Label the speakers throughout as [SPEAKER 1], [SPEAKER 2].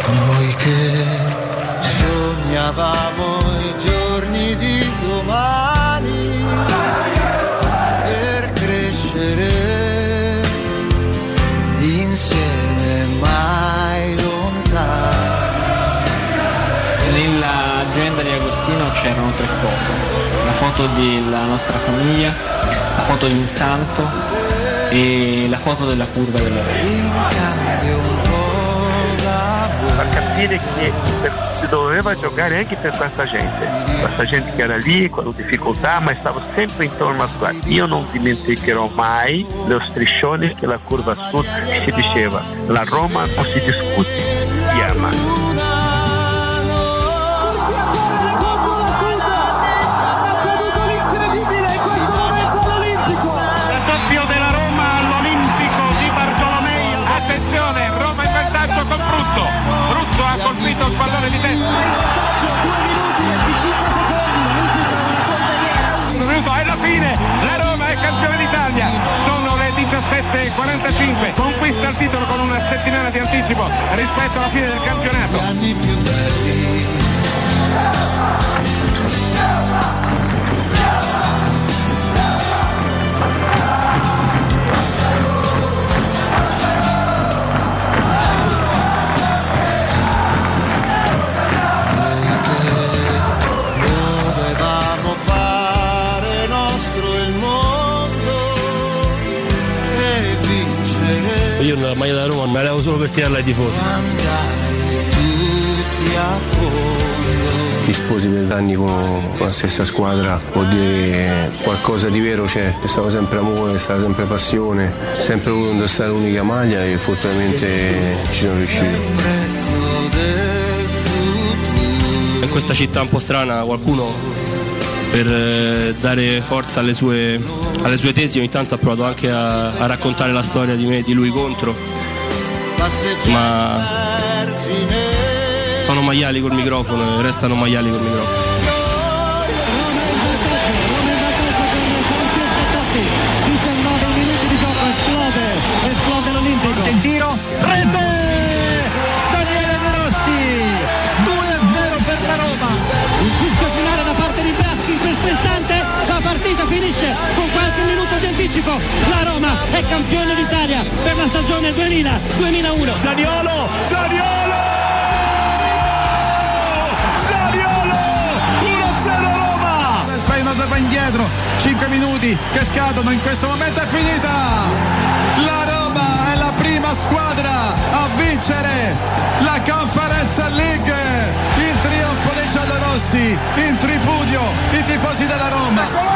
[SPEAKER 1] Noi che sognavamo i giorni di domani per crescere insieme mai lontani.
[SPEAKER 2] Nell'agenda di Agostino c'erano 3 foto: la foto della nostra famiglia, la foto di un santo e la foto della curva della
[SPEAKER 3] a capire che si doveva giocare anche per questa gente che era lì con difficoltà ma stava sempre intorno a squadra. Io non dimenticherò mai lo striscione che la curva sud si diceva: la Roma non si discute, si ama.
[SPEAKER 4] Con Brutto ha colpito il pallone di testa. 2 minuti e alla fine la Roma è campione d'Italia. Sono le 17:45, conquista il titolo con una settimana di anticipo rispetto alla fine del campionato.
[SPEAKER 1] Anni più belli.
[SPEAKER 5] Io nella maglia da Roma me la levo solo per tirarla ai tifosi.
[SPEAKER 6] Ti sposi per anni con la stessa squadra, vuol dire qualcosa di vero c'è stato sempre amore, è stata sempre passione, sempre voluto indossare l'unica maglia e fortunatamente ci sono riuscito.
[SPEAKER 5] In questa città un po' strana qualcuno, per dare forza alle sue tesi, ogni tanto ha provato anche a raccontare la storia di me e di lui contro, ma sono maiali col microfono e restano maiali col microfono.
[SPEAKER 7] Esplode l'Olimpico. Il tiro, rete! Daniele De Rossi, 2-0 per la Roma. Il fischio finale da parte di Braschi in questo istante. La partita finisce con qualche minuto di anticipo. La Roma è campione d'Italia per la stagione 2000-2001.
[SPEAKER 8] Zaniolo 1-0 Roma.
[SPEAKER 9] Il Feyenoord va indietro, 5 minuti che scadono, in questo momento è finita. La Roma è la prima squadra a vincere la Conference League. Il trionfo dei giallorossi, in tripudio i tifosi della Roma.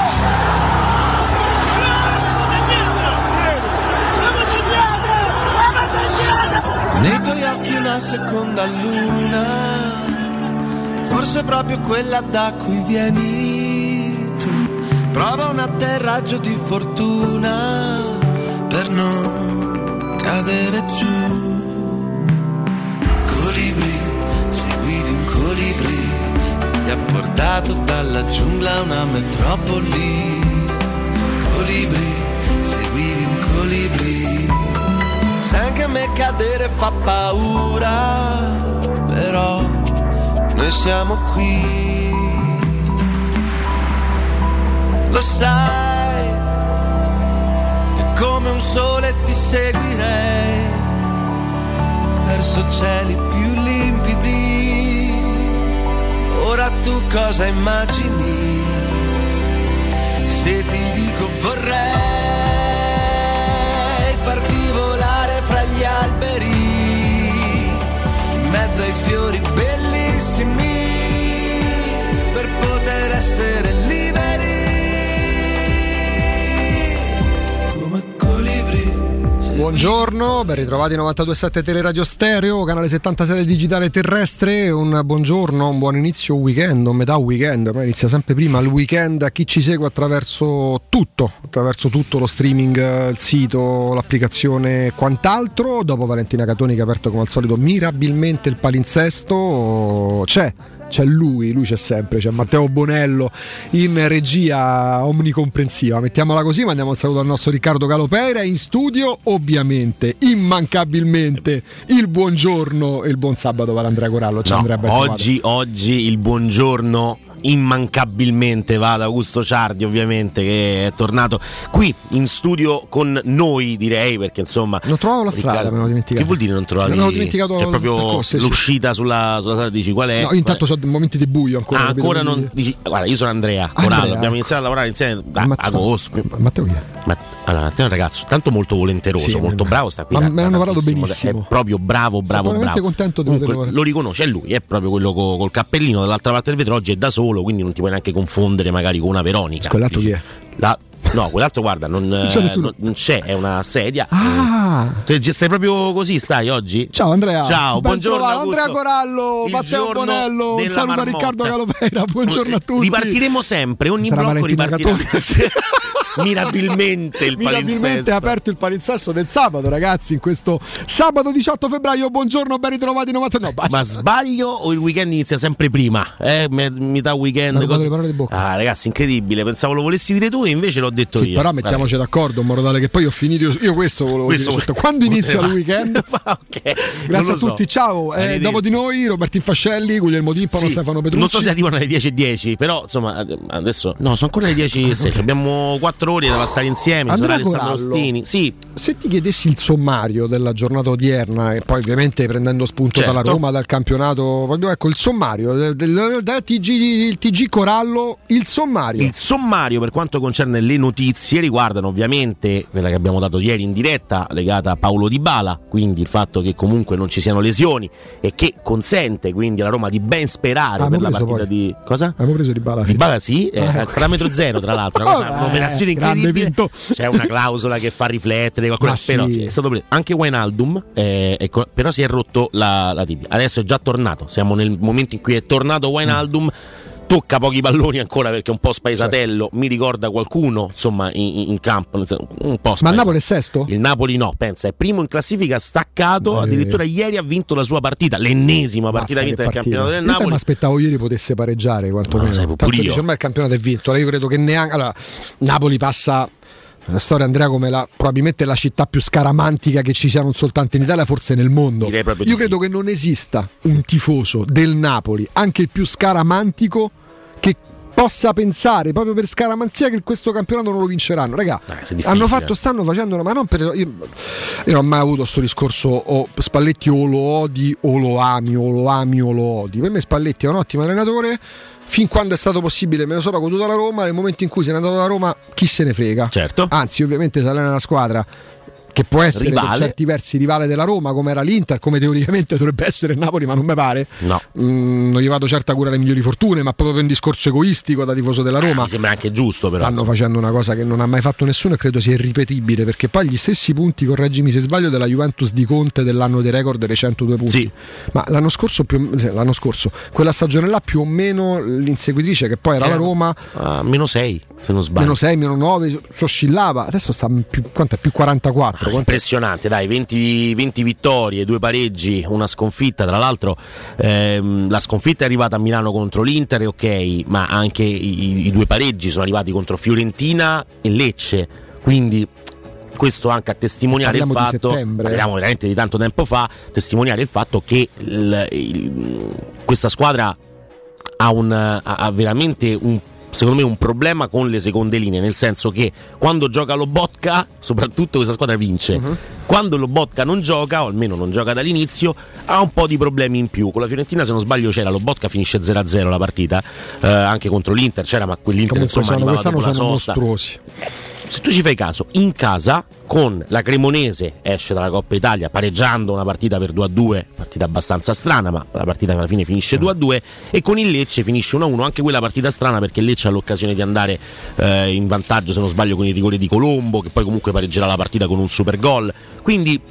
[SPEAKER 1] Nei tuoi occhi una seconda luna, forse proprio quella da cui vieni tu. Prova un atterraggio di fortuna per non cadere giù. Colibri, seguivi un colibri che ti ha portato dalla giungla a una metropoli. Colibri, seguivi un colibri. Sai anche a me cadere fa paura, però noi siamo qui. Lo sai che come un sole ti seguirei verso cieli più limpidi. Ora tu cosa immagini se ti dico vorrei farti volare fra gli alberi, in mezzo ai fiori bellissimi, per poter essere liberi come colibri.
[SPEAKER 10] Buongiorno, ben ritrovati 92.7 Teleradio Stereo, canale 76 del digitale terrestre. Un buongiorno, un buon inizio weekend, o metà weekend, ormai inizia sempre prima il weekend a chi ci segue attraverso tutto lo streaming, il sito, l'applicazione e quant'altro. Dopo Valentina Catoni che ha aperto come al solito mirabilmente il palinsesto, c'è c'è lui c'è sempre, c'è Matteo Bonello in regia omnicomprensiva, mettiamola così. Mandiamo un saluto al nostro Riccardo Calopeira, in studio ovviamente immancabilmente il buongiorno e il buon sabato per Andrea Corallo.
[SPEAKER 11] No, oggi il buongiorno immancabilmente va ad Augusto Ciardi, ovviamente, che è tornato qui in studio con noi, direi, perché insomma
[SPEAKER 10] non trovavo la strada, me l'ho dimenticato.
[SPEAKER 11] Che vuol dire non trovavi?
[SPEAKER 10] Me l'ho dimenticato,
[SPEAKER 11] cioè, proprio
[SPEAKER 10] percorso,
[SPEAKER 11] l'uscita sulla strada, dici qual è?
[SPEAKER 10] No, intanto c'ho momenti di buio ancora.
[SPEAKER 11] Ancora non dici, guarda, io sono Andrea Corallo, abbiamo iniziato a lavorare insieme da agosto.
[SPEAKER 10] Matteo chi è?
[SPEAKER 11] Allora, Matteo è un ragazzo tanto molto volenteroso, molto bravo, sta qui.
[SPEAKER 10] Ma me l'hanno parlato benissimo.
[SPEAKER 11] È proprio bravo.
[SPEAKER 10] Sono veramente contento di vederlo.
[SPEAKER 11] Lo riconosce, è lui, è proprio quello col cappellino dall'altra parte del vetro, oggi è da solo, quindi non ti puoi neanche confondere magari con una Veronica.
[SPEAKER 10] Quell'altro chi è?
[SPEAKER 11] No, quell'altro guarda, non c'è, è una sedia. Stai proprio così, stai oggi?
[SPEAKER 10] Ciao Andrea.
[SPEAKER 11] Ciao, buongiorno
[SPEAKER 10] Andrea Corallo, Matteo Bonello, un saluto a Riccardo Calopeira, buongiorno a tutti.
[SPEAKER 11] Ripartiremo sempre, ogni blocco ripartirà. Mirabilmente il palinsesto.
[SPEAKER 10] È aperto il palinsesto del sabato, ragazzi, in questo sabato 18 febbraio. Buongiorno, ben ritrovati 99. No,
[SPEAKER 11] ma sbaglio o il weekend inizia sempre prima? Metà weekend.
[SPEAKER 10] Le parole di bocca.
[SPEAKER 11] Ragazzi, incredibile, pensavo lo volessi dire tu e invece l'ho detto io.
[SPEAKER 10] Però mettiamoci d'accordo in modo tale che poi ho finito io questo volevo dire. Quando inizia il weekend?
[SPEAKER 11] Okay.
[SPEAKER 10] Grazie a tutti, ciao. Dopo di noi Robertin Fascelli, Guglielmo Timpano, Stefano Petrucci.
[SPEAKER 11] Non so se arrivano alle 10:10, però insomma adesso no, sono ancora le 10:06. Abbiamo 4 ore da passare insieme.
[SPEAKER 10] Andrea
[SPEAKER 11] Alessandro Ostini. Sì.
[SPEAKER 10] Se ti chiedessi il sommario della giornata odierna, e poi ovviamente prendendo spunto dalla Roma, dal campionato, proprio ecco il sommario del TG Corallo, il sommario
[SPEAKER 11] per quanto concerne le notizie riguardano ovviamente quella che abbiamo dato ieri in diretta legata a Paulo Dybala, quindi il fatto che comunque non ci siano lesioni e che consente quindi alla Roma di ben sperare per la partita di cosa?
[SPEAKER 10] Abbiamo preso Dybala
[SPEAKER 11] sì, parametro zero tra l'altro, un'operazione incredibile. C'è una clausola che fa riflettere qualcosa, però sì, è stato preso anche Wijnaldum, però si è rotto la tibia, adesso è già tornato, siamo nel momento in cui è tornato Wijnaldum. Tocca pochi palloni ancora perché è un po' spaesatello, mi ricorda qualcuno insomma in campo, un po' spaesato.
[SPEAKER 10] Ma il Napoli è sesto?
[SPEAKER 11] Il Napoli no, pensa, è primo in classifica, staccato, addirittura ieri ha vinto la sua partita, l'ennesima partita vinta del campionato del Napoli.
[SPEAKER 10] Io mi aspettavo ieri potesse pareggiare quantomeno. Tanto dice, ormai il campionato è vinto, io credo che neanche allora Napoli passa la storia, Andrea, come probabilmente la città più scaramantica che ci sia non soltanto in Italia, forse nel mondo. Io credo che non esista un tifoso del Napoli, anche il più scaramantico, che possa pensare proprio per scaramanzia che questo campionato non lo vinceranno. Raga, stanno facendo ma non per io non ho mai avuto sto discorso o Spalletti o lo odi o lo ami o lo odi. Per me Spalletti è un ottimo allenatore fin quando è stato possibile, me lo sono goduto alla Roma. Nel momento in cui se n'è andato da Roma, chi se ne frega.
[SPEAKER 11] Certo.
[SPEAKER 10] Anzi, ovviamente si allena una squadra che può essere per certi versi rivale della Roma, come era l'Inter, come teoricamente dovrebbe essere il Napoli, ma non mi pare.
[SPEAKER 11] No.
[SPEAKER 10] Non gli vado certo a curare le migliori fortune, ma proprio per un discorso egoistico da tifoso della Roma.
[SPEAKER 11] Mi sembra anche giusto, però.
[SPEAKER 10] Stanno facendo una cosa che non ha mai fatto nessuno e credo sia irripetibile, perché poi gli stessi punti, correggimi se sbaglio, della Juventus di Conte dell'anno dei record dei 102 punti.
[SPEAKER 11] Sì.
[SPEAKER 10] Ma l'anno scorso, quella stagione là più o meno l'inseguitrice che poi era la Roma,
[SPEAKER 11] meno 6 se non sbaglio.
[SPEAKER 10] Meno 6, meno 9, si oscillava. Adesso sta più 44.
[SPEAKER 11] Impressionante, dai, 20 vittorie, 2 pareggi, una sconfitta. Tra l'altro la sconfitta è arrivata a Milano contro l'Inter, ok, ma anche i 2 pareggi sono arrivati contro Fiorentina e Lecce, quindi questo anche a testimoniare il fatto, parliamo veramente di tanto tempo fa, testimoniare il fatto che questa squadra ha veramente secondo me un problema con le seconde linee, nel senso che quando gioca Lobotka soprattutto questa squadra vince, quando Lobotka non gioca, o almeno non gioca dall'inizio, ha un po' di problemi in più. Con la Fiorentina, se non sbaglio, c'era Lobotka, finisce 0-0 la partita, anche contro l'Inter c'era, ma quell'Inter
[SPEAKER 10] comunque
[SPEAKER 11] insomma arrivava dopo la sosta.
[SPEAKER 10] Mostruosi.
[SPEAKER 11] Se tu ci fai caso, in casa con la Cremonese esce dalla Coppa Italia pareggiando una partita per 2-2, partita abbastanza strana, ma la partita alla fine finisce 2-2, e con il Lecce finisce 1-1, anche quella partita strana perché il Lecce ha l'occasione di andare in vantaggio, se non sbaglio, con il rigore di Colombo, che poi comunque pareggerà la partita con un super gol. Quindi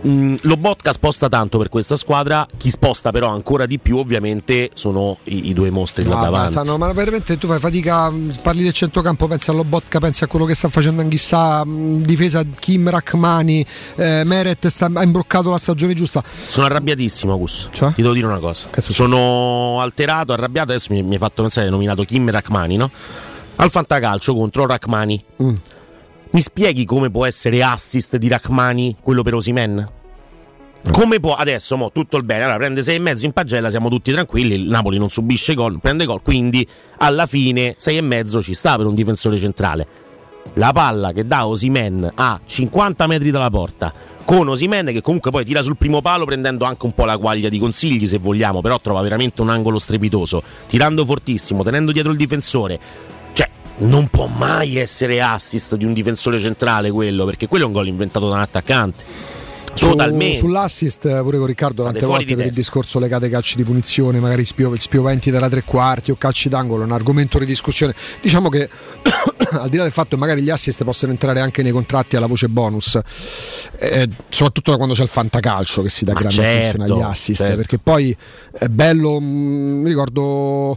[SPEAKER 11] Lobotka sposta tanto per questa squadra, chi sposta però ancora di più ovviamente sono i due mostri là davanti.
[SPEAKER 10] Ma veramente tu fai fatica, parli del centrocampo, pensi a Lobotka, pensi a quello che sta facendo Anghissà, difesa Kim Rachmani, Meret ha imbroccato la stagione giusta.
[SPEAKER 11] Sono arrabbiatissimo, Augusto,
[SPEAKER 10] cioè?
[SPEAKER 11] Ti devo dire una cosa, sono alterato, arrabbiato, adesso mi hai fatto pensare, hai nominato Kim Rachmani, no? Al fantacalcio contro Rachmani. Mi spieghi come può essere assist di Rachmani quello per Osimhen? Come può adesso tutto il bene, allora prende 6,5 in pagella, siamo tutti tranquilli, il Napoli non subisce gol, prende gol, quindi alla fine 6,5 ci sta per un difensore centrale. La palla che dà Osimhen a 50 metri dalla porta, con Osimhen che comunque poi tira sul primo palo prendendo anche un po' la quaglia di Consigli se vogliamo, però trova veramente un angolo strepitoso, tirando fortissimo, tenendo dietro il difensore. Cioè non può mai essere assist di un difensore centrale quello, perché quello è un gol inventato da un attaccante. Totalmente.
[SPEAKER 10] Sull'assist pure con Riccardo tante volte per il discorso legato ai calci di punizione, magari spioventi dalla tre quarti o calci d'angolo, è un argomento di discussione. Diciamo che al di là del fatto che magari gli assist possono entrare anche nei contratti alla voce bonus, soprattutto da quando c'è il fantacalcio che si dà grande attenzione agli assist, perché poi è bello, mi ricordo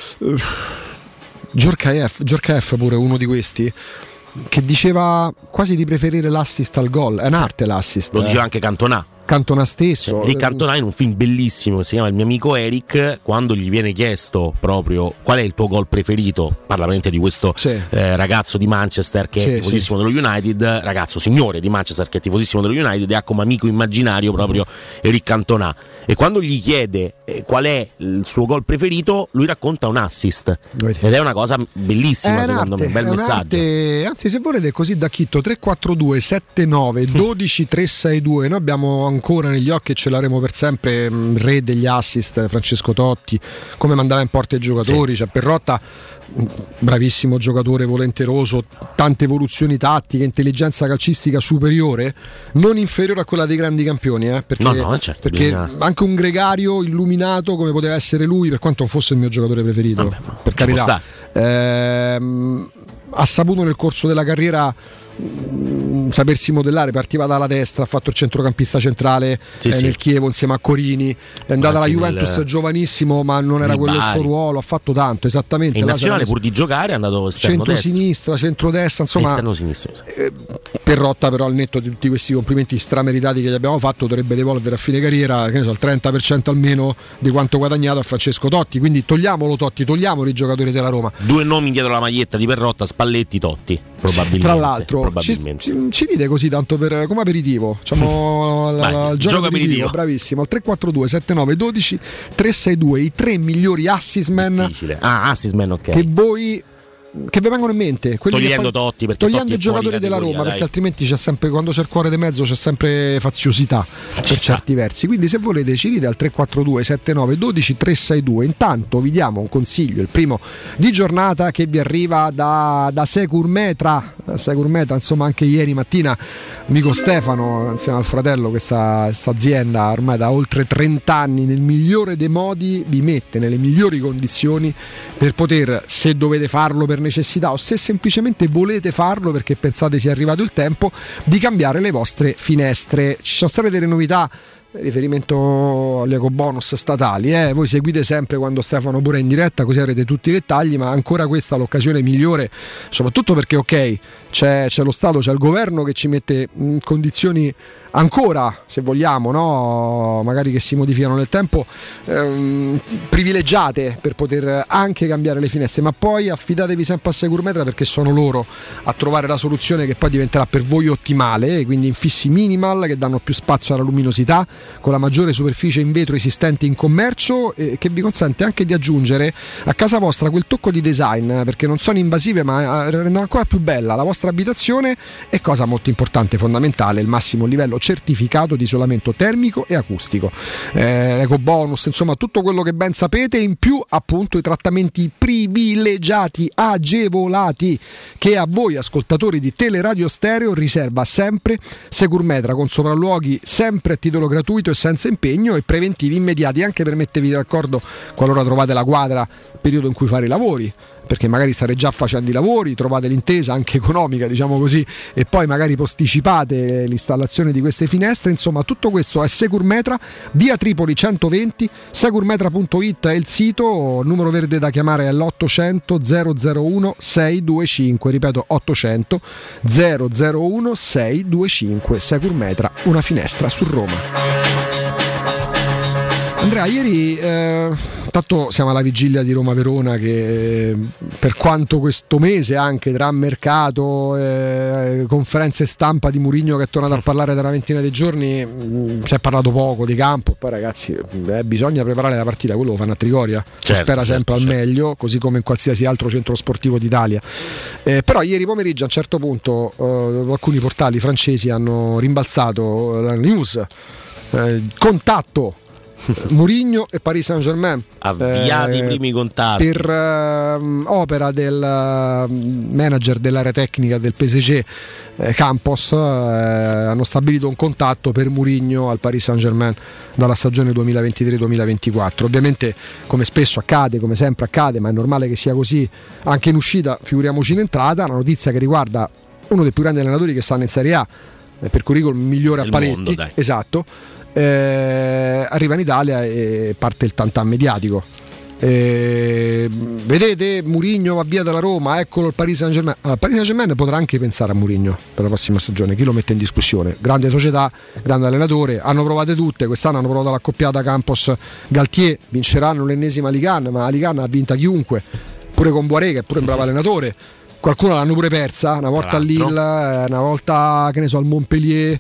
[SPEAKER 10] Djorkaeff pure uno di questi che diceva quasi di preferire l'assist al gol, è un'arte l'assist.
[SPEAKER 11] Lo diceva anche Cantona stesso. Rick Cantona in un film bellissimo che si chiama Il mio amico Eric, quando gli viene chiesto proprio qual è il tuo gol preferito, parla veramente di questo ragazzo di Manchester che è tifosissimo dello United, ragazzo signore di Manchester che è tifosissimo dello United e ha come amico immaginario proprio Rick Cantona, e quando gli chiede qual è il suo gol preferito lui racconta un assist ed è una cosa bellissima, secondo me, un bel messaggio.
[SPEAKER 10] Anzi, se volete così da Chitto 342 79 12 362, noi abbiamo ancora negli occhi e ce l'avremo per sempre re degli assist Francesco Totti, come mandava in porta i giocatori, cioè Perrotta bravissimo giocatore, volenteroso, tante evoluzioni tattiche, intelligenza calcistica superiore, non inferiore a quella dei grandi campioni, perché, perché anche un gregario illuminato come poteva essere lui, per quanto non fosse il mio giocatore preferito, per carità, ha saputo nel corso della carriera sapersi modellare, partiva dalla destra, ha fatto il centrocampista centrale nel Chievo insieme a Corini, è andata alla Juventus giovanissimo ma non era quello il suo ruolo, ha fatto tanto, esattamente,
[SPEAKER 11] in nazionale pur di giocare è andato esterno
[SPEAKER 10] centro-sinistra, centro-destra, insomma
[SPEAKER 11] esterno-sinistra.
[SPEAKER 10] Perrotta però al netto di tutti questi complimenti strameritati che gli abbiamo fatto dovrebbe devolvere a fine carriera, che ne so, il 30% almeno di quanto guadagnato a Francesco Totti, quindi togliamolo Totti, togliamolo i giocatori della Roma.
[SPEAKER 11] Due nomi dietro la maglietta di Perrotta, Spalletti, Totti, probabilmente.
[SPEAKER 10] Tra l'altro ci ride così tanto come aperitivo, diciamo il gioco aperitivo, bravissimo, al 342 79 12 362, i tre migliori assistman che vi vengono in mente,
[SPEAKER 11] togliendo Totti, perché
[SPEAKER 10] togliendo i giocatori della Roma, perché altrimenti c'è sempre, quando c'è il cuore di mezzo c'è sempre faziosità per certi versi, quindi se volete ci ride al 342 79 12 362. Intanto vi diamo un consiglio, il primo di giornata, che vi arriva da Secur Metra, insomma anche ieri mattina amico Stefano insieme al fratello, questa azienda ormai da oltre 30 anni nel migliore dei modi vi mette nelle migliori condizioni per poter, se dovete farlo per necessità o se semplicemente volete farlo perché pensate sia arrivato il tempo, di cambiare le vostre finestre. Ci sono state delle novità, riferimento agli ecobonus statali, voi seguite sempre quando Stefano pure è in diretta, così avrete tutti i dettagli, ma ancora questa è l'occasione migliore, soprattutto perché c'è lo Stato, c'è il governo che ci mette in condizioni ancora, se vogliamo, no? Magari che si modificano nel tempo, privilegiate per poter anche cambiare le finestre, ma poi affidatevi sempre a Securmetra perché sono loro a trovare la soluzione che poi diventerà per voi ottimale, quindi infissi minimal che danno più spazio alla luminosità, con la maggiore superficie in vetro esistente in commercio, che vi consente anche di aggiungere a casa vostra quel tocco di design, perché non sono invasive ma rendono ancora più bella la vostra abitazione, e cosa molto importante, fondamentale, il massimo livello certificato di isolamento termico e acustico, ecobonus, insomma tutto quello che ben sapete, in più appunto i trattamenti privilegiati, agevolati, che a voi ascoltatori di Teleradio Stereo riserva sempre Securmetra, con sopralluoghi sempre a titolo gratuito e senza impegno, e preventivi immediati anche per mettervi d'accordo qualora trovate la quadra periodo in cui fare i lavori, perché magari state già facendo i lavori, trovate l'intesa anche economica, diciamo così, e poi magari posticipate l'installazione di queste finestre. Insomma, tutto questo è Securmetra, via Tripoli 120, securmetra.it è il sito, il numero verde da chiamare è l'800 001 625, ripeto 800 001 625. Securmetra, una finestra su Roma. Andrea, ieri tanto siamo alla vigilia di Roma-Verona, che per quanto questo mese anche tra mercato, conferenze stampa di Mourinho che è tornato a parlare da una ventina di giorni, si è parlato poco di campo. Poi ragazzi, bisogna preparare la partita, quello lo fanno a Trigoria, si spera sempre al meglio, così come in qualsiasi altro centro sportivo d'Italia. Però ieri pomeriggio a un certo punto alcuni portali francesi hanno rimbalzato la news, contatto Mourinho e Paris Saint-Germain,
[SPEAKER 11] avviati i primi contatti
[SPEAKER 10] per opera del manager dell'area tecnica del PSG, Campos, hanno stabilito un contatto per Mourinho al Paris Saint-Germain dalla stagione 2023-2024. Ovviamente, come spesso accade, come sempre accade, ma è normale che sia così anche in uscita, figuriamoci in entrata, una notizia che riguarda uno dei più grandi allenatori che stanno in Serie A, per curriculum migliore a parecchi, esatto. Arriva in Italia e parte il tantan mediatico. Vedete, Mourinho va via dalla Roma, eccolo il Paris Saint-Germain. Il Paris Saint-Germain potrà anche pensare a Mourinho per la prossima stagione, chi lo mette in discussione? Grande società, grande allenatore, hanno provate tutte, quest'anno hanno provato l'accoppiata Campos-Galtier, vinceranno l'ennesima Ligan, ma la Ligan ha vinta chiunque, pure con Boiré che è pure un bravo allenatore. Qualcuno l'hanno pure persa, una volta a Lille, una volta che ne so al Montpellier.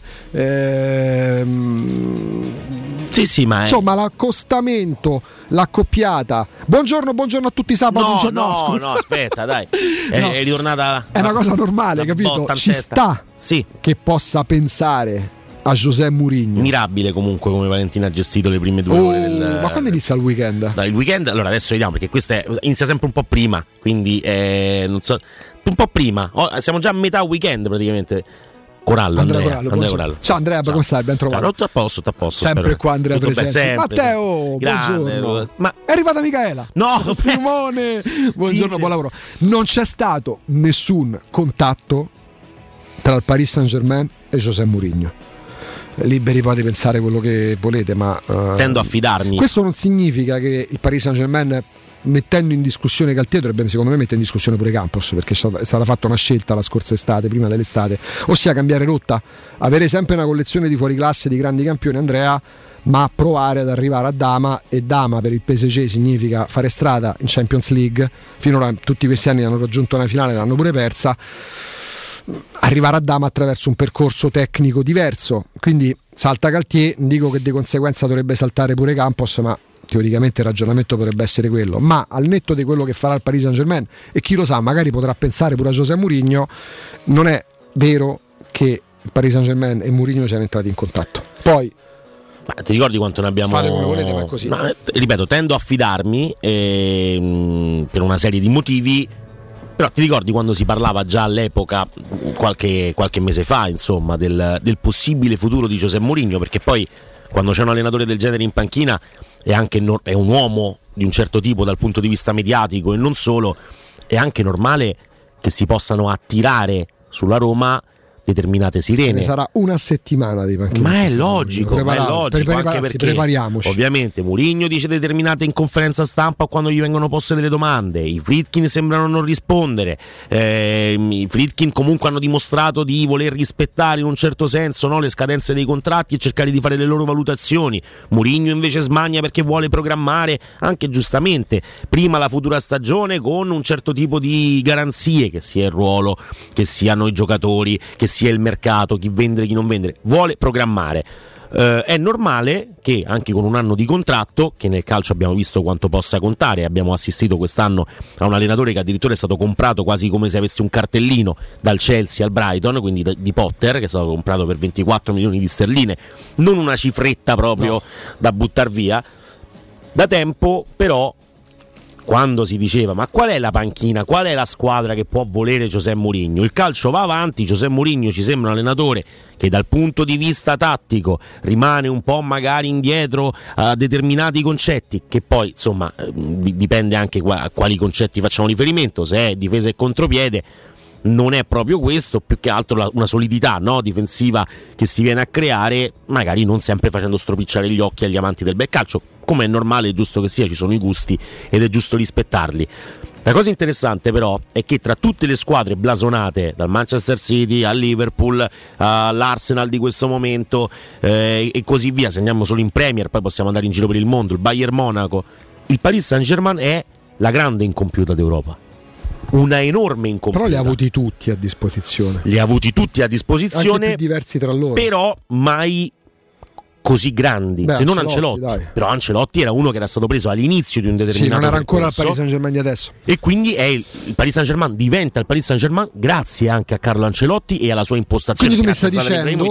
[SPEAKER 11] Sì, ma
[SPEAKER 10] insomma l'accostamento, l'accoppiata. Buongiorno a tutti sabato.
[SPEAKER 11] No, aspetta, dai. È ritornata.
[SPEAKER 10] È una cosa normale, capito? Ci sta che possa pensare a José Mourinho.
[SPEAKER 11] Mirabile comunque come Valentina ha gestito le prime 2 ore del...
[SPEAKER 10] Ma quando inizia il weekend?
[SPEAKER 11] Il weekend, allora adesso vediamo, perché questa inizia sempre un po' prima, quindi non so, un po' prima. Siamo già a metà weekend praticamente. Andrea Corallo.
[SPEAKER 10] Ciao Andrea, come stai? Ben trovato.
[SPEAKER 11] Tutto a posto.
[SPEAKER 10] Sempre qua Andrea presente.
[SPEAKER 11] Sempre.
[SPEAKER 10] Matteo,
[SPEAKER 11] grande,
[SPEAKER 10] buongiorno. Ma è arrivata Michaela.
[SPEAKER 11] No,
[SPEAKER 10] Simone. Buongiorno, buon lavoro. Non c'è stato nessun contatto tra il Paris Saint-Germain e José Mourinho. Liberi poi di pensare quello che volete, ma
[SPEAKER 11] tendo a fidarmi.
[SPEAKER 10] Questo non significa che il Paris Saint-Germain, mettendo in discussione Galtier, dovrebbe secondo me mettere in discussione pure Campos, perché è stata fatta una scelta la scorsa estate, prima dell'estate, ossia cambiare rotta, avere sempre una collezione di fuoriclasse di grandi campioni, Andrea, ma provare ad arrivare a Dama, e Dama per il PSG significa fare strada in Champions League. Finora tutti questi anni hanno raggiunto una finale, l'hanno pure persa. Arrivare a Dama attraverso un percorso tecnico diverso, quindi salta Galtier, dico che di conseguenza dovrebbe saltare pure Campos, ma teoricamente il ragionamento potrebbe essere quello. Ma al netto di quello che farà il Paris Saint-Germain, e chi lo sa, magari potrà pensare pure a José Mourinho, non è vero che il Paris Saint-Germain e Mourinho siano entrati in contatto. Poi
[SPEAKER 11] ma ti ricordi quanto ne abbiamo?
[SPEAKER 10] Fate come volete, ma è così.
[SPEAKER 11] Ma, ripeto, tendo a fidarmi per una serie di motivi. Però ti ricordi quando si parlava già all'epoca, qualche mese fa, insomma, del possibile futuro di José Mourinho? Perché poi quando c'è un allenatore del genere in panchina è un uomo di un certo tipo dal punto di vista mediatico, e non solo, è anche normale che si possano attirare sulla Roma determinate sirene.
[SPEAKER 10] Ne sarà una settimana di panchina.
[SPEAKER 11] Ma è logico, anche perché
[SPEAKER 10] prepariamoci.
[SPEAKER 11] Ovviamente Mourinho dice determinate in conferenza stampa quando gli vengono poste delle domande, i Friedkin sembrano non rispondere, i Friedkin comunque hanno dimostrato di voler rispettare in un certo senso, no, le scadenze dei contratti e cercare di fare le loro valutazioni. Mourinho invece smania perché vuole programmare anche giustamente prima la futura stagione con un certo tipo di garanzie, che sia il ruolo, che siano i giocatori, che sia il mercato, chi vendere, chi non vendere, vuole programmare. È normale che anche con un anno di contratto, che nel calcio abbiamo visto quanto possa contare, abbiamo assistito quest'anno a un allenatore che addirittura è stato comprato quasi come se avesse un cartellino dal Chelsea al Brighton, quindi di Potter, che è stato comprato per 24 milioni di sterline, non una cifretta proprio da buttar via. Da tempo però quando si diceva ma qual è la panchina, qual è la squadra che può volere José Mourinho, il calcio va avanti, José Mourinho ci sembra un allenatore che dal punto di vista tattico rimane un po' magari indietro a determinati concetti, che poi insomma dipende anche a quali concetti facciamo riferimento, se è difesa e contropiede non è proprio questo, più che altro una solidità, no, difensiva che si viene a creare, magari non sempre facendo stropicciare gli occhi agli amanti del bel calcio, come è normale e giusto che sia, ci sono i gusti ed è giusto rispettarli. La cosa interessante però è che tra tutte le squadre blasonate, dal Manchester City al Liverpool all'Arsenal di questo momento e così via, se andiamo solo in Premier, poi possiamo andare in giro per il mondo, il Bayern Monaco, il Paris Saint-Germain è la grande incompiuta d'Europa, una enorme incompiuta.
[SPEAKER 10] Però li ha avuti tutti a disposizione.
[SPEAKER 11] Li ha avuti tutti a disposizione,
[SPEAKER 10] anche più diversi tra loro.
[SPEAKER 11] Però mai così grandi.
[SPEAKER 10] Beh,
[SPEAKER 11] se non Ancelotti. Però Ancelotti era uno che era stato preso all'inizio di un determinato
[SPEAKER 10] non era ancora al
[SPEAKER 11] percorso,
[SPEAKER 10] Paris Saint-Germain di adesso.
[SPEAKER 11] E quindi il Paris Saint-Germain diventa il Paris Saint-Germain grazie anche a Carlo Ancelotti e alla sua impostazione.
[SPEAKER 10] Quindi tu mi stai dicendo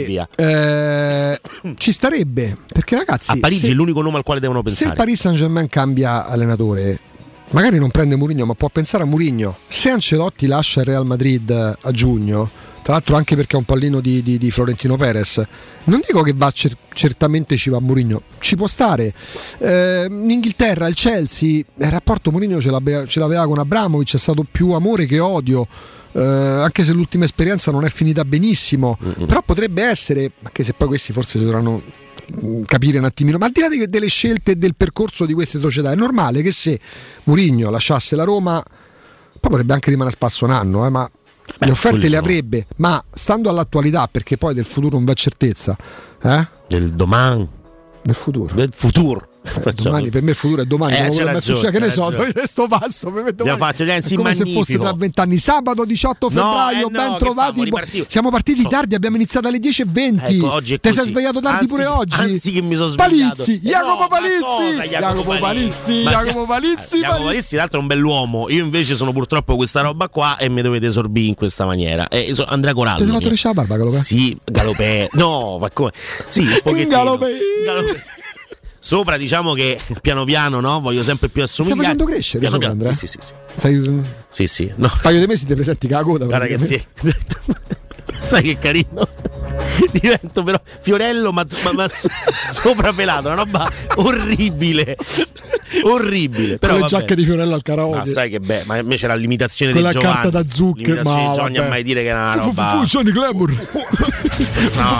[SPEAKER 10] che ci starebbe, perché ragazzi,
[SPEAKER 11] a Parigi è l'unico nome al quale devono pensare.
[SPEAKER 10] Se il Paris Saint-Germain cambia allenatore, magari non prende Mourinho, ma può pensare a Mourinho. Se Ancelotti lascia il Real Madrid a giugno, tra l'altro anche perché è un pallino di Florentino Perez, non dico che certamente ci va Mourinho, ci può stare. In Inghilterra il Chelsea, il rapporto Mourinho ce l'aveva con Abramovich, è stato più amore che odio, anche se l'ultima esperienza non è finita benissimo, però potrebbe essere, anche se poi questi forse si dovranno capire un attimino, ma al di là delle scelte e del percorso di queste società, è normale che se Mourinho lasciasse la Roma, poi potrebbe anche rimanere a spasso un anno, ma le offerte le avrebbe, ma stando all'attualità, perché poi del futuro non va certezza,
[SPEAKER 11] del domani,
[SPEAKER 10] del futuro, domani per me il futuro è domani, che ne so, sto passo per me domani è come se fosse tra 20 anni. Sabato 18 febbraio, ben trovati. Siamo partiti tardi, abbiamo iniziato alle 10:20.
[SPEAKER 11] Ecco,
[SPEAKER 10] ti sei svegliato tardi pure oggi?
[SPEAKER 11] Anzi che mi sono svegliato.
[SPEAKER 10] Jacopo Palizzi, Jacopo Palizzi,
[SPEAKER 11] tra l'altro è un bell'uomo. Io invece sono purtroppo questa roba qua e mi dovete sorbire in questa maniera. Andrea Corallo.
[SPEAKER 10] Ti sei fatto resciare la barba, Galopè?
[SPEAKER 11] Sì, Galopè. No, ma come? Sì, un pochettino.
[SPEAKER 10] Galopè.
[SPEAKER 11] Sopra diciamo che piano piano, no? Voglio sempre più assomigliare.
[SPEAKER 10] Stai facendo crescere
[SPEAKER 11] piano
[SPEAKER 10] piano.
[SPEAKER 11] Sì.
[SPEAKER 10] Sì.
[SPEAKER 11] No.
[SPEAKER 10] Un paio di mesi ti presenti con la coda.
[SPEAKER 11] Guarda che sì. Sai che carino. Divento però Fiorello ma soprapelato, una roba orribile. Però
[SPEAKER 10] con le giacche di Fiorello al karaoke.
[SPEAKER 11] Ma sai che bello, ma invece era l'imitazione
[SPEAKER 10] con
[SPEAKER 11] di
[SPEAKER 10] la
[SPEAKER 11] Giovanni.
[SPEAKER 10] Carta da Zucche,
[SPEAKER 11] l'imitazione di Giovanni a mai dire che era una roba.
[SPEAKER 10] Johnny Glamour.
[SPEAKER 11] No,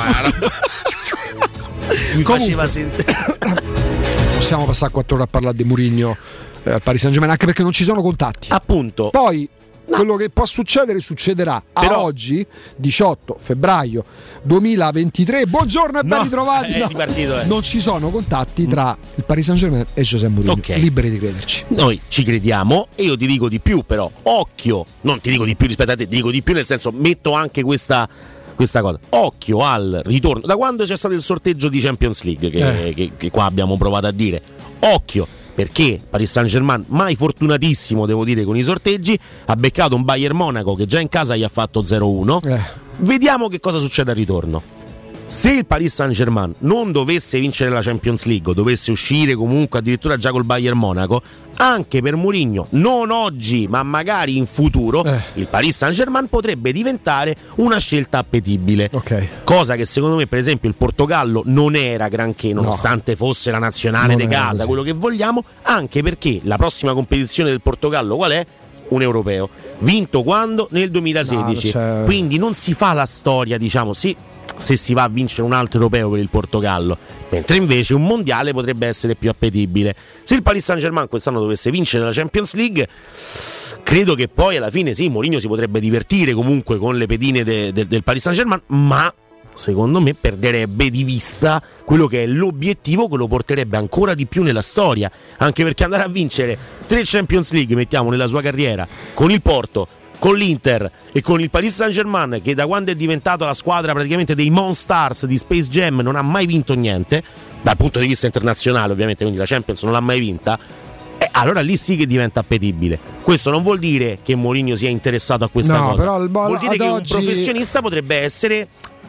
[SPEAKER 11] mi faceva sentire.
[SPEAKER 10] Possiamo passare 4 ore a parlare di Mourinho al Paris Saint-Germain, anche perché non ci sono contatti.
[SPEAKER 11] Appunto.
[SPEAKER 10] Poi quello che può succedere succederà. Però, a oggi 18 febbraio 2023. Buongiorno e ben ritrovati. Non ci sono contatti tra il Paris Saint-Germain e José Mourinho.
[SPEAKER 11] Okay.
[SPEAKER 10] Liberi di crederci.
[SPEAKER 11] Noi ci crediamo e io ti dico di più, però occhio, non ti dico di più rispetto a te, ti dico di più nel senso metto anche questa cosa, occhio al ritorno, da quando c'è stato il sorteggio di Champions League che qua abbiamo provato a dire, occhio, perché Paris Saint-Germain, mai fortunatissimo devo dire con i sorteggi, ha beccato un Bayern Monaco che già in casa gli ha fatto 0-1. Vediamo che cosa succede al ritorno. Se il Paris Saint-Germain non dovesse vincere la Champions League o dovesse uscire comunque addirittura già col Bayern Monaco, anche per Mourinho, non oggi ma magari in futuro, il Paris Saint-Germain potrebbe diventare una scelta appetibile. Cosa che secondo me per esempio il Portogallo non era granché, nonostante fosse la nazionale di casa, quello che vogliamo, anche perché la prossima competizione del Portogallo qual è? Un europeo. Vinto quando? Nel 2016. Quindi non si fa la storia, diciamo, sì, se si va a vincere un altro europeo per il Portogallo, mentre invece un mondiale potrebbe essere più appetibile. Se il Paris Saint-Germain quest'anno dovesse vincere la Champions League, credo che poi alla fine sì, Mourinho si potrebbe divertire comunque con le pedine del Paris Saint-Germain, ma secondo me perderebbe di vista quello che è l'obiettivo che lo porterebbe ancora di più nella storia, anche perché andare a vincere 3 Champions League, mettiamo, nella sua carriera, con il Porto, con l'Inter e con il Paris Saint-Germain, che da quando è diventato la squadra praticamente dei Monstars di Space Jam non ha mai vinto niente dal punto di vista internazionale, ovviamente, quindi la Champions non l'ha mai vinta, allora lì sì che diventa appetibile. Questo non vuol dire che Mourinho sia interessato a questa cosa,
[SPEAKER 10] però
[SPEAKER 11] vuol dire che un professionista potrebbe essere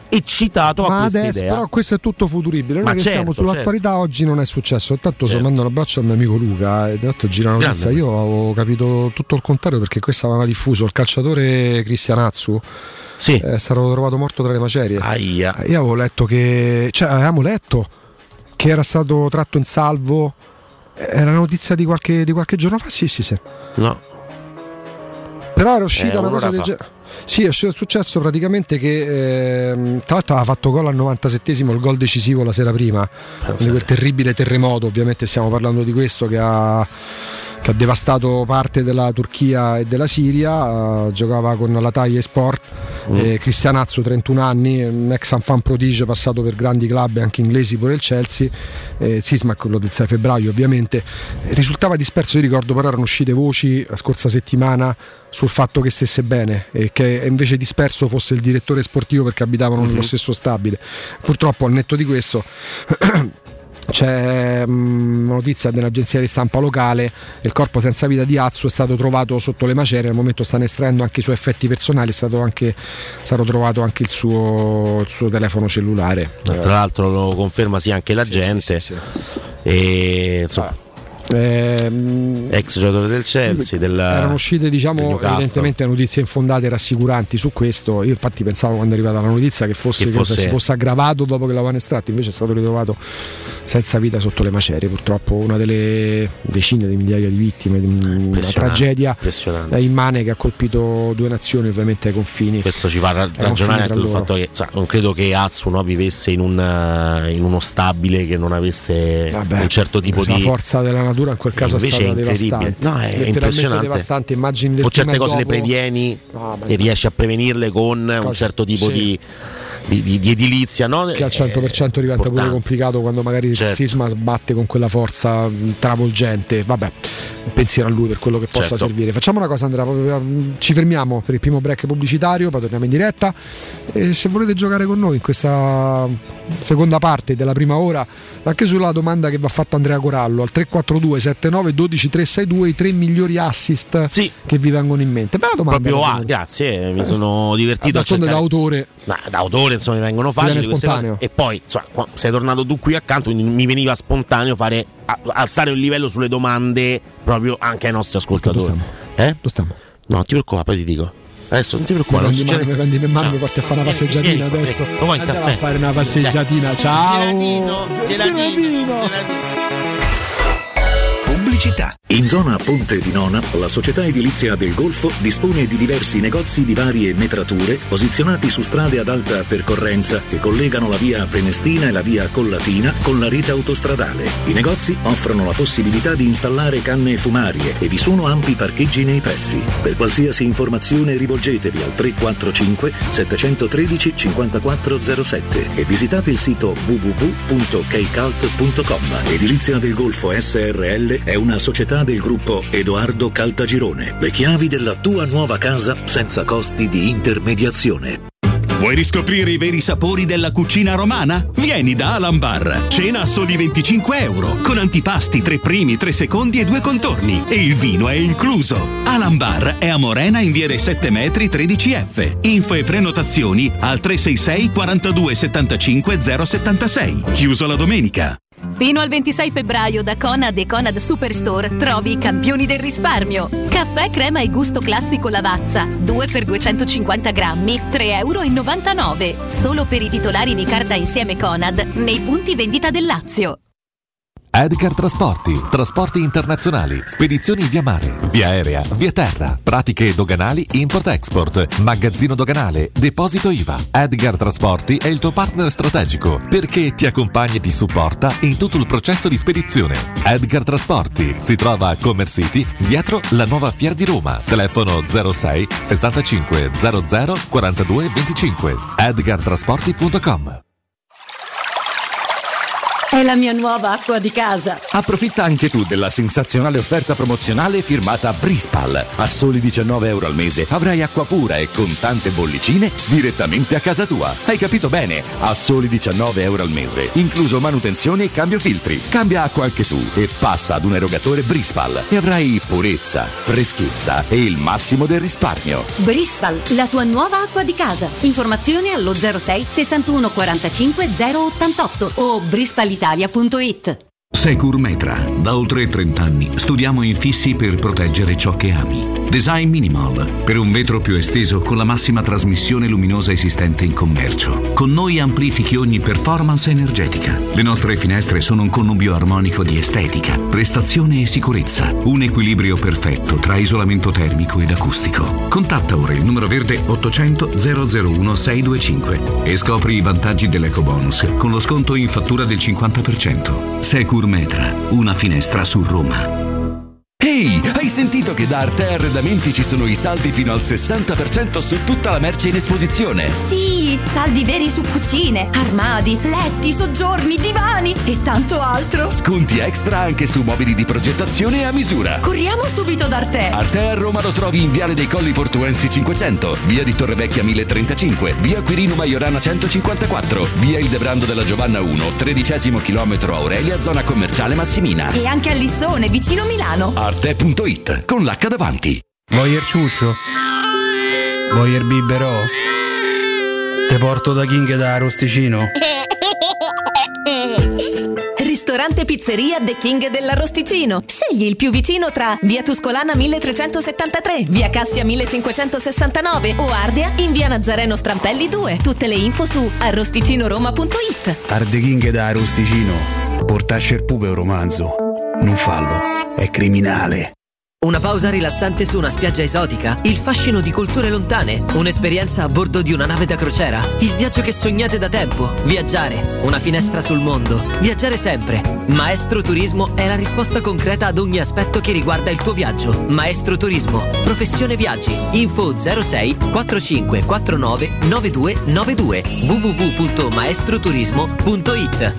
[SPEAKER 11] eccitato a questa idea.
[SPEAKER 10] Però questo è tutto futuribile. Noi che siamo sull'attualità, oggi non è successo. Intanto sto mandando un abbraccio al mio amico Luca. E dato gira una notizia, io avevo capito tutto il contrario, perché questa aveva diffuso il calciatore Cristianazzu. È stato trovato morto tra le macerie.
[SPEAKER 11] Aia.
[SPEAKER 10] Io avevo letto avevamo letto che era stato tratto in salvo. Era una notizia di qualche giorno fa. Sì.
[SPEAKER 11] No.
[SPEAKER 10] Però era uscita una cosa del genere. Sì, è successo praticamente che tra l'altro aveva fatto gol al 97esimo, il gol decisivo la sera prima di quel terribile terremoto. Ovviamente stiamo parlando di questo che ha devastato parte della Turchia e della Siria. Giocava con la Thaie Sport. Cristianazzu, 31 anni, un ex enfant prodigio, passato per grandi club anche inglesi, pure il Chelsea. Il sisma è quello del 6 febbraio ovviamente. Risultava disperso, io ricordo, però erano uscite voci la scorsa settimana sul fatto che stesse bene e che invece disperso fosse il direttore sportivo, perché abitavano nello stesso stabile. Purtroppo, al netto di questo c'è una notizia dell'agenzia di stampa locale: il corpo senza vita di Atsu è stato trovato sotto le macerie. Al momento stanno estraendo anche i suoi effetti personali. È stato trovato anche il suo telefono cellulare.
[SPEAKER 11] Tra l'altro lo conferma anche l'agente.
[SPEAKER 10] Sì.
[SPEAKER 11] E insomma, ex giocatore del Chelsea,
[SPEAKER 10] erano uscite evidentemente notizie infondate e rassicuranti su questo. Io infatti pensavo, quando è arrivata la notizia, che si fosse aggravato dopo che l'avevano estratto. Invece è stato ritrovato senza vita sotto le macerie. Purtroppo una delle decine di migliaia di vittime di una tragedia immane che ha colpito due nazioni, ovviamente ai confini.
[SPEAKER 11] Questo ci fa ragionare anche sul fatto che non credo che Atsu vivesse in uno stabile che non avesse un certo tipo di...
[SPEAKER 10] La forza della natura in quel caso è stata devastante.
[SPEAKER 11] No, è impressionante.
[SPEAKER 10] Devastante. Immagini del
[SPEAKER 11] o certe cose
[SPEAKER 10] dopo.
[SPEAKER 11] le previeni e riesci a prevenirle con un certo tipo di edilizia, no?
[SPEAKER 10] Che al 100% diventa pure complicato quando magari il sisma sbatte con quella forza travolgente. Vabbè, un pensiero a lui per quello che possa servire. Facciamo una cosa, Andrea, ci fermiamo per il primo break pubblicitario, poi torniamo in diretta. E se volete giocare con noi in questa seconda parte della prima ora, anche sulla domanda che va fatta Andrea Corallo al 342 79 12 362, i 3 migliori assist che vi vengono in mente. Bella domanda.
[SPEAKER 11] Grazie, mi sono divertito.
[SPEAKER 10] Da
[SPEAKER 11] autore insomma mi vengono facili e poi sei tornato tu qui accanto, quindi mi veniva spontaneo alzare un livello sulle domande proprio anche ai nostri ascoltatori.
[SPEAKER 10] Dove stiamo?
[SPEAKER 11] No, non ti preoccupare, poi ti dico. Adesso non ti preoccupare,
[SPEAKER 10] mi prendi in mano, mi porti a fare una passeggiatina adesso.
[SPEAKER 11] Andiamo
[SPEAKER 10] a fare una passeggiatina. Ciao.
[SPEAKER 11] Gelatino.
[SPEAKER 12] Pubblicità. In zona Ponte di Nona, la società edilizia del Golfo dispone di diversi negozi di varie metrature posizionati su strade ad alta percorrenza che collegano la via Prenestina e la via Collatina con la rete autostradale. I negozi offrono la possibilità di installare canne fumarie e vi sono ampi parcheggi nei pressi. Per qualsiasi informazione rivolgetevi al 345 713 5407 e visitate il sito www.keicalt.com. Edilizia del Golfo SRL è una società del gruppo Edoardo Caltagirone. Le chiavi della tua nuova casa senza costi di intermediazione.
[SPEAKER 13] Vuoi riscoprire i veri sapori della cucina romana? Vieni da Alan Bar. Cena a soli €25, con antipasti, 3 primi, 3 secondi e 2 contorni. E il vino è incluso. Alan Bar è a Morena in via dei 7 metri 13F. Info e prenotazioni al 366 42 75 076. Chiuso la domenica.
[SPEAKER 14] Fino al 26 febbraio da Conad e Conad Superstore trovi i campioni del risparmio. Caffè crema e gusto classico Lavazza, 2 per 250 grammi, €3,99. Solo per i titolari di carta insieme Conad nei punti vendita del Lazio.
[SPEAKER 15] Edgar trasporti internazionali, spedizioni via mare, via aerea, via terra, pratiche doganali import-export, magazzino doganale, deposito IVA. Edgar Trasporti è il tuo partner strategico perché ti accompagna e ti supporta in tutto il processo di spedizione. Edgar Trasporti si trova a Commerce City, dietro la nuova Fiera di Roma. Telefono 06 65 00 42 25. edgartrasporti.com.
[SPEAKER 14] È la mia nuova acqua di casa.
[SPEAKER 16] Approfitta anche tu della sensazionale offerta promozionale firmata Brispal. A soli €19 al mese avrai acqua pura e con tante bollicine direttamente a casa tua. Hai capito bene? A soli €19 al mese, incluso manutenzione e cambio filtri. Cambia acqua anche tu e passa ad un erogatore Brispal e avrai purezza, freschezza e il massimo del risparmio.
[SPEAKER 14] Brispal, la tua nuova acqua di casa. Informazioni allo 06 61 45 088 o brispalitalia.it.
[SPEAKER 12] Securmetra. Da oltre 30 anni studiamo infissi per proteggere ciò che ami. Design Minimal, per un vetro più esteso con la massima trasmissione luminosa esistente in commercio. Con noi amplifichi ogni performance energetica. Le nostre finestre sono un connubio armonico di estetica, prestazione e sicurezza. Un equilibrio perfetto tra isolamento termico ed acustico. Contatta ora il numero verde 800 001 625 e scopri i vantaggi dell'ecobonus con lo sconto in fattura del 50%. Securmetra, una finestra su Roma.
[SPEAKER 16] Ehi, hai sentito che da Arte Arredamenti ci sono i saldi fino al 60% su tutta la merce in esposizione?
[SPEAKER 14] Sì, saldi veri su cucine, armadi, letti, soggiorni, divani e tanto altro.
[SPEAKER 16] Sconti extra anche su mobili di progettazione a misura.
[SPEAKER 14] Corriamo subito da Arte.
[SPEAKER 16] Arte a Roma lo trovi in Viale dei Colli Portuensi 500, via di Torrevecchia 1035, via Quirino Maiorana 154, via Il Debrando della Giovanna 1, 13° chilometro Aurelia, zona commerciale Massimina.
[SPEAKER 14] E anche a Lissone, vicino Milano.
[SPEAKER 16] Arte.it con l'H davanti.
[SPEAKER 17] Voyer ciuscio? Voyer biberò? Te porto da King da Arrosticino?
[SPEAKER 14] Ristorante Pizzeria The King dell'Arrosticino. Scegli il più vicino tra via Tuscolana 1373, via Cassia 1569 o Ardea in via Nazareno Strampelli 2. Tutte le info su arrosticinoroma.it.
[SPEAKER 17] Arde King da Arrosticino. Portasce il pupe un romanzo. Non fallo, è criminale.
[SPEAKER 18] Una pausa rilassante su una spiaggia esotica? Il fascino di culture lontane? Un'esperienza a bordo di una nave da crociera? Il viaggio che sognate da tempo? Viaggiare, una finestra sul mondo. Viaggiare sempre. Maestro Turismo è la risposta concreta ad ogni aspetto che riguarda il tuo viaggio. Maestro Turismo, professione viaggi. Info 06 45 49 9292 www.maestroturismo.it.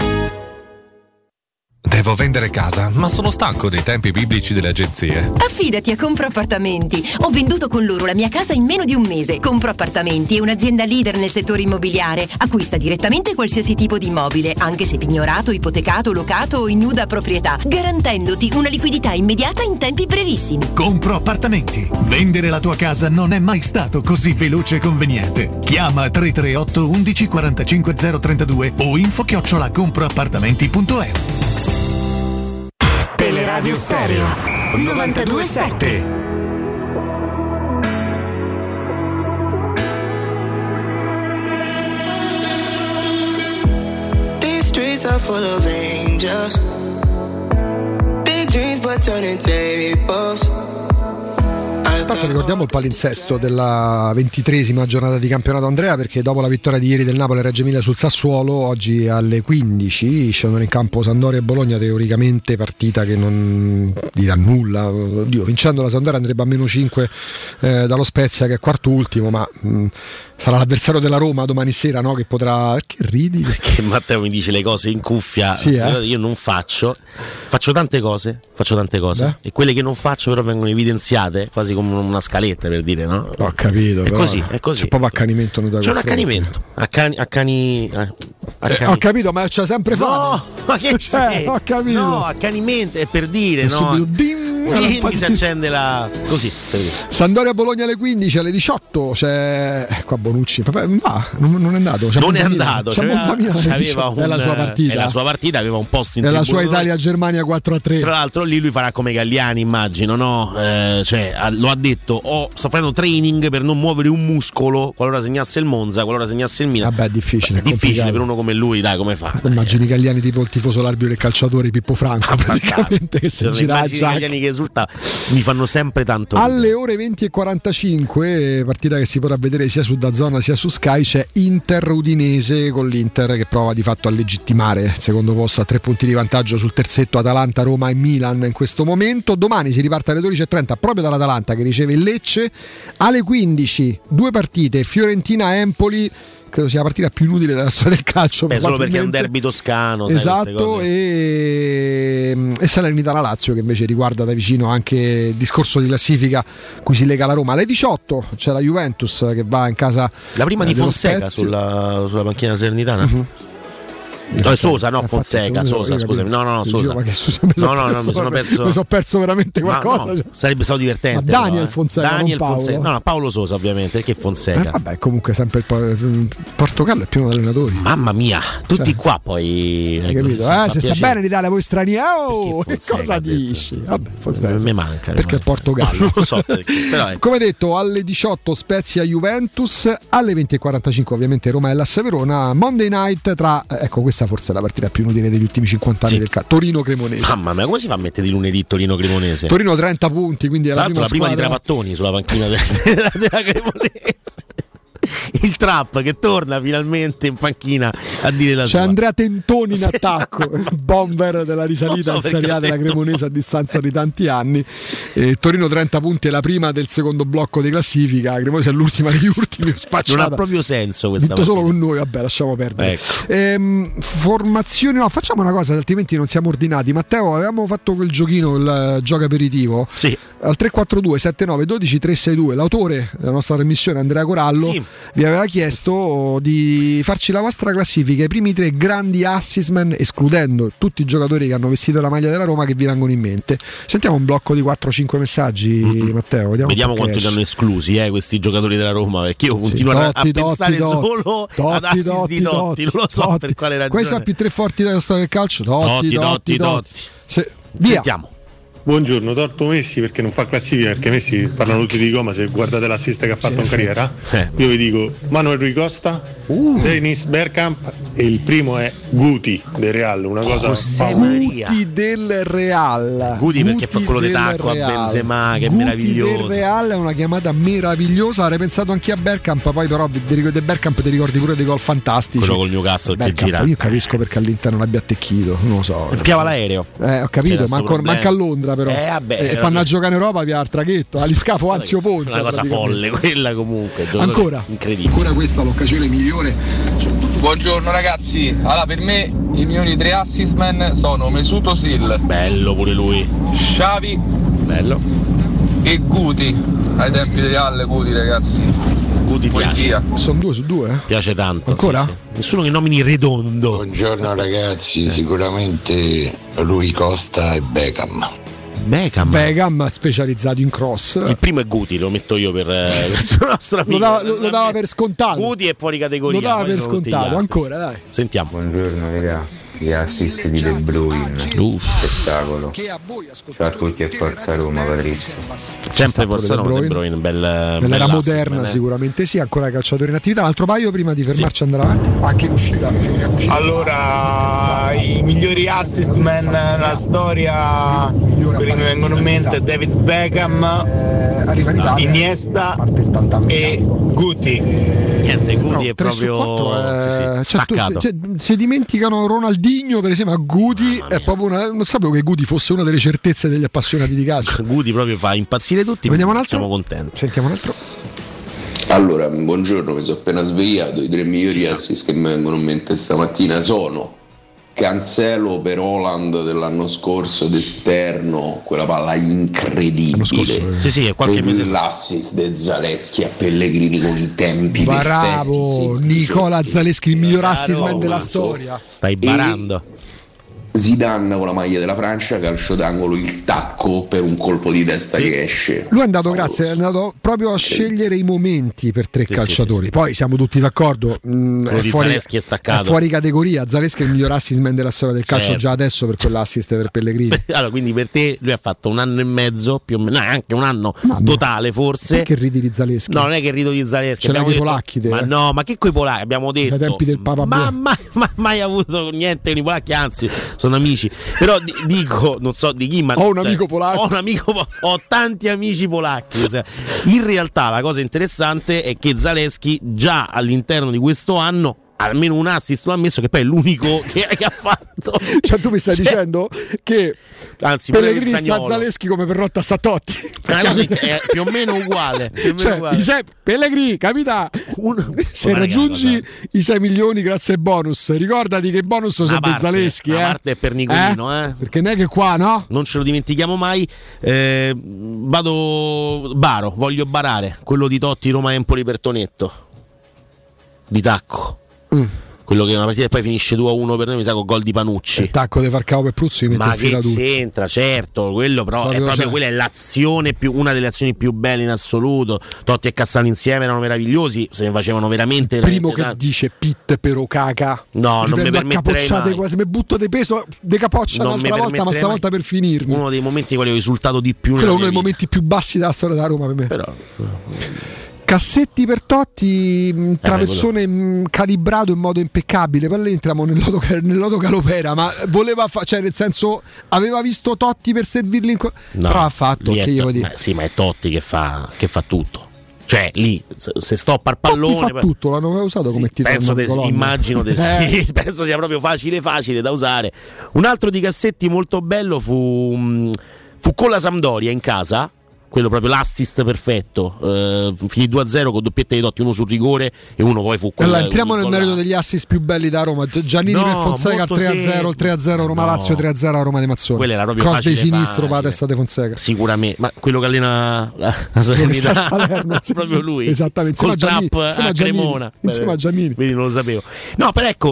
[SPEAKER 19] Devo vendere casa, ma sono stanco dei tempi biblici delle agenzie.
[SPEAKER 20] Affidati a Compro Appartamenti. Ho venduto con loro la mia casa in meno di un mese. Compro Appartamenti è un'azienda leader nel settore immobiliare. Acquista direttamente qualsiasi tipo di immobile, anche se pignorato, ipotecato, locato o in nuda proprietà, garantendoti una liquidità immediata in tempi brevissimi.
[SPEAKER 21] Compro Appartamenti. Vendere la tua casa non è mai stato così veloce e conveniente. Chiama 338 11 45 032 o info@comproappartamenti.eu.
[SPEAKER 22] Teleradio Stereo 92.7.
[SPEAKER 1] These streets are full of angels. Big dreams but turning tables.
[SPEAKER 10] Intanto ricordiamo il palinsesto della 23esima giornata di campionato, Andrea, perché dopo la vittoria di ieri del Napoli a Reggio Emilia sul Sassuolo, oggi alle 15 scendono in campo Sampdoria e Bologna, teoricamente partita che non dirà nulla. Oddio, vincendo la Sampdoria andrebbe a -5 dallo Spezia, che è quarto ultimo, ma sarà l'avversario della Roma domani sera, no? Che potrà... Perché ridi?
[SPEAKER 11] Perché Matteo mi dice le cose in cuffia,
[SPEAKER 10] sì,
[SPEAKER 11] io non faccio tante cose e quelle che non faccio però vengono evidenziate quasi come una scaletta, per dire, no?
[SPEAKER 10] Ho capito,
[SPEAKER 11] è così.
[SPEAKER 10] C'è proprio accanimento.
[SPEAKER 11] C'è un accanimento.
[SPEAKER 10] Ho capito, ma c'ha sempre fatto.
[SPEAKER 11] No, ma che c'è?
[SPEAKER 10] Ho capito.
[SPEAKER 11] No, accanimento è per dire, no? Quindi si accende la... così, per dire.
[SPEAKER 10] Sampdoria Bologna alle 15, alle 18 c'è qua Bonucci, non è andato.
[SPEAKER 11] Non è andato,
[SPEAKER 10] è la sua partita.
[SPEAKER 11] È la sua partita, aveva un posto in
[SPEAKER 10] tribuna. È la sua Italia-Germania 4-3.
[SPEAKER 11] Tra l'altro lì lui farà come Galliani, immagino, no? Lo ha detto, sto facendo training per non muovere un muscolo qualora segnasse il Monza, qualora segnasse il Milan.
[SPEAKER 10] Vabbè, è difficile.
[SPEAKER 11] È difficile per uno come lui, dai, come fa?
[SPEAKER 10] Immagini Galliani tipo il tifoso arbitro del calciatore Pippo Franco, praticamente, che si gira
[SPEAKER 11] Galliani che esulta, mi fanno sempre tanto.
[SPEAKER 10] Alle ore 20:45, partita che si potrà vedere sia su DAZN sia su Sky, c'è Inter-Udinese, con l'Inter che prova di fatto a legittimare il secondo posto a 3 punti di vantaggio sul terzetto Atalanta, Roma e Milan in questo momento. Domani si riparte alle 12:30 proprio dall'Atalanta che riceve il Lecce. Alle 15 due partite, Fiorentina-Empoli credo sia la partita più inutile della storia del calcio.
[SPEAKER 11] Solo perché è un derby toscano,
[SPEAKER 10] esatto, e Salernitana Lazio, che invece riguarda da vicino anche il discorso di classifica cui si lega la Roma. Alle 18 c'è la Juventus che va in casa,
[SPEAKER 11] la prima di Fonseca sulla panchina salernitana. No, è Sosa, no, Fonseca, Sosa, scusami. No, Sosa.
[SPEAKER 10] Mi sono perso veramente qualcosa.
[SPEAKER 11] No, sarebbe stato divertente.
[SPEAKER 10] Ma Daniel Fonseca, non Paolo.
[SPEAKER 11] Fonseca. No, Paolo Sosa, ovviamente, perché Fonseca.
[SPEAKER 10] Vabbè, comunque sempre il Portogallo è pieno di allenatori.
[SPEAKER 11] Mamma mia, tutti qua poi.
[SPEAKER 10] Hai capito? Se sta bene in Italia voi stranieri. Che cosa dici? Vabbè,
[SPEAKER 11] mi manca.
[SPEAKER 10] Perché il Portogallo.
[SPEAKER 11] Non lo so perché. Però
[SPEAKER 10] come detto, alle 18 Spezia Juventus, alle 20:45 ovviamente Roma e Hellas Verona. Monday night tra, ecco, questa forse è la partita più inutile degli ultimi 50 anni del calcio. Torino-Cremonese.
[SPEAKER 11] Mamma mia, come si fa a mettere di lunedì Torino-Cremonese?
[SPEAKER 10] Torino 30 punti, quindi è la
[SPEAKER 11] prima di Trapattoni sulla panchina della Cremonese. Il Trap che torna finalmente in panchina a dire la sua.
[SPEAKER 10] C'è Andrea Tentoni in attacco, bomber della risalita in Serie A della Cremonese a distanza di tanti anni. Torino 30 punti è la prima del secondo blocco di classifica, Cremonese è l'ultima degli ultimi, spacciata.
[SPEAKER 11] Non ha proprio senso questa
[SPEAKER 10] partita. Solo con noi, vabbè, lasciamo perdere. Ecco. Formazioni, no, facciamo una cosa, altrimenti non siamo ordinati. Matteo, avevamo fatto quel giochino, il gioco aperitivo.
[SPEAKER 11] Sì.
[SPEAKER 10] Al 342 79 12 362 l'autore della nostra trasmissione, Andrea Corallo, vi aveva chiesto di farci la vostra classifica, i primi 3 grandi assistman, escludendo tutti i giocatori che hanno vestito la maglia della Roma, che vi vengono in mente. Sentiamo un blocco di 4-5 messaggi, Matteo.
[SPEAKER 11] Vediamo quanto li hanno esclusi questi giocatori della Roma, perché io continuo a pensare solo ad assist di Totti, non lo so per quale ragione.
[SPEAKER 10] Questi sono più 3 forti della storia del calcio. Totti. Via.
[SPEAKER 11] Sentiamo.
[SPEAKER 2] Buongiorno, torto Messi perché non fa classifica, perché Messi parlano tutti di Goma, se guardate l'assist che ha fatto in carriera. Io vi dico Manuel Rui Costa, Dennis Bergkamp e il primo è Guti del Real, una cosa
[SPEAKER 10] Guti del Real.
[SPEAKER 11] Guti perché fa quello di tacco a Benzema, che è meraviglioso.
[SPEAKER 10] Guti del Real è una chiamata meravigliosa, avrei pensato anche a Bergkamp, poi però di Bergkamp ti ricordi pure dei gol fantastici.
[SPEAKER 11] Quello col Newcastle che gira.
[SPEAKER 10] Io capisco perché all'Inter non abbia attecchito, non lo so.
[SPEAKER 11] Piava l'aereo.
[SPEAKER 10] Ho capito, manca a Londra però. E quando a giocare in Europa via al traghetto, all'iscafo Anzio Ponza.
[SPEAKER 11] Una cosa folle quella comunque.
[SPEAKER 10] Ancora
[SPEAKER 11] incredibile.
[SPEAKER 10] Ancora questa è l'occasione migliore.
[SPEAKER 3] Buongiorno ragazzi, allora per me i migliori 3 assistman sono Mesut Özil,
[SPEAKER 11] bello pure lui,
[SPEAKER 3] Xavi,
[SPEAKER 11] bello,
[SPEAKER 3] e Guti, ai tempi dei Real. Guti ragazzi,
[SPEAKER 11] Guti piace.
[SPEAKER 10] Sono 2 su 2
[SPEAKER 11] piace tanto.
[SPEAKER 10] Ancora?
[SPEAKER 11] Sì. Nessuno che nomini Redondo.
[SPEAKER 23] Buongiorno ragazzi, sicuramente Rui Costa e Beckham.
[SPEAKER 10] Beckham specializzato in cross.
[SPEAKER 11] Il primo è Guti, lo metto io per il nostro amico.
[SPEAKER 10] Lo dava per scontato.
[SPEAKER 11] Guti è fuori categoria.
[SPEAKER 10] Lo dava per scontato. Ancora, dai.
[SPEAKER 11] Sentiamo.
[SPEAKER 24] Buongiorno ragazzi. Gli assist di De Bruyne, spettacolo. Ciao a tutti e forza Roma, Patrizio.
[SPEAKER 11] Sempre forza Roma, De Bruyne,
[SPEAKER 10] nell'era moderna sicuramente sì, ancora calciatori in attività. Un altro paio prima di fermarci andare avanti. Anche in uscita.
[SPEAKER 25] Allora, i migliori assist man nella storia, quelli che mi vengono in mente, David Beckham, Iniesta e Guti.
[SPEAKER 11] Niente, Guti è proprio staccato.
[SPEAKER 10] Si dimenticano Ronaldinho per esempio, ma Guti è proprio non sapevo che Guti fosse una delle certezze degli appassionati di calcio.
[SPEAKER 11] Guti proprio fa impazzire tutti.
[SPEAKER 10] Vediamo un altro?
[SPEAKER 11] Siamo contenti.
[SPEAKER 10] Sentiamo un altro.
[SPEAKER 26] Allora, buongiorno, mi sono appena svegliato. I 3 migliori assist che mi vengono in mente stamattina sono Cancelo per Haaland dell'anno scorso d'esterno, quella palla incredibile.
[SPEAKER 11] Sì, è qualche mese.
[SPEAKER 26] L'assist di Zaleschi a Pellegrini con i tempi
[SPEAKER 10] bravo,
[SPEAKER 26] perfetti.
[SPEAKER 10] Nicola Zaleschi, il miglior assist della storia.
[SPEAKER 11] Stai barando.
[SPEAKER 26] Zidane con la maglia della Francia, calcio d'angolo, il tacco per un colpo di testa che esce.
[SPEAKER 10] Lui è andato, è andato proprio a scegliere i momenti per 3 calciatori. Sì. Poi siamo tutti d'accordo,
[SPEAKER 11] Zaleschi è staccato.
[SPEAKER 10] È fuori categoria. Zaleschi è il miglior assistman della storia del calcio già adesso per quell'assist per Pellegrini.
[SPEAKER 11] Allora, quindi per te lui ha fatto 1 anno e mezzo, più o meno, anche 1 anno totale forse.
[SPEAKER 10] Perché ridi di Zaleschi?
[SPEAKER 11] No, non è che rido di Zaleschi.
[SPEAKER 10] Ce l'hai con i polacchi te.
[SPEAKER 11] Ma no, ma che coi polacchi? Abbiamo detto.
[SPEAKER 10] Ai tempi del Papa
[SPEAKER 11] mai avuto niente con i polacchi, anzi sono amici, però dico, non so di chi, ma
[SPEAKER 10] ho un amico polacco,
[SPEAKER 11] ho tanti amici polacchi. In realtà la cosa interessante è che Zaleschi già all'interno di questo anno almeno un assist l'ha messo, che poi è l'unico che ha fatto.
[SPEAKER 10] Cioè tu mi stai dicendo che
[SPEAKER 11] anzi,
[SPEAKER 10] Pellegrini sta Zaleschi come Perrotta sta Totti.
[SPEAKER 11] È più o meno uguale.
[SPEAKER 10] Pellegrini, capita, se raggiungi i 6 milioni grazie ai bonus, ricordati che i bonus sono sempre Zaleschi.
[SPEAKER 11] La parte è per Nicolino,
[SPEAKER 10] perché non è che qua, no?
[SPEAKER 11] Non ce lo dimentichiamo mai. Voglio barare quello di Totti, Roma Empoli per Tonetto di tacco. Quello che è una partita e poi finisce 2-1 per noi, mi sa, con gol di Panucci.
[SPEAKER 10] Il tacco di Falcao per Pruzzi,
[SPEAKER 11] ma che c'entra, certo, quello però è proprio quella è l'azione una delle azioni più belle in assoluto. Totti e Cassano insieme erano meravigliosi, se ne facevano veramente
[SPEAKER 10] il primo che dice Pitt per Okaka.
[SPEAKER 11] No, non mi permetterei mai.
[SPEAKER 10] Quasi mi butto di peso, de capoccia un'altra volta, ma stavolta per finirmi.
[SPEAKER 11] Uno dei momenti in cui ho risultato di più.
[SPEAKER 10] Quello è uno dei momenti più bassi della storia della Roma per me.
[SPEAKER 11] Però
[SPEAKER 10] Cassetti per Totti, traversone calibrato in modo impeccabile. Poi lì entriamo nel lodo Calopera, ma voleva cioè nel senso aveva visto Totti per servirli però ha fatto che io dire.
[SPEAKER 11] Sì, ma è Totti che fa tutto. Cioè lì se stoppa il pallone
[SPEAKER 10] fa tutto, l'hanno mai usato come titolo.
[SPEAKER 11] Immagino sì, penso sia proprio facile da usare. Un altro di Cassetti molto bello fu con la Sampdoria in casa. Quello proprio l'assist perfetto, finì 2-0 con doppietta di Totti, uno sul rigore e uno poi fu
[SPEAKER 10] quello. Allora entriamo nel merito degli assist più belli da Roma. Giannini per Fonseca 3-0, il 3-0 Roma Lazio, 3-0 a Roma di Mazzoni.
[SPEAKER 11] Quello era proprio
[SPEAKER 10] cross di sinistro per la testa di Fonseca.
[SPEAKER 11] Sicuramente, ma quello che allena la Salernità Salerno, proprio lui.
[SPEAKER 10] Esattamente,
[SPEAKER 11] col trap a Cremona.
[SPEAKER 10] Insieme a Giannini.
[SPEAKER 11] Vedi, non lo sapevo. No, però ecco,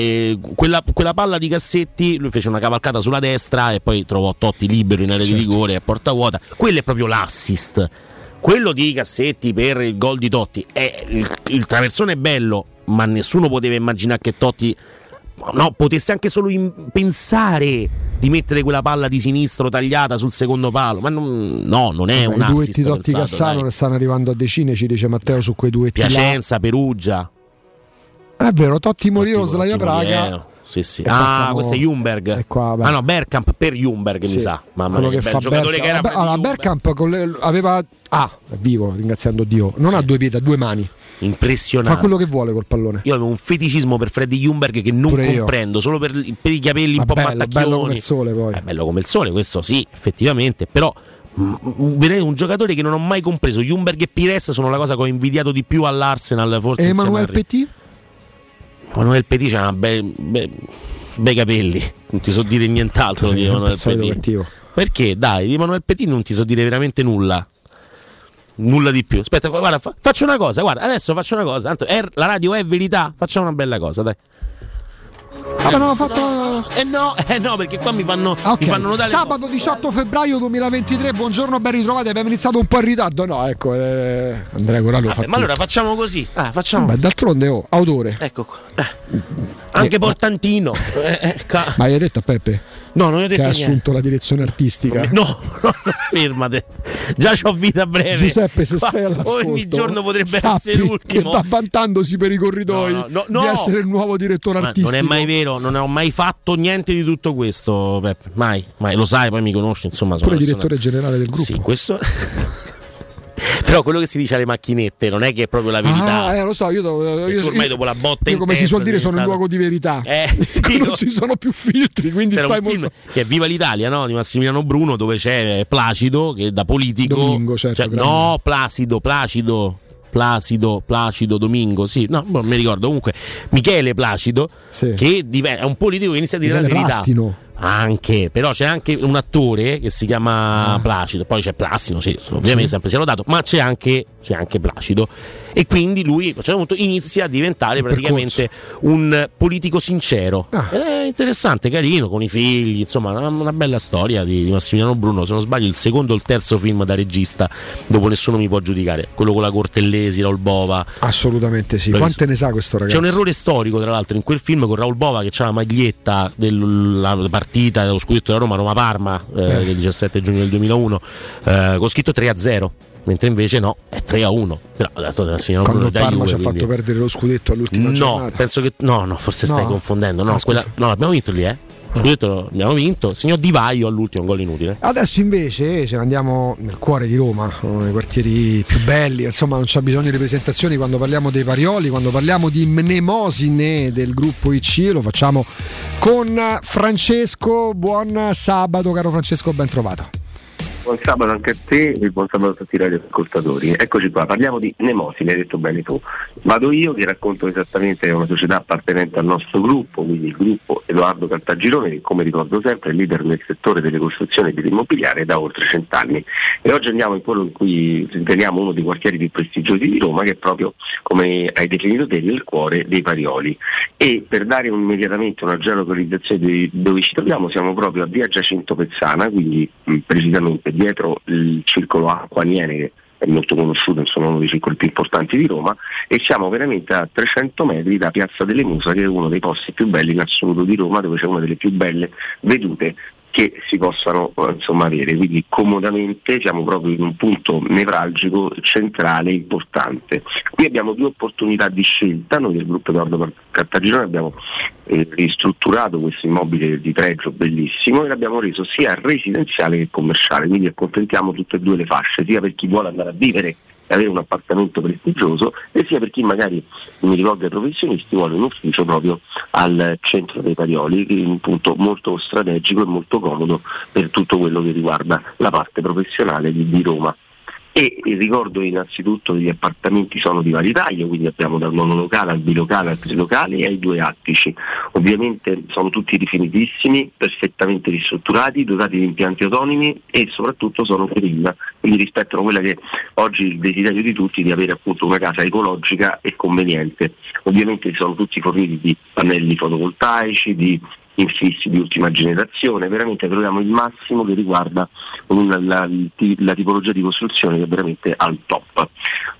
[SPEAKER 11] quella palla di Cassetti, lui fece una cavalcata sulla destra e poi trovò Totti libero in area di rigore a porta vuota. Quello è proprio l'assist. Quello di Cassetti per il gol di Totti è il traversone è bello, ma nessuno poteva immaginare che Totti potesse anche solo pensare di mettere quella palla di sinistro tagliata sul secondo palo. Ma non è un assist.
[SPEAKER 10] I duetti Totti Cassano ne stanno arrivando a decine, ci dice Matteo su quei duetti.
[SPEAKER 11] Piacenza, Perugia.
[SPEAKER 10] È vero, Totti Moriero, Slavia Praga.
[SPEAKER 11] Sì. Questo è Ljungberg. No, Bergkamp per Ljungberg, mi sa. Mamma mia, che bel giocatore che era.
[SPEAKER 10] Allora, Bergkamp aveva è vivo, ringraziando Dio. Non ha due piedi, ha due mani.
[SPEAKER 11] Impressionante.
[SPEAKER 10] Fa quello che vuole col pallone.
[SPEAKER 11] Io avevo un feticismo per Freddy Ljungberg che non comprendo, solo per i capelli un po' battacchioni.
[SPEAKER 10] Bello come il sole poi.
[SPEAKER 11] È bello come il sole, questo sì, effettivamente, però vedete un giocatore che non ho mai compreso. Ljungberg e Pires sono la cosa che ho invidiato di più all'Arsenal, forse.
[SPEAKER 10] E Emanuele Petit?
[SPEAKER 11] Emanuele Petit c'ha bei capelli, non ti so dire nient'altro di Emanuele Petit. Perché dai, di Emanuele Petit non ti so dire veramente nulla di più. Aspetta, guarda, faccio una cosa, adesso faccio una cosa, tanto la radio è verità, facciamo una bella cosa, dai.
[SPEAKER 10] Avevano fatto
[SPEAKER 11] no, perché qua mi fanno notare.
[SPEAKER 10] Sabato 18 febbraio 2023. Buongiorno, ben ritrovati. Abbiamo iniziato un po' in ritardo. No, ecco, Andrea Corallo fa.
[SPEAKER 11] Ma allora facciamo così. Facciamo.
[SPEAKER 10] D'altronde autore.
[SPEAKER 11] Ecco qua. Anche Portantino.
[SPEAKER 10] Ma hai detto a Peppe?
[SPEAKER 11] No, non ho detto
[SPEAKER 10] che ha
[SPEAKER 11] niente.
[SPEAKER 10] assunto la direzione artistica.
[SPEAKER 11] No, fermate. Già c'ho vita breve.
[SPEAKER 10] Giuseppe, se sei all'ascolto,
[SPEAKER 11] ogni giorno potrebbe essere l'ultimo.
[SPEAKER 10] Che sta vantandosi per i corridoi di essere il nuovo direttore artistico.
[SPEAKER 11] Non è mai vero, non ho mai fatto niente di tutto questo, Peppe. Mai. Lo sai, poi mi conosci, insomma.
[SPEAKER 10] Sono direttore generale del gruppo.
[SPEAKER 11] Sì, questo. Però quello che si dice alle macchinette non è che è proprio la verità.
[SPEAKER 10] Lo so, io
[SPEAKER 11] ormai dopo la botta
[SPEAKER 10] come si suol dire sono il luogo di verità.
[SPEAKER 11] Sì,
[SPEAKER 10] non ci sono più filtri, quindi
[SPEAKER 11] c'era
[SPEAKER 10] stai
[SPEAKER 11] un film che è Viva l'Italia, no? Di Massimiliano Bruno, dove c'è Placido che da politico
[SPEAKER 10] Domingo, certo,
[SPEAKER 11] no, Placido Domingo, sì, no, non mi ricordo, comunque Michele Placido, sì, che è un politico che inizia a dire la verità.
[SPEAKER 10] Rastino.
[SPEAKER 11] Anche, però c'è anche un attore che si chiama Placido, poi c'è Placido, sì, ovviamente sempre si è lodato, ma c'è anche Placido, e quindi lui a un certo punto inizia a diventare praticamente un politico sincero. È interessante, carino, con i figli, insomma una bella storia di Massimiliano Bruno. Se non sbaglio il secondo o il terzo film da regista, dopo nessuno mi può giudicare, quello con la Cortellesi, Raul Bova.
[SPEAKER 10] Assolutamente sì. Quante ne sa questo ragazzo?
[SPEAKER 11] C'è un errore storico tra l'altro in quel film con Raul Bova che c'ha la maglietta della partita dello scudetto della Roma-Parma del 17 giugno del 2001 con scritto 3-0, mentre invece no, è 3-1. Però
[SPEAKER 10] quando il Parma ci ha fatto perdere lo scudetto all'ultima giornata.
[SPEAKER 11] Penso che no, forse stai confondendo. No, l'abbiamo vinto lì, scudetto abbiamo vinto, segnò Di Vaio all'ultimo, gol inutile.
[SPEAKER 10] Adesso invece ce ne andiamo nel cuore di Roma, uno dei quartieri più belli, insomma non c'è bisogno di presentazioni quando parliamo dei Parioli, quando parliamo di Mnemosine del gruppo IC, lo facciamo con Francesco. Buon sabato caro Francesco, ben trovato.
[SPEAKER 4] Buon sabato anche a te e buon sabato a tutti i radioascoltatori. Eccoci qua, parliamo di Mnemosine, hai detto bene tu. Vado io, ti racconto esattamente che è una società appartenente al nostro gruppo, quindi il gruppo Edoardo Caltagirone, che come ricordo sempre è leader nel settore delle costruzioni e dell'immobiliare da oltre 100 anni. E oggi andiamo in quello in cui riteniamo uno dei quartieri più prestigiosi di Roma, che è proprio, come hai definito te, il cuore dei Parioli. E per dare immediatamente una geolocalizzazione di dove ci troviamo, siamo proprio a via Giacinto Pezzana, quindi precisamente dietro il circolo Acqua Aniene, che è molto conosciuto, insomma uno dei circoli più importanti di Roma, e siamo veramente a 300 metri da Piazza delle Musa, che è uno dei posti più belli in assoluto di Roma, dove c'è una delle più belle vedute che si possano avere, quindi comodamente siamo proprio in un punto nevralgico, centrale, importante. Qui abbiamo due opportunità di scelta. Noi del gruppo Edoardo Caltagirone abbiamo ristrutturato questo immobile di pregio bellissimo e l'abbiamo reso sia residenziale che commerciale, quindi accontentiamo tutte e due le fasce, sia per chi vuole andare a vivere e avere un appartamento prestigioso, e sia per chi magari, mi rivolgo ai professionisti, vuole un ufficio proprio al centro dei Parioli, che è un punto molto strategico e molto comodo per tutto quello che riguarda la parte professionale di Roma. E ricordo innanzitutto che gli appartamenti sono di vari taglio, quindi abbiamo dal monolocale al bilocale al trilocale e ai due attici. Ovviamente sono tutti rifinitissimi, perfettamente ristrutturati, dotati di impianti autonomi e soprattutto sono green, quindi rispettano quella che oggi è il desiderio di tutti, di avere appunto una casa ecologica e conveniente. Ovviamente sono tutti forniti di pannelli fotovoltaici, di infissi di ultima generazione, veramente troviamo il massimo che riguarda la tipologia di costruzione, che è veramente al top.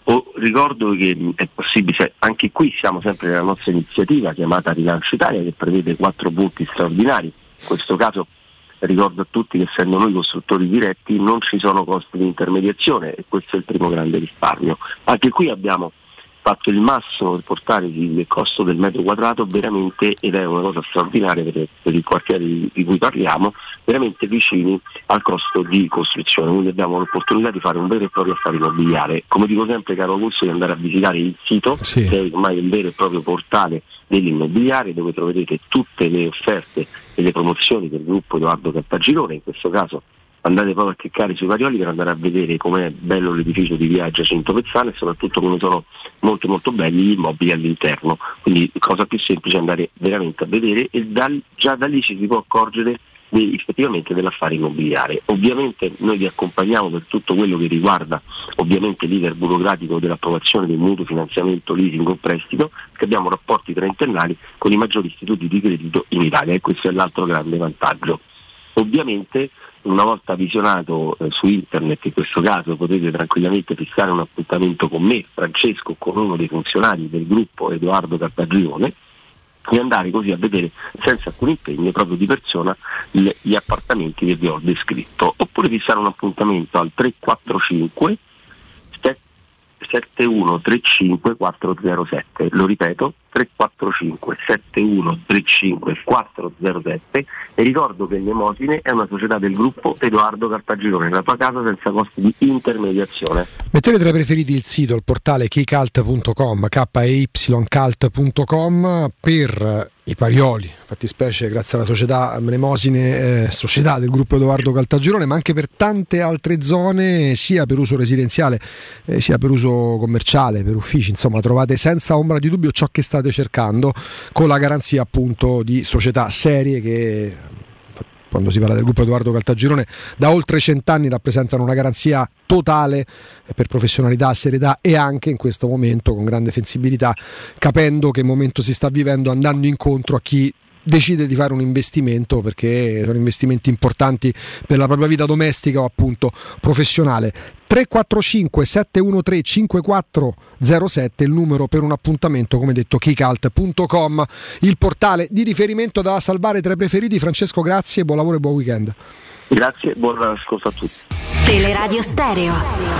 [SPEAKER 4] Ricordo che è possibile, anche qui siamo sempre nella nostra iniziativa chiamata Rilancio Italia, che prevede 4 punti straordinari. In questo caso ricordo a tutti che essendo noi costruttori diretti non ci sono costi di intermediazione, e questo è il primo grande risparmio. Anche qui abbiamo fatto il massimo per portare il costo del metro quadrato veramente, ed è una cosa straordinaria per il quartiere di cui parliamo, veramente vicini al costo di costruzione, quindi abbiamo l'opportunità di fare un vero e proprio affare immobiliare. Come dico sempre, caro Augusto, di andare a visitare il sito, che è ormai un vero e proprio portale dell'immobiliare, dove troverete tutte le offerte e le promozioni del gruppo Edoardo Caltagirone. In questo caso andate proprio a cliccare sui Parioli per andare a vedere com'è bello l'edificio di via Giacinto Pezzana e soprattutto come sono molto molto belli gli immobili all'interno. Quindi cosa più semplice andare veramente a vedere, e già da lì ci si può accorgere effettivamente dell'affare immobiliare. Ovviamente noi vi accompagniamo per tutto quello che riguarda ovviamente l'iter burocratico dell'approvazione del mutuo, finanziamento, leasing o prestito, che abbiamo rapporti trentennali con i maggiori istituti di credito in Italia, e questo è l'altro grande vantaggio. Ovviamente una volta visionato su internet, in questo caso potete tranquillamente fissare un appuntamento con me, Francesco, con uno dei funzionari del gruppo Edoardo Caltagirone, e andare così a vedere senza alcun impegno proprio di persona gli appartamenti che vi ho descritto, oppure fissare un appuntamento al 345 7135 407, lo ripeto, 345 7135 407, e ricordo che Mnemosine è una società del gruppo Edoardo Caltagirone, la tua casa senza costi di intermediazione.
[SPEAKER 10] Mettete tra i preferiti il sito, il portale keycult.com, keycult.com, per i Parioli, fattispecie grazie alla società Mnemosine, società del gruppo Edoardo Caltagirone, ma anche per tante altre zone, sia per uso residenziale sia per uso commerciale, per uffici. Insomma, trovate senza ombra di dubbio ciò che state cercando, con la garanzia appunto di società serie che, quando si parla del gruppo Edoardo Caltagirone, da oltre 100 anni rappresentano una garanzia totale per professionalità, serietà, e anche in questo momento con grande sensibilità, capendo che momento si sta vivendo, andando incontro a chi decide di fare un investimento, perché sono investimenti importanti per la propria vita domestica o appunto professionale. 345 713 5407 il numero per un appuntamento, come detto keycult.com, il portale di riferimento da salvare tra i preferiti. Francesco, grazie, buon lavoro e buon weekend.
[SPEAKER 4] Grazie, buon ascolto a tutti.
[SPEAKER 22] Teleradio Stereo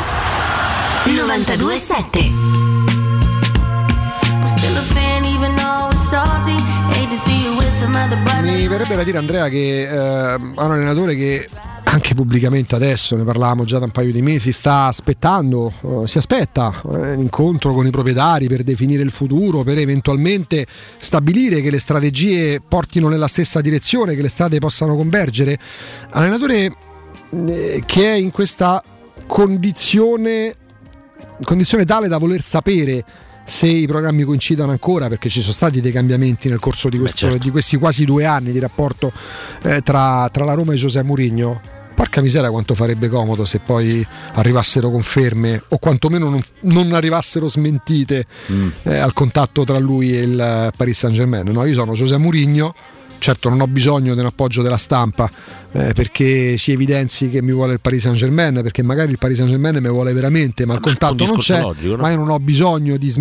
[SPEAKER 22] 92.7.
[SPEAKER 5] I'm still a fan even though it's salty. Hate to see you with
[SPEAKER 10] Mi verrebbe da dire, Andrea, che è un allenatore che anche pubblicamente adesso, ne parlavamo già da un paio di mesi, sta aspettando, si aspetta l'incontro con i proprietari per definire il futuro, per eventualmente stabilire che le strategie portino nella stessa direzione, che le strade possano convergere. Allenatore che è in questa condizione tale da voler sapere se i programmi coincidano ancora, perché ci sono stati dei cambiamenti nel corso di questi quasi 2 anni di rapporto tra la Roma e José Mourinho. Porca miseria quanto farebbe comodo se poi arrivassero conferme o quantomeno non arrivassero smentite al contatto tra lui e il Paris Saint-Germain. No, io sono José Mourinho, certo non ho bisogno dell'appoggio della stampa perché si evidenzi che mi vuole il Paris Saint-Germain, perché magari il Paris Saint-Germain mi vuole veramente, ma il contatto non c'è, logico, no? Ma io non ho bisogno di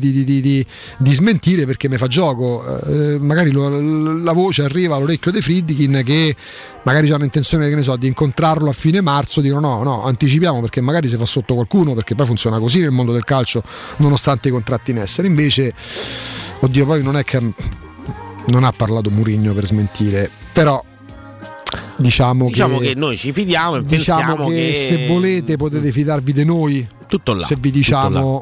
[SPEAKER 10] smentire perché mi fa gioco, magari la voce arriva all'orecchio dei Friedkin che magari hanno intenzione, che ne so, di incontrarlo a fine marzo, dicono no, anticipiamo perché magari si fa sotto qualcuno, perché poi funziona così nel mondo del calcio nonostante i contratti in essere. Invece, oddio, poi non è che non ha parlato Mourinho per smentire, però diciamo che noi ci fidiamo e pensiamo che se volete potete fidarvi di noi, tutto là, se vi diciamo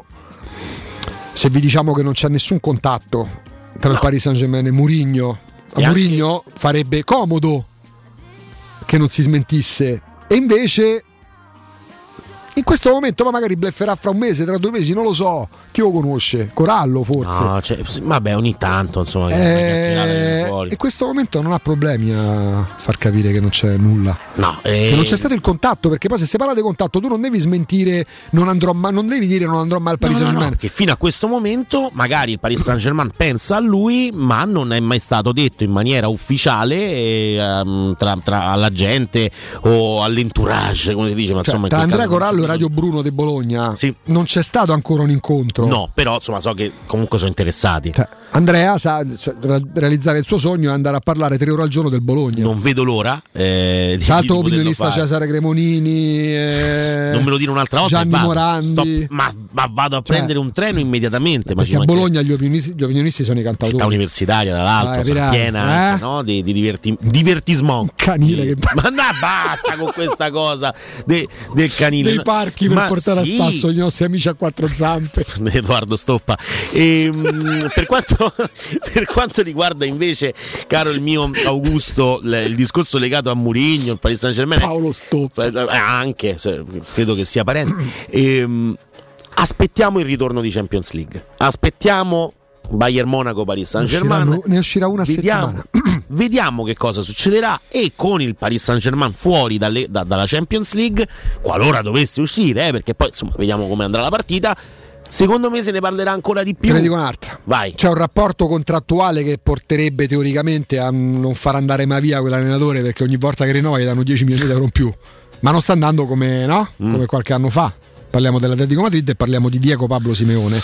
[SPEAKER 10] che non c'è nessun contatto tra il Paris Saint-Germain e Mourinho. A Mourinho farebbe comodo che non si smentisse, e invece in questo momento, ma magari blefferà fra un mese, tra 2 mesi, non lo so. Chi lo conosce? Corallo forse? No,
[SPEAKER 11] vabbè, ogni tanto insomma.
[SPEAKER 10] In questo momento non ha problemi a far capire che non c'è nulla. No, che non c'è stato il contatto, perché poi se si parla di contatto tu non devi smentire, non devi dire non andrò mai al Paris Saint-Germain.
[SPEAKER 11] No, che fino a questo momento magari il Paris Saint-Germain pensa a lui, ma non è mai stato detto in maniera ufficiale tra alla gente o all'entourage, come si dice, ma insomma,
[SPEAKER 10] tra Andrea Corallo e Radio Bruno di Bologna non c'è stato ancora un incontro.
[SPEAKER 11] No, però insomma so che comunque sono interessati.
[SPEAKER 10] Andrea sa realizzare il suo sogno e andare a parlare 3 ore al giorno del Bologna.
[SPEAKER 11] Non vedo l'ora.
[SPEAKER 10] Tra l'altro opinionista Cesare Cremonini,
[SPEAKER 11] non me lo dire un'altra volta,
[SPEAKER 10] Gianni Morandi.
[SPEAKER 11] Ma vado a prendere un treno immediatamente.
[SPEAKER 10] Perché a Bologna gli opinionisti sono i cantautori.
[SPEAKER 11] Città universitaria, dall'altro, sono piena no? di divertissement.
[SPEAKER 10] Canile
[SPEAKER 11] ma basta con questa cosa del canile.
[SPEAKER 10] Dei parchi per portare a spasso i nostri amici a 4 zampe.
[SPEAKER 11] Edoardo Stoppa. Per quanto riguarda invece, caro il mio Augusto, il discorso legato a Mourinho, il Paris Saint-Germain,
[SPEAKER 10] Paolo Stoppa
[SPEAKER 11] anche, credo che sia parente. Aspettiamo il ritorno di Champions League, aspettiamo Bayern Monaco, Paris Saint-Germain,
[SPEAKER 10] ne uscirà una settimana.
[SPEAKER 11] Vediamo che cosa succederà, e con il Paris Saint-Germain fuori dalla Champions League, qualora dovesse uscire, perché poi insomma vediamo come andrà la partita, secondo me se ne parlerà ancora di più.
[SPEAKER 10] Te ne dico un'altra.
[SPEAKER 11] Vai.
[SPEAKER 10] C'è un rapporto contrattuale che porterebbe teoricamente a non far andare mai via quell'allenatore, perché ogni volta che rinnova gli danno 10 milioni di euro in più, ma non sta andando come qualche anno fa. Parliamo dell'Atletico Madrid e parliamo di Diego Pablo Simeone.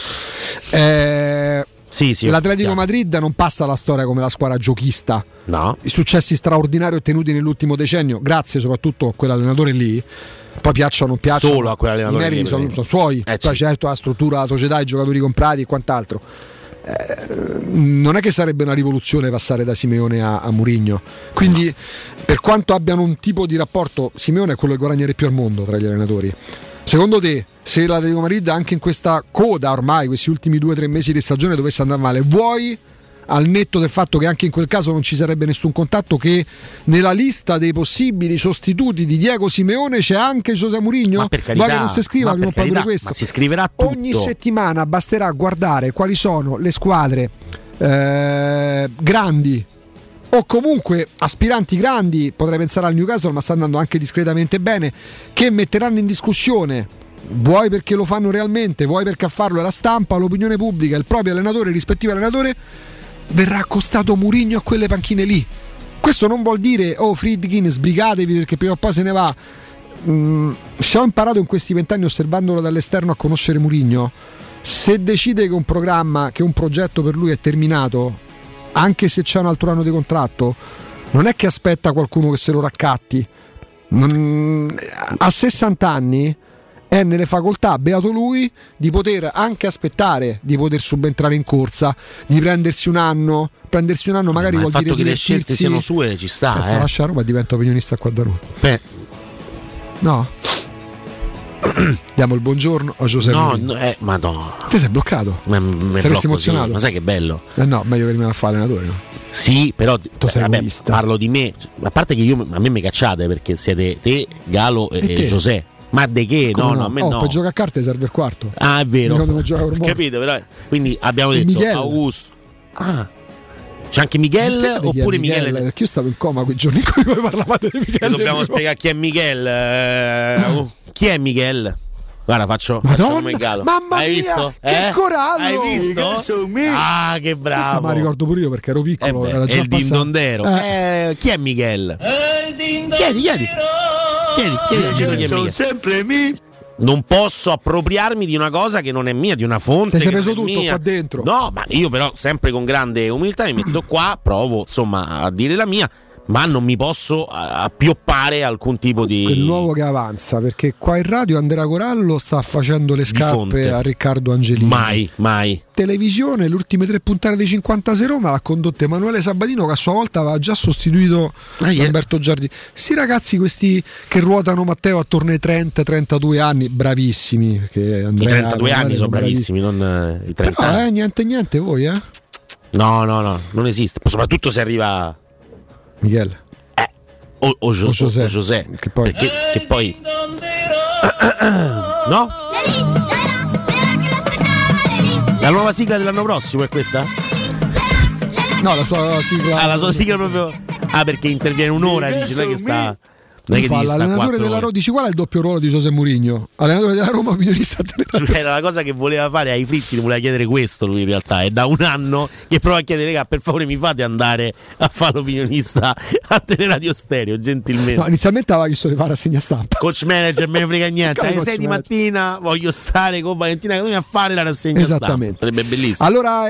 [SPEAKER 10] L'Atletico Madrid non passa alla storia come la squadra giochista.
[SPEAKER 11] No.
[SPEAKER 10] I successi straordinari ottenuti nell'ultimo decennio, grazie soprattutto a quell'allenatore lì. Poi piacciono o non piacciono,
[SPEAKER 11] solo a quell'allenatore,
[SPEAKER 10] i meriti sono suoi. Poi certo la struttura, la società, i giocatori comprati e quant'altro. Non è che sarebbe una rivoluzione passare da Simeone a Mourinho. Quindi per quanto abbiano un tipo di rapporto, Simeone è quello che guadagna di più al mondo tra gli allenatori. Secondo te, se l'Atletico Madrid anche in questa coda ormai, questi ultimi 2-3 mesi di stagione, dovesse andare male, vuoi, al netto del fatto che anche in quel caso non ci sarebbe nessun contatto, che nella lista dei possibili sostituti di Diego Simeone c'è anche José Mourinho?
[SPEAKER 11] Ma per carità,
[SPEAKER 10] vuoi che non si scriva prima o poi pure questo?
[SPEAKER 11] Ma si scriverà tutto.
[SPEAKER 10] Ogni settimana basterà guardare quali sono le squadre grandi o comunque aspiranti grandi, potrei pensare al Newcastle, ma sta andando anche discretamente bene, che metteranno in discussione, vuoi perché lo fanno realmente, vuoi perché a farlo è la stampa, l'opinione pubblica, il proprio allenatore, il rispettivo allenatore, verrà accostato Mourinho a quelle panchine lì. Questo non vuol dire Friedkin sbrigatevi perché prima o poi se ne va. Se ho imparato in questi 20 anni osservandolo dall'esterno a conoscere Mourinho, se decide che un programma, che un progetto per lui è terminato, anche se c'è un altro anno di contratto, non è che aspetta qualcuno che se lo raccatti. A 60 anni è nelle facoltà, beato lui, di poter anche aspettare di poter subentrare in corsa, di prendersi un anno magari vuol dire
[SPEAKER 11] il fatto che le
[SPEAKER 10] divertirsi.
[SPEAKER 11] scelte siano sue ci sta.
[SPEAKER 10] Lascia Roma e diventa opinionista qua da noi. No. Diamo il buongiorno a Giuseppe.
[SPEAKER 11] Madonna.
[SPEAKER 10] Te sei bloccato? Saresti emozionato?
[SPEAKER 11] Sì. Ma sai che bello?
[SPEAKER 10] No, meglio che rimane a fare allenatore, no?
[SPEAKER 11] Sì, però
[SPEAKER 10] tu sei egoista.
[SPEAKER 11] Parlo di me. A parte che a me mi cacciate perché siete te, Galo e Giuseppe. Ma de che? No, a me no.
[SPEAKER 10] Per giocare a carte serve il quarto.
[SPEAKER 11] Ah, è vero.
[SPEAKER 10] Capito,
[SPEAKER 11] però. Quindi abbiamo detto
[SPEAKER 10] Miguel.
[SPEAKER 11] Augusto. C'è anche Miguel oppure Michele?
[SPEAKER 10] Perché io stavo in coma quei giorni in cui voi parlavate di Miguel.
[SPEAKER 11] Dobbiamo spiegare chi è Miguel. Chi è Miguel? Guarda, faccio come Galo.
[SPEAKER 10] Mamma
[SPEAKER 11] Hai
[SPEAKER 10] mia,
[SPEAKER 11] visto?
[SPEAKER 10] Che coraggio!
[SPEAKER 11] Hai visto? Ah, che bravo!
[SPEAKER 10] Questa me la ricordo pure io perché ero piccolo. Era già
[SPEAKER 11] è il dindondero. Chi è Miguel? Chiedi.
[SPEAKER 25] Sono sempre me.
[SPEAKER 11] Non posso appropriarmi di una cosa che non è mia, di una fonte.
[SPEAKER 10] Ti sei preso
[SPEAKER 11] tutto
[SPEAKER 10] tutto qua dentro.
[SPEAKER 11] No, ma io però sempre con grande umiltà mi metto qua, provo insomma a dire la mia, ma non mi posso appioppare alcun tipo di...
[SPEAKER 10] Il nuovo che avanza, perché qua in radio Andrea Corallo sta facendo le scarpe a Riccardo Angelini.
[SPEAKER 11] Mai.
[SPEAKER 10] Televisione, le ultime 3 puntate di 56 Roma l'ha condotta Emanuele Sabatino, che a sua volta aveva già sostituito Umberto Giardini. Sti ragazzi questi che ruotano Matteo attorno ai 30-32 anni, bravissimi. Perché Andrea,
[SPEAKER 11] i 32 anni sono bravissimi, non i 30
[SPEAKER 10] però,
[SPEAKER 11] anni.
[SPEAKER 10] Niente voi,
[SPEAKER 11] No, non esiste. Soprattutto se arriva
[SPEAKER 10] Michele
[SPEAKER 11] o José. Che poi no? La nuova sigla dell'anno prossimo è questa?
[SPEAKER 10] No, la sua sigla.
[SPEAKER 11] La sua sigla proprio. Perché interviene un'ora, dici, non è che sta. Non è che
[SPEAKER 10] fa l'allenatore della Roma. Dici qual è il doppio ruolo di José Mourinho? Allenatore della Roma, opinionista.
[SPEAKER 11] Era la cosa che voleva fare ai fritti, voleva chiedere questo lui in realtà. È da un anno che prova a chiedere: per favore mi fate andare a fare l'opinionista a Teleradio Stereo, gentilmente.
[SPEAKER 10] No, inizialmente aveva visto di fare assegna stampa.
[SPEAKER 11] Coach manager, me ne frega niente. Alle 6 di mattina voglio stare con Valentina Catoni a fare la rassegna
[SPEAKER 10] esattamente.
[SPEAKER 11] Stampa. Sarebbe bellissimo.
[SPEAKER 10] Allora,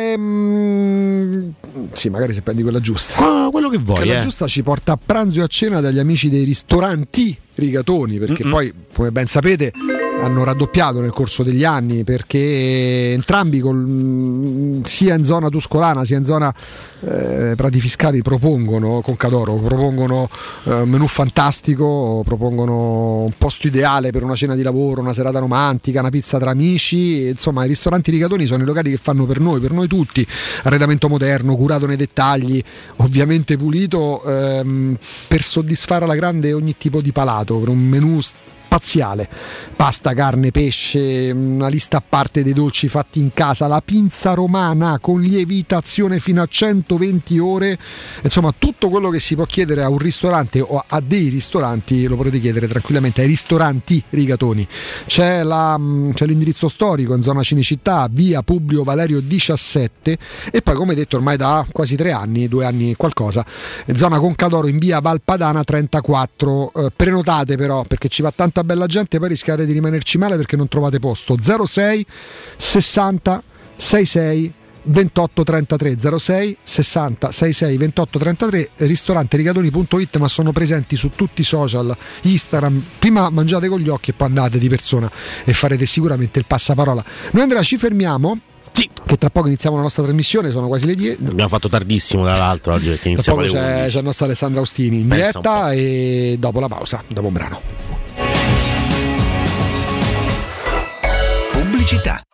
[SPEAKER 10] sì, magari se prendi quella giusta.
[SPEAKER 11] Quello che vuoi.
[SPEAKER 10] Quella giusta ci porta a pranzo e a cena dagli amici dei ristoranti Rigatoni, perché poi, come ben sapete, hanno raddoppiato nel corso degli anni, perché entrambi sia in zona tuscolana sia in zona Prati Fiscali propongono un menù fantastico, propongono un posto ideale per una cena di lavoro, una serata romantica, una pizza tra amici. Insomma, i ristoranti Rigatoni sono i locali che fanno per noi tutti, arredamento moderno, curato nei dettagli, ovviamente pulito, per soddisfare alla grande ogni tipo di palato, per un menù spaziale: pasta, carne, pesce, una lista a parte dei dolci fatti in casa, la pinza romana con lievitazione fino a 120 ore. Insomma, tutto quello che si può chiedere a un ristorante o a dei ristoranti lo potete chiedere tranquillamente ai ristoranti Rigatoni. C'è l'indirizzo storico in zona Cinecittà, via Publio Valerio 17, e poi, come detto, ormai da quasi 2 anni e qualcosa, zona Concadoro in via Valpadana 34. Prenotate però, perché ci va tanta bella gente, poi rischiate di rimanerci male perché non trovate posto. 06 60 66 28 33 06 60 66 28 33, ristorante rigatoni.it, ma sono presenti su tutti i social, Instagram. Prima mangiate con gli occhi e poi andate di persona e farete sicuramente il passaparola. Noi, Andrea, ci fermiamo.
[SPEAKER 11] Sì.
[SPEAKER 10] Che tra poco iniziamo la nostra trasmissione, sono quasi le 10.
[SPEAKER 11] Abbiamo fatto tardissimo tra l'altro oggi, perché iniziamo alle 11.
[SPEAKER 10] C'è il nostro Alessandro Austini in diretta, e dopo la pausa, dopo un brano.
[SPEAKER 5] Pubblicità.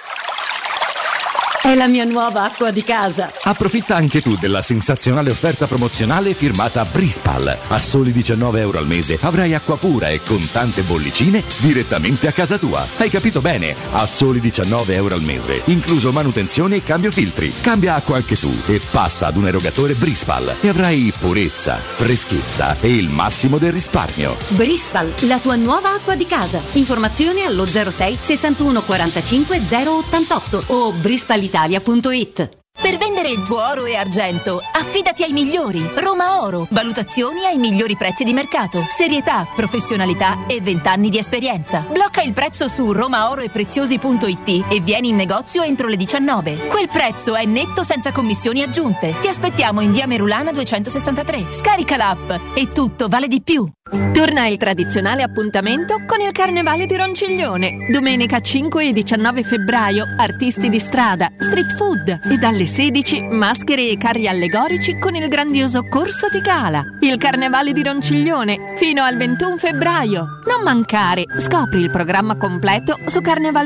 [SPEAKER 22] È la mia nuova acqua di casa.
[SPEAKER 16] Approfitta anche tu della sensazionale offerta promozionale firmata Brispal. A soli €19 al mese avrai acqua pura e con tante bollicine direttamente a casa tua. Hai capito bene? A soli €19 al mese, incluso manutenzione e cambio filtri. Cambia acqua anche tu e passa ad un erogatore Brispal e avrai purezza, freschezza e il massimo del risparmio.
[SPEAKER 22] Brispal, la tua nuova acqua di casa. Informazioni allo 06 61 45 088 o brispalitalia.it.
[SPEAKER 6] Per vendere il tuo oro e argento, affidati ai migliori. Roma Oro. Valutazioni ai migliori prezzi di mercato. Serietà, professionalità e 20 anni di esperienza. Blocca il prezzo su romaoroepreziosi.it e vieni in negozio entro le 19. Quel prezzo è netto senza commissioni aggiunte. Ti aspettiamo in via Merulana 263. Scarica l'app e tutto vale di più.
[SPEAKER 14] Torna il tradizionale appuntamento con il Carnevale di Ronciglione. Domenica 5 e 19 febbraio, artisti di strada, street food e dalle 16 maschere e carri allegorici con il grandioso Corso di Gala. Il Carnevale di Ronciglione fino al 21 febbraio. Non mancare, scopri il programma completo su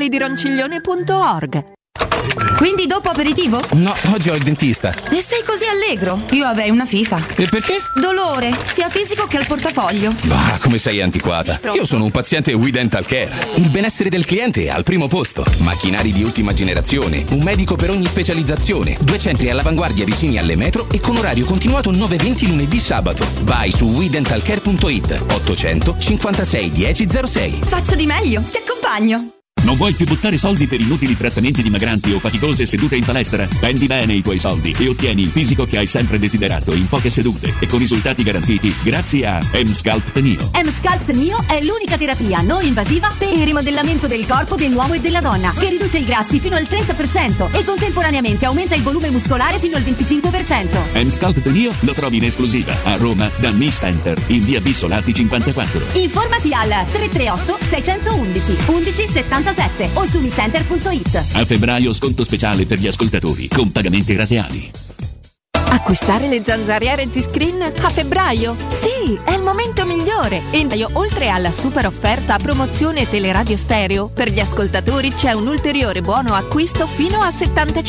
[SPEAKER 14] carnevaledironciglione.org.
[SPEAKER 5] Quindi dopo aperitivo?
[SPEAKER 7] No, oggi ho il dentista.
[SPEAKER 5] E sei così allegro? Io avrei una FIFA.
[SPEAKER 7] E perché?
[SPEAKER 5] Dolore, sia fisico che al portafoglio.
[SPEAKER 7] Bah, come sei antiquata. Io sono un paziente We Dental Care. Il benessere del cliente è al primo posto. Macchinari di ultima generazione, un medico per ogni specializzazione, 2 centri all'avanguardia vicini alle metro e con orario continuato 9-20 lunedì sabato. Vai su WeDentalCare.it 800 56 1006.
[SPEAKER 5] Faccio di meglio, ti accompagno.
[SPEAKER 8] Non vuoi più buttare soldi per inutili trattamenti dimagranti o faticose sedute in palestra? Spendi bene i tuoi soldi e ottieni il fisico che hai sempre desiderato in poche sedute e con risultati garantiti grazie a M-Sculpt Neo.
[SPEAKER 22] M-Sculpt Neo è l'unica terapia non invasiva per il rimodellamento del corpo dell'uomo e della donna, che riduce i grassi fino al 30% e contemporaneamente aumenta il volume muscolare fino al 25%.
[SPEAKER 8] M-Sculpt Neo lo trovi in esclusiva a Roma da Miss Center in via Bissolati 54.
[SPEAKER 22] Informati al 338 611 1177 o su miscenter.it.
[SPEAKER 8] A febbraio sconto speciale per gli ascoltatori con pagamenti rateali.
[SPEAKER 14] Acquistare le zanzariere Z-Screen a febbraio? Sì, è il momento migliore! E oltre alla super offerta a promozione Teleradio Stereo, per gli ascoltatori c'è un ulteriore buono acquisto fino a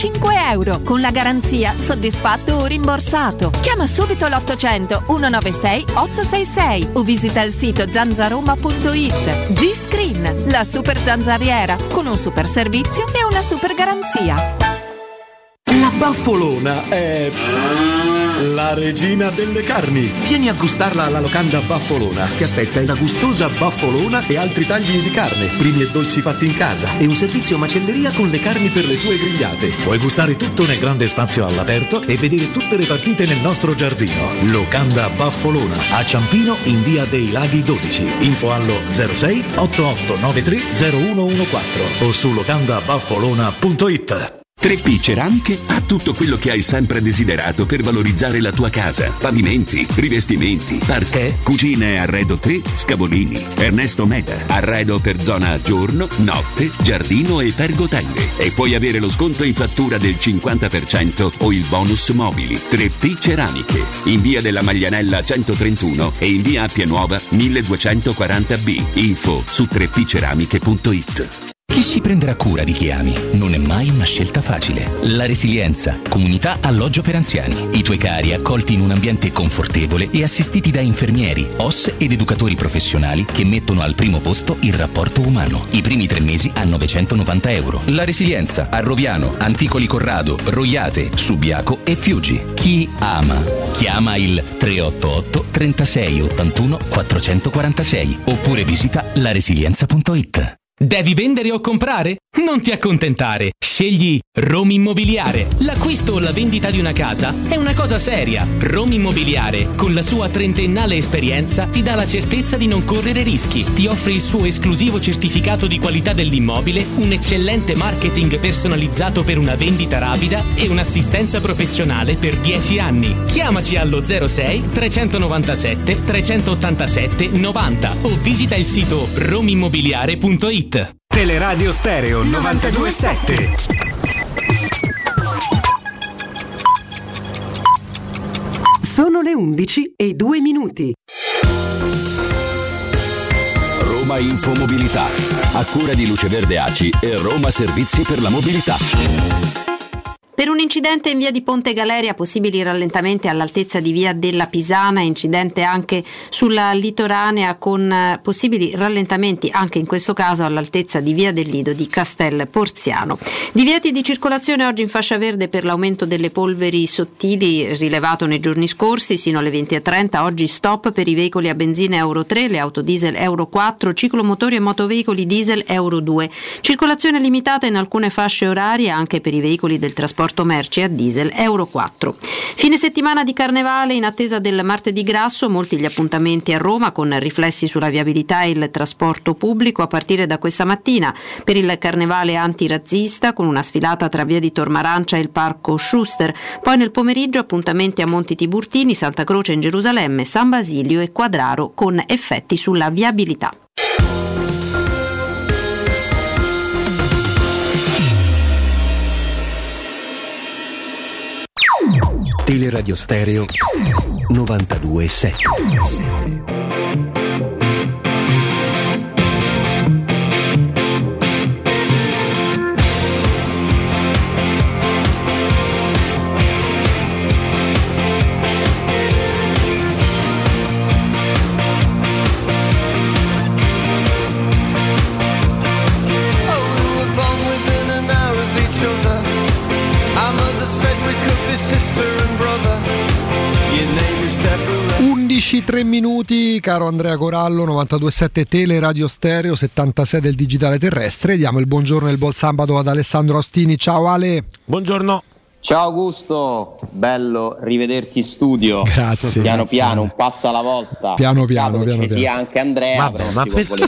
[SPEAKER 14] €75 con la garanzia soddisfatto o rimborsato. Chiama subito l'800 196 866 o visita il sito zanzaroma.it. Z-Screen, la super zanzariera con un super servizio e una super garanzia.
[SPEAKER 9] La Baffolona è la regina delle carni. Vieni a gustarla alla locanda Baffolona. Ti aspetta una gustosa baffolona e altri tagli di carne, primi e dolci fatti in casa e un servizio macelleria con le carni per le tue grigliate. Puoi gustare tutto nel grande spazio all'aperto e vedere tutte le partite nel nostro giardino. Locanda Baffolona a Ciampino in via dei Laghi 12. Info allo 06 8893 0114 o su locandabaffolona.it.
[SPEAKER 8] 3P Ceramiche ha tutto quello che hai sempre desiderato per valorizzare la tua casa. Pavimenti, rivestimenti, parquet, cucina e arredo 3, Scavolini. Ernesto Meda, arredo per zona giorno, notte, giardino e pergotende. E puoi avere lo sconto in fattura del 50% o il bonus mobili. 3P Ceramiche, in via della Maglianella 131 e in via Appia Nuova 1240B. Info su 3pceramiche.it.
[SPEAKER 16] Chi si prenderà cura di chi ami? Non è mai una scelta facile. La Resilienza, comunità alloggio per anziani. I tuoi cari accolti in un ambiente confortevole e assistiti da infermieri, OS ed educatori professionali che mettono al primo posto il rapporto umano. I primi 3 mesi a €990. La Resilienza, a Roviano, Anticoli Corrado, Roiate, Subiaco e Fiuggi. Chi ama? Chiama il 388 36 81 446 oppure visita laresilienza.it.
[SPEAKER 13] Devi vendere o comprare? Non ti accontentare. Scegli Roma Immobiliare. L'acquisto o la vendita di una casa è una cosa seria. Roma Immobiliare, con la sua 30ennale esperienza, ti dà la certezza di non correre rischi. Ti offre il suo esclusivo certificato di qualità dell'immobile, un eccellente marketing personalizzato per una vendita rapida e un'assistenza professionale per 10 anni. Chiamaci allo 06 397 387 90 o visita il sito romimmobiliare.it.
[SPEAKER 21] Teleradio Stereo 92.7.
[SPEAKER 15] Sono le 11:02.
[SPEAKER 16] Roma Infomobilità, a cura di Luce Verde ACI e Roma Servizi per la Mobilità.
[SPEAKER 22] Per un incidente in via di Ponte Galeria, possibili rallentamenti all'altezza di via della Pisana, incidente anche sulla litoranea con possibili rallentamenti anche in questo caso all'altezza di via del Lido di Castel Porziano. Divieti di circolazione oggi in fascia verde per l'aumento delle polveri sottili rilevato nei giorni scorsi sino alle 20:30, oggi stop per i veicoli a benzina Euro 3, le auto diesel Euro 4, ciclomotori e motoveicoli diesel Euro 2. Circolazione limitata in alcune fasce orarie anche per i veicoli del trasporto trasporto merci a diesel Euro 4. Fine settimana di carnevale in attesa del martedì grasso, molti gli appuntamenti a Roma con riflessi sulla viabilità e il trasporto pubblico a partire da questa mattina. Per il carnevale antirazzista con una sfilata tra via di Tormarancia e il parco Schuster, poi nel pomeriggio appuntamenti a Monti Tiburtini, Santa Croce in Gerusalemme, San Basilio e Quadraro con effetti sulla viabilità.
[SPEAKER 1] Teleradio Stereo 92.7.
[SPEAKER 10] Tre minuti, caro Andrea Corallo, 92.7 Teleradio Stereo, 76 del digitale terrestre. Diamo il buongiorno e il buon sabato ad Alessandro Ostini. Ciao Ale.
[SPEAKER 11] Buongiorno.
[SPEAKER 12] Ciao Augusto, bello rivederti in studio.
[SPEAKER 10] Grazie.
[SPEAKER 12] Piano piano, un passo alla volta.
[SPEAKER 10] Piano piano.
[SPEAKER 12] Sia anche Andrea,
[SPEAKER 11] ma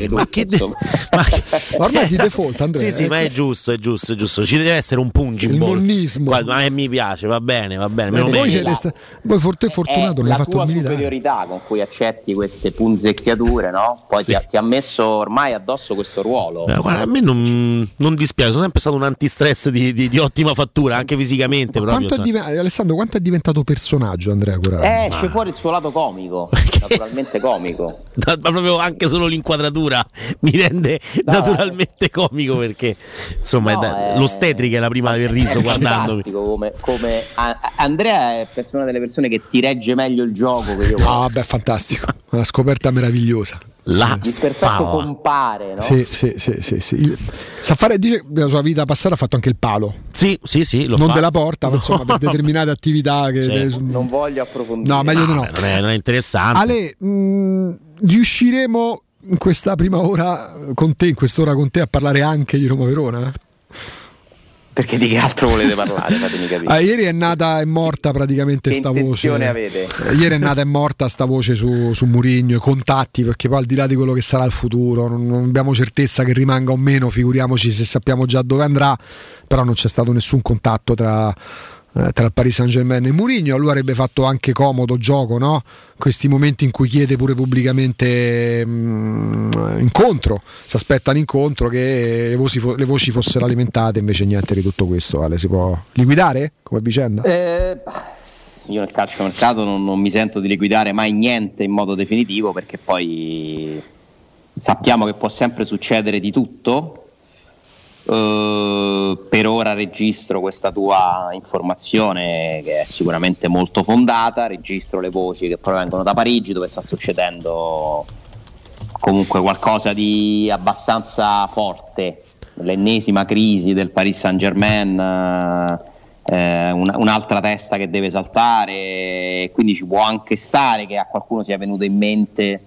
[SPEAKER 10] ormai di default Andrea.
[SPEAKER 11] Sì, ma è giusto. Ci deve essere un punging ball.
[SPEAKER 10] Il monnismo.
[SPEAKER 11] Ma mi piace, va bene.
[SPEAKER 10] Voi siete voi fortunato, non hai fatto il militare.
[SPEAKER 12] È la tua superiorità con cui accetti queste punzecchiature, no? Poi sì. ti ha messo ormai addosso questo ruolo.
[SPEAKER 11] Guarda, a me non dispiace, sono sempre stato un antistress di ottima fattura, anche fisicamente.
[SPEAKER 10] Alessandro, quanto è diventato personaggio Andrea Corallo?
[SPEAKER 12] Esce fuori il suo lato comico, naturalmente comico.
[SPEAKER 11] Ma proprio anche solo l'inquadratura mi rende naturalmente comico, perché insomma l'ostetrica è la prima del riso guardandomi.
[SPEAKER 12] Come Andrea è una delle persone che ti regge meglio il gioco che io.
[SPEAKER 10] Beh, fantastico, una scoperta meravigliosa.
[SPEAKER 12] Il perfetto compare, no?
[SPEAKER 10] Sì. Sa fare, dice, nella sua vita passata ha fatto anche il palo.
[SPEAKER 11] Sì, lo
[SPEAKER 10] non
[SPEAKER 11] fa.
[SPEAKER 10] della porta, ma insomma per determinate attività che
[SPEAKER 12] non voglio approfondire.
[SPEAKER 10] No, meglio di no.
[SPEAKER 11] Non è interessante.
[SPEAKER 10] Ale, riusciremo in questa prima ora con te, in quest'ora con te, a parlare anche di Roma-Verona?
[SPEAKER 12] Perché di che altro volete parlare? Fatemi capire.
[SPEAKER 10] Ieri è nata e morta praticamente sta voce.
[SPEAKER 12] Avete?
[SPEAKER 10] Ieri è nata e morta sta voce su Mourinho, i contatti, perché poi al di là di quello che sarà il futuro non abbiamo certezza che rimanga o meno, figuriamoci se sappiamo già dove andrà, però non c'è stato nessun contatto tra il Paris Saint-Germain e Mourinho. Lui avrebbe fatto anche comodo gioco, no? Questi momenti in cui chiede pure pubblicamente incontro, si aspetta l'incontro, che le voci fossero alimentate, invece niente di tutto questo. Ale, si può liquidare come vicenda?
[SPEAKER 12] Io nel calciomercato non mi sento di liquidare mai niente in modo definitivo, perché poi sappiamo che può sempre succedere di tutto. Per ora registro questa tua informazione, che è sicuramente molto fondata, registro le voci che provengono da Parigi, dove sta succedendo comunque qualcosa di abbastanza forte, l'ennesima crisi del Paris Saint-Germain, un'altra testa che deve saltare, quindi ci può anche stare che a qualcuno sia venuto in mente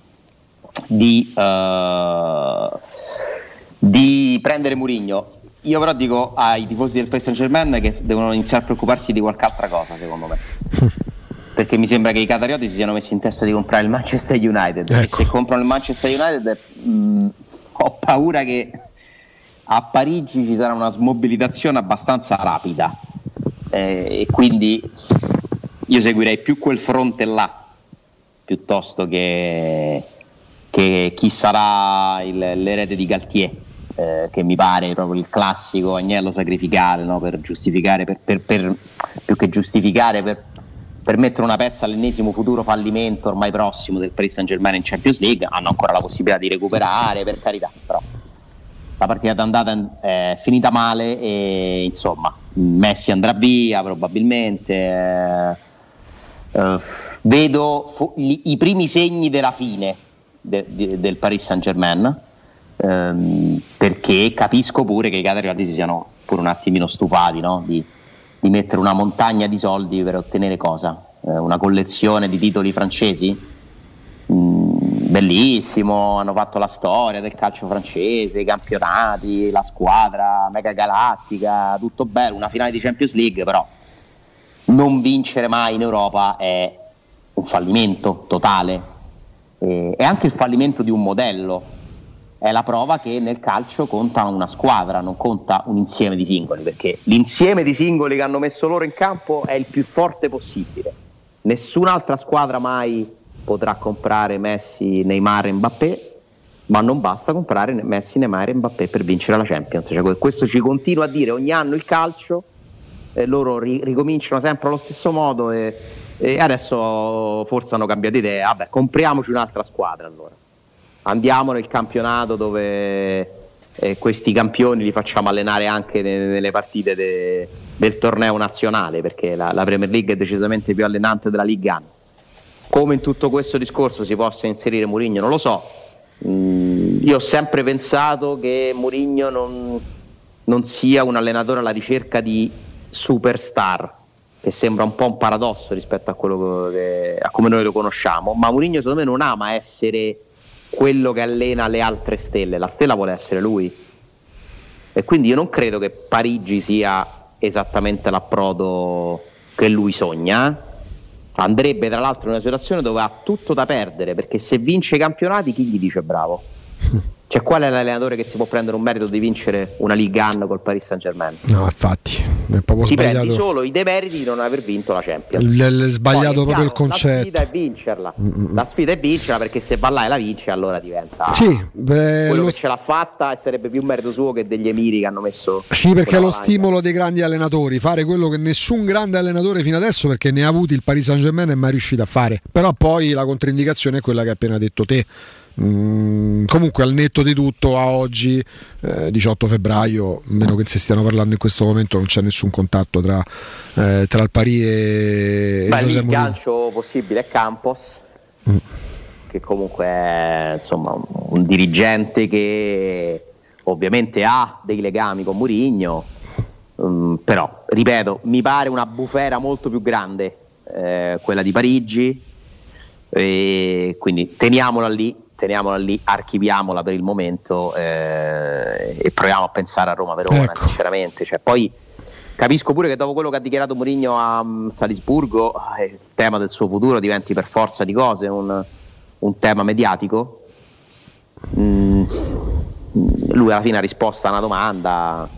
[SPEAKER 12] di prendere Mourinho. Io però dico ai tifosi del Paris Saint-Germain che devono iniziare a preoccuparsi di qualche altra cosa, secondo me, perché mi sembra che i qatarioti si siano messi in testa di comprare il Manchester United, e se comprano il Manchester United ho paura che a Parigi ci sarà una smobilitazione abbastanza rapida, e quindi io seguirei più quel fronte là piuttosto che chi sarà l'erede di Galtier, che mi pare proprio il classico agnello sacrificale, no? Per giustificare, per più che giustificare, per mettere una pezza all'ennesimo futuro fallimento ormai prossimo del Paris Saint-Germain in Champions League. Hanno ancora la possibilità di recuperare, per carità, però la partita d'andata è finita male e insomma Messi andrà via probabilmente, vedo i primi segni della fine del Paris Saint-Germain, perché capisco pure che i qatarioti si siano pure un attimino stufati, no? di mettere una montagna di soldi per ottenere cosa? Una collezione di titoli francesi? Bellissimo, hanno fatto la storia del calcio francese, i campionati, la squadra mega galattica, tutto bello, una finale di Champions League, però non vincere mai in Europa è un fallimento totale, è anche il fallimento di un modello, è la prova che nel calcio conta una squadra, non conta un insieme di singoli, perché l'insieme di singoli che hanno messo loro in campo è il più forte possibile, nessun'altra squadra mai potrà comprare Messi, Neymar e Mbappé, ma non basta comprare Messi, Neymar e Mbappé per vincere la Champions. Cioè, questo ci continua a dire ogni anno il calcio, loro ricominciano sempre allo stesso modo e adesso forse hanno cambiato idea. Vabbè, compriamoci un'altra squadra allora, andiamo nel campionato dove questi campioni li facciamo allenare anche nelle partite del torneo nazionale, perché la Premier League è decisamente più allenante della Ligue 1. Come in tutto questo discorso si possa inserire Mourinho non lo so. Io ho sempre pensato che Mourinho non sia un allenatore alla ricerca di superstar, che sembra un po' un paradosso rispetto a quello a come noi lo conosciamo, ma Mourinho secondo me non ama essere quello che allena le altre stelle, la stella vuole essere lui, e quindi io non credo che Parigi sia esattamente l'approdo che lui sogna. Andrebbe tra l'altro in una situazione dove ha tutto da perdere, perché se vince i campionati chi gli dice bravo? Cioè, qual è l'allenatore che si può prendere un merito di vincere una Ligue 1 col Paris Saint-Germain?
[SPEAKER 10] No, infatti è proprio
[SPEAKER 12] ti
[SPEAKER 10] sbagliato.
[SPEAKER 12] Prendi solo i demeriti di non aver vinto la Champions.
[SPEAKER 10] È sbagliato proprio il concetto.
[SPEAKER 12] La sfida è vincerla. La sfida è vincerla, perché se va là e la vince allora diventa quello che ce l'ha fatta, e sarebbe più merito suo che degli emiri che hanno messo.
[SPEAKER 10] Sì, perché è lo stimolo dei grandi allenatori, fare quello che nessun grande allenatore fino adesso, perché ne ha avuti il Paris Saint-Germain, è mai riuscito a fare. Però poi la controindicazione è quella che hai appena detto te. Comunque, al netto di tutto, a oggi 18 febbraio, a meno che si stiano parlando in questo momento, non c'è nessun contatto tra il Paris e José Mourinho.
[SPEAKER 12] Il gancio possibile è Campos, che comunque è insomma un dirigente che ovviamente ha dei legami con Mourinho, però ripeto, mi pare una bufera molto più grande quella di Parigi, e quindi teniamola lì, archiviamola per il momento, e proviamo a pensare a Roma-Verona, sinceramente. Cioè, poi capisco pure che dopo quello che ha dichiarato Mourinho a Salisburgo, il tema del suo futuro diventi per forza di cose un tema mediatico. Lui alla fine ha risposto a una domanda.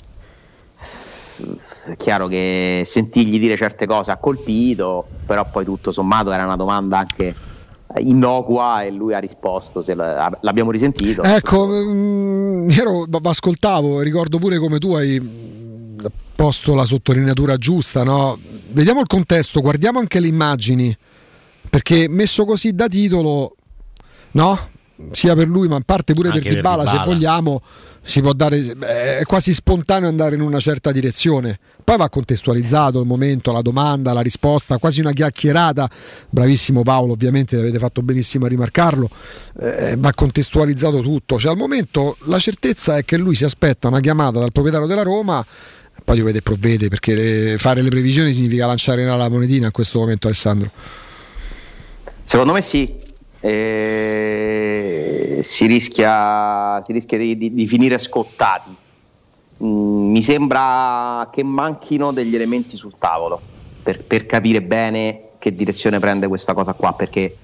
[SPEAKER 12] È chiaro che sentirgli dire certe cose ha colpito, però poi tutto sommato era una domanda anche innocua e lui ha risposto, l'abbiamo risentito.
[SPEAKER 10] Ecco, ascoltavo, ricordo pure come tu hai posto la sottolineatura giusta, no? Vediamo il contesto, guardiamo anche le immagini, perché messo così da titolo, no? Sia per lui ma in parte pure per Dybala, se vogliamo, si può dare, è quasi spontaneo andare in una certa direzione. Poi va contestualizzato il momento, la domanda, la risposta, quasi una chiacchierata. Bravissimo Paolo, ovviamente avete fatto benissimo a rimarcarlo. Va contestualizzato tutto. Cioè, al momento la certezza è che lui si aspetta una chiamata dal proprietario della Roma, poi dovete provvedere, perché fare le previsioni significa lanciare la monetina in questo momento, Alessandro.
[SPEAKER 12] Secondo me sì. Si rischia di finire scottati. Mi sembra che manchino degli elementi sul tavolo per capire bene che direzione prende questa cosa qua, perché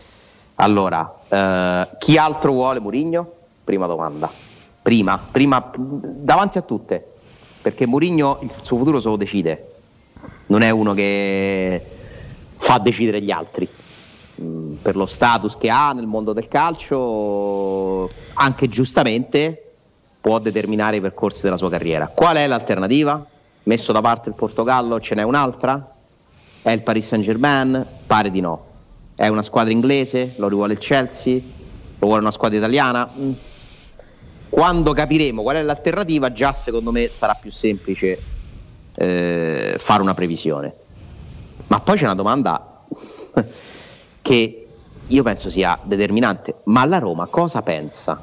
[SPEAKER 12] allora chi altro vuole Mourinho? Prima domanda, prima davanti a tutte, perché Mourinho il suo futuro se lo decide, non è uno che fa decidere gli altri. Per lo status che ha nel mondo del calcio, anche giustamente può determinare i percorsi della sua carriera. Qual è l'alternativa? Messo da parte il Portogallo, ce n'è un'altra? È il Paris Saint-Germain? Pare di no. È una squadra inglese? Lo vuole il Chelsea? Lo vuole una squadra italiana? Quando capiremo qual è l'alternativa, già secondo me sarà più semplice fare una previsione. Ma poi c'è una domanda che io penso sia determinante: ma la Roma cosa pensa?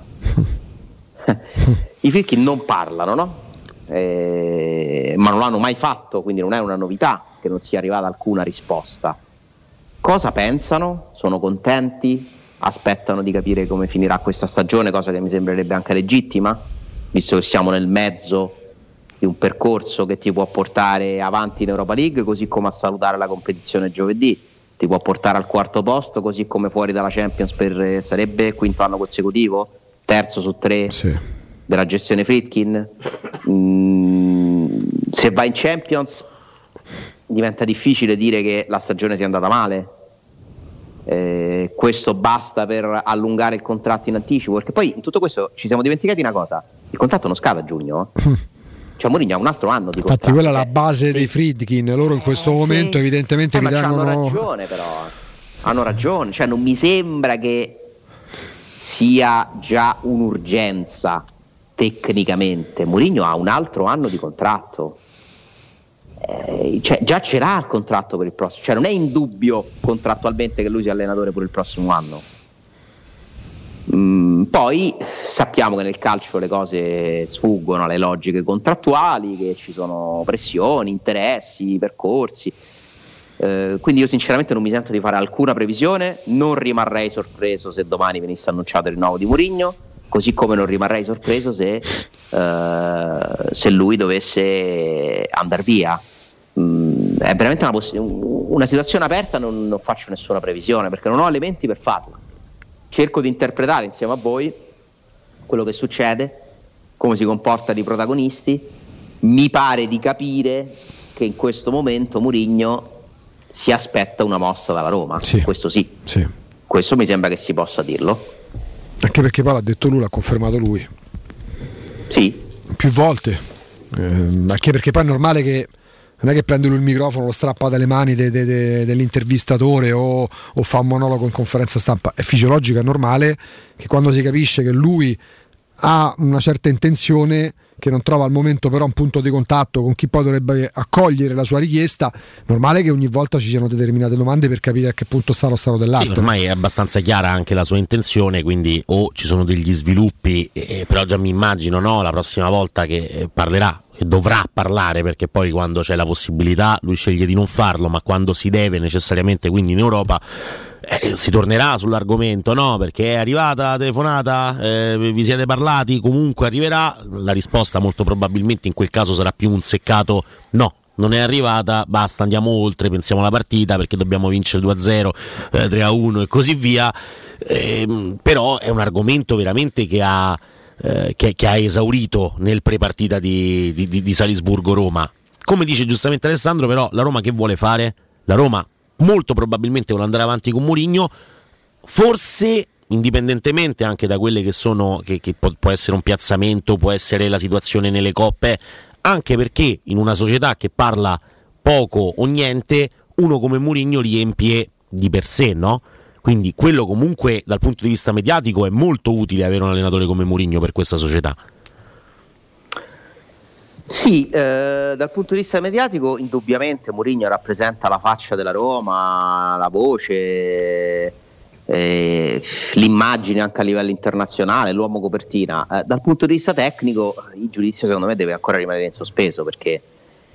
[SPEAKER 12] I Friedkin non parlano, no? Ma non l'hanno mai fatto, quindi non è una novità che non sia arrivata alcuna risposta. Cosa pensano? Sono contenti? aspettano di capire come finirà questa stagione, cosa che mi sembrerebbe anche legittima, visto che siamo nel mezzo di un percorso che ti può portare avanti in Europa League, così come a salutare la competizione giovedì, ti può portare al quarto posto, così come fuori dalla Champions sarebbe quinto anno consecutivo, terzo su 3 della gestione Friedkin. Se vai in Champions diventa difficile dire che la stagione sia andata male. Questo basta per allungare il contratto in anticipo, perché poi in tutto questo ci siamo dimenticati una cosa: il contratto non scade a giugno, cioè Mourinho ha un altro anno di contratto.
[SPEAKER 10] Infatti quella è la base dei Friedkin, loro in questo momento evidentemente ritengono...
[SPEAKER 12] Hanno ragione, però hanno ragione, cioè non mi sembra che sia già un'urgenza tecnicamente. Mourinho ha un altro anno di contratto, cioè già ce l'ha il contratto per il prossimo, cioè non è in dubbio contrattualmente che lui sia allenatore pure il prossimo anno. Poi sappiamo che nel calcio le cose sfuggono alle logiche contrattuali, che ci sono pressioni, interessi, percorsi, quindi io sinceramente non mi sento di fare alcuna previsione. Non rimarrei sorpreso se domani venisse annunciato il rinnovo di Mourinho, così come non rimarrei sorpreso se lui dovesse andare via. È veramente una situazione aperta, non faccio nessuna previsione perché non ho elementi per farlo. Cerco di interpretare insieme a voi quello che succede, come si comportano i protagonisti. Mi pare di capire che in questo momento Mourinho si aspetta una mossa dalla Roma, questo sì. Questo mi sembra che si possa dirlo.
[SPEAKER 10] Anche perché poi l'ha detto lui, l'ha confermato lui.
[SPEAKER 12] Sì.
[SPEAKER 10] Più volte. Anche perché poi è normale che non è che prende lui il microfono, lo strappa dalle mani dell'intervistatore o fa un monologo in conferenza stampa. È fisiologico, è normale che quando si capisce che lui ha una certa intenzione, che non trova al momento però un punto di contatto con chi poi dovrebbe accogliere la sua richiesta, normale che ogni volta ci siano determinate domande per capire a che punto sta lo stato dell'arte.
[SPEAKER 11] Sì, ormai è abbastanza chiara anche la sua intenzione, quindi o ci sono degli sviluppi, però già mi immagino, no, la prossima volta che parlerà, che dovrà parlare, perché poi quando c'è la possibilità lui sceglie di non farlo, ma quando si deve necessariamente, quindi in Europa, si tornerà sull'argomento, no? Perché è arrivata la telefonata, vi siete parlati, comunque arriverà. La risposta molto probabilmente in quel caso sarà più un seccato no, non è arrivata, basta, andiamo oltre, pensiamo alla partita perché dobbiamo vincere 2-0, 3-1 e così via. Però è un argomento veramente che ha esaurito nel prepartita di Salisburgo-Roma. Come dice giustamente Alessandro, però la Roma che vuole fare? La Roma molto probabilmente vuole andare avanti con Mourinho, forse indipendentemente anche da quelle che sono che può essere un piazzamento, può essere la situazione nelle coppe, anche perché in una società che parla poco o niente, uno come Mourinho riempie di per sé, no? Quindi quello comunque dal punto di vista mediatico è molto utile avere un allenatore come Mourinho per questa società.
[SPEAKER 12] Sì, dal punto di vista mediatico indubbiamente Mourinho rappresenta la faccia della Roma, la voce, l'immagine anche a livello internazionale, l'uomo copertina. Dal punto di vista tecnico il giudizio secondo me deve ancora rimanere in sospeso, perché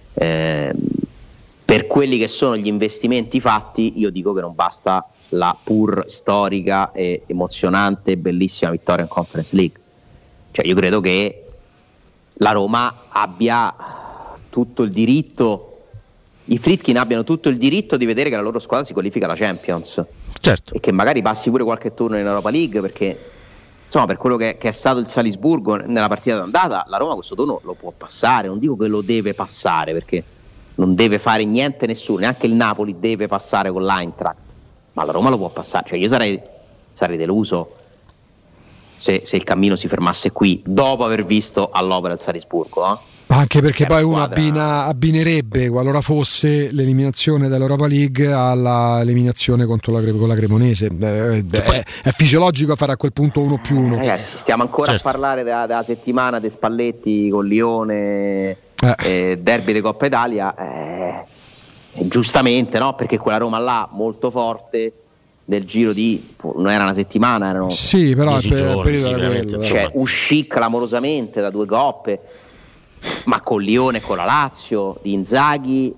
[SPEAKER 12] per quelli che sono gli investimenti fatti io dico che non basta la pur storica e emozionante e bellissima vittoria in Conference League. Cioè io credo che la Roma abbia tutto il diritto, i Friedkin abbiano tutto il diritto di vedere che la loro squadra si qualifica alla Champions,
[SPEAKER 11] certo,
[SPEAKER 12] e che magari passi pure qualche turno in Europa League, perché insomma per quello che è stato il Salisburgo nella partita d'andata, la Roma questo turno lo può passare, non dico che lo deve passare perché non deve fare niente nessuno, neanche il Napoli deve passare con l'Eintracht, ma la Roma lo può passare. Cioè io sarei deluso se il cammino si fermasse qui dopo aver visto all'opera il Salisburgo, no?
[SPEAKER 10] Anche perché poi uno abbinerebbe, qualora fosse l'eliminazione dall'Europa League, all'eliminazione con la Cremonese. È fisiologico fare a quel punto 1+1.
[SPEAKER 12] Ragazzi, stiamo ancora a parlare della settimana dei Spalletti con Lione, derby di Coppa Italia, giustamente, no? Perché quella Roma là molto forte del giro di non era una settimana, erano
[SPEAKER 10] sì, però il periodo era quello,
[SPEAKER 12] cioè uscì clamorosamente da 2 coppe, ma con Lione e con la Lazio, di Inzaghi,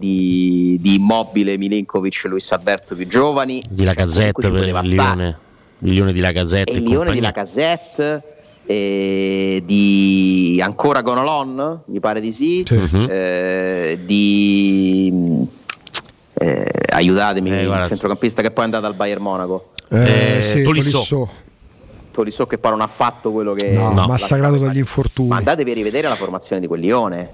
[SPEAKER 12] di Immobile, Milinkovic, Luis Alberto più giovani,
[SPEAKER 11] di Lacazette per Lione. il Lione di Lacazette
[SPEAKER 12] e il Lione di Lacazette, di ancora Gonalon, mi pare di sì. Di aiutatemi, il centrocampista che poi è andato al Bayern Monaco, Tolisso, che poi non ha fatto quello che
[SPEAKER 10] massacrato dagli infortuni.
[SPEAKER 12] Ma andatevi a rivedere la formazione di quel Lione.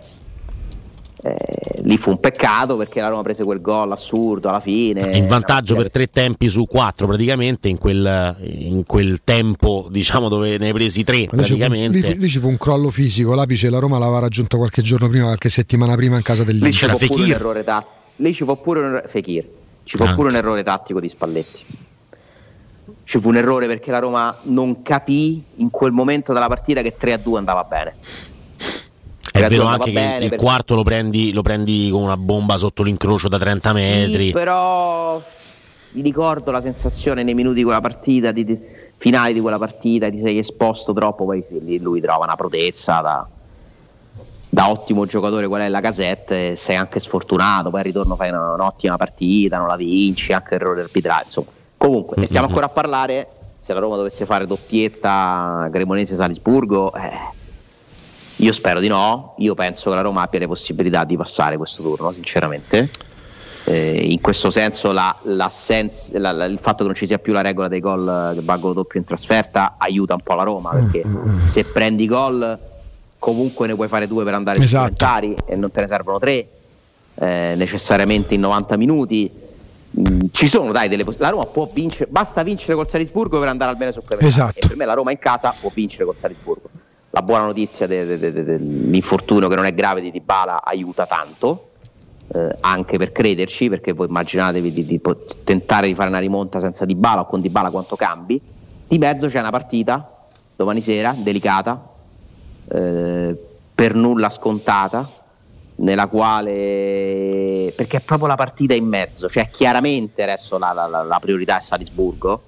[SPEAKER 12] Lì fu un peccato perché la Roma prese quel gol assurdo alla fine,
[SPEAKER 11] in vantaggio per 3 tempi su 4 praticamente in quel tempo, diciamo, dove ne hai presi 3 praticamente.
[SPEAKER 10] Lì ci fu un crollo fisico. L'Apice la Roma l'aveva raggiunto qualche giorno prima, qualche settimana prima in casa dell'Inter.
[SPEAKER 12] Lì c'era Fekir. Lì ci fu pure un errore tattico di Spalletti. Ci fu un errore perché la Roma non capì in quel momento della partita che 3-2 andava bene.
[SPEAKER 11] È vero anche che il quarto lo prendi con una bomba sotto l'incrocio da 30 metri.
[SPEAKER 12] Sì, però mi ricordo la sensazione nei minuti di quella partita, finali di quella partita, ti sei esposto troppo, poi sì, lui trova una protezza da ottimo giocatore qual è Lacazette, sei anche sfortunato, poi al ritorno fai un'ottima partita, non la vinci, anche errore arbitrale, insomma. Comunque, ne stiamo ancora a parlare, se la Roma dovesse fare doppietta Cremonese-Salisburgo, io spero di no, io penso che la Roma abbia le possibilità di passare questo turno, sinceramente. In questo senso il fatto che non ci sia più la regola dei gol che valgono doppio in trasferta aiuta un po' la Roma, perché se prendi gol comunque ne puoi fare 2 per andare ai supplementari e non te ne servono 3 necessariamente in 90 minuti. Ci sono la Roma può vincere, basta vincere col Salisburgo per andare almeno supplementari, e per me la Roma in casa può vincere col Salisburgo. La buona notizia dell'infortunio che non è grave di Dybala aiuta tanto, anche per crederci, perché voi immaginatevi di tentare di fare una rimonta senza Dybala o con Dybala quanto cambi. Di mezzo c'è una partita domani sera delicata, per nulla scontata, nella quale, perché è proprio la partita in mezzo, cioè chiaramente adesso la priorità è Salisburgo.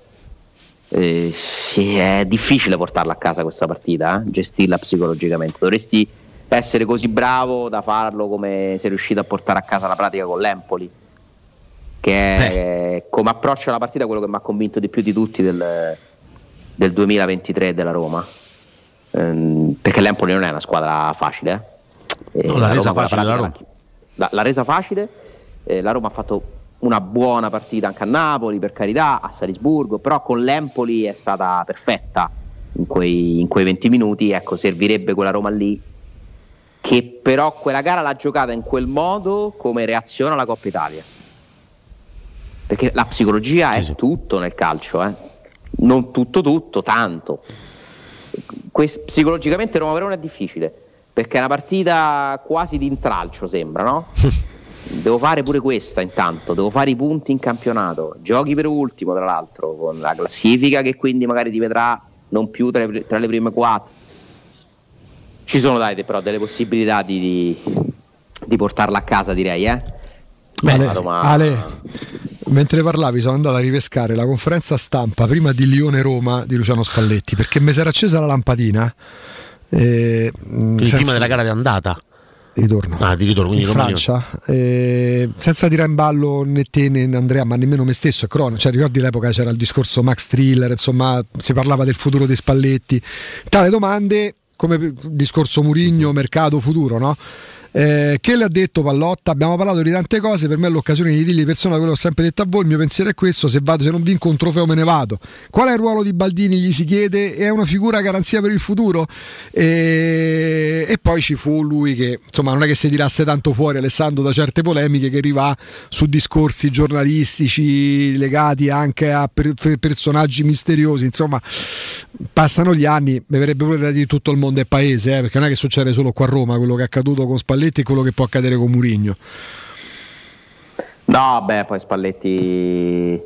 [SPEAKER 12] È difficile portarla a casa questa partita, gestirla psicologicamente. Dovresti essere così bravo da farlo come sei riuscito a portare a casa la pratica con l'Empoli, che è come approccio alla partita quello che mi ha convinto di più di tutti del 2023 della Roma, perché l'Empoli non è una squadra facile,
[SPEAKER 11] l'ha resa facile la Roma.
[SPEAKER 12] L'ha resa facile, la Roma ha fatto una buona partita anche a Napoli, per carità, a Salisburgo, però con l'Empoli è stata perfetta in quei 20 minuti. Ecco, servirebbe quella Roma lì, che però quella gara l'ha giocata in quel modo come reazione alla Coppa Italia, perché la psicologia è tutto nel calcio, non tutto, tanto. Psicologicamente Roma-Verona è difficile, perché è una partita quasi di intralcio, sembra, no? Devo fare pure questa intanto, devo fare i punti in campionato, giochi per ultimo tra l'altro, con la classifica che quindi magari ti vedrà non più tra le prime 4. Ci sono però delle possibilità di portarla a casa, direi.
[SPEAKER 10] Ale, mentre parlavi sono andato a ripescare la conferenza stampa prima di Lione-Roma di Luciano Spalletti, perché mi si era accesa la lampadina
[SPEAKER 11] prima della gara di andata.
[SPEAKER 10] Di ritorno
[SPEAKER 11] quindi
[SPEAKER 10] in Francia, senza tirare in ballo né te né Andrea, ma nemmeno me stesso, cioè, ricordi l'epoca c'era il discorso Max Thriller, insomma si parlava del futuro dei Spalletti, tale domande come discorso Mourinho, mercato, futuro, no? Che le ha detto Pallotta? Abbiamo parlato di tante cose, per me è l'occasione di dirgli persona quello che ho sempre detto a voi, il mio pensiero è questo: se non vinco un trofeo me ne vado. Qual è il ruolo di Baldini? Gli si chiede, è una figura garanzia per il futuro? E poi ci fu lui che insomma non è che si tirasse tanto fuori, Alessandro, da certe polemiche, che arriva su discorsi giornalistici legati anche a personaggi misteriosi. Insomma, passano gli anni, mi verrebbe pure da dire tutto il mondo è paese, perché non è che succede solo qua a Roma quello che è accaduto con Spalletti e quello che può accadere con Mourinho.
[SPEAKER 12] No, poi Spalletti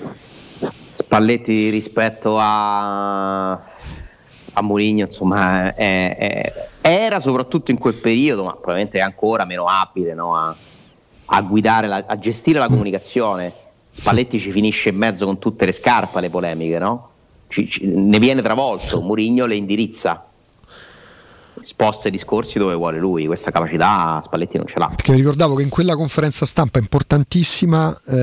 [SPEAKER 12] rispetto a Mourinho, insomma, era soprattutto in quel periodo, ma probabilmente è ancora meno abile, no, a guidare, a gestire la comunicazione. Spalletti ci finisce in mezzo con tutte le scarpe alle polemiche, no? Ne viene travolto, Mourinho le indirizza. sposta i discorsi dove vuole lui. Questa capacità Spalletti non ce l'ha.
[SPEAKER 10] Perché mi ricordavo che in quella conferenza stampa importantissima
[SPEAKER 11] si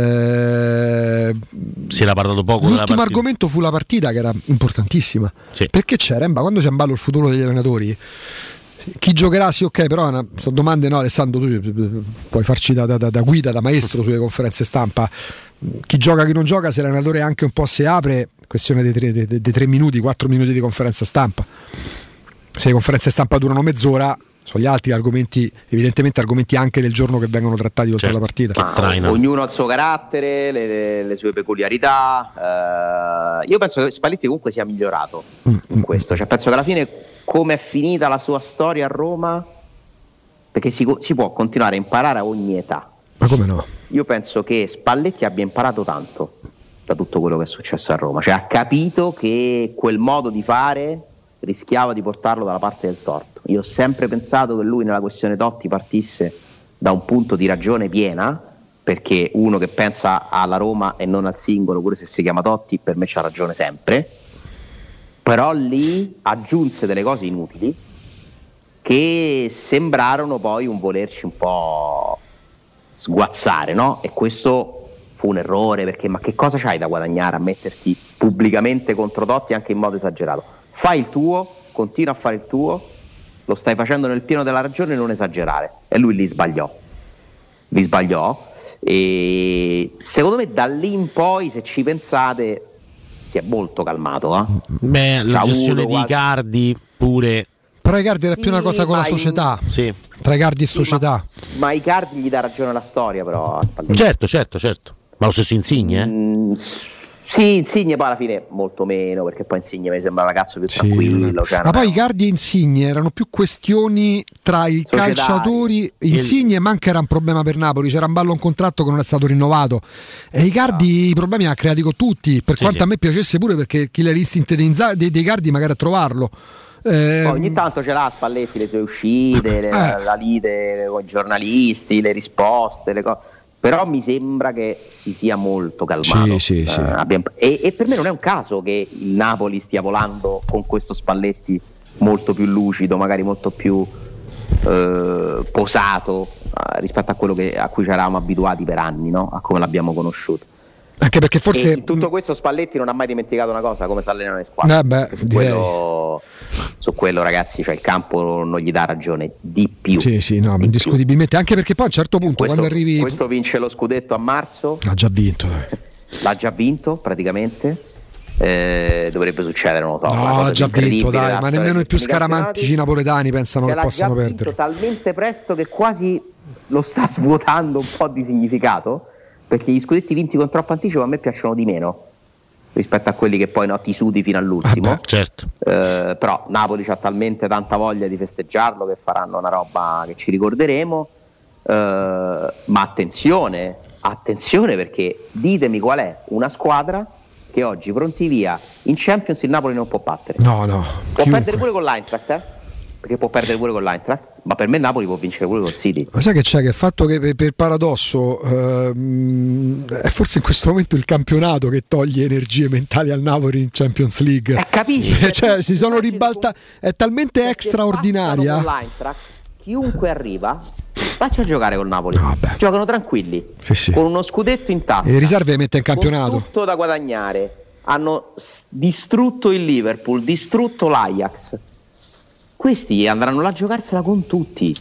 [SPEAKER 11] era parlato poco.
[SPEAKER 10] L'ultimo argomento fu la partita, che era importantissima, perché c'era quando c'è in ballo il futuro degli allenatori, chi giocherà sì, ok, però sono domande, no Alessandro, tu puoi farci da guida, da maestro sulle conferenze stampa. Chi gioca, chi non gioca, se l'allenatore anche un po' si apre, questione dei 3 minuti, 4 minuti di conferenza stampa. Se le conferenze stampa durano mezz'ora, sono gli altri argomenti, evidentemente argomenti anche del giorno che vengono trattati oltre la partita.
[SPEAKER 12] Ognuno ha il suo carattere, le sue peculiarità. Io penso che Spalletti comunque sia migliorato in questo, cioè penso che alla fine, come è finita la sua storia a Roma, perché si può continuare a imparare a ogni età.
[SPEAKER 10] Ma come no?
[SPEAKER 12] Io penso che Spalletti abbia imparato tanto da tutto quello che è successo a Roma, cioè ha capito che quel modo di fare rischiava di portarlo dalla parte del torto. Io ho sempre pensato che lui nella questione Totti partisse da un punto di ragione piena, perché uno che pensa alla Roma e non al singolo, pure se si chiama Totti, per me c'ha ragione sempre, però lì aggiunse delle cose inutili che sembrarono poi un volerci un po' sguazzare, no? E questo fu un errore, perché ma che cosa c'hai da guadagnare a metterti pubblicamente contro Totti anche in modo esagerato? Fai il tuo, continua a fare il tuo, lo stai facendo nel pieno della ragione, non esagerare. E lui li sbagliò e secondo me da lì in poi, se ci pensate, si è molto calmato.
[SPEAKER 11] Beh, la gestione di Icardi pure.
[SPEAKER 10] Però Icardi era più una cosa con la società.
[SPEAKER 11] Sì.
[SPEAKER 10] Tra Icardi e società.
[SPEAKER 12] Ma Icardi gli dà ragione alla storia, però.
[SPEAKER 11] Certo. Ma lo stesso Insigne,
[SPEAKER 12] Sì, Insigne poi alla fine molto meno, perché poi Insigne mi sembra un ragazzo più tranquillo. Cioè,
[SPEAKER 10] ma poi Icardi e Insigne erano più questioni tra i calciatori. Insigne manca era un problema per Napoli, c'era in ballo un contratto che non è stato rinnovato, e Icardi i problemi li ha creati con tutti, per quanto a me piacesse pure, perché Killer Instinct dei Icardi magari a trovarlo.
[SPEAKER 12] Ogni tanto ce l'ha Spalletti, le sue uscite, la lite con i giornalisti, le risposte, le cose. Però mi sembra che si sia molto calmato.
[SPEAKER 10] Sì.
[SPEAKER 12] E per me non è un caso che il Napoli stia volando con questo Spalletti molto più lucido, magari molto più posato rispetto a quello a cui ci eravamo abituati per anni, no? A come l'abbiamo conosciuto.
[SPEAKER 10] Anche perché forse
[SPEAKER 12] in tutto questo Spalletti non ha mai dimenticato una cosa: come si allenano le squadre. Su quello ragazzi, cioè il campo non gli dà ragione di più.
[SPEAKER 10] Sì, no, indiscutibilmente. Anche perché poi a un certo punto quando arrivi.
[SPEAKER 12] Questo vince lo scudetto a marzo.
[SPEAKER 10] Ha già vinto.
[SPEAKER 12] L'ha già vinto praticamente. Dovrebbe succedere, non lo so.
[SPEAKER 10] No, ha già vinto, dai, ma nemmeno i più scaramantici napoletani pensano che possano perdere.
[SPEAKER 12] Talmente presto che quasi lo sta svuotando un po' di significato, perché gli scudetti vinti con troppo anticipo a me piacciono di meno rispetto a quelli che poi ti sudi fino all'ultimo.
[SPEAKER 11] Certo.
[SPEAKER 12] Però Napoli c'ha talmente tanta voglia di festeggiarlo che faranno una roba che ci ricorderemo. Ma attenzione, perché ditemi qual è una squadra che oggi pronti via in Champions il Napoli non può battere.
[SPEAKER 10] No.
[SPEAKER 12] Può perdere pure con l'Eintracht, perché può perdere pure con l'Eintracht, ma per me il Napoli può vincere pure col City.
[SPEAKER 10] Ma sai che c'è? Che il fatto che per paradosso è forse in questo momento il campionato che toglie energie mentali al Napoli in Champions League.
[SPEAKER 12] Capisci?
[SPEAKER 10] Cioè si sono ribaltati, è talmente extraordinaria.
[SPEAKER 12] Con l'Eintracht, chiunque arriva faccia a giocare col Napoli. Giocano tranquilli, con uno scudetto in tasca,
[SPEAKER 10] e le riserve mette in campionato,
[SPEAKER 12] con tutto da guadagnare. Hanno distrutto il Liverpool, distrutto l'Ajax. Questi andranno là a giocarsela con tutti.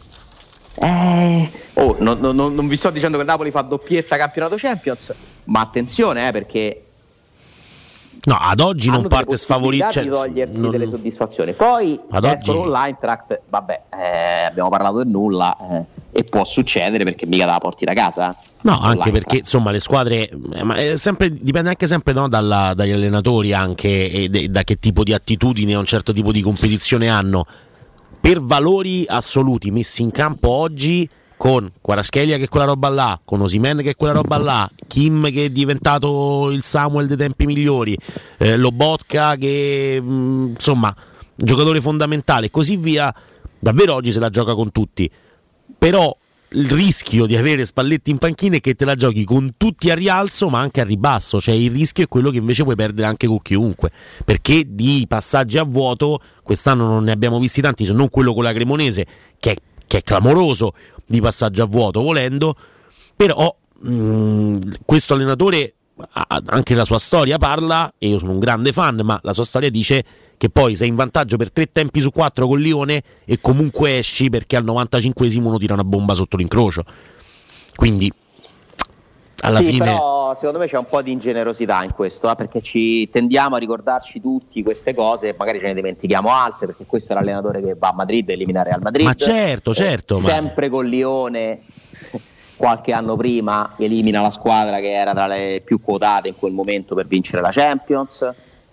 [SPEAKER 12] Non vi sto dicendo che il Napoli fa doppietta campionato Champions, ma attenzione, perché
[SPEAKER 11] no, ad oggi non parte sfavorito,
[SPEAKER 12] di togliersi delle soddisfazioni. Poi escono con l'Eintracht, abbiamo parlato del nulla, e può succedere perché mica la porti da casa.
[SPEAKER 11] No, anche perché insomma le squadre, ma dipende anche sempre, no, dagli allenatori anche, e da che tipo di attitudine a un certo tipo di competizione hanno. Per valori assoluti messi in campo oggi, con Kvaratskhelia che è quella roba là, con Osimhen che è quella roba là, Kim che è diventato il Samuel dei tempi migliori, Lobotka che insomma giocatore fondamentale e così via, davvero oggi se la gioca con tutti. Però il rischio di avere Spalletti in panchina è che te la giochi con tutti a rialzo ma anche a ribasso, cioè il rischio è quello che invece puoi perdere anche con chiunque, perché di passaggi a vuoto quest'anno non ne abbiamo visti tanti, se non quello con la Cremonese che è clamoroso di passaggio a vuoto volendo, però questo allenatore anche la sua storia parla, e io sono un grande fan, ma la sua storia dice che poi sei in vantaggio per 3 tempi su 4 con Lione e comunque esci perché al 95esimo uno tira una bomba sotto l'incrocio, quindi alla fine
[SPEAKER 12] però secondo me c'è un po' di ingenerosità in questo, perché ci tendiamo a ricordarci tutti queste cose e magari ce ne dimentichiamo altre, perché questo è l'allenatore che va a Madrid e elimina Real Madrid,
[SPEAKER 11] ma certo
[SPEAKER 12] sempre con Lione. Qualche anno prima elimina la squadra che era tra le più quotate in quel momento per vincere la Champions,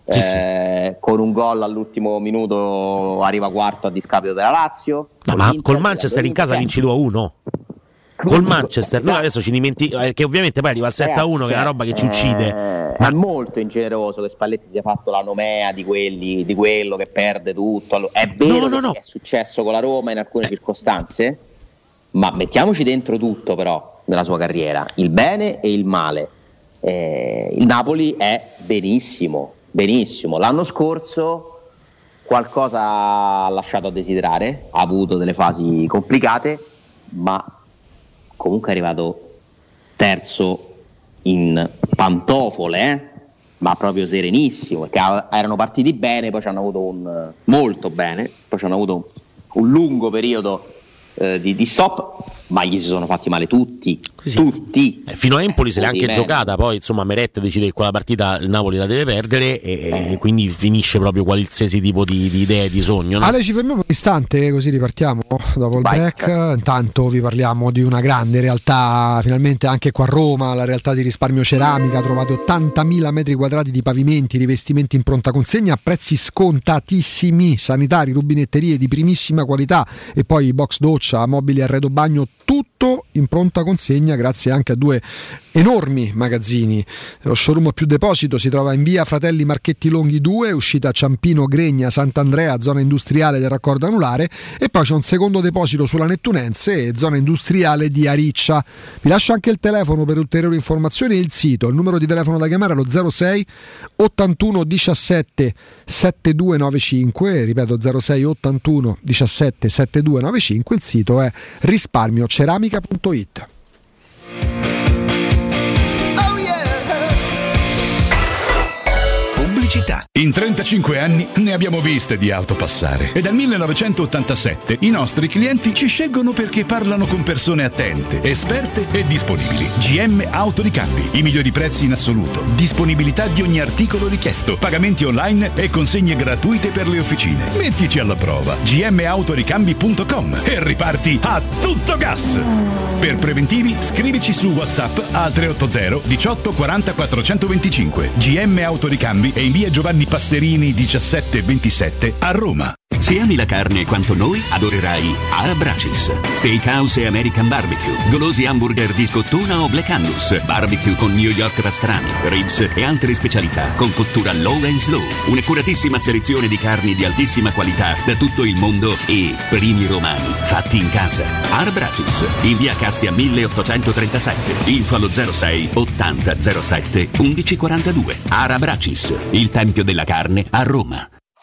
[SPEAKER 12] con un gol all'ultimo minuto arriva quarto a discapito della Lazio.
[SPEAKER 11] Ma col Manchester in casa vinci 2-1 col Manchester, noi adesso ci dimentichiamo che ovviamente poi arriva al 7-1 che è una roba che ci uccide.
[SPEAKER 12] È molto ingeneroso che Spalletti sia fatto la nomea di quello che perde tutto. È vero che è successo con la Roma in alcune circostanze, ma mettiamoci dentro tutto però nella sua carriera, il bene e il male. Il Napoli è benissimo. L'anno scorso qualcosa ha lasciato a desiderare, ha avuto delle fasi complicate, ma comunque è arrivato terzo in pantofole, ma proprio serenissimo, perché erano partiti bene, poi ci hanno avuto molto bene, poi ci hanno avuto un lungo periodo di stop, ma gli si sono fatti male tutti.
[SPEAKER 11] Fino a Empoli se l'è anche giocata, poi insomma Meret decide che quella partita il Napoli la deve perdere e quindi finisce proprio qualsiasi tipo di idea e di sogno, no?
[SPEAKER 10] Ale, ci fermiamo un istante così ripartiamo dopo il break. Intanto vi parliamo di una grande realtà, finalmente anche qua a Roma, la realtà di Risparmio Ceramica. Trovate 80.000 metri quadrati di pavimenti, rivestimenti in pronta consegna a prezzi scontatissimi, sanitari, rubinetterie di primissima qualità e poi box doccia, mobili, arredo bagno, tutto in pronta consegna grazie anche a 2 enormi magazzini. Lo showroom più deposito si trova in via Fratelli Marchetti Longhi 2, uscita Ciampino Gregna Sant'Andrea, zona industriale del raccordo anulare, e poi c'è un secondo deposito sulla Nettunense e zona industriale di Ariccia. Vi lascio anche il telefono per ulteriori informazioni e il sito. Il numero di telefono da chiamare è lo 06 81 17 7295, ripeto 06 81 17 7295, il sito è risparmioceramica.it.
[SPEAKER 2] In 35 anni ne abbiamo viste di auto passare e dal 1987 i nostri clienti ci scelgono perché parlano con persone attente, esperte e disponibili. GM Autoricambi, i migliori prezzi in assoluto, disponibilità di ogni articolo richiesto, pagamenti online e consegne gratuite per le officine. Mettici alla prova. gmautoricambi.com e riparti a tutto gas. Per preventivi scrivici su WhatsApp al 380 18 40 425. GM Autoricambi e in via Giovanni Passerini 1727 a Roma.
[SPEAKER 8] Se ami la carne quanto noi, adorerai Arabracis. Steakhouse e American Barbecue, golosi hamburger di scottuna o Black Angus, barbecue con New York pastrami, ribs e altre specialità con cottura low and slow. Un'accuratissima selezione di carni di altissima qualità da tutto il mondo e primi romani fatti in casa. Arabracis, in via Cassia 1837, info allo 06 80 07 1142. Arabracis, il tempio della carne a Roma.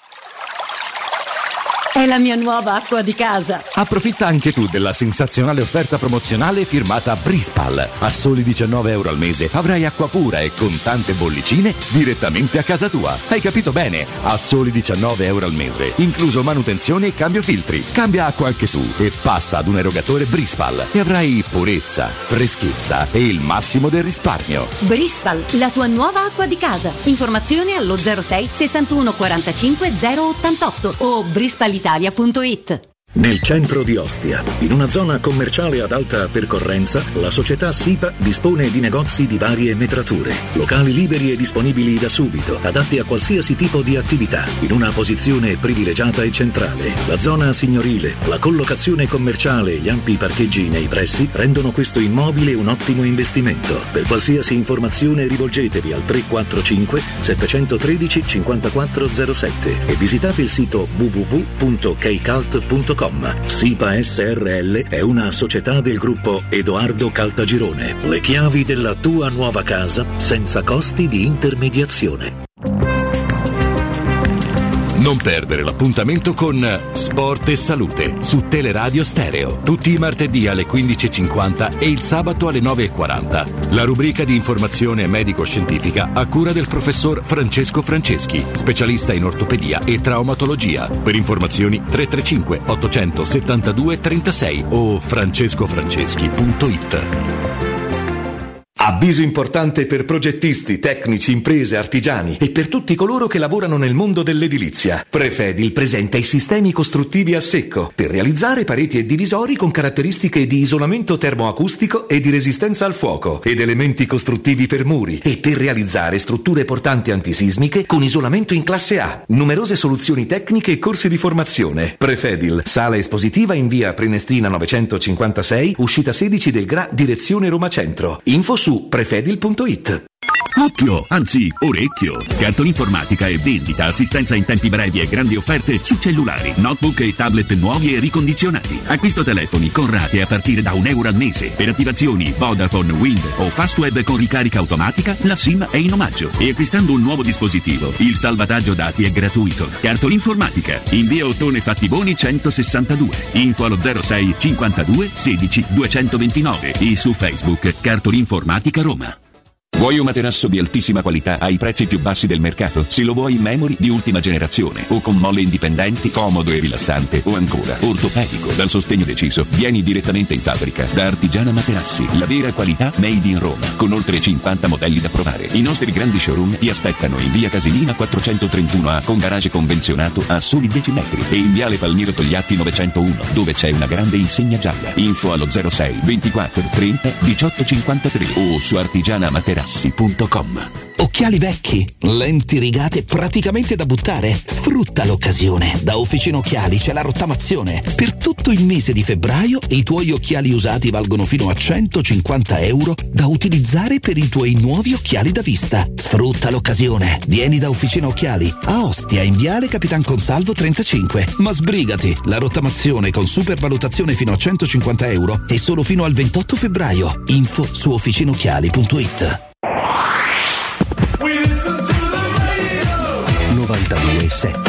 [SPEAKER 14] È la mia nuova acqua di casa.
[SPEAKER 16] Approfitta anche tu della sensazionale offerta promozionale firmata Brispal. A soli €19 al mese avrai acqua pura e con tante bollicine direttamente a casa tua. Hai capito bene? A soli €19 al mese, incluso manutenzione e cambio filtri. Cambia acqua anche tu e passa ad un erogatore Brispal e avrai purezza, freschezza e il massimo del risparmio.
[SPEAKER 14] Brispal, la tua nuova acqua di casa. Informazioni allo 06 61 45 088 o brispalitalia.it.
[SPEAKER 3] Nel centro di Ostia, in una zona commerciale ad alta percorrenza, la società SIPA dispone di negozi di varie metrature, locali liberi e disponibili da subito, adatti a qualsiasi tipo di attività, in una posizione privilegiata e centrale. La zona signorile, la collocazione commerciale e gli ampi parcheggi nei pressi rendono questo immobile un ottimo investimento. Per qualsiasi informazione rivolgetevi al 345 713 5407 e visitate il sito www.kcult.com. SIPA.com. SIPA SRL è una società del gruppo Edoardo Caltagirone. Le chiavi della tua nuova casa senza costi di intermediazione.
[SPEAKER 16] Non perdere l'appuntamento con Sport e Salute su Teleradio Stereo, tutti i martedì alle 15.50 e il sabato alle 9.40. La rubrica di informazione medico-scientifica a cura del professor Francesco Franceschi, specialista in ortopedia e traumatologia. Per informazioni 335 872 36 o francescofranceschi.it.
[SPEAKER 9] Avviso importante per progettisti, tecnici, imprese, artigiani e per tutti coloro che lavorano nel mondo dell'edilizia. Prefedil presenta i sistemi costruttivi a secco per realizzare pareti e divisori con caratteristiche di isolamento termoacustico e di resistenza al fuoco ed elementi costruttivi per muri e per realizzare strutture portanti antisismiche con isolamento in classe A. Numerose soluzioni tecniche e corsi di formazione. Prefedil, sala espositiva in via Prenestina 956, uscita 16 del GRA, direzione Roma Centro. Info su prefedil.it.
[SPEAKER 8] Occhio, anzi orecchio. Cartolinformatica e vendita, assistenza in tempi brevi e grandi offerte su cellulari, notebook e tablet nuovi e ricondizionati. Acquisto telefoni con rate a partire da €1 al mese. Per attivazioni Vodafone, Wind o Fastweb con ricarica automatica, la SIM è in omaggio. E acquistando un nuovo dispositivo, il salvataggio dati è gratuito. Cartolinformatica, in via Ottone Fattiboni 162. Info allo 06 52 16 229 e su Facebook Cartolinformatica Roma. Vuoi un materasso di altissima qualità ai prezzi più bassi del mercato? Se lo vuoi in memory di ultima generazione o con molle indipendenti, comodo e rilassante o ancora ortopedico dal sostegno deciso, vieni direttamente in fabbrica da Artigiana Materassi, la vera qualità made in Roma, con oltre 50 modelli da provare. I nostri grandi showroom ti aspettano in via Casilina 431A con garage convenzionato a soli 10 metri e in viale Palmiro Togliatti 901 dove c'è una grande insegna gialla. Info allo 06 24 30 18 53 o su artigianamaterassi.com.
[SPEAKER 17] Occhiali vecchi, lenti rigate praticamente da buttare? Sfrutta l'occasione. Da Officina Occhiali c'è la rottamazione. Per tutto il mese di febbraio i tuoi occhiali usati valgono fino a €150 da utilizzare per i tuoi nuovi occhiali da vista. Sfrutta l'occasione. Vieni da Officina Occhiali a Ostia in viale Capitan Consalvo 35. Ma sbrigati, la rottamazione con supervalutazione fino a €150 è solo fino al 28 febbraio. Info su officinocchiali.it. 92.7.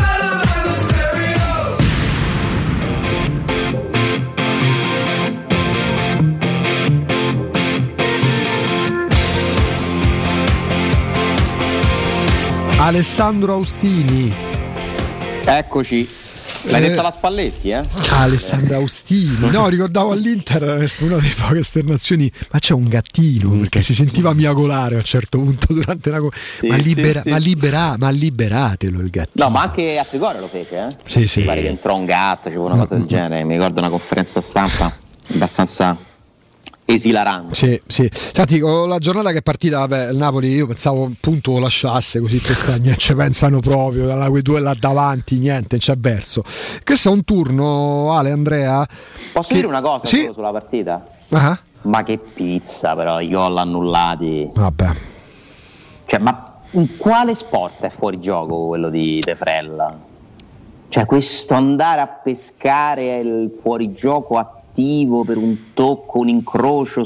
[SPEAKER 10] Alessandro Austini.
[SPEAKER 12] Eccoci. L'hai detto alla Spalletti, eh?
[SPEAKER 10] Alessandro Austini. No, ricordavo all'Inter una delle poche esternazioni, ma c'è un gattino perché si sentiva miagolare a un certo punto durante la
[SPEAKER 12] sì,
[SPEAKER 10] ma
[SPEAKER 12] sì.
[SPEAKER 10] liberatelo il gattino.
[SPEAKER 12] No, ma anche a Trigoria lo fece, eh?
[SPEAKER 10] Sì, sì.
[SPEAKER 12] Mi pare che entrò un gatto, c'è una cosa del genere. Mi ricordo una conferenza stampa abbastanza esilarante.
[SPEAKER 10] Sì, sì. Senti, con la giornata che è partita, vabbè, il Napoli io pensavo appunto lo lasciasse così, questa niente, ci pensano proprio, quei due là davanti, niente, c'è verso. Questo è un turno, Ale, Andrea.
[SPEAKER 12] Posso dire una cosa solo sulla partita?
[SPEAKER 10] Uh-huh.
[SPEAKER 12] Ma che pizza però, i gol annullati.
[SPEAKER 10] Vabbè.
[SPEAKER 12] Cioè, ma in quale sport è fuori gioco quello di De Frella? Cioè, questo andare a pescare il fuorigioco attivo per un tocco, un incrocio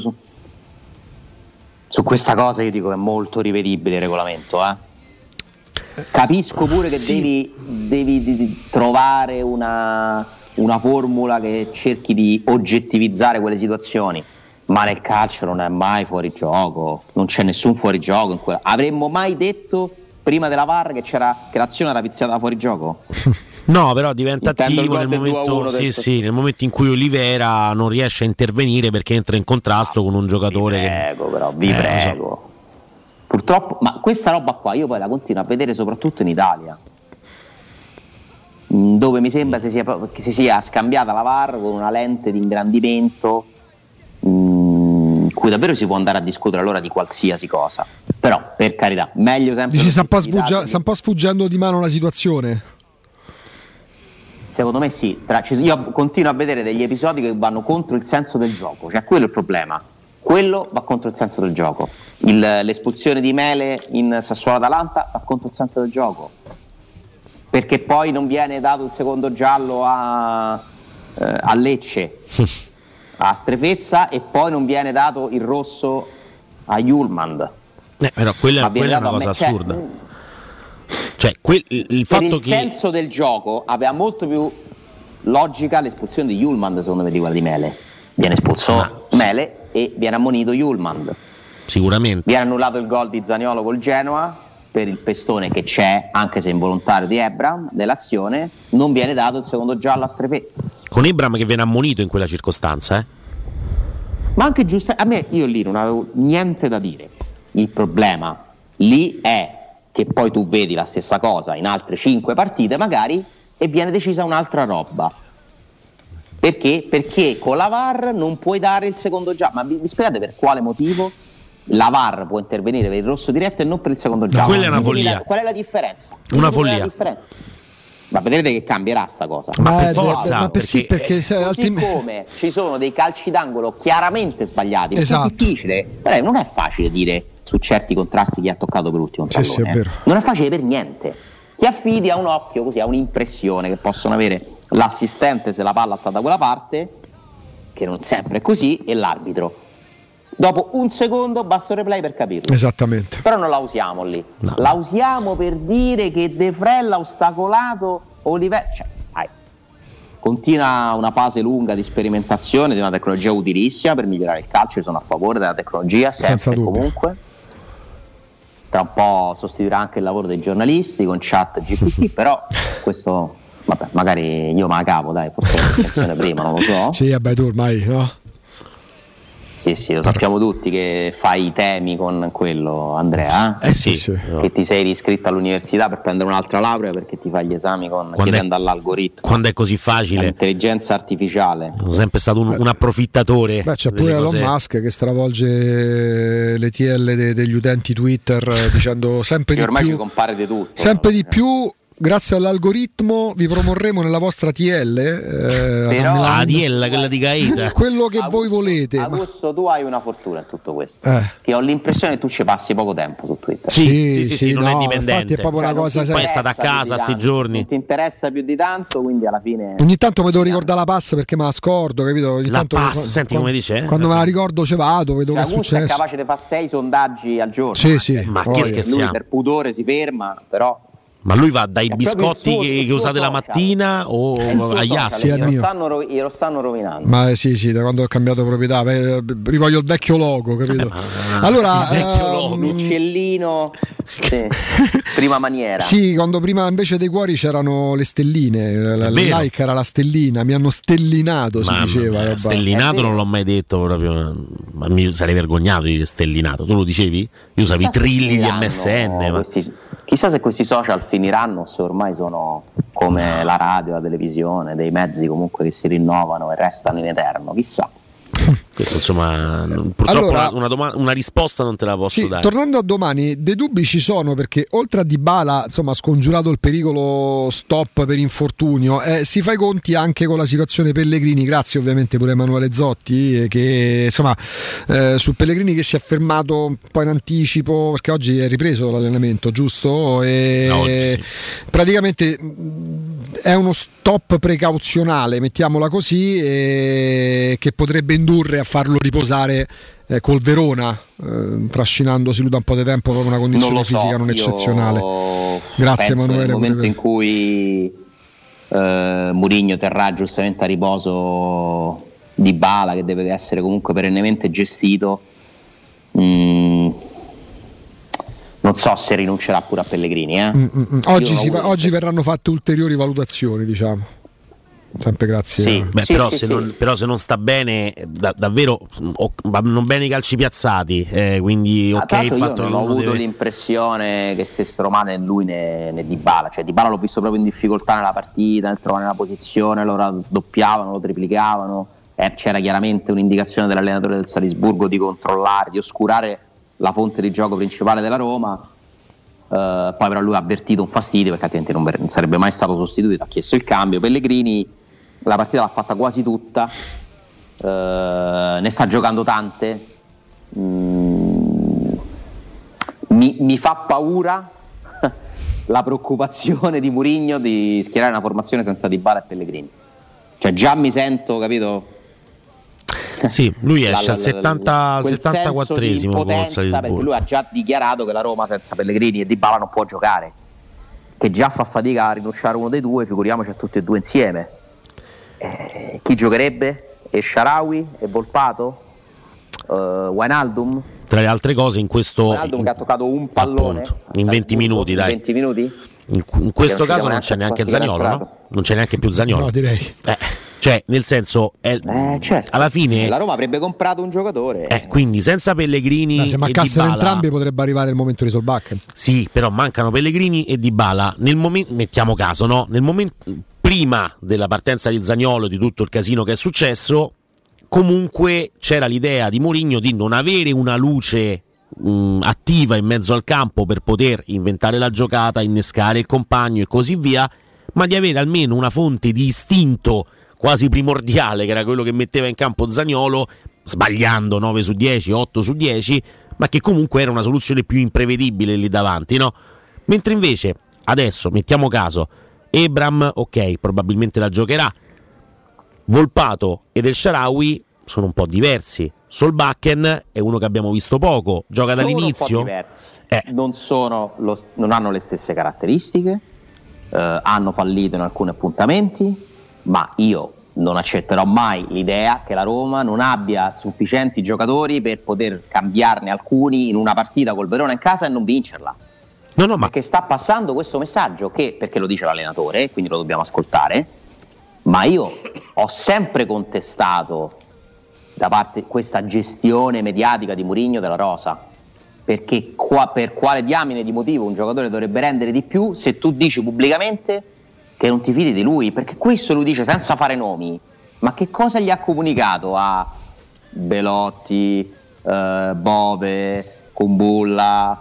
[SPEAKER 12] su questa cosa io dico che è molto rivedibile il regolamento, Capisco pure che devi trovare una formula che cerchi di oggettivizzare quelle situazioni, ma nel calcio non è mai fuori gioco, non c'è nessun fuori gioco in quella. Avremmo mai detto prima della VAR che l'azione era viziata fuori gioco?
[SPEAKER 11] No, però diventa attivo nel momento, nel momento in cui Olivera non riesce a intervenire perché entra in contrasto con un giocatore
[SPEAKER 12] vi prego. So. Purtroppo, ma questa roba qua io poi la continuo a vedere soprattutto in Italia, dove mi sembra che si sia scambiata la VAR con una lente di ingrandimento in cui davvero si può andare a discutere allora di qualsiasi cosa. Però, per carità, meglio sempre.
[SPEAKER 10] Dici, sta un po' sfuggendo di mano la situazione?
[SPEAKER 12] Secondo me sì, io continuo a vedere degli episodi che vanno contro il senso del gioco, cioè quello è il problema, quello va contro il senso del gioco, l'espulsione di Mele in Sassuolo-Atalanta va contro il senso del gioco, perché poi non viene dato il secondo giallo a a Lecce a Strefezza e poi non viene dato il rosso a Julmand.
[SPEAKER 11] Però quella è una cosa assurda. Cioè, il fatto che...
[SPEAKER 12] il senso del gioco aveva molto più logica l'espulsione di Julmand, secondo me, di quella di Mele. Viene espulso Mele e viene ammonito Julmand.
[SPEAKER 11] Sicuramente.
[SPEAKER 12] Viene annullato il gol di Zaniolo col Genoa per il pestone che c'è, anche se involontario, di Ebram nell'azione. Non viene dato il secondo giallo a Strefè.
[SPEAKER 11] Con Ebram che viene ammonito in quella circostanza,
[SPEAKER 12] Ma anche giusto, a me, io lì non avevo niente da dire. Il problema lì è che poi tu vedi la stessa cosa in altre 5 partite magari e viene decisa un'altra roba. Perché? Perché con la VAR non puoi dare il secondo giallo. Ma mi spiegate per quale motivo la VAR può intervenire per il rosso diretto e non per il secondo giallo?
[SPEAKER 11] Quella è una follia.
[SPEAKER 12] Qual è la differenza?
[SPEAKER 11] Una follia.
[SPEAKER 12] Ma vedrete che cambierà sta cosa.
[SPEAKER 11] Ma per forza,
[SPEAKER 12] perché come ci sono dei calci d'angolo chiaramente sbagliati,
[SPEAKER 10] esatto.
[SPEAKER 12] È difficile, però non è facile dire su certi contrasti chi ha toccato per l'ultimo pallone.
[SPEAKER 10] Sì, è vero.
[SPEAKER 12] Non è facile per niente. Ti affidi a un occhio, così, a un'impressione che possono avere l'assistente se la palla sta da quella parte, che non sempre è così, e l'arbitro. Dopo un secondo basta un replay per capirlo.
[SPEAKER 10] Esattamente.
[SPEAKER 12] Però non la usiamo lì. No. La usiamo per dire che De Vrel ha ostacolato Oliver. Cioè, continua una fase lunga di sperimentazione di una tecnologia utilissima per migliorare il calcio. Io sono a favore della tecnologia, sempre e comunque. Tra un po' sostituirà anche il lavoro dei giornalisti con chat GPT, però questo, vabbè, magari io me la capo, dai, forse l'attenzione prima, non lo so.
[SPEAKER 10] Sì, vabbè, tu ormai, no?
[SPEAKER 12] Sì, lo sappiamo tutti che fai i temi con quello, Andrea.
[SPEAKER 11] Sì.
[SPEAKER 12] Che ti sei riscritto all'università per prendere un'altra laurea perché ti fai gli esami chiedendo all'algoritmo.
[SPEAKER 11] Quando è così facile.
[SPEAKER 12] L'intelligenza artificiale.
[SPEAKER 11] Sono sempre stato un approfittatore.
[SPEAKER 10] Beh, c'è pure Elon Musk che stravolge le TL degli utenti Twitter dicendo sempre
[SPEAKER 12] che
[SPEAKER 10] di
[SPEAKER 12] ormai
[SPEAKER 10] più.
[SPEAKER 12] Ci compare di tutto.
[SPEAKER 10] Sempre di più. Grazie all'algoritmo vi proporremo nella vostra TL
[SPEAKER 11] la TL, quella di Gaeta,
[SPEAKER 10] quello che voi volete.
[SPEAKER 12] Augusto, tu hai una fortuna in tutto questo, che ho l'impressione che tu ci passi poco tempo su Twitter.
[SPEAKER 11] Sì, non è dipendente.
[SPEAKER 10] Infatti è proprio una cosa.
[SPEAKER 11] Poi è stata a casa sti giorni.
[SPEAKER 12] Non ti interessa più di tanto, quindi alla fine.
[SPEAKER 10] Ogni tanto mi devo ricordare la pass perché me la scordo, capito? Ogni
[SPEAKER 11] la
[SPEAKER 10] tanto
[SPEAKER 11] pass, senti come dice?
[SPEAKER 10] Quando me la ricordo ci vado, vedo che è successo.
[SPEAKER 12] È capace di fare 6 sondaggi al giorno.
[SPEAKER 10] Sì.
[SPEAKER 11] Ma che scherziamo?
[SPEAKER 12] Lui per pudore si ferma, però.
[SPEAKER 11] Ma lui va dai biscotti che usate la mattina o agli assi?
[SPEAKER 12] Lo stanno rovinando.
[SPEAKER 10] Ma sì, da quando ho cambiato proprietà, rivoglio il vecchio logo, capito? Allora,
[SPEAKER 12] il vecchio logo, l'uccellino, prima maniera.
[SPEAKER 10] Sì, quando prima invece dei cuori c'erano le stelline, la like era la stellina, mi hanno stellinato, si diceva.
[SPEAKER 11] Stellinato non l'ho mai detto proprio, ma mi sarei vergognato di dire stellinato. Tu lo dicevi? Io usavi i trilli di MSN.
[SPEAKER 12] Chissà se questi social finiranno o se ormai sono come la radio, la televisione, dei mezzi comunque che si rinnovano e restano in eterno, chissà.
[SPEAKER 11] Questo insomma purtroppo allora, una risposta non te la posso dare.
[SPEAKER 10] Tornando a domani, dei dubbi ci sono perché oltre a Dybala insomma scongiurato il pericolo stop per infortunio, si fa i conti anche con la situazione Pellegrini, grazie ovviamente pure Emanuele Zotti che insomma su Pellegrini che si è fermato un po' in anticipo perché oggi è ripreso l'allenamento, giusto? E
[SPEAKER 11] oggi sì.
[SPEAKER 10] Praticamente è uno stop precauzionale, mettiamola così, che potrebbe indurre a farlo riposare col Verona, trascinandosi lui da un po' di tempo proprio una condizione fisica non eccezionale. Grazie Emanuele.
[SPEAKER 12] Nel momento in cui Mourinho terrà giustamente a riposo Dybala, che deve essere comunque perennemente gestito, non so se rinuncerà pure a Pellegrini.
[SPEAKER 10] Oggi verranno fatte ulteriori valutazioni, diciamo. Sempre grazie.
[SPEAKER 11] Però se non sta bene, davvero vanno bene i calci piazzati. Quindi ok, il fatto
[SPEAKER 12] io non ho avuto l'impressione che stessero male né lui né Dybala. Cioè Dybala l'ho visto proprio in difficoltà nella partita, nel trovare la posizione, lo raddoppiavano, lo triplicavano. C'era chiaramente un'indicazione dell'allenatore del Salisburgo di controllare, di oscurare la fonte di gioco principale della Roma. Poi però lui ha avvertito un fastidio perché altrimenti non sarebbe mai stato sostituito, ha chiesto il cambio. Pellegrini la partita l'ha fatta quasi tutta, ne sta giocando tante, mi fa paura la preoccupazione di Mourinho di schierare una formazione senza Dybala e Pellegrini. Cioè già mi sento, capito?
[SPEAKER 11] Sì, lui esce al 74esimo con
[SPEAKER 12] Salisburgo, perché lui ha già dichiarato che la Roma senza Pellegrini e Dybala non può giocare, che già fa fatica a rinunciare a uno dei due, figuriamoci a tutti e due insieme. Chi giocherebbe? E Shaarawy? E Volpato? Wijnaldum?
[SPEAKER 11] Tra le altre cose in questo
[SPEAKER 12] Wijnaldum che ha toccato un pallone
[SPEAKER 11] appunto, in 20 minuti, dai.
[SPEAKER 12] 20 minuti?
[SPEAKER 11] In questo caso non c'è neanche Zaniolo, no? Non c'è neanche più Zaniolo.
[SPEAKER 10] No, direi.
[SPEAKER 11] Cioè, nel senso,
[SPEAKER 12] certo.
[SPEAKER 11] alla fine
[SPEAKER 12] la Roma avrebbe comprato un giocatore.
[SPEAKER 11] Quindi senza Pellegrini
[SPEAKER 10] se
[SPEAKER 11] e
[SPEAKER 10] mancassero
[SPEAKER 11] Dybala,
[SPEAKER 10] entrambi potrebbe arrivare il momento di Solbakken.
[SPEAKER 11] Sì, però mancano Pellegrini e Dybala. Nel momento, mettiamo caso, no? Nel momento prima della partenza di Zaniolo, di tutto il casino che è successo, comunque c'era l'idea di Mourinho di non avere una luce attiva in mezzo al campo per poter inventare la giocata, innescare il compagno e così via, ma di avere almeno una fonte di istinto quasi primordiale, che era quello che metteva in campo Zaniolo, sbagliando 9 su 10, 8 su 10, ma che comunque era una soluzione più imprevedibile lì davanti, no? Mentre invece adesso, mettiamo caso, Ebram, ok, probabilmente la giocherà, Volpato ed El Shaarawy sono un po' diversi. Solbakken è uno che abbiamo visto poco, gioca dall'inizio.
[SPEAKER 12] Non hanno le stesse caratteristiche, hanno fallito in alcuni appuntamenti, ma io non accetterò mai l'idea che la Roma non abbia sufficienti giocatori per poter cambiarne alcuni in una partita col Verona in casa e non vincerla.
[SPEAKER 11] No,
[SPEAKER 12] perché sta passando questo messaggio perché lo dice l'allenatore, quindi lo dobbiamo ascoltare, ma io ho sempre contestato da parte questa gestione mediatica di Mourinho della rosa, perché per quale diamine di motivo un giocatore dovrebbe rendere di più se tu dici pubblicamente che non ti fidi di lui? Perché questo lui dice senza fare nomi, ma che cosa gli ha comunicato a Belotti, Bove, Kumbulla,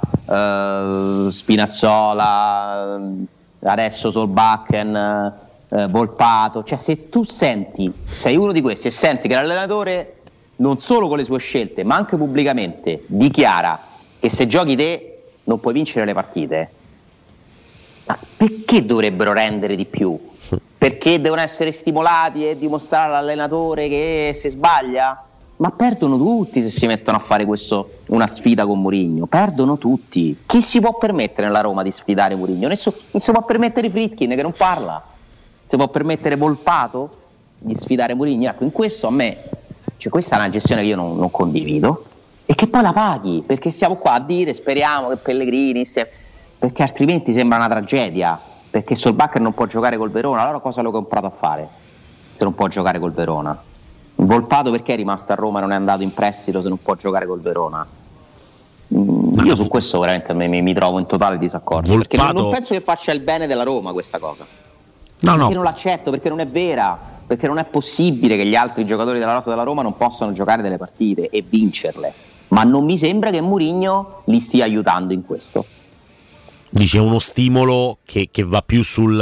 [SPEAKER 12] Spinazzola, adesso Solbakken, Volpato? Cioè, se tu sei uno di questi e senti che l'allenatore non solo con le sue scelte ma anche pubblicamente dichiara che se giochi te non puoi vincere le partite, ma perché dovrebbero rendere di più? Perché devono essere stimolati e dimostrare all'allenatore che si sbaglia? Ma perdono tutti se si mettono a fare questo, una sfida con Mourinho, perdono tutti. Chi si può permettere nella Roma di sfidare Mourinho? Nessuno. Non si può permettere Friedkin che non parla, si può permettere Volpato di sfidare Mourinho. Ecco, in questo a me, cioè, questa è una gestione che io non condivido e che poi la paghi, perché siamo qua a dire speriamo che Pellegrini perché altrimenti sembra una tragedia, perché Solbakken non può giocare col Verona. Allora cosa l'ho comprato a fare se non può giocare col Verona? Volpato perché è rimasto a Roma e non è andato in prestito se non può giocare col Verona? Io su questo veramente mi trovo in totale disaccordo, Volpato... perché non penso che faccia il bene della Roma questa cosa. Perché non l'accetto, perché non è vera, perché non è possibile che gli altri giocatori della rosa della Roma non possano giocare delle partite e vincerle, ma non mi sembra che Mourinho li stia aiutando in questo.
[SPEAKER 11] Dice uno stimolo che va più sul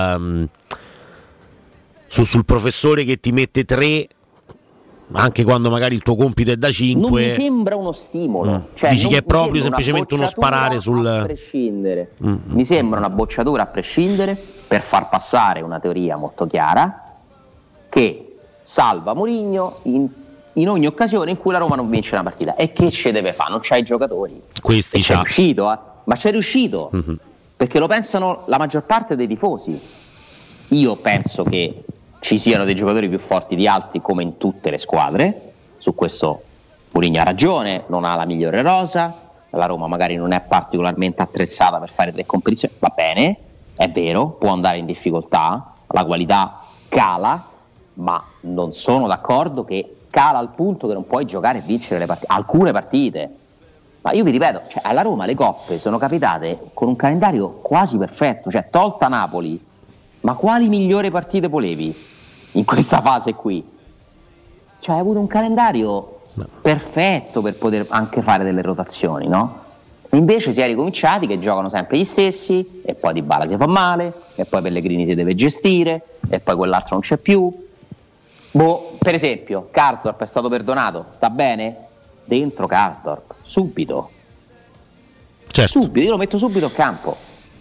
[SPEAKER 11] professore che ti mette 3 anche quando magari il tuo compito è da 5.
[SPEAKER 12] Non mi sembra uno stimolo. Cioè,
[SPEAKER 11] dici che è proprio semplicemente uno sparare sul...
[SPEAKER 12] A prescindere. Mi sembra una bocciatura a prescindere per far passare una teoria molto chiara che salva Mourinho in ogni occasione in cui la Roma non vince una partita. E che ce deve fare? Non c'ha i giocatori.
[SPEAKER 11] Questi
[SPEAKER 12] c'è riuscito, ma c'è riuscito, perché lo pensano la maggior parte dei tifosi. Io penso che ci siano dei giocatori più forti di altri, come in tutte le squadre. Su questo Mourinho ha ragione, non ha la migliore rosa, la Roma magari non è particolarmente attrezzata per fare 3 competizioni, va bene, è vero, può andare in difficoltà, la qualità cala, ma non sono d'accordo che scala al punto che non puoi giocare e vincere le partite, alcune partite. Ma io vi ripeto, cioè, alla Roma le coppe sono capitate con un calendario quasi perfetto, cioè tolta Napoli, ma quali migliori partite volevi in questa fase qui? Cioè hai avuto un calendario perfetto per poter anche fare delle rotazioni, no? Invece si è ricominciati che giocano sempre gli stessi e poi Dybala si fa male e poi Pellegrini si deve gestire e poi quell'altro non c'è più. Per esempio Karsdorp è stato perdonato, sta bene? Dentro Karsdorp, subito.
[SPEAKER 11] Certo.
[SPEAKER 12] Subito, io lo metto subito a campo.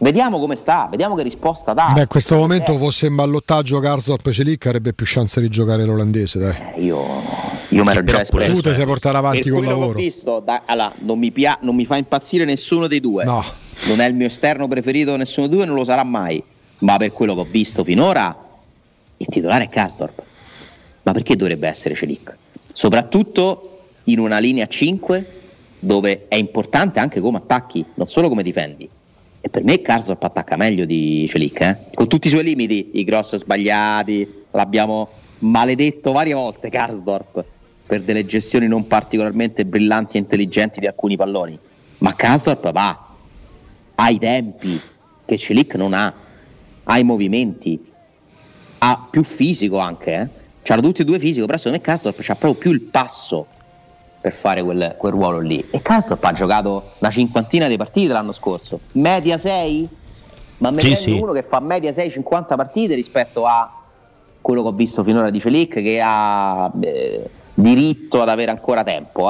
[SPEAKER 12] Vediamo come sta, vediamo che risposta dà.
[SPEAKER 10] Beh, in questo momento fosse in ballottaggio Karsdorp Celic avrebbe più chance di giocare l'olandese, dai.
[SPEAKER 12] Io mi ero già espresso.
[SPEAKER 10] Tu te sei portato avanti
[SPEAKER 12] per
[SPEAKER 10] col lavoro.
[SPEAKER 12] Ho visto, allora, non mi fa impazzire nessuno dei due.
[SPEAKER 10] No.
[SPEAKER 12] Non è il mio esterno preferito nessuno dei due, non lo sarà mai. Ma per quello che ho visto finora, il titolare è Karsdorp. Ma perché dovrebbe essere Celic? Soprattutto in una linea 5 dove è importante anche come attacchi, non solo come difendi. E per me Karsdorp attacca meglio di Celic, con tutti i suoi limiti, i cross sbagliati, l'abbiamo maledetto varie volte Karsdorp per delle gestioni non particolarmente brillanti e intelligenti di alcuni palloni, ma Karsdorp va, ha i tempi che Celic non ha i movimenti, ha più fisico anche, c'hanno tutti e due fisico, però secondo me Karsdorp c'ha proprio più il passo per fare quel ruolo lì. E Karsdorp ha giocato una cinquantina di partite l'anno scorso, media 6, ma me ne prendo uno che fa media 6-50 partite rispetto a quello che ho visto finora di Celic, che ha diritto ad avere ancora tempo,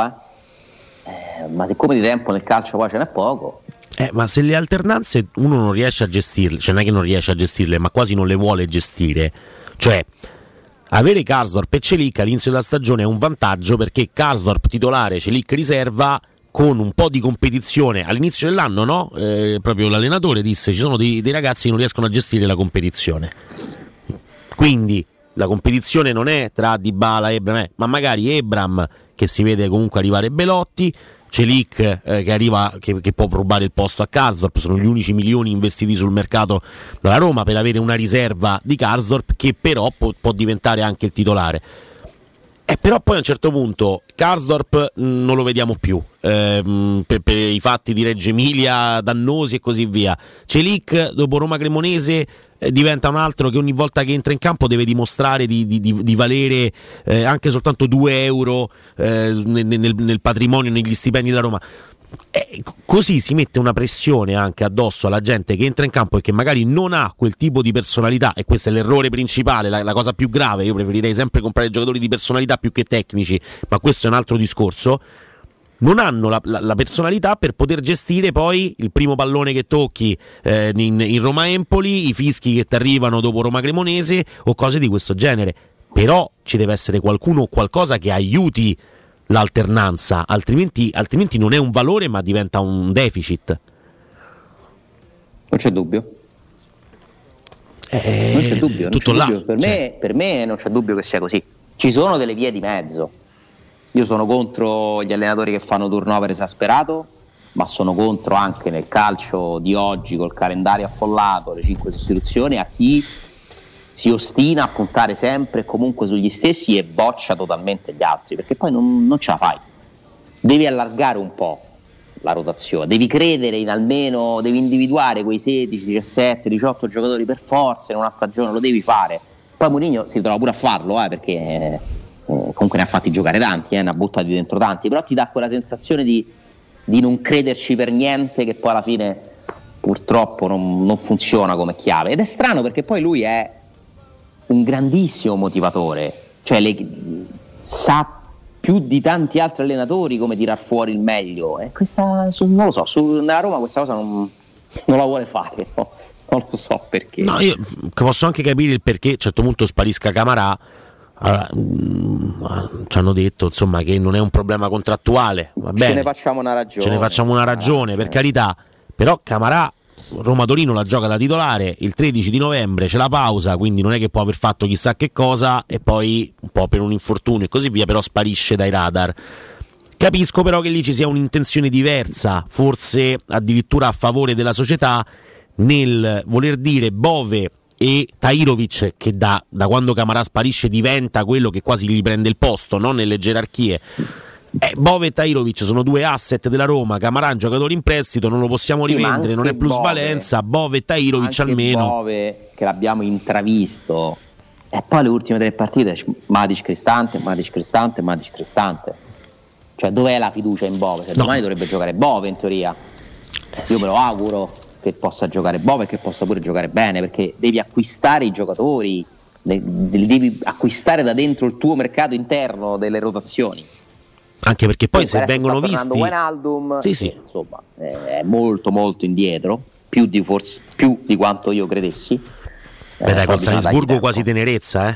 [SPEAKER 12] ma siccome di tempo nel calcio poi ce n'è poco.
[SPEAKER 11] Ma se le alternanze uno non riesce a gestirle, cioè non è che non riesce a gestirle, ma quasi non le vuole gestire, cioè avere Karsdorp e Celic all'inizio della stagione è un vantaggio, perché Karsdorp titolare, Celic riserva, con un po' di competizione all'inizio dell'anno, no? Proprio l'allenatore disse ci sono dei ragazzi che non riescono a gestire la competizione, quindi la competizione non è tra Dybala e Ebram, ma magari Ebram, che si vede comunque arrivare Belotti, Celic che arriva, che può rubare il posto a Karsdorp. Sono gli unici milioni investiti sul mercato dalla Roma per avere una riserva di Karsdorp, che però può diventare anche il titolare. Però poi a un certo punto Karsdorp non lo vediamo più per i fatti di Reggio Emilia dannosi e così via. Celic dopo Roma Cremonese diventa un altro che ogni volta che entra in campo deve dimostrare di valere anche soltanto 2 euro nel patrimonio, negli stipendi della Roma. Così si mette una pressione anche addosso alla gente che entra in campo e che magari non ha quel tipo di personalità, e questo è l'errore principale, la cosa più grave. Io preferirei sempre comprare giocatori di personalità più che tecnici, ma questo è un altro discorso. Non hanno la personalità per poter gestire poi il primo pallone che tocchi in Roma-Empoli, i fischi che ti arrivano dopo Roma-Cremonese o cose di questo genere. Però ci deve essere qualcuno o qualcosa che aiuti l'alternanza, altrimenti non è un valore ma diventa un deficit.
[SPEAKER 12] Non c'è dubbio. Non c'è dubbio.
[SPEAKER 11] Tutto là.
[SPEAKER 12] Per me non c'è dubbio che sia così. Ci sono delle vie di mezzo. Io sono contro gli allenatori che fanno turnover esasperato, ma sono contro anche nel calcio di oggi, col calendario affollato, le 5 sostituzioni, a chi si ostina a puntare sempre e comunque sugli stessi e boccia totalmente gli altri, perché poi non ce la fai. Devi allargare un po' la rotazione, devi credere in almeno, devi individuare quei 16, 17, 18 giocatori per forza in una stagione, lo devi fare. Poi Mourinho si trova pure a farlo, perché comunque ne ha fatti giocare tanti, ne ha buttati dentro tanti, però ti dà quella sensazione di non crederci per niente, che poi alla fine purtroppo non funziona come chiave. Ed è strano perché poi lui è un grandissimo motivatore, cioè sa più di tanti altri allenatori come tirar fuori il meglio, e questa non lo so, nella Roma questa cosa non la vuole fare, no? Non lo so perché.
[SPEAKER 11] No, io posso anche capire il perché a un certo punto sparisca Camarà. Allora, ci hanno detto insomma che non è un problema contrattuale, va bene,
[SPEAKER 12] ce ne facciamo una ragione,
[SPEAKER 11] per carità, però Camarà Roma-Torino la gioca da titolare il 13 di novembre, c'è la pausa, quindi non è che può aver fatto chissà che cosa, e poi un po' per un infortunio e così via, però sparisce dai radar. Capisco però che lì ci sia un'intenzione diversa, forse addirittura a favore della società, nel voler dire Bove e Tahirovic, che da quando Camarà sparisce diventa quello che quasi gli prende il posto, no? Nelle gerarchie. Bove e Tahirovic sono due asset della Roma, Camarà è un giocatore in prestito, non lo possiamo rivendere, non è plusvalenza. Bove e Tahirovic almeno.
[SPEAKER 12] Bove che l'abbiamo intravisto, e poi le ultime 3 partite Matic Cristante. Cioè dov'è la fiducia in Bove? Se domani dovrebbe giocare Bove in teoria. Io me lo auguro che possa giocare Bove e che possa pure giocare bene, perché devi acquistare i giocatori, devi acquistare da dentro il tuo mercato interno delle rotazioni.
[SPEAKER 11] Anche perché poi se vengono visti
[SPEAKER 12] Wijnaldum,
[SPEAKER 11] sì.
[SPEAKER 12] insomma, è molto molto indietro, più di quanto io credessi.
[SPEAKER 11] Beh dai, col Salisburgo quasi tenerezza,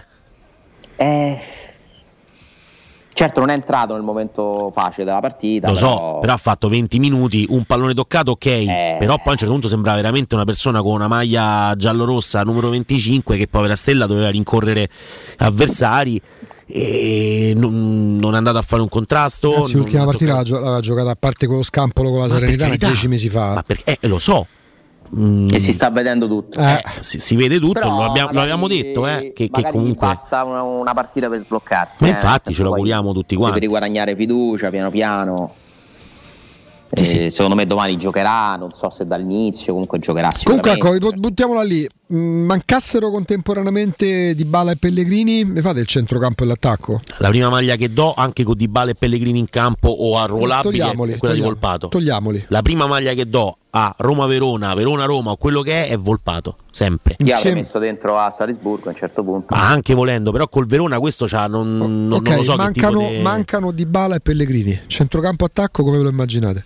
[SPEAKER 12] Certo non è entrato nel momento facile della partita.
[SPEAKER 11] Lo so, però ha fatto 20 minuti, un pallone toccato, ok, però poi a un certo punto sembrava veramente una persona con una maglia giallorossa numero 25 che povera stella doveva rincorrere avversari e non è andato a fare un contrasto.
[SPEAKER 10] Anzi, l'ultima partita l'aveva giocata, a parte con lo Scampolo con la Salernitana 10 mesi fa.
[SPEAKER 11] Ma perché? Lo so.
[SPEAKER 12] E si sta vedendo tutto.
[SPEAKER 11] Si vede tutto, lo abbiamo detto che comunque
[SPEAKER 12] basta una partita per sbloccarsi.
[SPEAKER 11] Ma infatti ce lo auguriamo tutti quanti.
[SPEAKER 12] Per riguadagnare fiducia piano piano.
[SPEAKER 11] Sì.
[SPEAKER 12] Secondo me domani giocherà, non so se dall'inizio, comunque giocherà sicuramente.
[SPEAKER 10] Comunque ecco, buttiamola lì. Mancassero contemporaneamente Dybala e Pellegrini, mi fate il centrocampo e l'attacco?
[SPEAKER 11] La prima maglia che do, anche con Dybala e Pellegrini in campo o arruolabile, è quella di Volpato.
[SPEAKER 10] Togliamoli.
[SPEAKER 11] La prima maglia che do a Roma-Verona, Verona-Roma o quello che è Volpato, sempre.
[SPEAKER 12] Io avrei messo dentro a Salisburgo a un certo punto.
[SPEAKER 11] Ma anche volendo, però col Verona questo non lo so.
[SPEAKER 10] Mancano Dybala e Pellegrini. Centrocampo attacco come ve lo immaginate?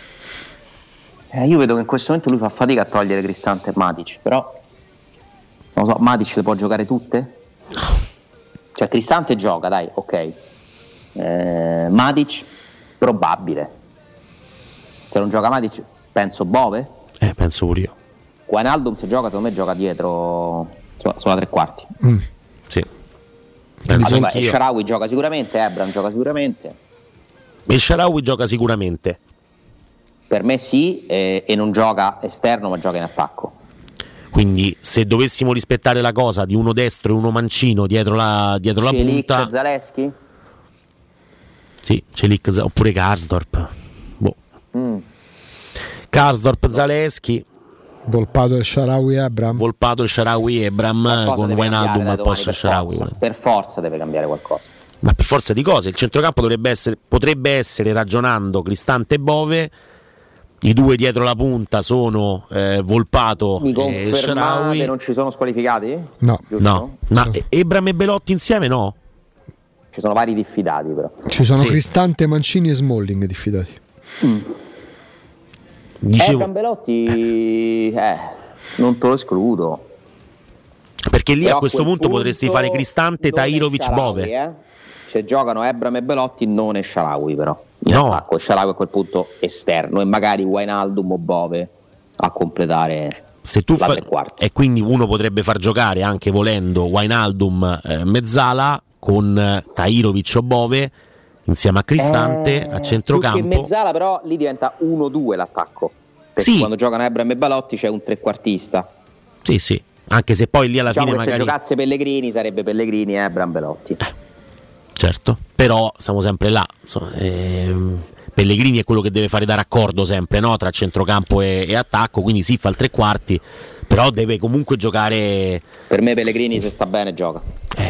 [SPEAKER 12] Io vedo che in questo momento lui fa fatica a togliere Cristante e Matic, però non lo so, Matic le può giocare tutte? Cioè Cristante gioca, dai, ok. Matic probabile. Se non gioca Matic penso Bove?
[SPEAKER 11] Penso pure io.
[SPEAKER 12] Wijnaldum se gioca, secondo me gioca dietro sulla tre quarti.
[SPEAKER 11] Sì.
[SPEAKER 12] Allora, El Shaarawy gioca sicuramente, Ebram gioca sicuramente.
[SPEAKER 11] El Shaarawy gioca sicuramente.
[SPEAKER 12] Per me sì, e non gioca esterno ma gioca in attacco.
[SPEAKER 11] Quindi se dovessimo rispettare la cosa di uno destro e uno mancino dietro la punta,
[SPEAKER 12] Zaleschi?
[SPEAKER 11] Sì, Celik oppure Karsdorp. Karsdorp, Zaleschi,
[SPEAKER 10] Volpato El Shaarawy Ebram.
[SPEAKER 11] Volpato El Shaarawy Ebram con Wijnaldum al posto del Shaarawy.
[SPEAKER 12] Per forza deve cambiare qualcosa.
[SPEAKER 11] Ma per forza di cose, il centrocampo potrebbe essere, ragionando Cristante e Bove. I due dietro la punta sono Volpato e Shaarawy.
[SPEAKER 12] Non ci sono squalificati?
[SPEAKER 10] No.
[SPEAKER 11] Ebram e Belotti insieme no?
[SPEAKER 12] Ci sono vari diffidati però.
[SPEAKER 10] Ci sono Cristante, Mancini e Smalling diffidati.
[SPEAKER 12] Ebram Belotti non te lo escludo.
[SPEAKER 11] Perché lì però a questo punto potresti fare Cristante, Tahirovic, Bove.
[SPEAKER 12] Se giocano Ebram e Belotti non è Shaarawy però. In attacco, Shaarawy a quel punto esterno e magari Wijnaldum o Bove a completare la tre quarti.
[SPEAKER 11] E quindi uno potrebbe far giocare anche volendo Wijnaldum mezzala con Tahirovic o Bove insieme a Cristante a centrocampo.
[SPEAKER 12] Più che mezzala però lì diventa 1-2 l'attacco, perché quando giocano Ebram e Belotti c'è un trequartista.
[SPEAKER 11] Sì, anche se poi lì alla fine magari
[SPEAKER 12] se giocasse Pellegrini sarebbe Pellegrini e Ebram Belotti.
[SPEAKER 11] Certo, però siamo sempre là. Pellegrini è quello che deve fare da raccordo sempre, no? Tra centrocampo e attacco, quindi sì, fa il tre quarti, però deve comunque giocare.
[SPEAKER 12] Per me Pellegrini se sta bene gioca.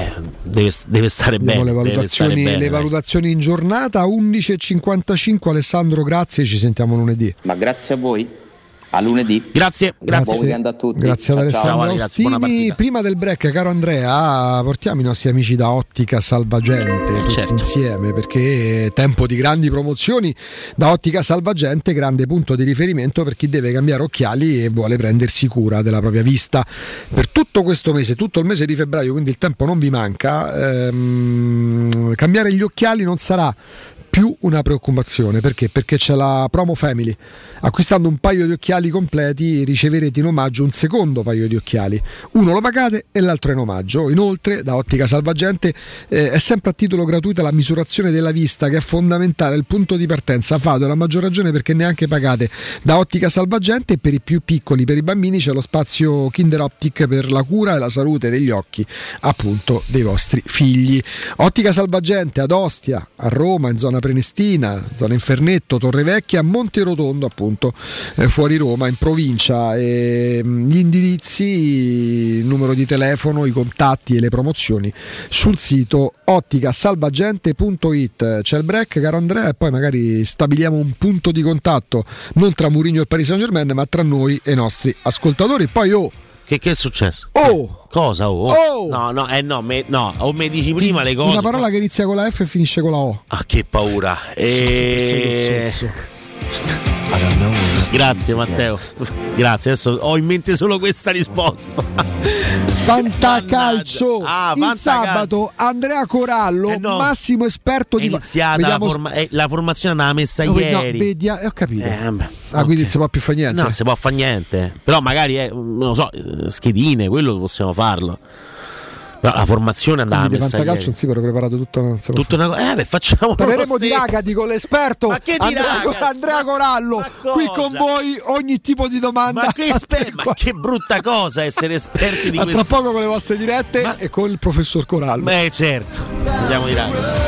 [SPEAKER 11] Deve stare bene.
[SPEAKER 10] Le valutazioni in giornata 11:55. Alessandro, grazie, ci sentiamo lunedì.
[SPEAKER 12] Ma grazie a voi. A lunedì.
[SPEAKER 11] Grazie.
[SPEAKER 12] Buon weekend a tutti.
[SPEAKER 10] Grazie ad Alessandro Ostini. Prima del break, caro Andrea, portiamo i nostri amici da Ottica Salvagente tutti insieme, perché è tempo di grandi promozioni. Da Ottica Salvagente, grande punto di riferimento per chi deve cambiare occhiali e vuole prendersi cura della propria vista. Per tutto questo mese, tutto il mese di febbraio, quindi il tempo non vi manca, cambiare gli occhiali non sarà più una preoccupazione. Perché c'è la promo Family. Acquistando un paio di occhiali completi riceverete in omaggio un secondo paio di occhiali, uno lo pagate e l'altro in omaggio. Inoltre da Ottica Salvagente è sempre a titolo gratuita la misurazione della vista, che è fondamentale, il punto di partenza. Fate la maggior ragione perché neanche pagate. Da Ottica Salvagente, e per i più piccoli, per i bambini, c'è lo spazio Kinder Optic per la cura e la salute degli occhi appunto dei vostri figli. Ottica Salvagente ad Ostia, a Roma, in zona Prenestina, zona Infernetto, Torrevecchia, Monterotondo appunto fuori Roma, in provincia. Gli indirizzi, il numero di telefono, i contatti e le promozioni sul sito otticasalvagente.it. C'è il break, caro Andrea, e poi magari stabiliamo un punto di contatto non tra Mourinho e il Paris Saint-Germain, ma tra noi e i nostri ascoltatori. Poi Che
[SPEAKER 11] è successo? Cosa?
[SPEAKER 10] No,
[SPEAKER 11] o mi dici prima le cose.
[SPEAKER 10] Una parola che inizia con la F e finisce con la O.
[SPEAKER 11] Ah, che paura. Grazie Matteo, grazie, adesso ho in mente solo questa risposta.
[SPEAKER 10] Fantacalcio il sabato Andrea Corallo, massimo esperto di
[SPEAKER 11] iniziata la formazione andava messa ieri.
[SPEAKER 10] Ho capito. Quindi non si può più fare niente.
[SPEAKER 11] No, non si può fare niente. Però magari non lo so, schedine, quello possiamo farlo. Però la formazione andava messa ieri.
[SPEAKER 10] Fantacalcio non si può preparato tutta una
[SPEAKER 11] cosa. Facciamo
[SPEAKER 10] proveremo di Ragati con l'esperto.
[SPEAKER 11] Ma che
[SPEAKER 10] Andrea Corallo qui con voi, ogni tipo di domanda.
[SPEAKER 11] Ma che brutta cosa essere esperti di questo.
[SPEAKER 10] Tra poco con le vostre dirette e con il professor Corallo.
[SPEAKER 11] Certo. Andiamo di Ragati.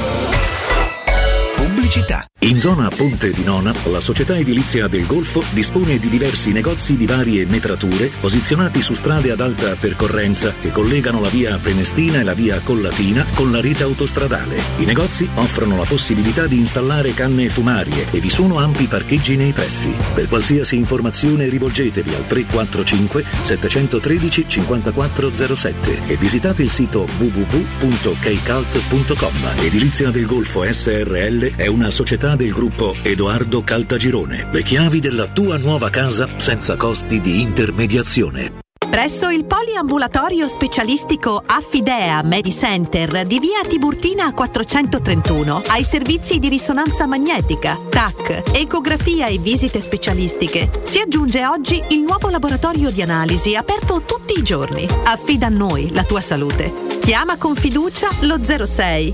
[SPEAKER 3] Pubblicità. In zona Ponte di Nona, la società edilizia del Golfo dispone di diversi negozi di varie metrature posizionati su strade ad alta percorrenza che collegano la via Prenestina e la via Collatina con la rete autostradale. I negozi offrono la possibilità di installare canne fumarie e vi sono ampi parcheggi nei pressi. Per qualsiasi informazione rivolgetevi al 345 713 5407 e visitate il sito www.keicalt.com. Edilizia del Golfo SRL è una società del gruppo Edoardo Caltagirone. Le chiavi della tua nuova casa senza costi di intermediazione.
[SPEAKER 14] Presso il poliambulatorio specialistico Affidea Medicenter di via Tiburtina 431 ai servizi di risonanza magnetica, TAC, ecografia e visite specialistiche. Si aggiunge oggi il nuovo laboratorio di analisi aperto tutti i giorni. Affida a noi la tua salute. Chiama con fiducia lo 06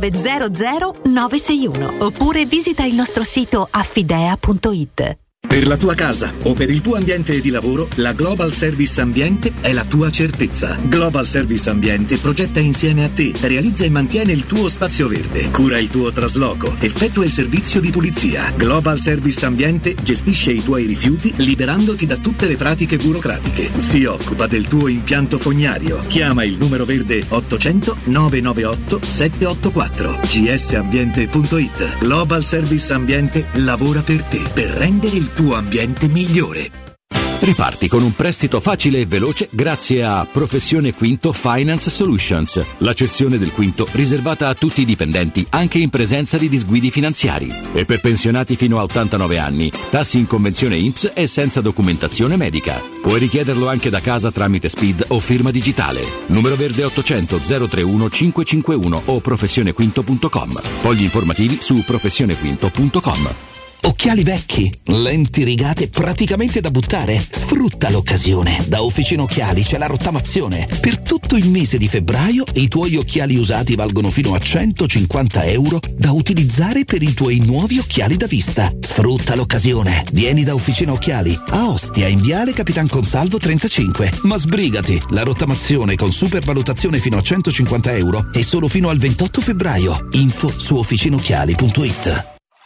[SPEAKER 14] 900 961 oppure visita il nostro sito affidea.it.
[SPEAKER 3] Per la tua casa o per il tuo ambiente di lavoro, la Global Service Ambiente è la tua certezza. Global Service Ambiente progetta insieme a te, realizza e mantiene il tuo spazio verde, cura il tuo trasloco, effettua il servizio di pulizia. Global Service Ambiente gestisce i tuoi rifiuti liberandoti da tutte le pratiche burocratiche. Si occupa del tuo impianto fognario. Chiama il numero verde 800 998 784. gsambiente.it. Global Service Ambiente lavora per te, per rendere il tuo ambiente migliore.
[SPEAKER 16] Riparti con un prestito facile e veloce grazie a Professione Quinto Finance Solutions. La cessione del quinto riservata a tutti i dipendenti, anche in presenza di disguidi finanziari. E per pensionati fino a 89 anni, tassi in convenzione INPS e senza documentazione medica. Puoi richiederlo anche da casa tramite SPID o firma digitale. Numero verde 800 031 551 o professionequinto.com. Fogli informativi su professionequinto.com.
[SPEAKER 17] Occhiali vecchi, lenti rigate praticamente da buttare? Sfrutta l'occasione. Da Officina Occhiali c'è la rottamazione. Per tutto il mese di febbraio i tuoi occhiali usati valgono fino a 150 euro da utilizzare per i tuoi nuovi occhiali da vista. Sfrutta l'occasione. Vieni da Officina Occhiali a Ostia in Viale Capitan Consalvo 35. Ma sbrigati, la rottamazione con supervalutazione fino a 150 euro è solo fino al 28 febbraio. Info su officinocchiali.it.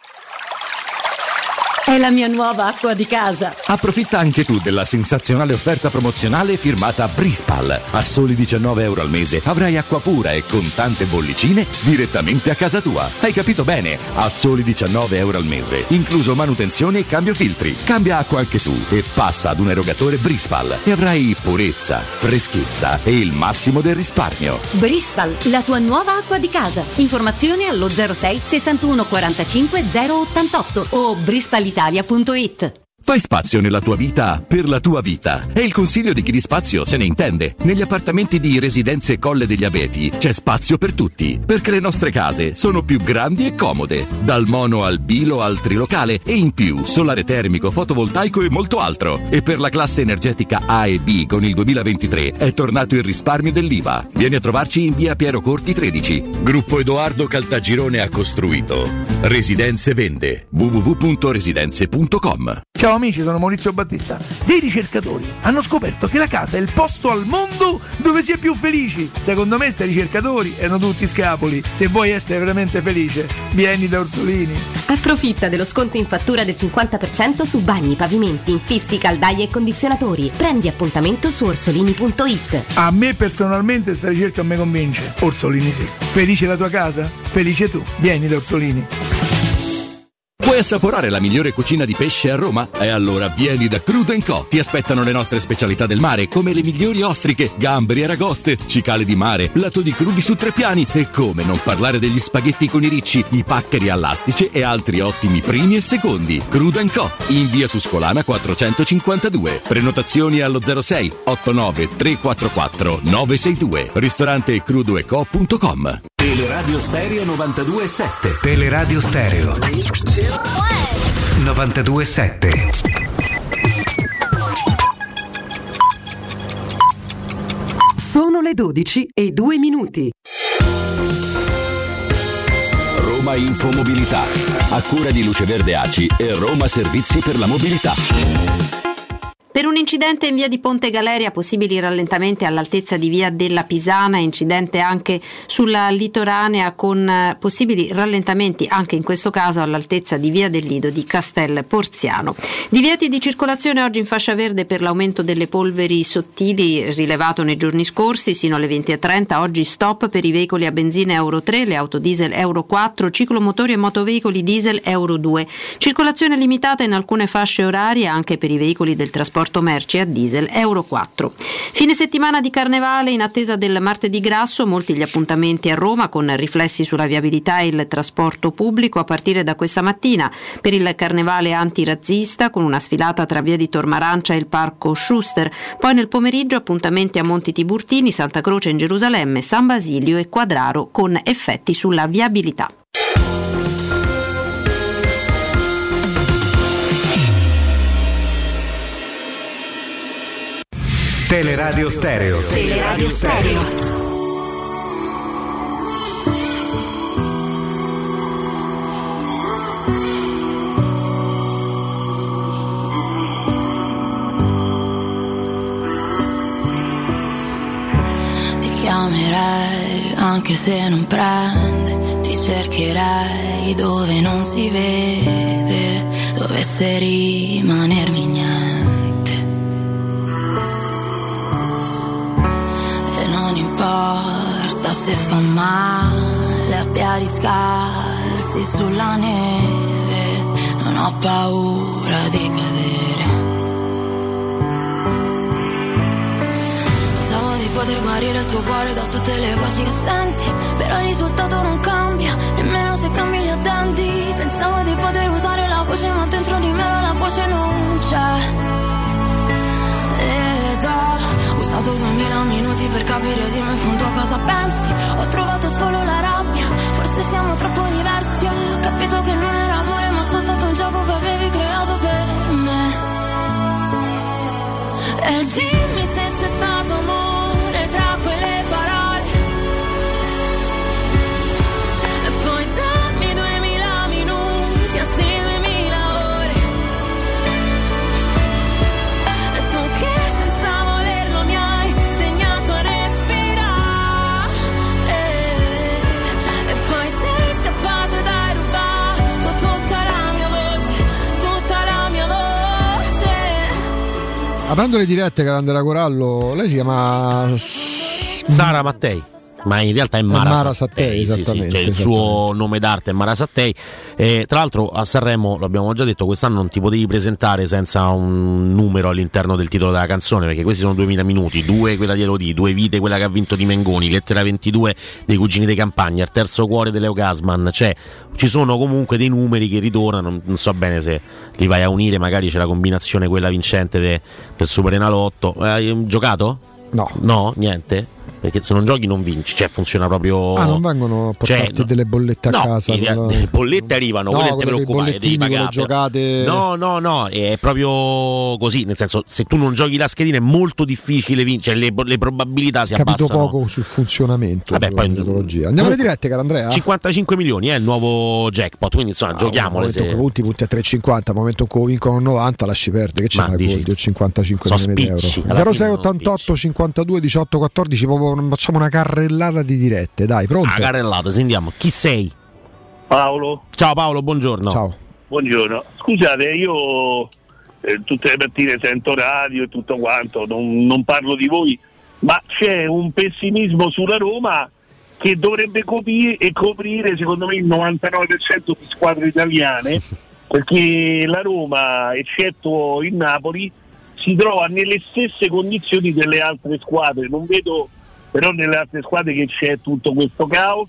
[SPEAKER 14] È la mia nuova acqua di casa.
[SPEAKER 16] Approfitta anche tu della sensazionale offerta promozionale firmata Brispal. A soli 19 euro al mese avrai acqua pura e con tante bollicine direttamente a casa tua. Hai capito bene? A soli 19 euro al mese, incluso manutenzione e cambio filtri. Cambia acqua anche tu e passa ad un erogatore Brispal e avrai purezza, freschezza e il massimo del risparmio.
[SPEAKER 14] Brispal, la tua nuova acqua di casa. Informazioni allo 06 61 45 088 o brispal.it.
[SPEAKER 16] Fai spazio nella tua vita per la tua vita. È il consiglio di chi di spazio se ne intende. Negli appartamenti di Residenze Colle degli Abeti c'è spazio per tutti, perché le nostre case sono più grandi e comode. Dal mono al bilo al trilocale e in più solare termico, fotovoltaico e molto altro. E per la classe energetica A e B con il 2023 è tornato il risparmio dell'IVA. Vieni a trovarci in via Piero Corti 13. Gruppo Edoardo Caltagirone ha costruito. Residenze vende. www.residenze.com.
[SPEAKER 18] Ciao amici, sono Maurizio Battista. Dei ricercatori hanno scoperto che la casa è il posto al mondo dove si è più felici. Secondo me sti ricercatori erano tutti scapoli. Se vuoi essere veramente felice, vieni da Orsolini.
[SPEAKER 19] Approfitta dello sconto in fattura del 50% su bagni, pavimenti, infissi, caldaie e condizionatori. Prendi appuntamento su orsolini.it.
[SPEAKER 18] A me personalmente sta ricerca me convince. Orsolini sì. Felice la tua casa? Felice tu. Vieni da Orsolini.
[SPEAKER 2] Vuoi assaporare la migliore cucina di pesce a Roma? E allora vieni da Crudo & Co. Ti aspettano le nostre specialità del mare, come le migliori ostriche, gamberi e aragoste, cicale di mare, platoni crudi su 3 piani e come non parlare degli spaghetti con i ricci, i paccheri all'astice e altri ottimi primi e secondi. Crudo & Co. in via Tuscolana 452. Prenotazioni allo 06 89 344 962. Ristorante crudoeco.com.
[SPEAKER 1] Teleradio Stereo 92.7. Teleradio Stereo 92.7.
[SPEAKER 15] Sono le 12:02.
[SPEAKER 8] Roma Infomobilità, a cura di Luce Verde ACI e Roma Servizi per la Mobilità.
[SPEAKER 22] Per un incidente in via di Ponte Galeria, possibili rallentamenti all'altezza di via della Pisana, incidente anche sulla litoranea con possibili rallentamenti anche in questo caso all'altezza di via del Lido di Castel Porziano. Divieti di circolazione oggi in fascia verde per l'aumento delle polveri sottili rilevato nei giorni scorsi sino alle 20:30, oggi stop per i veicoli a benzina Euro 3, le auto diesel Euro 4, ciclomotori e motoveicoli diesel Euro 2. Circolazione limitata in alcune fasce orarie anche per i veicoli del trasporto merci a diesel Euro 4. Fine settimana di carnevale in attesa del martedì grasso, molti gli appuntamenti a Roma con riflessi sulla viabilità e il trasporto pubblico a partire da questa mattina. Per il carnevale antirazzista con una sfilata tra via di Tormarancia e il parco Schuster, poi nel pomeriggio appuntamenti a Monti Tiburtini, Santa Croce in Gerusalemme, San Basilio e Quadraro con effetti sulla viabilità.
[SPEAKER 1] Teleradio Stereo.
[SPEAKER 14] Teleradio Stereo.
[SPEAKER 4] Ti chiamerei anche se non prende, ti cercherei dove non si vede, dovesse rimanermi niente. Non importa se fa male a piedi scalzi sulla neve, non ho paura di cadere. Pensavo di poter guarire il tuo cuore da tutte le voci che senti, però il risultato non cambia, nemmeno se cambi gli addenti. Pensavo di poter usare la voce, ma dentro di me la voce non c'è. Ed ho usato 2000 minuti per capire di me in fondo cosa pensi. Ho trovato solo la rabbia, forse siamo troppo diversi. Ho capito che non era amore ma soltanto un gioco che avevi creato per me. E dimmi se c'è stato amore tra quelle parole, e poi dammi 2000 minuti anzi 2000 ore. E tu che senza volerlo mi hai segnato a respirare, e poi sei scappato ed hai rubato tutta la mia voce, tutta la mia voce.
[SPEAKER 10] Aprendo le dirette, Carandela Corallo, lei si chiama
[SPEAKER 11] Sara Mattei, ma in realtà è Mara Sattei,
[SPEAKER 10] esattamente,
[SPEAKER 11] cioè il suo nome d'arte è Mara Sattei. Tra l'altro a Sanremo, l'abbiamo già detto, quest'anno non ti potevi presentare senza un numero all'interno del titolo della canzone, perché questi sono 2000 minuti, 2 quella di Elodie, 2 vite quella che ha vinto di Mengoni, lettera 22 dei Cugini dei Campagna, il terzo cuore di Leo Gasman, cioè ci sono comunque dei numeri che ritornano, non so bene se li vai a unire, magari c'è la combinazione quella vincente del Super Enalotto. Hai giocato? No, niente? Perché se non giochi non vinci, cioè funziona proprio.
[SPEAKER 10] Non vengono a portarti delle bollette a casa?
[SPEAKER 11] Le bollette arrivano, quelle non ti preoccupare, devi pagare.
[SPEAKER 10] Giocate...
[SPEAKER 11] No, è proprio così, nel senso, se tu non giochi la schedina è molto difficile vincere, le probabilità si abbassano.
[SPEAKER 10] Capito poco sul funzionamento.
[SPEAKER 11] Vabbè, poi
[SPEAKER 10] andiamo alle dirette, caro Andrea.
[SPEAKER 11] 55 milioni è il nuovo jackpot, quindi insomma giochiamole.
[SPEAKER 10] Se punti a 3,50, al momento in cui vincono 90 lasci perdere, che c'è una gol di 55 milioni di euro. 0688 52 18 14, proprio facciamo una carrellata di dirette, dai, pronto?
[SPEAKER 11] Una carrellata, sentiamo. Chi sei?
[SPEAKER 20] Paolo.
[SPEAKER 11] Ciao Paolo, buongiorno.
[SPEAKER 10] Ciao.
[SPEAKER 20] Buongiorno. Scusate, io tutte le mattine sento radio e tutto quanto, non parlo di voi, ma c'è un pessimismo sulla Roma che dovrebbe coprire secondo me il 99% di squadre italiane, perché la Roma, eccetto il Napoli, si trova nelle stesse condizioni delle altre squadre. Non vedo però nelle altre squadre che c'è tutto questo caos.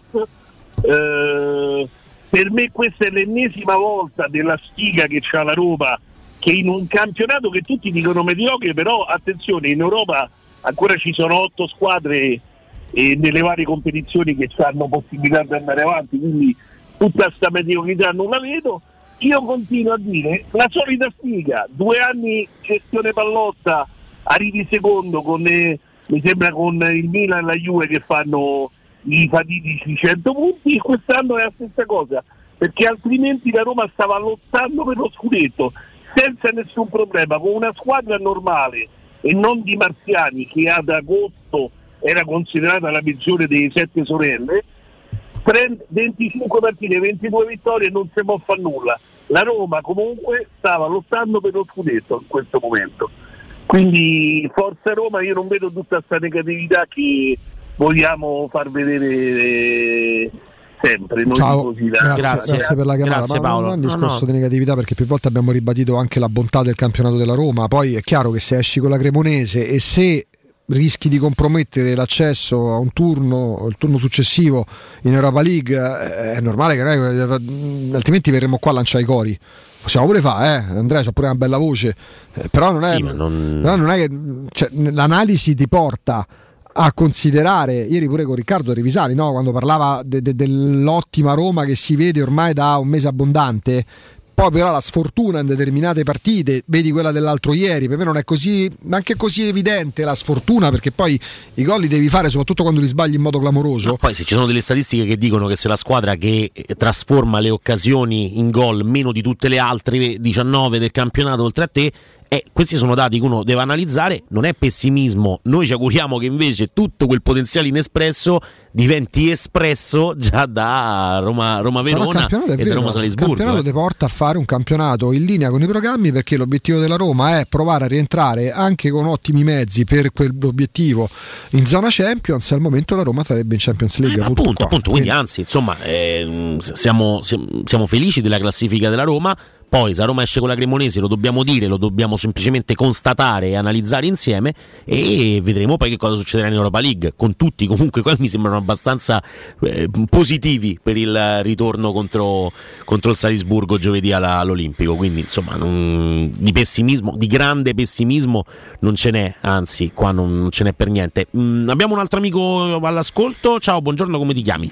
[SPEAKER 20] Per me questa è l'ennesima volta della sfiga che c'ha la Roma, che in un campionato che tutti dicono mediocre, però attenzione, in Europa ancora ci sono 8 squadre nelle varie competizioni che hanno possibilità di andare avanti, quindi tutta sta mediocrità non la vedo. Io continuo a dire la solita sfiga, 2 anni gestione Pallotta, arrivi secondo con mi sembra con il Milan e la Juve che fanno i fatidici 100 punti, e quest'anno è la stessa cosa, perché altrimenti la Roma stava lottando per lo scudetto senza nessun problema, con una squadra normale e non di marziani che ad agosto era considerata la peggiore dei 7 sorelle. 25 partite, 22 vittorie, non si può fare nulla. La Roma comunque stava lottando per lo scudetto in questo momento, quindi forza Roma. Io non vedo tutta questa negatività che vogliamo far vedere sempre.
[SPEAKER 10] Ciao, grazie per la chiamata.
[SPEAKER 11] Grazie, Paolo.
[SPEAKER 10] Non è un discorso di negatività, perché più volte abbiamo ribadito anche la bontà del campionato della Roma. Poi è chiaro che se esci con la Cremonese e se rischi di compromettere l'accesso a un turno, il turno successivo in Europa League, è normale che altrimenti verremo qua a lanciare i cori. Possiamo pure fare, Andrea c'ha pure una bella voce, però non è, non è che, cioè, l'analisi ti porta a considerare. Ieri pure con Riccardo Revisari, no? Quando parlava dell'ottima Roma che si vede ormai da un mese abbondante, poi però la sfortuna in determinate partite, vedi quella dell'altro ieri, per me non è così, neanche così evidente la sfortuna, perché poi i gol li devi fare soprattutto quando li sbagli in modo clamoroso.
[SPEAKER 11] No, poi se ci sono delle statistiche che dicono che se la squadra che trasforma le occasioni in gol meno di tutte le altre 19 del campionato oltre a te, questi sono dati che uno deve analizzare, non è pessimismo. Noi ci auguriamo che invece tutto quel potenziale inespresso diventi espresso già da Roma-Verona e da Roma-Salisburgo.
[SPEAKER 10] Il campionato ti porta a fare un campionato in linea con i programmi, perché l'obiettivo della Roma è provare a rientrare anche con ottimi mezzi per quell'obiettivo in zona Champions. Al momento la Roma sarebbe in Champions League.
[SPEAKER 11] Appunto, quindi anzi, insomma, siamo felici della classifica della Roma. Poi se la Roma esce con la Cremonese lo dobbiamo dire, lo dobbiamo semplicemente constatare e analizzare insieme, e vedremo poi che cosa succederà in Europa League. Con tutti comunque qua mi sembrano abbastanza positivi per il ritorno contro il Salisburgo giovedì all'Olimpico, quindi insomma di pessimismo, di grande pessimismo non ce n'è, anzi qua non ce n'è per niente. Abbiamo un altro amico all'ascolto. Ciao, buongiorno, come ti chiami?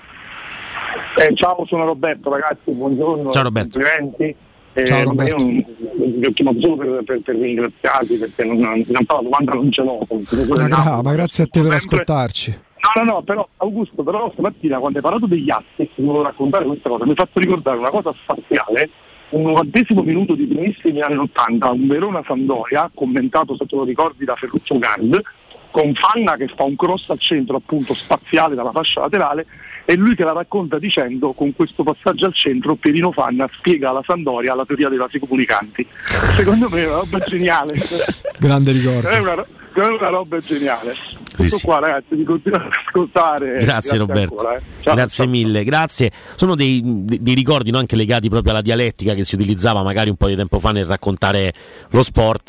[SPEAKER 6] Ciao, sono Roberto, ragazzi, buongiorno.
[SPEAKER 11] Ciao Roberto.
[SPEAKER 6] Complimenti.
[SPEAKER 10] Ciao Roberto.
[SPEAKER 6] Io vi ho chiamato solo per ringraziarvi, perché la domanda non ce l'ho.
[SPEAKER 10] Ma grazie a te per ascoltarci.
[SPEAKER 6] No, però Augusto, però stamattina quando hai parlato degli asset, ti volevo raccontare questa cosa, mi hai fatto ricordare una cosa spaziale. Un 90° minuto di primissimi anni 80, un Verona-Sampdoria, commentato, se te lo ricordi, da Ferruccio Gand, con Fanna che fa un cross al centro appunto spaziale dalla fascia laterale, e lui che la racconta dicendo: con questo passaggio al centro Pierino Fanna spiega alla Sampdoria la teoria dei vasi comunicanti. Secondo me è una roba geniale.
[SPEAKER 10] Grande ricordo.
[SPEAKER 6] È una roba geniale. Tutto
[SPEAKER 11] sì.
[SPEAKER 6] Qua, ragazzi, vi continuo ad ascoltare.
[SPEAKER 11] Grazie Roberto,
[SPEAKER 6] ancora, Ciao,
[SPEAKER 11] grazie mille, grazie. Sono dei ricordi, no, anche legati proprio alla dialettica che si utilizzava magari un po' di tempo fa nel raccontare lo sport,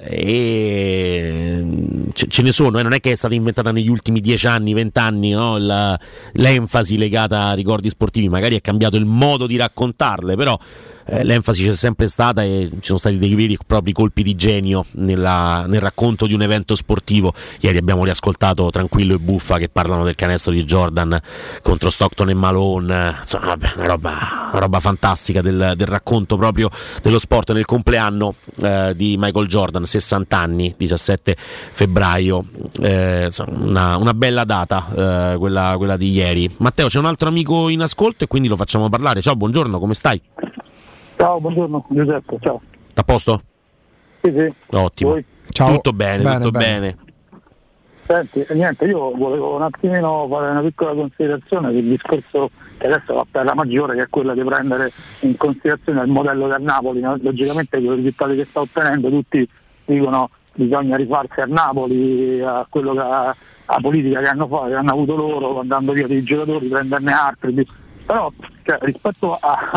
[SPEAKER 11] e ce ne sono, non è che è stata inventata negli ultimi 10 anni, 20 anni, no? L'enfasi legata a ricordi sportivi, magari è cambiato il modo di raccontarle, però l'enfasi c'è sempre stata e ci sono stati dei veri e propri colpi di genio nel racconto di un evento sportivo. Ieri abbiamo riascoltato Tranquillo e Buffa che parlano del canestro di Jordan contro Stockton e Malone, insomma, vabbè, una roba fantastica del racconto proprio dello sport nel compleanno di Michael Jordan, 60 anni, 17 febbraio, una bella data, quella di ieri. Matteo, c'è un altro amico in ascolto e quindi lo facciamo parlare. Ciao, buongiorno, come stai?
[SPEAKER 6] Ciao, buongiorno Giuseppe, ciao.
[SPEAKER 11] A posto?
[SPEAKER 6] Sì.
[SPEAKER 11] Ottimo.
[SPEAKER 6] Voi?
[SPEAKER 11] Ciao. Tutto bene.
[SPEAKER 6] Senti, niente, io volevo un attimino fare una piccola considerazione del discorso che adesso va per la maggiore, che è quella di prendere in considerazione il modello del Napoli, no? Logicamente con i risultati che sta ottenendo tutti dicono bisogna rifarsi al Napoli, a quello che a politica che hanno avuto loro, andando via dei giocatori, prenderne altri, però rispetto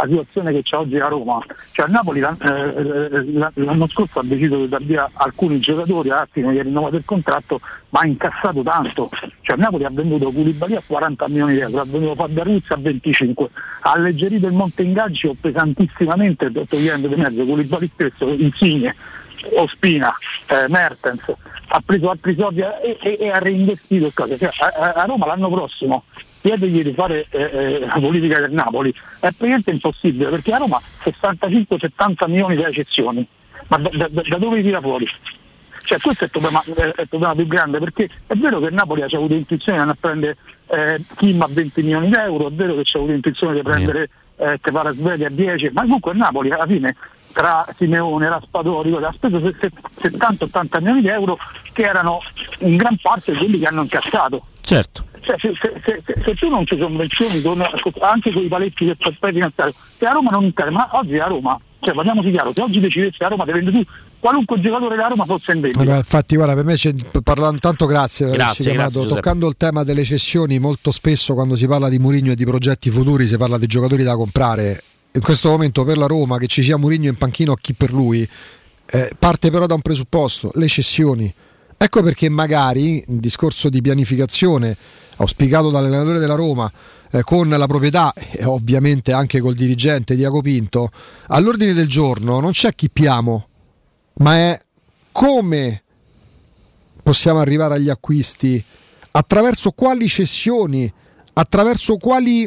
[SPEAKER 6] la situazione che c'è oggi a Roma, cioè il Napoli l'anno scorso ha deciso di dar via alcuni giocatori, non gli ha rinnovato il contratto, ma ha incassato tanto, cioè il Napoli ha venduto Koulibaly a 40 milioni di euro, ha venduto Fabio Ruiz a 25, ha alleggerito il monte ingaggi pesantissimamente, togliendo di mezzo Koulibaly stesso, Insigne, Ospina, Mertens, ha preso altri soldi e ha reinvestito cose. Cioè, a Roma l'anno prossimo chiedegli di fare la politica del Napoli è praticamente impossibile, perché a Roma 65-70 milioni di eccezioni, ma da dove tira fuori? Cioè questo è il problema più grande, perché è vero che il Napoli ha avuto intenzione di andare a prendere Kim a 20 milioni di euro, è vero che c'ha avuto intenzione di prendere Kvaratskhelia a 10, ma comunque il Napoli alla fine tra Simeone, Raspadori ha speso 70-80 milioni di euro, che erano in gran parte quelli che hanno incassato.
[SPEAKER 11] Certo.
[SPEAKER 6] Cioè, se tu non ci sovvenzioni anche con i paletti del fair finanziario, se a Roma non interessa, ma oggi a Roma, cioè parliamoci chiaro, se oggi decidessi a Roma di vendere tu qualunque giocatore della Roma fosse in vendita.
[SPEAKER 10] Infatti guarda, per me parlando tanto grazie,
[SPEAKER 11] Giuseppe.
[SPEAKER 10] Toccando il tema delle cessioni, molto spesso quando si parla di Mourinho e di progetti futuri si parla di giocatori da comprare. In questo momento per la Roma che ci sia Mourinho in panchino, chi per lui, parte però da un presupposto: le cessioni. Ecco perché magari il discorso di pianificazione auspicato dall'allenatore della Roma con la proprietà e ovviamente anche col dirigente Diaco Pinto, all'ordine del giorno non c'è chi piamo, ma è come possiamo arrivare agli acquisti, attraverso quali cessioni, attraverso quali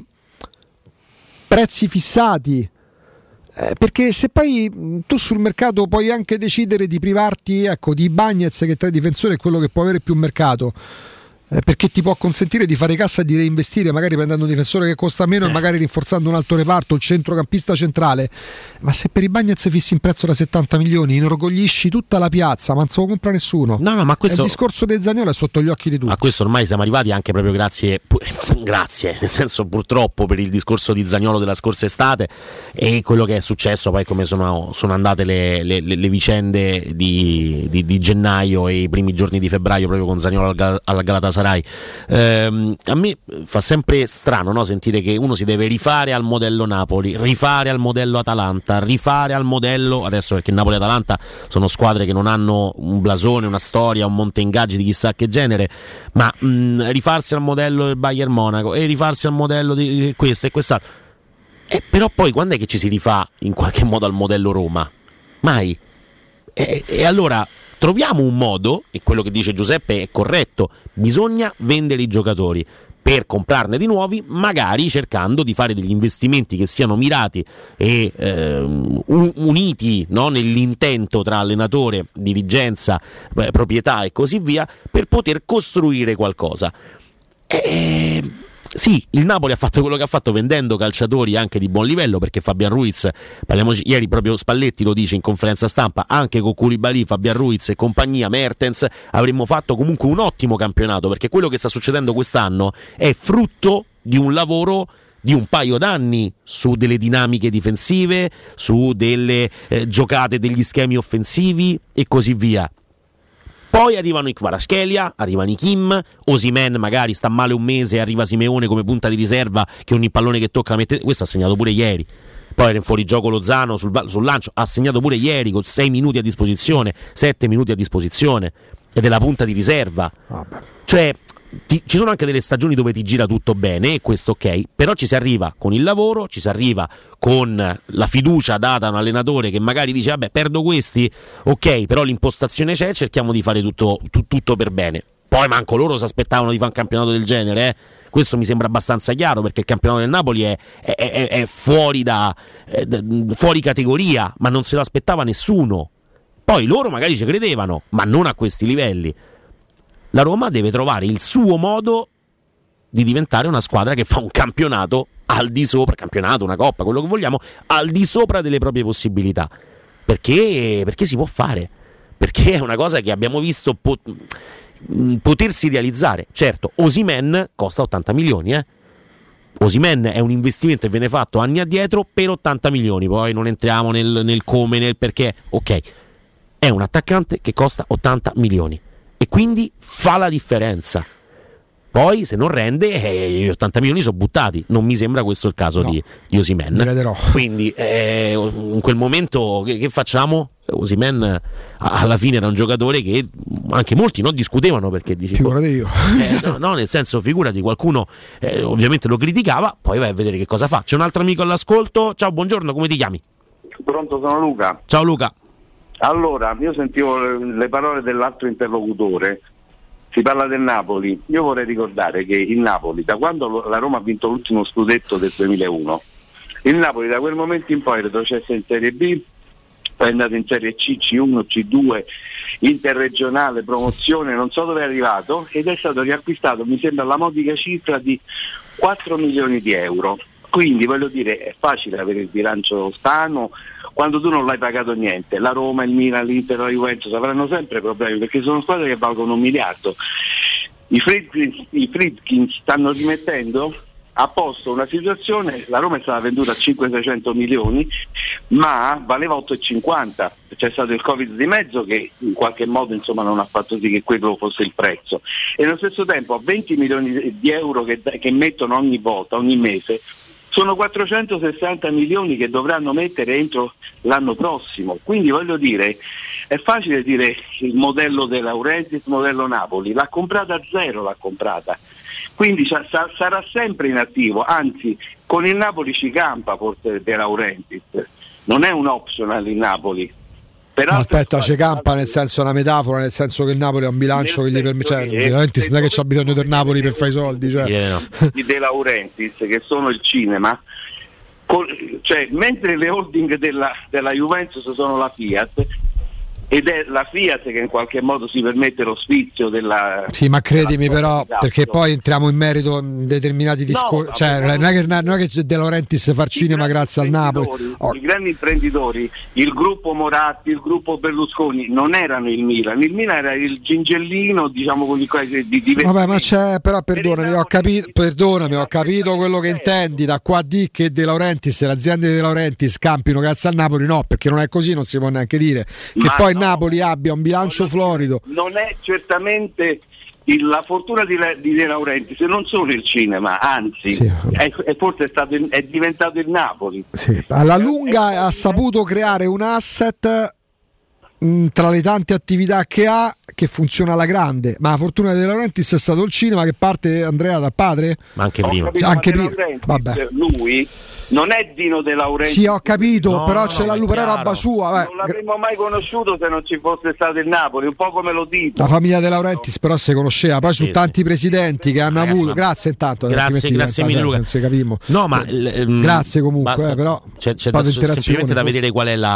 [SPEAKER 10] prezzi fissati, perché se poi tu sul mercato puoi anche decidere di privarti, ecco, di Bagnez, che tra i difensori è quello che può avere più mercato, perché ti può consentire di fare cassa e di reinvestire, magari prendendo un difensore che costa meno e magari rinforzando un altro reparto, il centrocampista centrale. Ma se per i Bagnez fissi in prezzo da 70 milioni, inorgoglisci tutta la piazza, ma non se lo compra nessuno.
[SPEAKER 11] No, ma questo,
[SPEAKER 10] il discorso del Zaniolo è sotto gli occhi di tutti.
[SPEAKER 11] A questo ormai siamo arrivati anche proprio grazie, nel senso purtroppo per il discorso di Zaniolo della scorsa estate e quello che è successo poi, come sono andate le vicende di gennaio e i primi giorni di febbraio proprio con Zaniolo al Galatasaray. A me fa sempre strano, no, sentire che uno si deve rifare al modello Napoli, rifare al modello Atalanta, rifare al modello adesso, perché Napoli e Atalanta sono squadre che non hanno un blasone, una storia, un monte ingaggi di chissà che genere, ma rifarsi al modello del Bayern Monaco e rifarsi al modello di questo e quest'altro, però poi quando è che ci si rifà in qualche modo al modello Roma? Mai. E allora troviamo un modo, e quello che dice Giuseppe è corretto, bisogna vendere i giocatori per comprarne di nuovi, magari cercando di fare degli investimenti che siano mirati e uniti, no, nell'intento tra allenatore, dirigenza, proprietà e così via, per poter costruire qualcosa. Sì, il Napoli ha fatto quello che ha fatto vendendo calciatori anche di buon livello, perché Fabian Ruiz, parliamoci, ieri proprio Spalletti lo dice in conferenza stampa, anche con Koulibaly, Fabian Ruiz e compagnia, Mertens, avremmo fatto comunque un ottimo campionato, perché quello che sta succedendo quest'anno è frutto di un lavoro di un paio d'anni su delle dinamiche difensive, su delle giocate, degli schemi offensivi e così via. Poi arrivano i Kvaratskhelia, arrivano i Kim, Osimhen magari sta male un mese e arriva Simeone come punta di riserva che ogni pallone che tocca mette. Questo ha segnato pure ieri. Poi era in fuorigioco Lozano sul lancio, ha segnato pure ieri con 6 minuti a disposizione, 7 minuti a disposizione, ed è la punta di riserva. Cioè ci sono anche delle stagioni dove ti gira tutto bene e questo ok, però ci si arriva con il lavoro, ci si arriva con la fiducia data a un allenatore che magari dice vabbè, perdo questi, ok, però l'impostazione c'è, cerchiamo di fare tutto per bene. Poi manco loro si aspettavano di fare un campionato del genere, Questo mi sembra abbastanza chiaro, perché il campionato del Napoli è fuori fuori categoria, ma non se lo aspettava nessuno. Poi loro magari ci credevano, ma non a questi livelli. La Roma deve trovare il suo modo di diventare una squadra che fa un campionato al di sopra, campionato, una coppa, quello che vogliamo, al di sopra delle proprie possibilità. Perché si può fare, perché è una cosa che abbiamo visto potersi realizzare. Certo, Osimhen costa 80 milioni, Osimhen è un investimento che viene fatto anni addietro per 80 milioni, poi non entriamo nel come, nel perché, ok, è un attaccante che costa 80 milioni e quindi fa la differenza. Poi se non rende gli 80 milioni sono buttati. Non mi sembra questo il caso di Osimhen. Quindi in quel momento che facciamo? Osimhen alla fine era un giocatore che anche molti non discutevano, perché dici
[SPEAKER 10] figurati io.
[SPEAKER 11] No, nel senso, figurati, qualcuno ovviamente lo criticava, poi vai a vedere che cosa fa. C'è un altro amico all'ascolto. Ciao, buongiorno, come ti chiami?
[SPEAKER 5] Pronto, sono Luca.
[SPEAKER 11] Ciao Luca.
[SPEAKER 5] Allora, io sentivo le parole dell'altro interlocutore, si parla del Napoli. Io vorrei ricordare che il Napoli, da quando la Roma ha vinto l'ultimo scudetto del 2001, il Napoli da quel momento in poi è retrocesso in Serie B, è andato in Serie C, C1, C2, interregionale, promozione, non so dove è arrivato, ed è stato riacquistato, mi sembra, la modica cifra di 4 milioni di euro. Quindi voglio dire, è facile avere il bilancio sano quando tu non l'hai pagato niente. La Roma, il Milan, l'Inter, la Juventus avranno sempre problemi, perché sono squadre che valgono 1 miliardo. I Friedkin stanno rimettendo a posto una situazione. La Roma è stata venduta a 500-600 milioni, ma valeva 8,50. C'è stato il Covid di mezzo che in qualche modo, insomma, non ha fatto sì che quello fosse il prezzo, e allo stesso tempo a 20 milioni di euro che mettono ogni volta, ogni mese, sono 460 milioni che dovranno mettere entro l'anno prossimo. Quindi voglio dire, è facile dire il modello De Laurentiis, modello Napoli, l'ha comprata a zero, quindi sarà sempre in attivo, anzi con il Napoli ci campa forse De Laurentiis, non è un optional il Napoli.
[SPEAKER 10] Aspetta, ci campa nel senso, una metafora, nel senso che il Napoli ha un bilancio che gli permette, cioè, De Laurentiis non è che c'ha bisogno del Napoli per fare i soldi, cioè.
[SPEAKER 5] Di De Laurentiis, che sono il cinema, cioè mentre le holding della Juventus sono la Fiat, ed è la Fiat che in qualche modo si permette lo sfizio della...
[SPEAKER 10] Sì, ma credimi però, perché poi entriamo in merito in determinati discorsi, cioè non è che De Laurentiis fa cinema grazie al Napoli.
[SPEAKER 5] I grandi imprenditori, il gruppo Moratti, il gruppo Berlusconi non erano il Milan era il Gingellino, diciamo, con i di
[SPEAKER 10] vabbè, ma c'è, però perdonami, ho capito quello che intendi. Da qua a dire che De Laurentiis, le aziende di De Laurentiis campino grazie al Napoli, no, perché non è così, non si può neanche dire che poi Napoli abbia un bilancio florido.
[SPEAKER 5] Non è certamente la fortuna di De Laurentiis, non solo il cinema, anzi sì, è forse è diventato il Napoli.
[SPEAKER 10] Sì, alla lunga ha saputo creare un asset tra le tante attività che ha, che funziona alla grande, ma la fortuna di De Laurentiis è stato il cinema, che parte, Andrea, dal padre?
[SPEAKER 11] Ma anche prima.
[SPEAKER 10] Anche prima. Vabbè.
[SPEAKER 5] Lui non è Dino De Laurentiis.
[SPEAKER 10] Sì, ho capito, però c'è la Lupa, roba sua.
[SPEAKER 5] Non l'avremmo mai conosciuto se non ci fosse stato il Napoli, un po' come lo dico.
[SPEAKER 10] La famiglia De Laurentiis però si conosceva, poi su tanti presidenti che hanno avuto. Grazie intanto.
[SPEAKER 11] Grazie mille Luca. No, ma
[SPEAKER 10] grazie comunque, però
[SPEAKER 11] c'è semplicemente da vedere qual è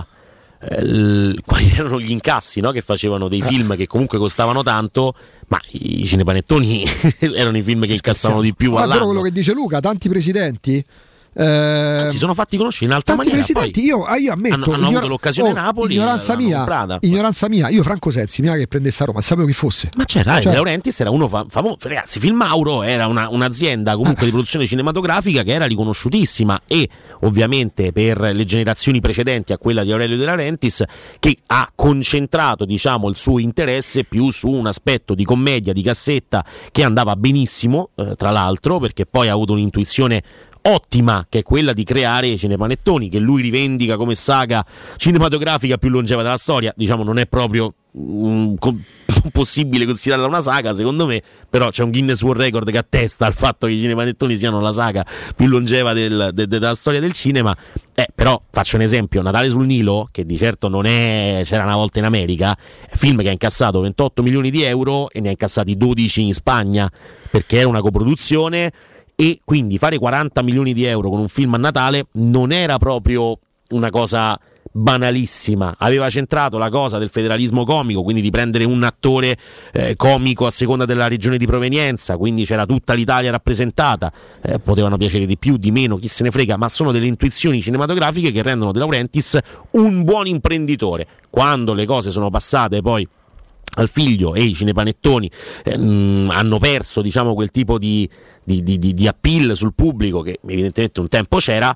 [SPEAKER 11] quali erano gli incassi, no? Che facevano dei film che comunque costavano tanto, ma i cinepanettoni erano i film che incassavano di più all'anno.
[SPEAKER 10] Ma quello che dice Luca, tanti presidenti
[SPEAKER 11] si sono fatti conoscere in altra maniera.
[SPEAKER 10] Presidenti, io ammetto,
[SPEAKER 11] hanno avuto l'occasione Napoli,
[SPEAKER 10] ignoranza mia, io Franco Sensi prima che prendesse a Roma sapevo chi fosse,
[SPEAKER 11] ma c'era De Laurentiis, era uno famoso, ragazzi. Filmauro era un'azienda comunque di produzione cinematografica che era riconosciutissima, e ovviamente per le generazioni precedenti a quella di Aurelio De Laurentiis, che ha concentrato, diciamo, il suo interesse più su un aspetto di commedia, di cassetta, che andava benissimo, tra l'altro, perché poi ha avuto un'intuizione ottima, che è quella di creare i cinepanettoni, che lui rivendica come saga cinematografica più longeva della storia. Diciamo, non è proprio possibile considerarla una saga, secondo me, però c'è un Guinness World Record che attesta al fatto che i cinepanettoni siano la saga più longeva della storia del cinema. Però faccio un esempio: Natale sul Nilo, che di certo non è C'era una volta in America, è film che ha incassato 28 milioni di euro e ne ha incassati 12 in Spagna, perché era una coproduzione. E quindi fare 40 milioni di euro con un film a Natale non era proprio una cosa banalissima. Aveva centrato la cosa del federalismo comico, quindi di prendere un attore comico a seconda della regione di provenienza, quindi c'era tutta l'Italia rappresentata. Potevano piacere di più, di meno, chi se ne frega, ma sono delle intuizioni cinematografiche che rendono De Laurentiis un buon imprenditore. Quando le cose sono passate poi al figlio e i cinepanettoni hanno perso, diciamo, quel tipo di appeal sul pubblico che evidentemente un tempo c'era,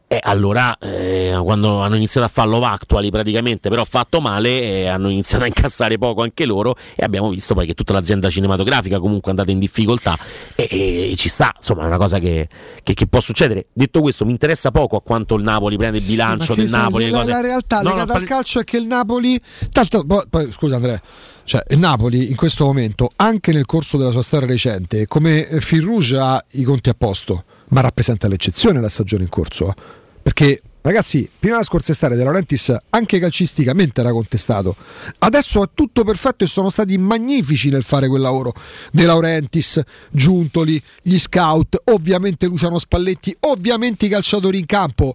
[SPEAKER 11] allora quando hanno iniziato a fare Love Actually praticamente, però fatto male, hanno iniziato a incassare poco anche loro, e abbiamo visto poi che tutta l'azienda cinematografica comunque è andata in difficoltà, e ci sta, insomma, è una cosa che può succedere. Detto questo, mi interessa poco a quanto il Napoli prende il bilancio del Napoli,
[SPEAKER 10] la realtà legata al calcio è che il Napoli, tanto poi scusa Andrea, cioè il Napoli in questo momento, anche nel corso della sua storia recente, come fil rouge ha i conti a posto, ma rappresenta l'eccezione la stagione in corso, perché ragazzi, prima la scorsa estate De Laurentiis anche calcisticamente era contestato, adesso è tutto perfetto e sono stati magnifici nel fare quel lavoro. De Laurentiis, Giuntoli, gli scout, ovviamente Luciano Spalletti, ovviamente i calciatori in campo.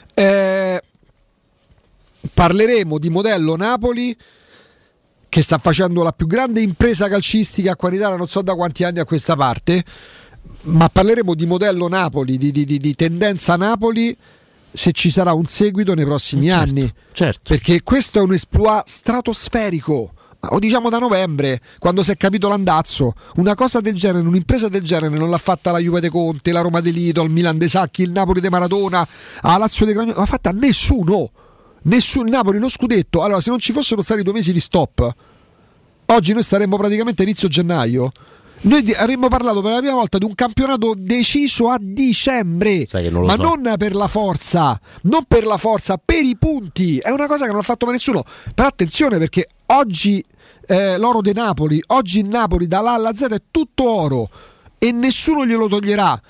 [SPEAKER 10] Parleremo di modello Napoli, che sta facendo la più grande impresa calcistica qua in Italia, non so da quanti anni a questa parte, ma parleremo di modello Napoli, di tendenza Napoli, se ci sarà un seguito nei prossimi anni, perché questo è un exploit stratosferico. Lo diciamo da novembre, quando si è capito l'andazzo. Una cosa del genere, un'impresa del genere non l'ha fatta la Juve de Conte, la Roma de Lito, il Milan de Sacchi, il Napoli de Maradona, la Lazio de Cragno, non l'ha fatta nessuno. Il Napoli lo scudetto. Allora, se non ci fossero stati 2 mesi di stop, oggi noi staremmo praticamente a inizio gennaio. Noi avremmo parlato per la prima volta di un campionato deciso a dicembre, ma non per la forza, per i punti. È una cosa che non ha fatto mai nessuno. Però attenzione, perché oggi l'oro dei Napoli, oggi il Napoli dall'A alla Z è tutto oro e nessuno glielo toglierà.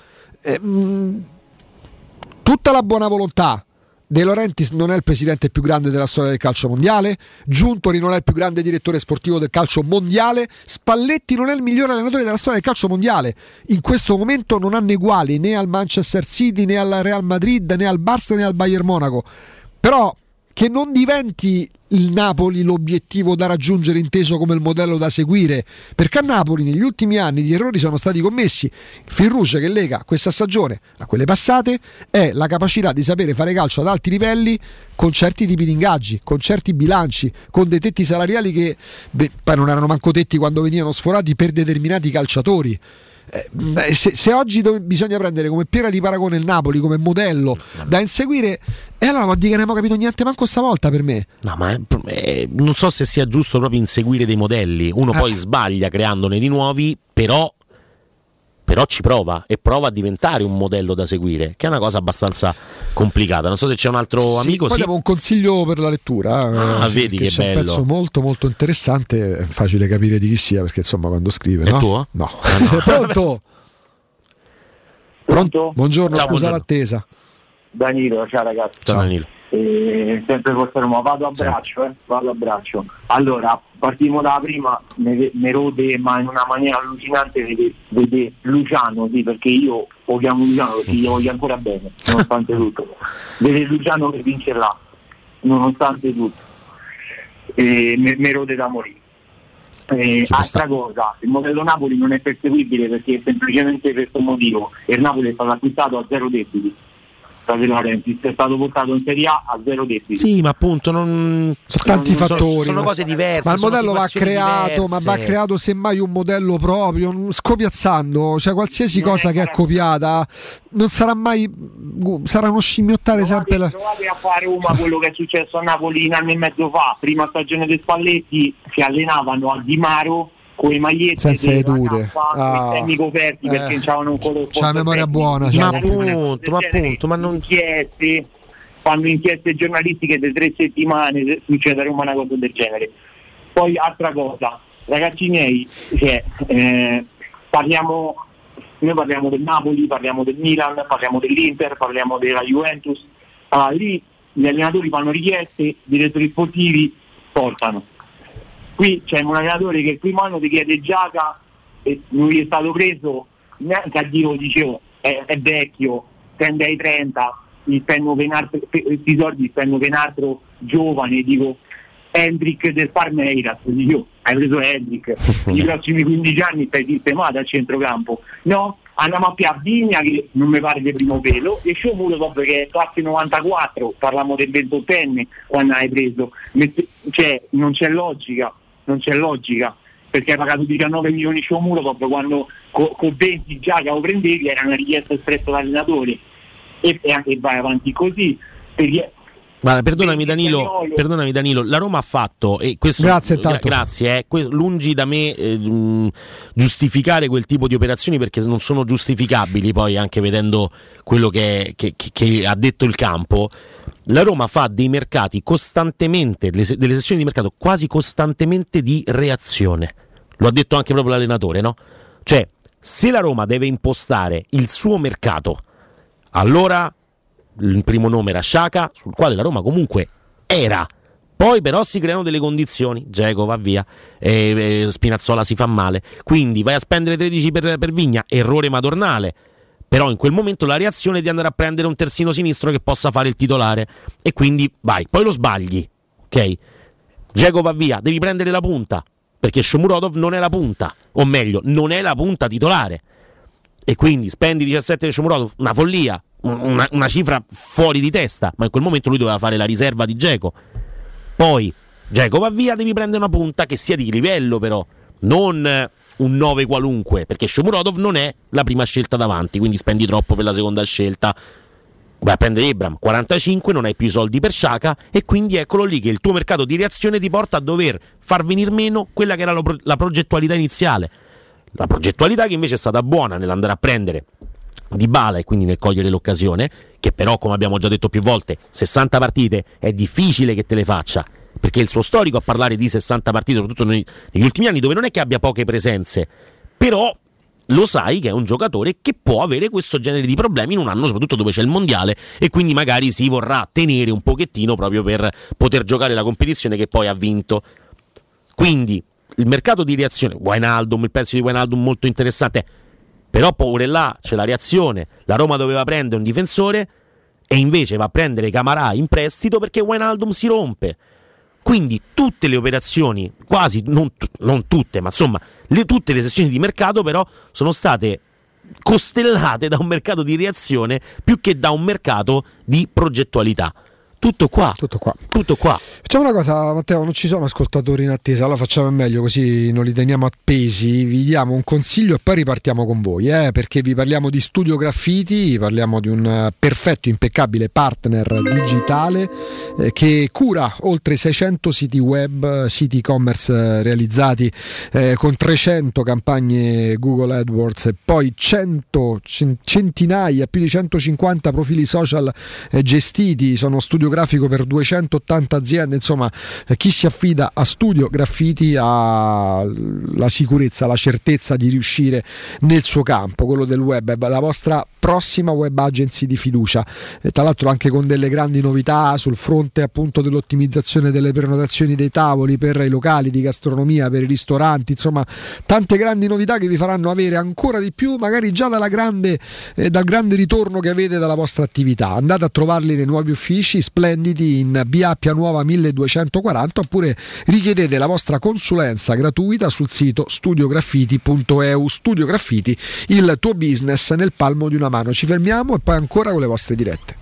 [SPEAKER 10] Tutta la buona volontà. De Laurentiis non è il presidente più grande della storia del calcio mondiale, Giuntoli non è il più grande direttore sportivo del calcio mondiale, Spalletti non è il migliore allenatore della storia del calcio mondiale. In questo momento non hanno uguali né al Manchester City, né al Real Madrid, né al Barça, né al Bayern Monaco. Però che non diventi il Napoli l'obiettivo da raggiungere inteso come il modello da seguire, perché a Napoli negli ultimi anni gli errori sono stati commessi. Il fil rouge che lega questa stagione a quelle passate è la capacità di sapere fare calcio ad alti livelli con certi tipi di ingaggi, con certi bilanci, con dei tetti salariali che poi non erano manco tetti quando venivano sforati per determinati calciatori. Se oggi bisogna prendere come pietra di paragone il Napoli come modello da inseguire, e allora vuol dire che non abbiamo capito niente manco stavolta per me.
[SPEAKER 11] No, ma non so se sia giusto proprio inseguire dei modelli. Uno poi sbaglia creandone di nuovi, però ci prova e prova a diventare un modello da seguire, che è una cosa abbastanza complicata. Non so se c'è un altro amico.
[SPEAKER 10] Poi abbiamo un consiglio per la lettura.
[SPEAKER 11] Vedi che
[SPEAKER 10] c'è
[SPEAKER 11] bello.
[SPEAKER 10] Un pezzo molto molto interessante, è facile capire di chi sia, perché insomma quando scrive.
[SPEAKER 11] È
[SPEAKER 10] no?
[SPEAKER 11] tuo?
[SPEAKER 10] No.
[SPEAKER 11] No.
[SPEAKER 10] Pronto?
[SPEAKER 5] Pronto?
[SPEAKER 10] Buongiorno,
[SPEAKER 11] Ciao,
[SPEAKER 10] scusa
[SPEAKER 11] buongiorno.
[SPEAKER 10] l'attesa.
[SPEAKER 5] Danilo, ciao ragazzi.
[SPEAKER 11] Ciao Danilo.
[SPEAKER 5] Sempre Costermo, vado a braccio. Allora, partiamo dalla prima, mi rode ma in una maniera allucinante vede Luciano, sì, perché io lo chiamo Luciano perché gli voglio ancora bene, nonostante tutto. Vede Luciano che vince là, nonostante tutto. Mi rode da morire. Altra cosa, il modello Napoli non è perseguibile perché semplicemente per questo motivo il Napoli è stato acquistato a 0 debiti. De Laurentiis è stato portato in Serie A a 0 debiti.
[SPEAKER 11] Sì, ma appunto sono
[SPEAKER 10] tanti fattori.
[SPEAKER 11] Sono cose diverse.
[SPEAKER 10] Ma il modello va creato,
[SPEAKER 11] diverse.
[SPEAKER 10] ma va creato semmai un modello proprio, scopiazzando, cioè qualsiasi cosa che è copiata non sarà mai, sarà uno scimmiottare sempre la...
[SPEAKER 5] Provate a fare Roma quello che è successo a Napoli un anno e mezzo fa, prima stagione dei Spalletti, si allenavano a Di Maro con le magliette
[SPEAKER 10] senza le tute,
[SPEAKER 5] i coperti perché c'avevano un colore.
[SPEAKER 10] C'ha la memoria buona,
[SPEAKER 11] ma appunto, ma non
[SPEAKER 5] fanno inchieste giornalistiche di 3 settimane se succede a Roma una cosa del genere. Poi altra cosa, ragazzi miei, noi parliamo del Napoli, parliamo del Milan, parliamo dell'Inter, parliamo della Juventus, lì gli allenatori fanno richieste, i direttori sportivi portano. Qui c'è un allenatore che il primo anno ti chiede Giaca e non gli è stato preso, neanche a Dio dicevo, è vecchio, tende ai 30, questi soldi spendono per un altro giovane, dico Hendrik del Palmeiras, dico hai preso Hendrik, i prossimi 15 anni stai sistemato al centrocampo, no? Andiamo a Vigna che non mi pare di primo pelo e Shomurodov che è classe 94, parliamo del 28enne quando hai preso, cioè non c'è logica perché hai pagato 19 milioni Shomurodov quando con 20 già che lo prendevi era una richiesta espressa dall'allenatore.
[SPEAKER 7] e vai avanti così.
[SPEAKER 11] Guarda, perdonami Danilo, la Roma ha fatto, e questo grazie, lungi da me giustificare quel tipo di operazioni, perché non sono giustificabili, poi anche vedendo quello che ha detto il campo. La Roma fa dei mercati costantemente, delle sessioni di mercato quasi costantemente di reazione, lo ha detto anche proprio l'allenatore, no? Cioè, se la Roma deve impostare il suo mercato, allora il primo nome era Sciaka, sul quale la Roma comunque era. Poi però si creano delle condizioni, Dzeko va via, Spinazzola si fa male, quindi vai a spendere 13 per Vigna, errore madornale. Però in quel momento la reazione è di andare a prendere un terzino sinistro che possa fare il titolare, e quindi vai, poi lo sbagli, ok? Dzeko va via, devi prendere la punta, perché Shomurodov non è la punta, o meglio, non è la punta titolare, e quindi spendi 17 per Shomurodov, una follia, una cifra fuori di testa, ma in quel momento lui doveva fare la riserva di Dzeko. Poi Dzeko va via, devi prendere una punta che sia di livello, però non un 9 qualunque, perché Shomurodov non è la prima scelta davanti, quindi spendi troppo per la seconda scelta. Vai a prendere Ebram, 45, non hai più i soldi per Sciaka, e quindi eccolo lì che il tuo mercato di reazione ti porta a dover far venir meno quella che era la progettualità iniziale. La progettualità che invece è stata buona nell'andare a prendere Dybala e quindi nel cogliere l'occasione, che però, come abbiamo già detto più volte, 60 partite è difficile che te le faccia, perché il suo storico a parlare di 60 partite, soprattutto negli ultimi anni, dove non è che abbia poche presenze, però lo sai che è un giocatore che può avere questo genere di problemi in un anno, soprattutto dove c'è il mondiale, e quindi magari si vorrà tenere un pochettino proprio per poter giocare la competizione che poi ha vinto. Quindi il mercato di reazione, Wijnaldum, il pezzo di Wijnaldum molto interessante, però pure là c'è la reazione. La Roma doveva prendere un difensore e invece va a prendere Camarà in prestito perché Wijnaldum si rompe. Quindi tutte le operazioni, quasi non tutte, ma insomma tutte le sessioni di mercato però sono state costellate da un mercato di reazione più che da un mercato di progettualità. Tutto qua.
[SPEAKER 10] Facciamo una cosa, Matteo, non ci sono ascoltatori in attesa, allora facciamo meglio, così non li teniamo appesi, vi diamo un consiglio e poi ripartiamo con voi, perché vi parliamo di Studio Graffiti, parliamo di un perfetto, impeccabile partner digitale che cura oltre 600 siti web, siti e-commerce realizzati con 300 campagne Google AdWords e poi centinaia, più di 150 profili social gestiti. Sono Studio Grafico per 280 aziende, insomma chi si affida a Studio Graffiti ha la sicurezza, la certezza di riuscire nel suo campo, quello del web, la vostra prossima web agency di fiducia, tra l'altro anche con delle grandi novità sul fronte appunto dell'ottimizzazione delle prenotazioni dei tavoli per i locali di gastronomia, per i ristoranti, insomma tante grandi novità che vi faranno avere ancora di più magari già dal grande ritorno che avete dalla vostra attività. Andate a trovarli nei nuovi uffici splendidi in via Appia Nuova 1240, oppure richiedete la vostra consulenza gratuita sul sito studiograffiti.eu. Studio Graffiti, il tuo business nel palmo di una mano. Ci fermiamo e poi ancora con le vostre dirette.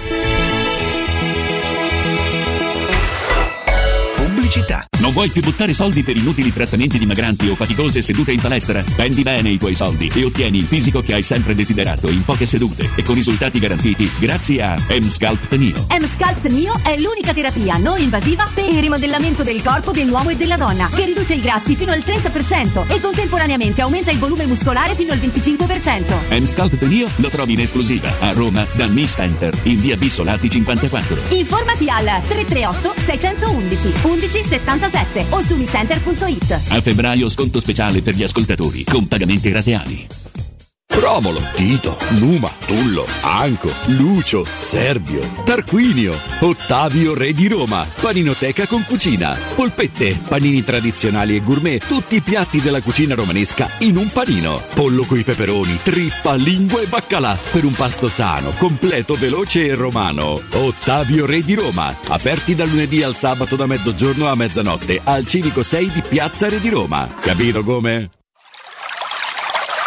[SPEAKER 8] Pubblicità. Non vuoi più buttare soldi per inutili trattamenti dimagranti o faticose sedute in palestra? Spendi bene i tuoi soldi e ottieni il fisico che hai sempre desiderato in poche sedute e con risultati garantiti grazie a M-Sculpt Neo.
[SPEAKER 14] M-Sculpt Neo è l'unica terapia non invasiva per il rimodellamento del corpo dell'uomo e della donna, che riduce i grassi fino al 30% e contemporaneamente aumenta il volume muscolare fino al 25%.
[SPEAKER 8] M-Sculpt Neo lo trovi in esclusiva a Roma da Miss Center in via Bissolati 54.
[SPEAKER 14] Informati al 338 611 1177 o su miscenter.it.
[SPEAKER 8] A febbraio sconto speciale per gli ascoltatori con pagamenti rateali.
[SPEAKER 16] Romolo, Tito, Numa, Tullo, Anco, Lucio, Servio, Tarquinio, Ottavio Re di Roma, paninoteca con cucina, polpette, panini tradizionali e gourmet, tutti i piatti della cucina romanesca in un panino, pollo coi peperoni, trippa, lingua e baccalà, per un pasto sano, completo, veloce e romano. Ottavio Re di Roma, aperti dal lunedì al sabato da mezzogiorno a mezzanotte al Civico 6 di Piazza Re di Roma. Capito come?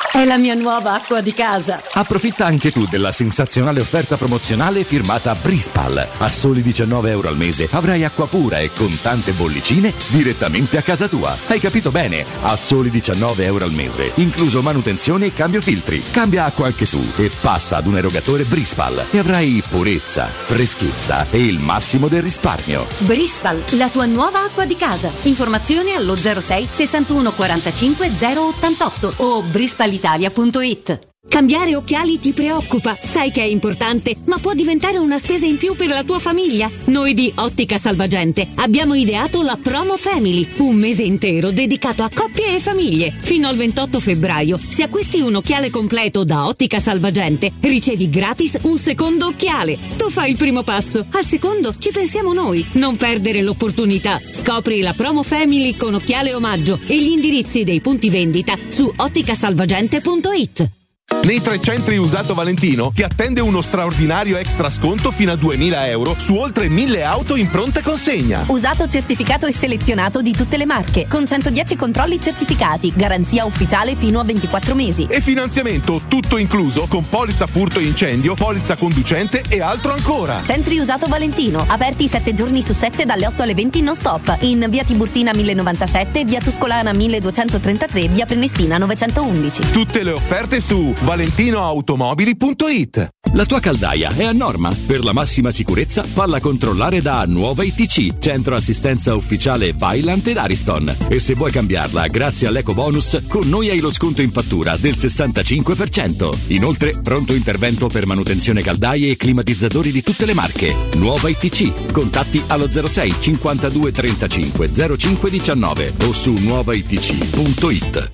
[SPEAKER 14] È la mia nuova acqua di casa.
[SPEAKER 16] Approfitta anche tu della sensazionale offerta promozionale firmata Brispal. A soli 19 euro al mese avrai acqua pura e con tante bollicine direttamente a casa tua. Hai capito bene? A soli 19 euro al mese, incluso manutenzione e cambio filtri. Cambia acqua anche tu e passa ad un erogatore Brispal e avrai purezza, freschezza e il massimo del risparmio.
[SPEAKER 14] Brispal, la tua nuova acqua di casa. Informazioni allo 06 61 45 088 o brispalitalia.it.
[SPEAKER 13] Cambiare occhiali ti preoccupa, sai che è importante, ma può diventare una spesa in più per la tua famiglia. Noi di Ottica Salvagente abbiamo ideato la Promo Family, un mese intero dedicato a coppie e famiglie. Fino al 28 febbraio, se acquisti un occhiale completo da Ottica Salvagente, ricevi gratis un secondo occhiale. Tu fai il primo passo, al secondo ci pensiamo noi. Non perdere l'opportunità. Scopri la Promo Family con occhiale omaggio e gli indirizzi dei punti vendita su otticasalvagente.it.
[SPEAKER 21] Nei 3 centri usato Valentino ti attende uno straordinario extra sconto fino a 2.000 euro su oltre 1.000 auto in pronta consegna.
[SPEAKER 23] Usato certificato e selezionato di tutte le marche, con 110 controlli certificati, garanzia ufficiale fino a 24 mesi.
[SPEAKER 21] E finanziamento tutto incluso con polizza furto e incendio, polizza conducente e altro ancora.
[SPEAKER 23] Centri usato Valentino, aperti 7 giorni su 7 dalle 8 alle 20 non stop, in via Tiburtina 1097, via Tuscolana 1233, via Prenestina 911.
[SPEAKER 21] Tutte le offerte su valentinoautomobili.it.
[SPEAKER 16] La tua caldaia è a norma. Per la massima sicurezza falla controllare da Nuova ITC, centro assistenza ufficiale Vaillant ed Ariston. E se vuoi cambiarla grazie all'eco bonus, con noi hai lo sconto in fattura del 65%. Inoltre pronto intervento per manutenzione caldaie e climatizzatori di tutte le marche. Nuova ITC. Contatti allo 06 52 35 05 19 o su nuovaitc.it.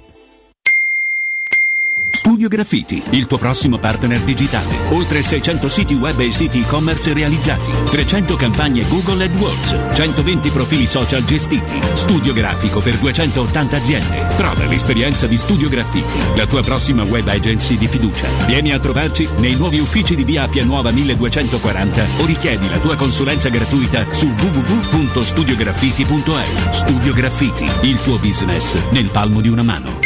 [SPEAKER 8] Studio Graffiti, il tuo prossimo partner digitale. Oltre 600 siti web e siti e-commerce realizzati, 300 campagne Google AdWords, 120 profili social gestiti, studio grafico per 280 aziende. Prova l'esperienza di Studio Graffiti, la tua prossima web agency di fiducia. Vieni a trovarci nei nuovi uffici di via Appia Nuova 1240 o richiedi la tua consulenza gratuita su www.studiograffiti.eu. Studio Graffiti, il tuo business nel palmo di una mano.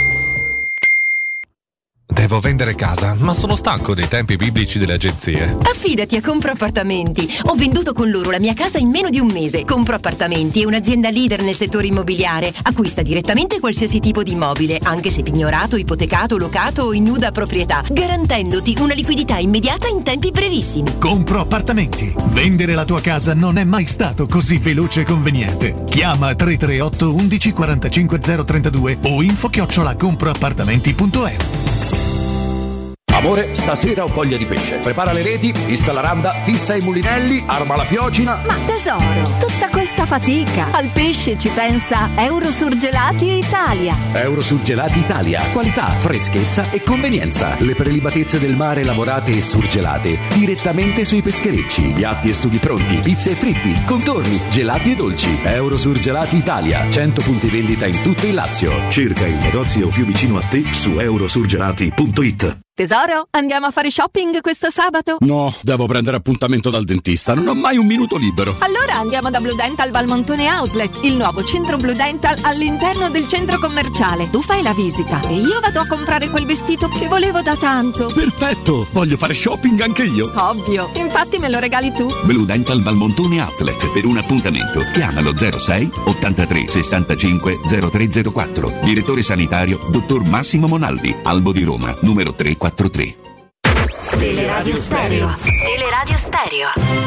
[SPEAKER 24] Devo vendere casa, ma sono stanco dei tempi biblici delle agenzie.
[SPEAKER 25] Affidati a Compro Appartamenti. Ho venduto con loro la mia casa in meno di un mese. Compro Appartamenti è un'azienda leader nel settore immobiliare. Acquista direttamente qualsiasi tipo di immobile, anche se pignorato, ipotecato, locato o in nuda proprietà, garantendoti una liquidità immediata in tempi brevissimi.
[SPEAKER 26] Compro Appartamenti. Vendere la tua casa non è mai stato così veloce e conveniente. Chiama 338 11 45 032 o info@comproappartamenti.eu.
[SPEAKER 27] Amore, stasera ho voglia di pesce. Prepara le reti, fissa la randa, fissa i mulinelli, arma la fiocina.
[SPEAKER 28] Ma tesoro, tutta questa fatica. Al pesce ci pensa Eurosurgelati Italia.
[SPEAKER 27] Eurosurgelati Italia. Qualità, freschezza e convenienza. Le prelibatezze del mare lavorate e surgelate direttamente sui pescherecci. Piatti e sughi pronti, pizze e fritti, contorni, gelati e dolci. Eurosurgelati Italia. 100 punti vendita in tutto il Lazio. Cerca il negozio più vicino a te su eurosurgelati.it.
[SPEAKER 28] Tesoro, andiamo a fare shopping questo sabato?
[SPEAKER 27] No, devo prendere appuntamento dal dentista, non ho mai un minuto libero.
[SPEAKER 28] Allora andiamo da Blue Dental Valmontone Outlet, il nuovo centro Blue Dental all'interno del centro commerciale. Tu fai la visita e io vado a comprare quel vestito che volevo da tanto.
[SPEAKER 27] Perfetto, voglio fare shopping anche io.
[SPEAKER 28] Ovvio, infatti me lo regali tu.
[SPEAKER 8] Blue Dental Valmontone Outlet. Per un appuntamento chiamalo 06 83 65 0304. Direttore sanitario dottor Massimo Monaldi, Albo di Roma, numero 343.
[SPEAKER 19] Teleradio Stereo. Teleradio Stereo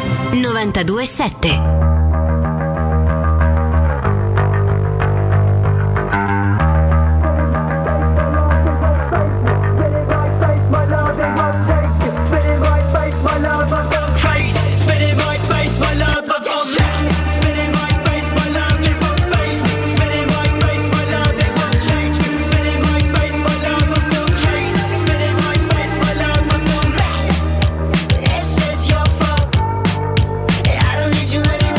[SPEAKER 19] 92.7.
[SPEAKER 4] You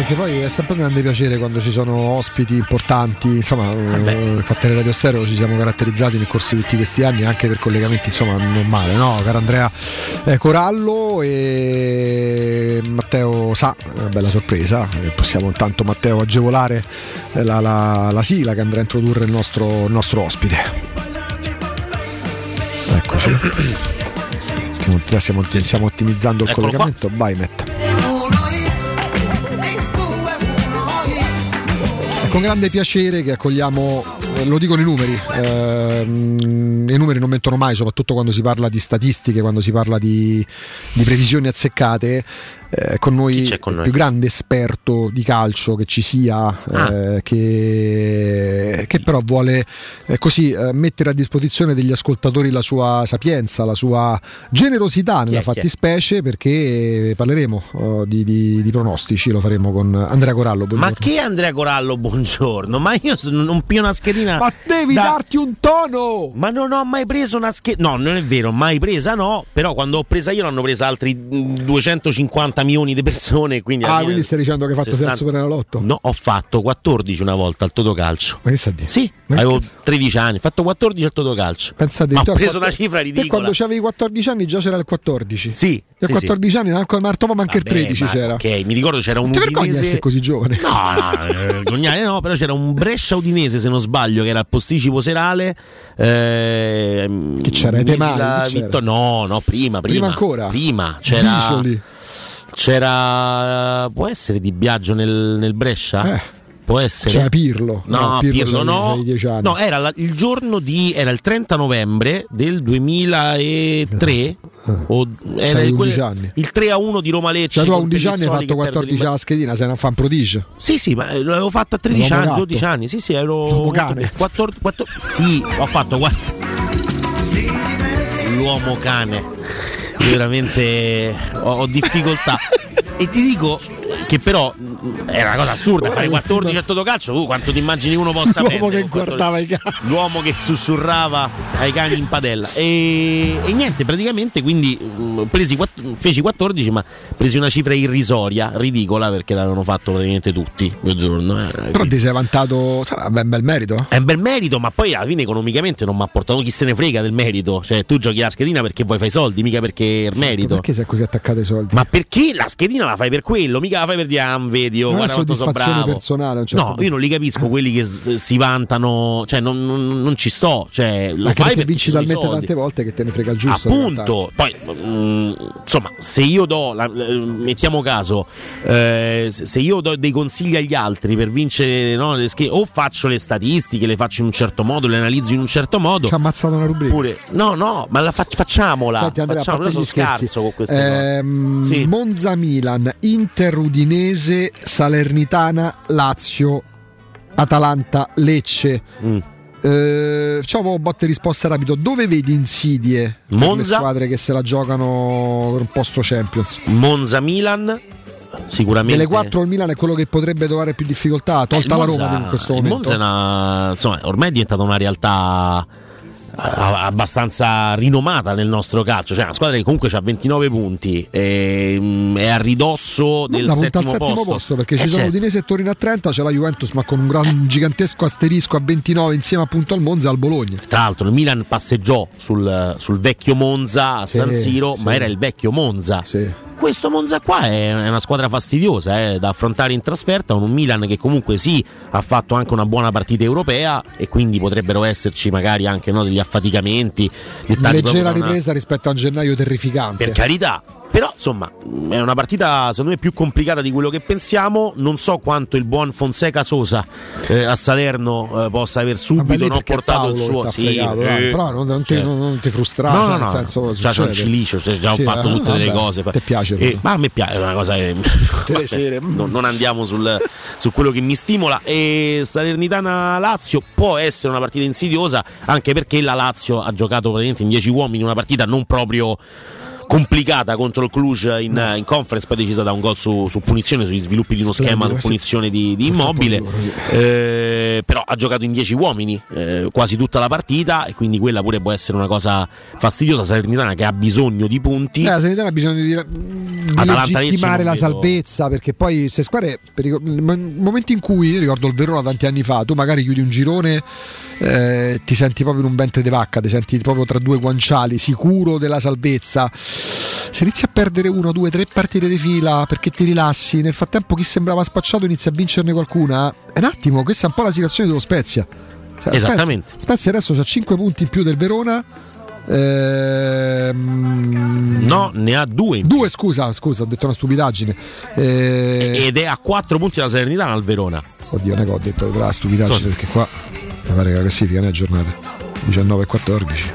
[SPEAKER 10] perché poi è sempre un grande piacere quando ci sono ospiti importanti, insomma, infatti Radio Stereo ci siamo caratterizzati nel corso di tutti questi anni anche per collegamenti, insomma, non male, no? Caro Andrea Corallo e Matteo Sa, una bella sorpresa, possiamo intanto, Matteo, agevolare la sigla che andrà a introdurre il nostro ospite. Eccoci. Stiamo ottimizzando il collegamento. Qua. Vai, Matt. È con grande piacere che accogliamo, lo dicono i numeri, i numeri non mentono mai, soprattutto quando si parla di statistiche, quando si parla di previsioni azzeccate. Con noi il più grande esperto di calcio che ci sia, che però vuole così mettere a disposizione degli ascoltatori la sua sapienza, la sua generosità nella fattispecie, perché parleremo di pronostici, lo faremo con Andrea Corallo. Buongiorno.
[SPEAKER 11] Ma che Andrea Corallo, buongiorno, ma io non pio una schedina.
[SPEAKER 10] Ma devi darti un tono!
[SPEAKER 11] Ma non ho mai preso una schedina. No, non è vero, mai presa no, però quando ho presa io l'hanno presa altri 250 milioni di persone, quindi
[SPEAKER 10] quindi stai dicendo che hai fatto 60... il Superenalotto?
[SPEAKER 11] No, ho fatto 14 una volta al Totocalcio.
[SPEAKER 10] Ma che sta a dire?
[SPEAKER 11] Sì, avevo 13 anni, ho fatto 14 al Totocalcio.
[SPEAKER 10] Pensate,
[SPEAKER 11] ma ho preso una cifra ridicola.
[SPEAKER 10] E quando avevi 14 anni già c'era il 14?
[SPEAKER 11] Sì.
[SPEAKER 10] E 14 anni, ma anche il 13 c'era.
[SPEAKER 11] Ok, mi ricordo c'era un
[SPEAKER 10] Udinese. Ti vergogni essere così giovane?
[SPEAKER 11] No, però c'era un Brescia Udinese, se non sbaglio, che era al posticipo serale.
[SPEAKER 10] Che c'era?
[SPEAKER 11] No, prima
[SPEAKER 10] ancora?
[SPEAKER 11] Prima c'era, può essere Di Biagio nel Brescia? Può essere.
[SPEAKER 10] C'era Pirlo.
[SPEAKER 11] No, Pirlo no. No, era il giorno era il 30 novembre del 2003. O era il 3-1 di Roma Lecce.
[SPEAKER 10] Cioè tu a 11 anni hai fatto 14 alla schedina, sei un fan prodigio.
[SPEAKER 11] Sì, ma l'avevo fatto a 13 anni, 12 anni. Sì, ero 14. Sì, ho fatto l'uomo cane. Io veramente ho difficoltà. E ti dico che però è una cosa assurda fare 14 al Totocalcio. Tu quanto ti immagini uno possa
[SPEAKER 10] l'uomo che guardava i cani,
[SPEAKER 11] l'uomo che sussurrava ai cani in padella e niente, praticamente, quindi feci 14, ma presi una cifra irrisoria, ridicola, perché l'avevano fatto praticamente tutti quel giorno.
[SPEAKER 10] Però ti sei vantato, è un bel merito.
[SPEAKER 11] È un bel merito, ma poi alla fine economicamente non mi ha portato, chi se ne frega del merito. Cioè tu giochi la schedina perché vuoi fare i soldi, mica perché il merito.
[SPEAKER 10] Perché sei così attaccato ai soldi?
[SPEAKER 11] Ma perché la schedina la fai per quello, mica la fai per dire vedi,
[SPEAKER 10] non è soddisfazione personale,
[SPEAKER 11] no, io non li capisco quelli che si vantano, cioè non ci sto, cioè lo
[SPEAKER 10] anche
[SPEAKER 11] fai
[SPEAKER 10] perché vinci talmente tante volte che te ne frega il giusto,
[SPEAKER 11] appunto. Poi insomma, se io mettiamo caso, se io do dei consigli agli altri per vincere, no, o faccio le statistiche, le faccio in un certo modo, le analizzo in un certo modo.
[SPEAKER 10] Ci ha ammazzato una rubrica.
[SPEAKER 11] No, ma facciamola.
[SPEAKER 10] Senti, Andrea,
[SPEAKER 11] io sono scarso con queste cose.
[SPEAKER 10] Sì. Monza Milan, Inter Udinese, Salernitana Lazio, Atalanta Lecce. Facciamo botte e risposta rapido. Dove vedi insidie per le squadre che se la giocano per un posto Champions?
[SPEAKER 11] Monza Milan sicuramente.
[SPEAKER 10] Delle 4 il Milan è quello che potrebbe trovare più difficoltà, tolta la Roma in questo momento.
[SPEAKER 11] Monza insomma, ormai è diventata una realtà abbastanza rinomata nel nostro calcio, cioè una squadra che comunque ha 29 punti, è a ridosso del settimo posto,
[SPEAKER 10] perché ci sono Udinese e Torino a 30, c'è la Juventus ma con un gigantesco asterisco a 29 insieme appunto al Monza e al Bologna.
[SPEAKER 11] Tra l'altro il Milan passeggiò sul vecchio Monza a San Siro, ma era il vecchio Monza. Questo Monza qua è una squadra fastidiosa da affrontare in trasferta, un Milan che comunque ha fatto anche una buona partita europea e quindi potrebbero esserci magari anche degli affaticamenti,
[SPEAKER 10] leggera ripresa rispetto a un gennaio terrificante,
[SPEAKER 11] per carità. Però insomma è una partita secondo me più complicata di quello che pensiamo. Non so quanto il buon Fonseca Sosa a Salerno possa aver subito portato il suo
[SPEAKER 10] però non ti frustrare,
[SPEAKER 11] no,
[SPEAKER 10] nel senso
[SPEAKER 11] c'è un cilicio, già ho fatto tutte delle cose.
[SPEAKER 10] Ti piace?
[SPEAKER 11] Ma a me piace, è una cosa che non andiamo su quello che mi stimola. E Salernitana Lazio può essere una partita insidiosa, anche perché la Lazio ha giocato praticamente in 10 uomini una partita non proprio complicata contro il Cluj in conference, poi decisa da un gol su punizione, sugli sviluppi di uno schema su punizione di Immobile, però ha giocato in 10 uomini quasi tutta la partita, e quindi quella pure può essere una cosa fastidiosa. Salernitana che ha bisogno di punti,
[SPEAKER 10] la Salernitana ha bisogno di legittimare la salvezza, perché poi queste squadre, nel momento in cui, ricordo il Verona tanti anni fa, tu magari chiudi un girone, ti senti proprio in un ventre di vacca, ti senti proprio tra due guanciali, sicuro della salvezza. Se inizi a perdere 1, 2, 3 partite di fila perché ti rilassi, nel frattempo chi sembrava spacciato inizia a vincerne qualcuna, è un attimo, questa è un po' la situazione dello Spezia.
[SPEAKER 11] Esattamente.
[SPEAKER 10] Spezia adesso ha 5 punti in più del Verona.
[SPEAKER 11] No, ne ha 2.
[SPEAKER 10] Scusa, ho detto una stupidaggine.
[SPEAKER 11] Ed è a 4 punti dalla Salernitana al Verona.
[SPEAKER 10] Oddio, ho detto la stupidaggine, perché qua mi pare che la classifica ne è aggiornata 19 e 14.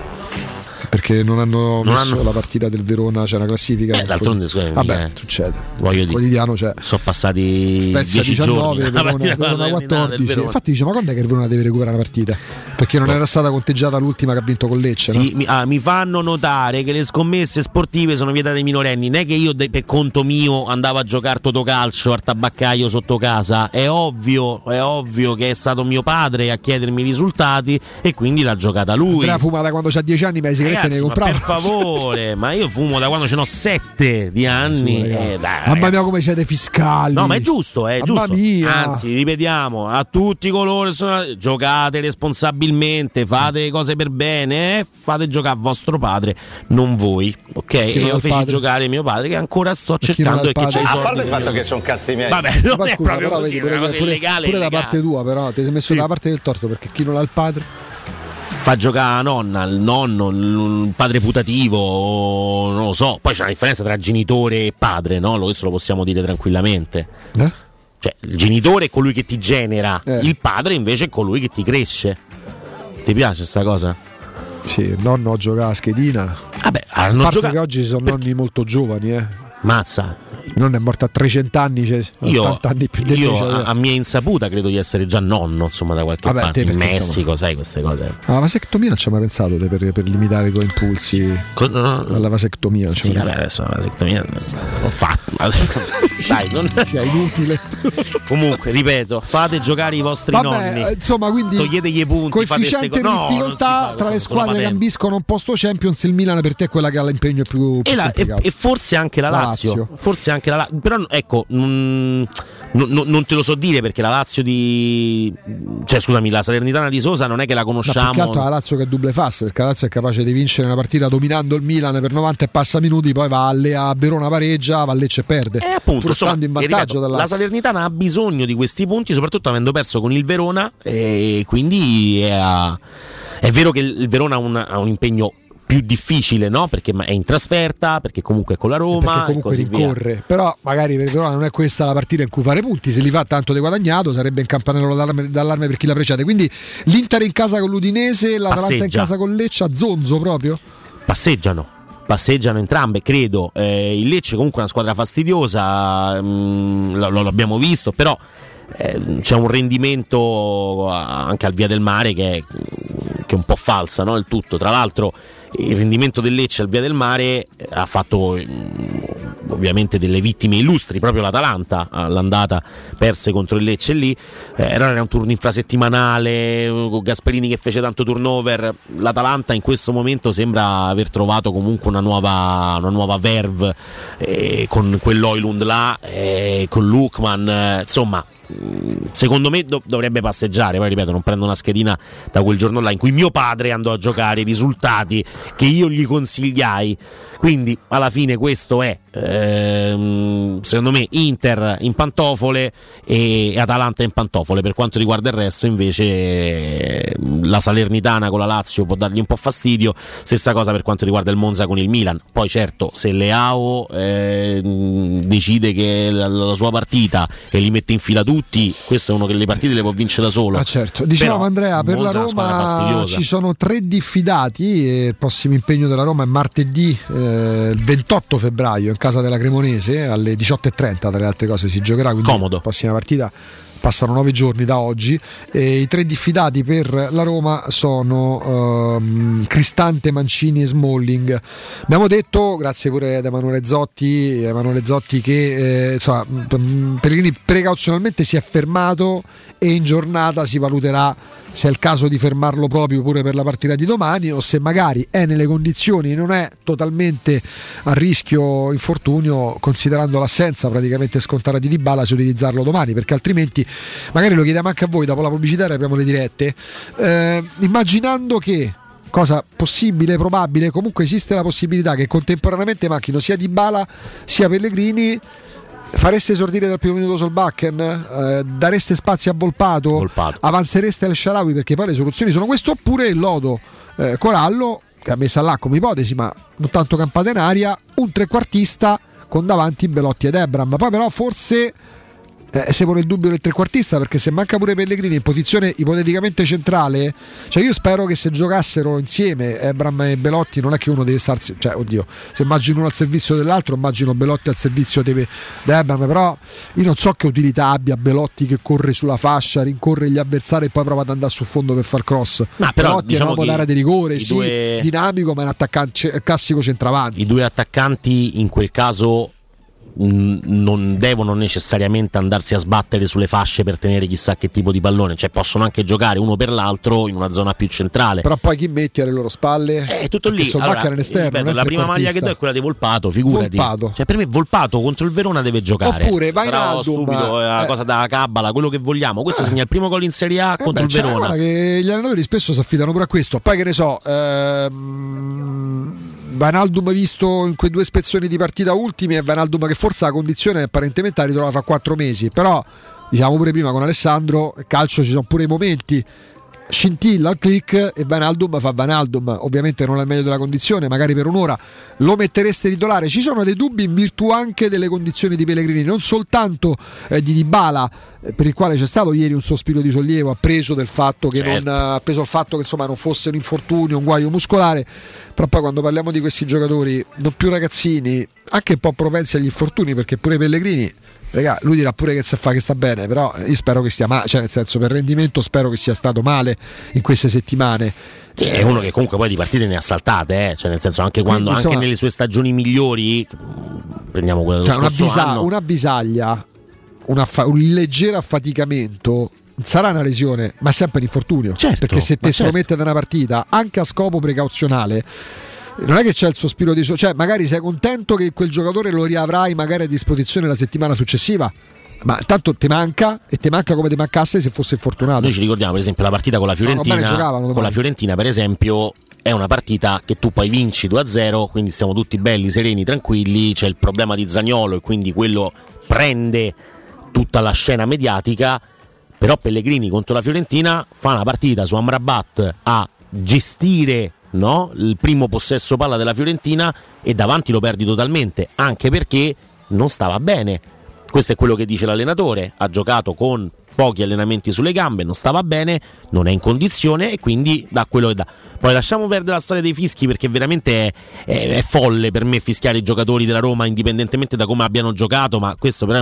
[SPEAKER 10] Perché non hanno messo la partita del Verona, c'è una classifica.
[SPEAKER 11] D'altronde,
[SPEAKER 10] vabbè, succede.
[SPEAKER 11] Voglio dire,
[SPEAKER 10] quotidiano c'è.
[SPEAKER 11] Sono passati
[SPEAKER 10] Spezia
[SPEAKER 11] 10
[SPEAKER 10] 19,
[SPEAKER 11] giorni.
[SPEAKER 10] Verona 14. Infatti dice, ma quando è che il Verona deve recuperare la partita? Perché non era stata conteggiata l'ultima che ha vinto con Lecce,
[SPEAKER 11] sì,
[SPEAKER 10] no?
[SPEAKER 11] mi fanno notare che le scommesse sportive sono vietate ai minorenni. Non è che io per conto mio andavo a giocare totocalcio al tabaccaio sotto casa. È ovvio che è stato mio padre a chiedermi i risultati e quindi l'ha giocata lui.
[SPEAKER 10] Però fuma da quando c'ha 10 anni, ma le sigarette ne comprava.
[SPEAKER 11] Per favore, ma io fumo da quando ce n'ho 7 di anni.
[SPEAKER 10] Mamma mia, come siete fiscali.
[SPEAKER 11] No, ma è giusto, è
[SPEAKER 10] Mamma
[SPEAKER 11] giusto.
[SPEAKER 10] Mia.
[SPEAKER 11] Anzi, ripetiamo, a tutti coloro che giocate responsabilmente, fate cose per bene, fate giocare vostro padre, non voi, ok? E io feci giocare mio padre, che ancora sto cercando e che c'è i soldi.
[SPEAKER 2] A parte il fatto che sono cazzi miei.
[SPEAKER 11] Vabbè, non è proprio così, è una cosa illegale.
[SPEAKER 10] Pure da parte tua, però ti sei messo dalla parte del torto, perché chi non ha il padre
[SPEAKER 11] fa giocare la nonna, il nonno, il padre putativo, non lo so. Poi c'è una differenza tra genitore e padre, no? Questo lo possiamo dire tranquillamente. Cioè, il genitore è colui che ti genera, il padre invece è colui che ti cresce. Ti piace sta cosa?
[SPEAKER 10] Sì, il nonno gioca a schedina.
[SPEAKER 11] Vabbè,
[SPEAKER 10] a parte che oggi sono nonni molto giovani,
[SPEAKER 11] Mazza.
[SPEAKER 10] Non è morto a 300 anni, cioè 80 anni più di
[SPEAKER 11] a mia insaputa credo di essere già nonno, insomma, da qualche parte in Messico, sai queste cose.
[SPEAKER 10] La vasectomia non ci hai mai pensato per limitare i tuoi impulsi? Alla vasectomia
[SPEAKER 11] sì, vabbè, adesso la vasectomia l'ho fatta. Dai, non
[SPEAKER 10] è inutile.
[SPEAKER 11] Comunque, ripeto, fate giocare i vostri nonni.
[SPEAKER 10] Insomma, quindi
[SPEAKER 11] toglietegli i punti,
[SPEAKER 10] coefficiente di difficoltà tra le squadre che ambiscono un posto Champions. Il Milan per te è quella che ha l'impegno più
[SPEAKER 11] e forse anche la Lazio. Forse anche la però ecco, non te lo so dire, perché la Lazio la Salernitana di Sosa non è che la conosciamo.
[SPEAKER 10] Ma più che altro la Lazio che è double fast, perché la Lazio è capace di vincere una partita dominando il Milan per 90 e passa minuti, poi va a Verona pareggia, va a Lecce e perde.
[SPEAKER 11] Appunto,
[SPEAKER 10] stando in vantaggio
[SPEAKER 11] la Salernitana ha bisogno di questi punti, soprattutto avendo perso con il Verona, e quindi è vero che il Verona ha un impegno più difficile, no? Perché è in trasferta, perché comunque è con la Roma e così
[SPEAKER 10] rincorre.
[SPEAKER 11] Via.
[SPEAKER 10] Però magari per Verona non è questa la partita in cui fare punti, se li fa tanto di guadagnato sarebbe in campanello d'allarme per chi la precede. Quindi l'Inter in casa con l'Udinese, l'Atalanta in casa con Lecce, a zonzo proprio?
[SPEAKER 11] Passeggiano entrambe, credo. Il Lecce comunque è una squadra fastidiosa, lo abbiamo visto, però c'è un rendimento anche al Via del Mare che è un po' falsa, no? Il tutto, tra l'altro il rendimento del Lecce al Via del Mare ha fatto ovviamente delle vittime illustri, proprio l'Atalanta all'andata perse contro il Lecce lì, era un turno infrasettimanale con Gasperini che fece tanto turnover. L'Atalanta in questo momento sembra aver trovato comunque una nuova verve, con quell'Oilund là, con Lukman, insomma. Secondo me dovrebbe passeggiare. Poi ripeto, non prendo una schedina da quel giorno là in cui mio padre andò a giocare, i risultati che io gli consigliai. Quindi alla fine questo è secondo me Inter in pantofole e Atalanta in pantofole. Per quanto riguarda il resto invece la Salernitana con la Lazio può dargli un po' fastidio, stessa cosa per quanto riguarda il Monza con il Milan. Poi certo, se Leao decide che la sua partita e li mette in fila tutti, questo è uno che le partite le può vincere da solo.
[SPEAKER 10] Certo, dicevamo Andrea, per la Roma ci sono 3 diffidati e il prossimo impegno della Roma è martedì il 28 febbraio in casa della Cremonese alle 18:30, tra le altre cose si giocherà, quindi
[SPEAKER 11] comodo.
[SPEAKER 10] La prossima partita passano 9 giorni da oggi, e i 3 diffidati per la Roma sono Cristante, Mancini e Smalling. Abbiamo detto, grazie pure ad Emanuele Zotti, che insomma, Pellegrini precauzionalmente si è fermato e in giornata si valuterà se è il caso di fermarlo proprio pure per la partita di domani, o se magari è nelle condizioni, non è totalmente a rischio infortunio, considerando l'assenza praticamente scontata di Dybala, se utilizzarlo domani, perché altrimenti magari lo chiediamo anche a voi dopo la pubblicità e apriamo le dirette, immaginando che, cosa possibile, probabile, comunque esiste la possibilità che contemporaneamente manchino sia Dybala sia Pellegrini, fareste esordire dal primo minuto Solbakken, dareste spazio a Volpato, avanzereste al Shaarawy, perché poi le soluzioni sono queste, oppure il lodo Corallo, che ha messo là come ipotesi ma non tanto campata in aria, un trequartista con davanti Belotti ed Ebram. Poi però forse si pone il dubbio del trequartista, perché se manca pure Pellegrini in posizione ipoteticamente centrale, cioè io spero che se giocassero insieme Ebram e Belotti, non è che uno deve starsi, cioè oddio, se immagino uno al servizio dell'altro immagino Belotti al servizio di Ebram, però io non so che utilità abbia Belotti che corre sulla fascia, rincorre gli avversari e poi prova ad andare sul fondo per far cross.
[SPEAKER 11] Ma però
[SPEAKER 10] Belotti
[SPEAKER 11] diciamo
[SPEAKER 10] è una dare di rigore, sì, dinamico, ma è un attaccante classico centravanti.
[SPEAKER 11] I due attaccanti in quel caso non devono necessariamente andarsi a sbattere sulle fasce per tenere chissà che tipo di pallone, cioè possono anche giocare uno per l'altro in una zona più centrale.
[SPEAKER 10] Però poi chi metti alle loro spalle?
[SPEAKER 11] È tutto lì.
[SPEAKER 10] Allora,
[SPEAKER 11] ripeto, la prima maglia che do è quella di Volpato, figurati. Cioè, per me Volpato contro il Verona deve giocare.
[SPEAKER 10] Oppure
[SPEAKER 11] sarà stupido, la cosa da cabala, quello che vogliamo. Questo segna il primo gol in Serie A contro il Verona.
[SPEAKER 10] Guarda che gli allenatori spesso si affidano pure a questo. Poi che ne so, Wijnaldum visto in quei 2 spezzoni di partita ultimi, e Wijnaldum che forse la condizione apparentemente la ritrova fra 4 mesi, però diciamo pure prima con Alessandro, il calcio ci sono pure i momenti, scintilla al click e Wijnaldum fa Wijnaldum, ovviamente non è il meglio della condizione, magari per un'ora lo mettereste titolare. Ci sono dei dubbi in virtù anche delle condizioni di Pellegrini, non soltanto di Dybala, per il quale c'è stato ieri un sospiro di sollievo, appreso del fatto che ha preso il fatto che insomma non fosse un infortunio, un guaio muscolare. Però poi quando parliamo di questi giocatori non più ragazzini, anche un po' propensi agli infortuni, perché pure Pellegrini, regà, lui dirà pure che se fa che sta bene, però io spero che stia male, cioè nel senso, per rendimento spero che sia stato male in queste settimane.
[SPEAKER 11] Sì, è uno che comunque poi di partite ne ha saltate, cioè nel senso anche quando, quindi, anche nelle sue stagioni migliori, prendiamo quella dello scorso anno,
[SPEAKER 10] una avvisaglia, un leggero affaticamento sarà una lesione, ma sempre un infortunio, perché se te lo mette da una partita anche a scopo precauzionale, non è che c'è il sospiro di cioè magari sei contento che quel giocatore lo riavrai magari a disposizione la settimana successiva, ma tanto ti manca, e ti manca come ti mancasse se fosse infortunato.
[SPEAKER 11] Noi ci ricordiamo per esempio la partita con la Fiorentina, con la Fiorentina per esempio è una partita che tu poi vinci 2-0, quindi stiamo tutti belli, sereni, tranquilli, c'è il problema di Zaniolo e quindi quello prende tutta la scena mediatica. Però Pellegrini contro la Fiorentina fa una partita su Amrabat a gestire, no, il primo possesso palla della Fiorentina, e davanti lo perdi totalmente, anche perché non stava bene. Questo è quello che dice l'allenatore, ha giocato con pochi allenamenti sulle gambe, non stava bene, non è in condizione e quindi dà quello che dà. Poi lasciamo perdere la storia dei fischi, perché veramente è folle per me fischiare i giocatori della Roma indipendentemente da come abbiano giocato, ma questo però è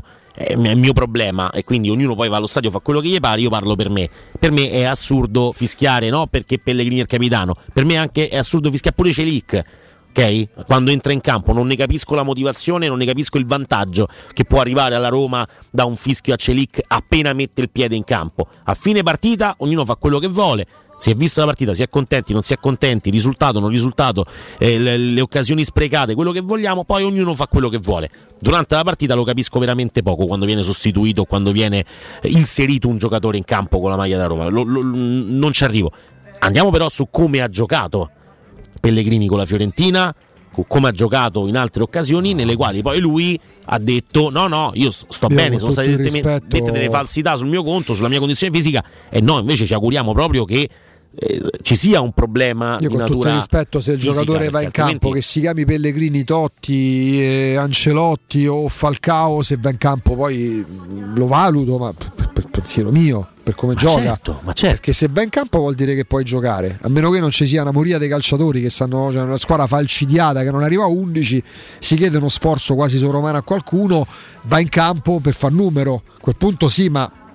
[SPEAKER 11] il mio problema, e quindi ognuno poi va allo stadio, fa quello che gli pare. Io parlo per me è assurdo fischiare, no, perché Pellegrini è il capitano, per me anche è assurdo fischiare pure Celic, ok? Quando entra in campo non ne capisco la motivazione, non ne capisco il vantaggio che può arrivare alla Roma da un fischio a Celic appena mette il piede in campo. A fine partita ognuno fa quello che vuole, si è vista la partita, si è contenti, non si è contenti, risultato, non risultato, le occasioni sprecate, quello che vogliamo, poi ognuno fa quello che vuole. Durante la partita lo capisco veramente poco, quando viene sostituito, quando viene inserito un giocatore in campo con la maglia della Roma, non ci arrivo. Andiamo però su come ha giocato Pellegrini con la Fiorentina, come ha giocato in altre occasioni nelle quali poi lui ha detto no, io sto bene, sono state dette delle falsità sul mio conto, sulla mia condizione fisica, e no, invece ci auguriamo proprio che ci sia un problema
[SPEAKER 10] di natura. Con tutto il rispetto, se il
[SPEAKER 11] fisica,
[SPEAKER 10] giocatore va in campo, che si chiami Pellegrini, Totti, Ancelotti o Falcao, se va in campo poi lo valuto, ma per pensiero mio, per come gioca, perché se va in campo vuol dire che puoi giocare, a meno che non ci sia una moria dei calciatori che stanno, cioè una squadra falcidiata che non arriva a 11, si chiede uno sforzo quasi sovrumano a qualcuno, va in campo per far numero, a quel punto sì, ma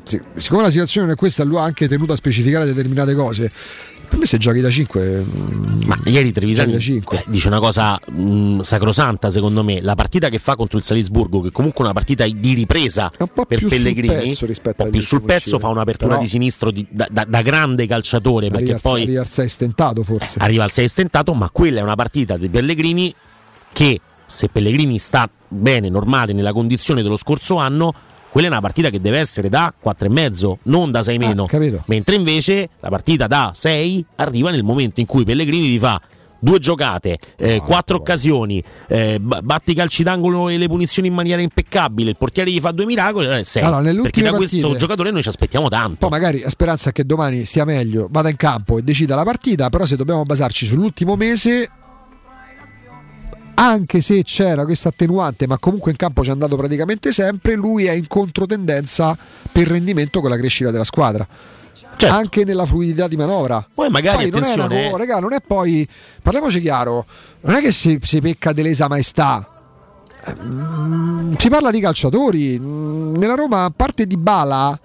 [SPEAKER 10] siccome la situazione è questa, lui ha anche tenuto a specificare determinate cose. Per me se giochi da 5,
[SPEAKER 11] ma ieri Trevisani dice una cosa sacrosanta secondo me. La partita che fa contro il Salisburgo, che comunque è una partita di ripresa per Pellegrini, un po' più sul pezzo, fa un'apertura di sinistro da grande calciatore, perché poi
[SPEAKER 10] arriva al 6 stentato, forse
[SPEAKER 11] arriva al 6 stentato, ma quella è una partita di Pellegrini che, se Pellegrini sta bene, normale, nella condizione dello scorso anno, quella è una partita che deve essere da 4,5, non da 6 meno. Mentre invece la partita da 6 arriva nel momento in cui Pellegrini ti fa 2 giocate, 4 occasioni, batti i calci d'angolo e le punizioni in maniera impeccabile, il portiere gli fa 2 miracoli, 6.
[SPEAKER 10] Allora,
[SPEAKER 11] perché da questo giocatore noi ci aspettiamo tanto.
[SPEAKER 10] Poi magari a speranza che domani stia meglio, vada in campo e decida la partita, però se dobbiamo basarci sull'ultimo mese, anche se c'era questa attenuante, ma comunque in campo ci è andato praticamente sempre, lui è in controtendenza per rendimento con la crescita della squadra. Certo. Anche nella fluidità di manovra.
[SPEAKER 11] Poi magari
[SPEAKER 10] non è raga, non è poi, parliamoci chiaro, non è che si pecca di lesa maestà. Si parla di calciatori. Nella Roma, a parte Dybala,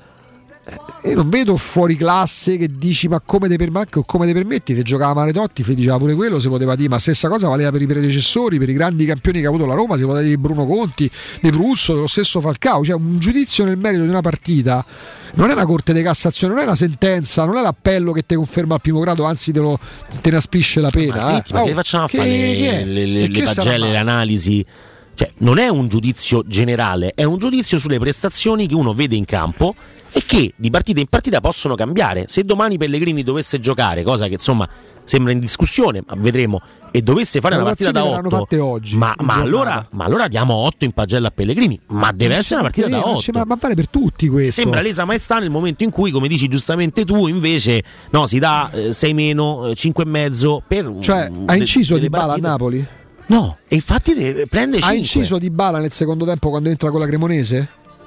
[SPEAKER 10] io non vedo fuori classe che dici ma come te permetti. Se giocava Maretotti si diceva pure quello, si poteva dire, ma stessa cosa valeva per i predecessori, per i grandi campioni che ha avuto la Roma, si poteva dire di Bruno Conti, di Pruzzo, dello stesso Falcao. Cioè un giudizio nel merito di una partita non è una corte di Cassazione, non è una sentenza, non è l'appello che ti conferma al primo grado, anzi te ne asprisce la pena.
[SPEAKER 11] Ma che facciamo a fare le pagelle, le analisi? Cioè, non è un giudizio generale, è un giudizio sulle prestazioni che uno vede in campo e che di partita in partita possono cambiare. Se domani Pellegrini dovesse giocare, cosa che insomma sembra in discussione, ma vedremo, e dovesse fare una partita da 8,
[SPEAKER 10] oggi,
[SPEAKER 11] ma allora diamo 8 in pagella a Pellegrini, ma deve essere una partita da 8.
[SPEAKER 10] Ma vale per tutti questo.
[SPEAKER 11] Sembra lesa maestà nel momento in cui, come dici giustamente tu, invece no, si dà 6 meno, 5,5 per...
[SPEAKER 10] Cioè, ha inciso Dybala a Napoli?
[SPEAKER 11] No, e infatti prende 5.
[SPEAKER 10] Ha inciso Dybala nel secondo tempo quando entra con la Cremonese?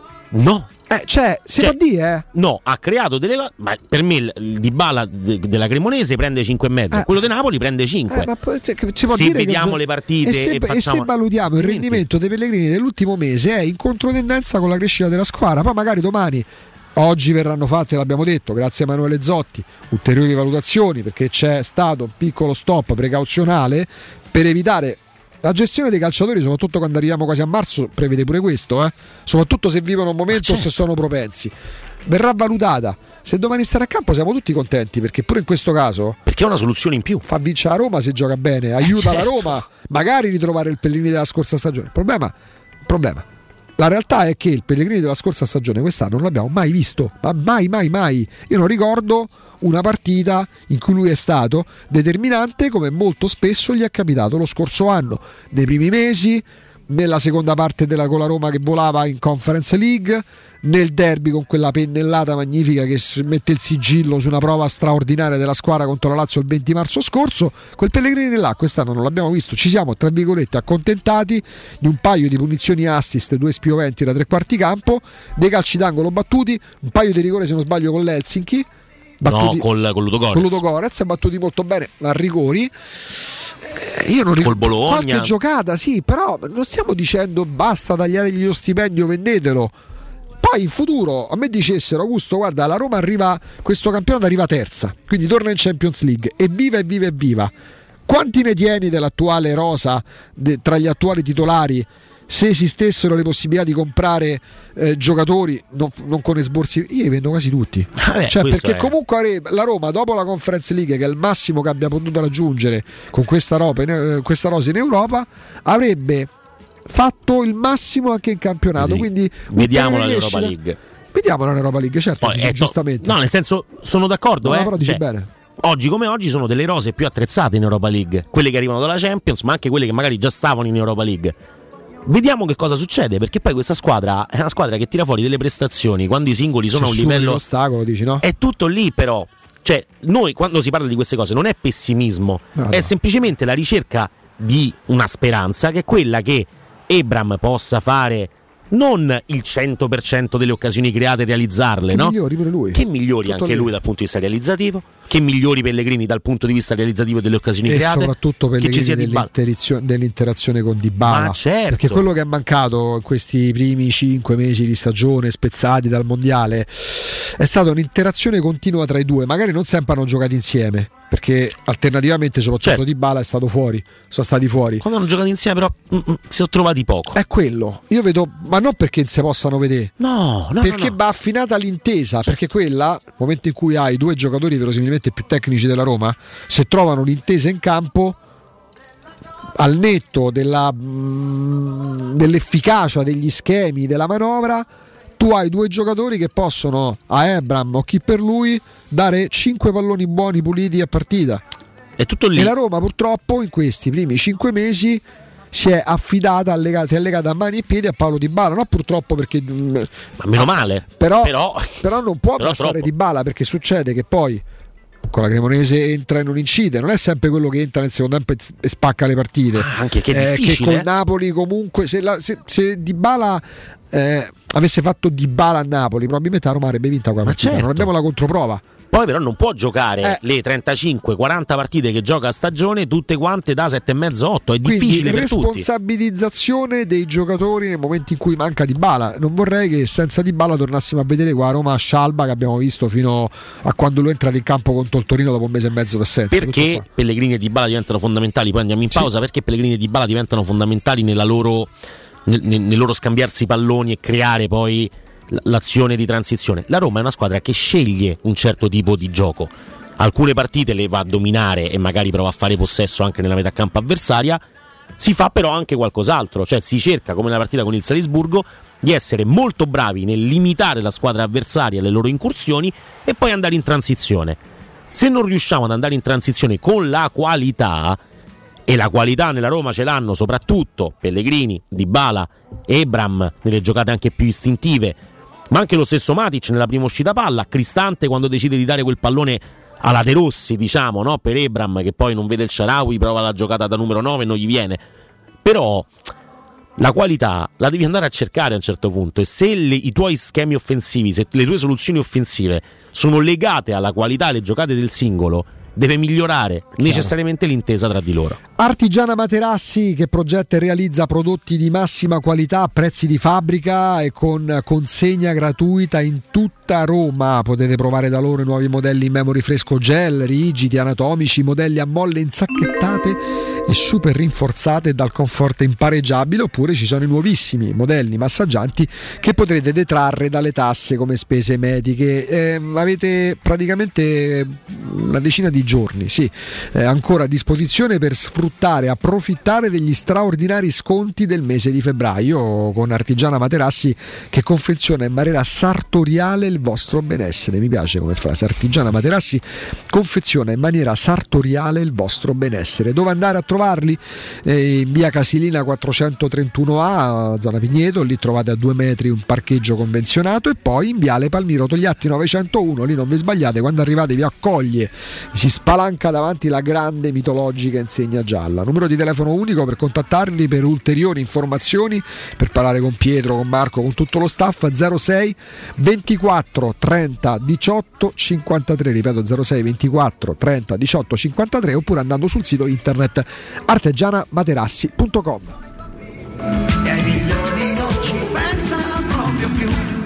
[SPEAKER 11] No.
[SPEAKER 10] Si può dire?
[SPEAKER 11] No, ha creato delle cose, ma per me il Dybala della Cremonese prende 5,5, quello di Napoli prende 5. Se vediamo le partite
[SPEAKER 10] e se valutiamo il rendimento dei Pellegrini dell'ultimo mese, è in controtendenza con la crescita della squadra. Poi magari domani, oggi verranno fatte, l'abbiamo detto, grazie a Emanuele Zotti, ulteriori valutazioni, perché c'è stato un piccolo stop precauzionale per evitare. La gestione dei calciatori, soprattutto quando arriviamo quasi a marzo, prevede pure questo, soprattutto se vivono un momento o se sono propensi. Verrà valutata. Se domani starà a campo siamo tutti contenti, perché pure in questo caso,
[SPEAKER 11] perché è una soluzione in più,
[SPEAKER 10] fa vincere la Roma se gioca bene, aiuta la Roma magari ritrovare il Pellegrini della scorsa stagione. Il problema, la realtà è che il Pellegrini della scorsa stagione quest'anno non l'abbiamo mai visto, ma mai. Io non ricordo una partita in cui lui è stato determinante come molto spesso gli è capitato lo scorso anno, nei primi mesi, nella seconda parte con la Roma che volava in Conference League, nel derby con quella pennellata magnifica che mette il sigillo su una prova straordinaria della squadra contro la Lazio il 20 marzo scorso. Quel Pellegrini là quest'anno non l'abbiamo visto. Ci siamo tra virgolette accontentati di un paio di punizioni assist, 2 spioventi da 3 quarti campo, dei calci d'angolo battuti, un paio di rigore se non sbaglio con l'Helsinki,
[SPEAKER 11] battuti, no, con
[SPEAKER 10] Ludogorets, battuti molto bene a rigori. Io non
[SPEAKER 11] col Bologna,
[SPEAKER 10] qualche giocata sì, però non stiamo dicendo basta tagliategli lo stipendio, vendetelo. Poi in futuro a me dicessero Augusto guarda la Roma arriva, questo campionato arriva terza, quindi torna in Champions League, evviva, quanti ne tieni dell'attuale rosa tra gli attuali titolari? Se esistessero le possibilità di comprare giocatori non con esborsi, io li vendo quasi tutti. Perché comunque la Roma dopo la Conference League, che è il massimo che abbia potuto raggiungere con questa rosa in Europa, avrebbe fatto il massimo anche in campionato. Quindi
[SPEAKER 11] vediamola l'Europa League.
[SPEAKER 10] Vediamola l'Europa League, certo.
[SPEAKER 11] Poi,
[SPEAKER 10] giustamente.
[SPEAKER 11] No, nel senso sono d'accordo.
[SPEAKER 10] Però dici bene.
[SPEAKER 11] Oggi come oggi sono delle rose più attrezzate in Europa League, quelle che arrivano dalla Champions, ma anche quelle che magari già stavano in Europa League. Vediamo che cosa succede, perché poi questa squadra è una squadra che tira fuori delle prestazioni quando i singoli sono a un livello
[SPEAKER 10] ostacolo, dici, no?
[SPEAKER 11] È tutto lì, però cioè noi quando si parla di queste cose non è pessimismo, è semplicemente la ricerca di una speranza, che è quella che Ebram possa fare non il 100% delle occasioni create realizzarle, no?
[SPEAKER 10] Migliori pure lui.
[SPEAKER 11] Che migliori
[SPEAKER 10] tutto
[SPEAKER 11] anche lui dal punto di vista realizzativo, che migliori Pellegrini dal punto di vista realizzativo delle occasioni
[SPEAKER 10] e
[SPEAKER 11] create,
[SPEAKER 10] soprattutto
[SPEAKER 11] che ci sia
[SPEAKER 10] dell'interazione con Dybala.
[SPEAKER 11] Ma certo.
[SPEAKER 10] Perché quello che è mancato in questi primi 5 mesi di stagione spezzati dal mondiale è stata un'interazione continua tra i due. Magari non sempre hanno giocato insieme, perché alternativamente soprattutto Dybala è stato fuori, sono stati fuori.
[SPEAKER 11] Quando hanno giocato insieme però si sono trovati poco.
[SPEAKER 10] È quello, io vedo, ma non perché si possano vedere,
[SPEAKER 11] no,
[SPEAKER 10] perché
[SPEAKER 11] no.
[SPEAKER 10] va affinata l'intesa, perché quella, nel momento in cui hai due giocatori verosimilmente più tecnici della Roma, se trovano l'intesa in campo, al netto dell'efficacia degli schemi della manovra, tu hai due giocatori che possono a Ebram o chi per lui dare 5 palloni buoni puliti a partita.
[SPEAKER 11] È tutto lì.
[SPEAKER 10] E la Roma purtroppo in questi primi 5 mesi si è affidata, si è legata a mani e piedi a Paolo Dybala, no purtroppo perché
[SPEAKER 11] ma meno male,
[SPEAKER 10] però non può abbassare
[SPEAKER 11] troppo.
[SPEAKER 10] Dybala, perché succede che poi con la Cremonese entra e non incide, non è sempre quello che entra nel secondo tempo e spacca le partite,
[SPEAKER 11] anche che è difficile,
[SPEAKER 10] che col Napoli comunque se Dybala avesse fatto Dybala a Napoli probabilmente la Roma avrebbe vinta quella partita,
[SPEAKER 11] certo.
[SPEAKER 10] Non abbiamo la controprova.
[SPEAKER 11] Poi però non può giocare le 35-40 partite che gioca a stagione tutte quante da 7,5-8, è difficile per tutti.
[SPEAKER 10] Responsabilizzazione dei giocatori nel momento in cui manca Dybala. Non vorrei che senza Dybala tornassimo a vedere qua a Roma a scialba che abbiamo visto fino a quando lui è entrato in campo contro il Torino dopo un mese e mezzo d'assenza.
[SPEAKER 11] Perché Pellegrini e Dybala diventano fondamentali, poi andiamo in pausa, perché Pellegrini e Dybala diventano fondamentali nel loro scambiarsi palloni e creare poi l'azione di transizione. La Roma è una squadra che sceglie un certo tipo di gioco, alcune partite le va a dominare e magari prova a fare possesso anche nella metà campo avversaria, si fa però anche qualcos'altro, cioè si cerca, come nella partita con il Salisburgo, di essere molto bravi nel limitare la squadra avversaria alle loro incursioni e poi andare in transizione. Se non riusciamo ad andare in transizione con la qualità, e la qualità nella Roma ce l'hanno soprattutto Pellegrini, Dybala, Ebram nelle giocate anche più istintive, ma anche lo stesso Matic nella prima uscita palla, Cristante quando decide di dare quel pallone alla De Rossi, diciamo, no? Per Ebram che poi non vede il Shaarawy, prova la giocata da numero 9 e non gli viene. Però la qualità la devi andare a cercare a un certo punto, e se i tuoi schemi offensivi, se le tue soluzioni offensive sono legate alla qualità e alle giocate del singolo, deve migliorare necessariamente l'intesa tra di loro.
[SPEAKER 10] Artigiana Materassi, che progetta e realizza prodotti di massima qualità a prezzi di fabbrica e con consegna gratuita in tutta Roma. Potete provare da loro i nuovi modelli in memory fresco gel, rigidi, anatomici, modelli a molle insacchettate e super rinforzate dal comfort impareggiabile, oppure ci sono i nuovissimi modelli massaggianti che potrete detrarre dalle tasse come spese mediche. Avete praticamente una decina di giorni ancora a disposizione per sfruttare e approfittare degli straordinari sconti del mese di febbraio con Artigiana Materassi, che confeziona in maniera sartoriale il vostro benessere. Mi piace come frase, Artigiana Materassi confeziona in maniera sartoriale il vostro benessere. Dove andare a trovarli? In via Casilina 431A, zona Pigneto, lì trovate a 2 metri un parcheggio convenzionato, e poi in viale Palmiro Togliatti 901, lì non vi sbagliate, quando arrivate vi accoglie, si spalanca davanti la grande mitologica insegna gialla. Numero di telefono unico per contattarli per ulteriori informazioni, per parlare con Pietro, con Marco, con tutto lo staff: 06 24 30 18 53, ripeto 06 24 30 18 53, oppure andando sul sito internet artigianamaterassi.com.
[SPEAKER 2] E ai milioni non ci pensa proprio più.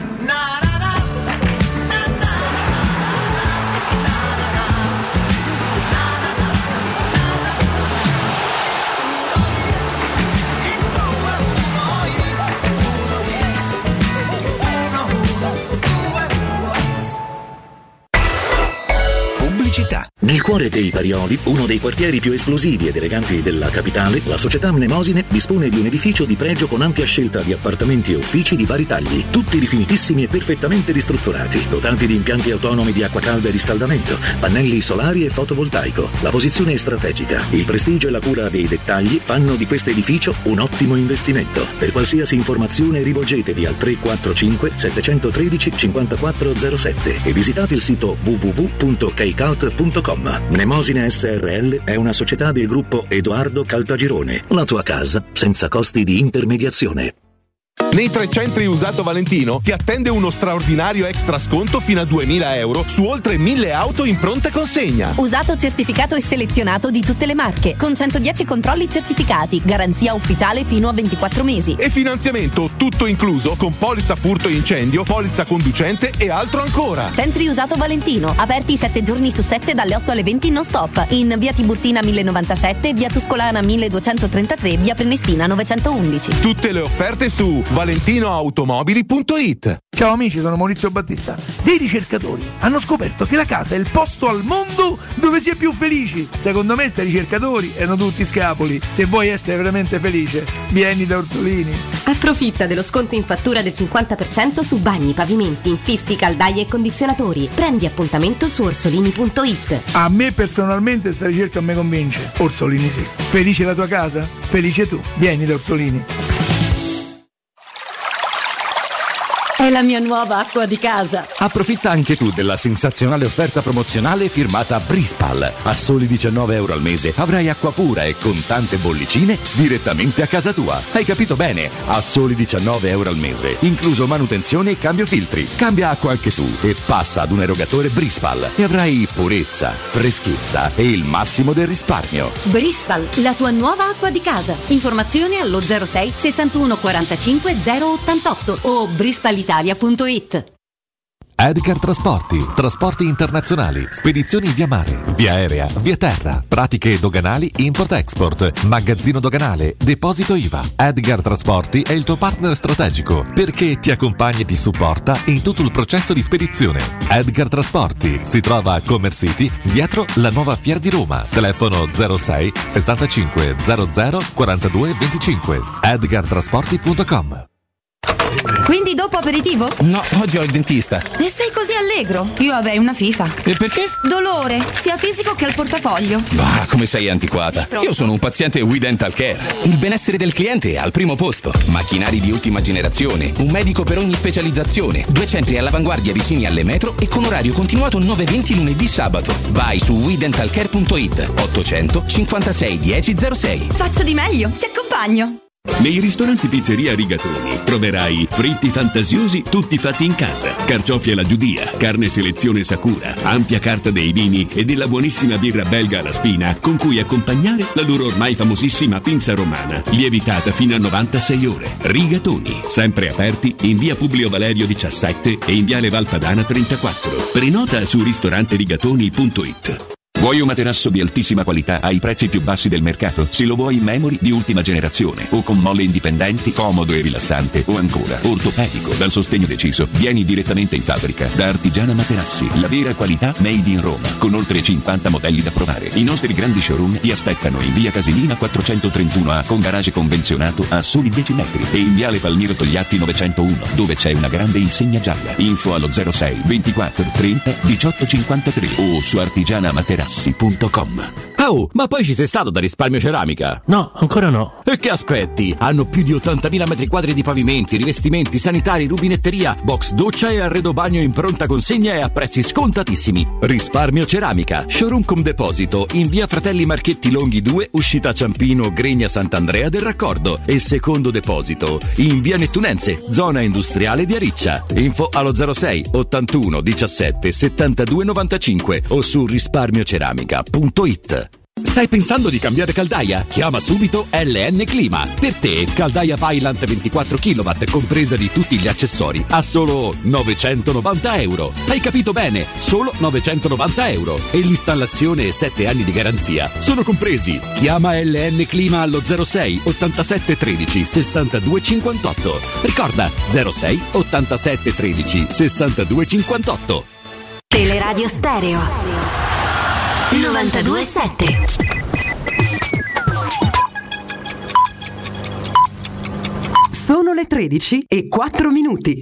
[SPEAKER 3] Nel cuore dei Parioli, uno dei quartieri più esclusivi ed eleganti della capitale, la società Mnemosine dispone di un edificio di pregio con ampia scelta di appartamenti e uffici di vari tagli, tutti rifinitissimi e perfettamente ristrutturati, dotati di impianti autonomi di acqua calda e riscaldamento, pannelli solari e fotovoltaico. La posizione è strategica, il prestigio e la cura dei dettagli fanno di questo edificio un ottimo investimento. Per qualsiasi informazione rivolgetevi al 345 713 5407 e visitate il sito www.kcult.com. Mnemosine SRL è una società del gruppo Edoardo Caltagirone. La tua casa senza costi di intermediazione.
[SPEAKER 21] Nei 3 centri usato Valentino ti attende uno straordinario extra sconto fino a 2.000 euro su oltre 1.000 auto in pronta consegna.
[SPEAKER 23] Usato certificato e selezionato di tutte le marche, con 110 controlli certificati, garanzia ufficiale fino a 24 mesi.
[SPEAKER 21] E finanziamento tutto incluso con polizza furto e incendio, polizza conducente e altro ancora.
[SPEAKER 23] Centri usato Valentino, aperti 7 giorni su 7 dalle 8 alle 20 non stop, in via Tiburtina 1097, via Tuscolana 1233, via Prenestina 911.
[SPEAKER 21] Tutte le offerte su valentinoautomobili.it.
[SPEAKER 1] Ciao amici, sono Maurizio Battista. Dei ricercatori hanno scoperto che la casa è il posto al mondo dove si è più felici. Secondo me sti ricercatori erano tutti scapoli. Se vuoi essere veramente felice, vieni da Orsolini.
[SPEAKER 19] Approfitta dello sconto in fattura del 50% su bagni, pavimenti, infissi, caldaie e condizionatori. Prendi appuntamento su orsolini.it.
[SPEAKER 1] A me personalmente sta ricerca mi convince. Orsolini sì. Felice la tua casa? Felice tu. Vieni da Orsolini.
[SPEAKER 13] È la mia nuova acqua di casa.
[SPEAKER 16] Approfitta anche tu della sensazionale offerta promozionale firmata Brispal. A soli 19 euro al mese avrai acqua pura e con tante bollicine direttamente a casa tua. Hai capito bene? A soli 19 euro al mese, incluso manutenzione e cambio filtri. Cambia acqua anche tu e passa ad un erogatore Brispal e avrai purezza, freschezza e il massimo del risparmio.
[SPEAKER 13] Brispal, la tua nuova acqua di casa. Informazioni allo 06 61 45 088 o brispalitalia.it.
[SPEAKER 24] Edgar Trasporti internazionali, spedizioni via mare, via aerea, via terra, pratiche doganali import-export, magazzino doganale, deposito IVA. Edgar Trasporti è il tuo partner strategico perché ti accompagna e ti supporta in tutto il processo di spedizione. Edgar Trasporti si trova a Commerce City, dietro la nuova Fiera di Roma. Telefono 06 65 00 42 25. edgartrasporti.com.
[SPEAKER 28] Quindi dopo aperitivo?
[SPEAKER 9] No, oggi ho il dentista.
[SPEAKER 28] E sei così allegro? Io avrei una FIFA.
[SPEAKER 9] E perché?
[SPEAKER 28] Dolore, sia fisico che al portafoglio.
[SPEAKER 9] Bah, come sei antiquata. Io sono un paziente We Dental Care. Il benessere del cliente è al primo posto. Macchinari di ultima generazione, un medico per ogni specializzazione, 2 centri all'avanguardia vicini alle metro e con orario continuato 9-20 lunedì sabato. Vai su wedentalcare.it 800 56 1006.
[SPEAKER 28] Faccio di meglio, ti accompagno.
[SPEAKER 8] Nei ristoranti Pizzeria Rigatoni troverai fritti fantasiosi tutti fatti in casa, carciofi alla giudia, carne selezione Sakura, ampia carta dei vini e della buonissima birra belga alla spina con cui accompagnare la loro ormai famosissima pinza romana, lievitata fino a 96 ore. Rigatoni, sempre aperti in via Publio Valerio 17 e in viale Valpadana 34. Prenota su ristoranterigatoni.it. Vuoi un materasso di altissima qualità ai prezzi più bassi del mercato? Se lo vuoi in memory di ultima generazione o con molle indipendenti, comodo e rilassante o ancora ortopedico dal sostegno deciso, vieni direttamente in fabbrica da Artigiana Materassi, la vera qualità made in Roma, con oltre 50 modelli da provare. I nostri grandi showroom ti aspettano in via Casilina 431A con garage convenzionato a soli 10 metri e in viale Palmiro Togliatti 901 dove c'è una grande insegna gialla. Info allo 06 24 30 18 53 o su artigianamaterassi.com.
[SPEAKER 12] Oh, ma poi ci sei stato da Risparmio Ceramica?
[SPEAKER 11] No, ancora no.
[SPEAKER 12] E che aspetti? Hanno più di 80.000 metri quadri di pavimenti, rivestimenti, sanitari, rubinetteria, box doccia e arredo bagno in pronta consegna e a prezzi scontatissimi. Risparmio Ceramica, showroom con deposito in via Fratelli Marchetti Longhi 2, uscita Ciampino, Gregna Sant'Andrea del Raccordo e secondo deposito in via Nettunense, zona industriale di Ariccia. Info allo 06 81 17 72 95 o su risparmioceramica.it. Stai pensando di cambiare caldaia? Chiama subito LN Clima. Per te, caldaia Vaillant 24 kW, compresa di tutti gli accessori, a solo 990 euro. Hai capito bene? Solo 990 euro. E l'installazione e 7 anni di garanzia sono compresi. Chiama LN Clima allo 06 87 13 62 58. Ricorda 06 87 13 62 58.
[SPEAKER 13] Teleradio Stereo 92.7.
[SPEAKER 15] Sono le 13:04.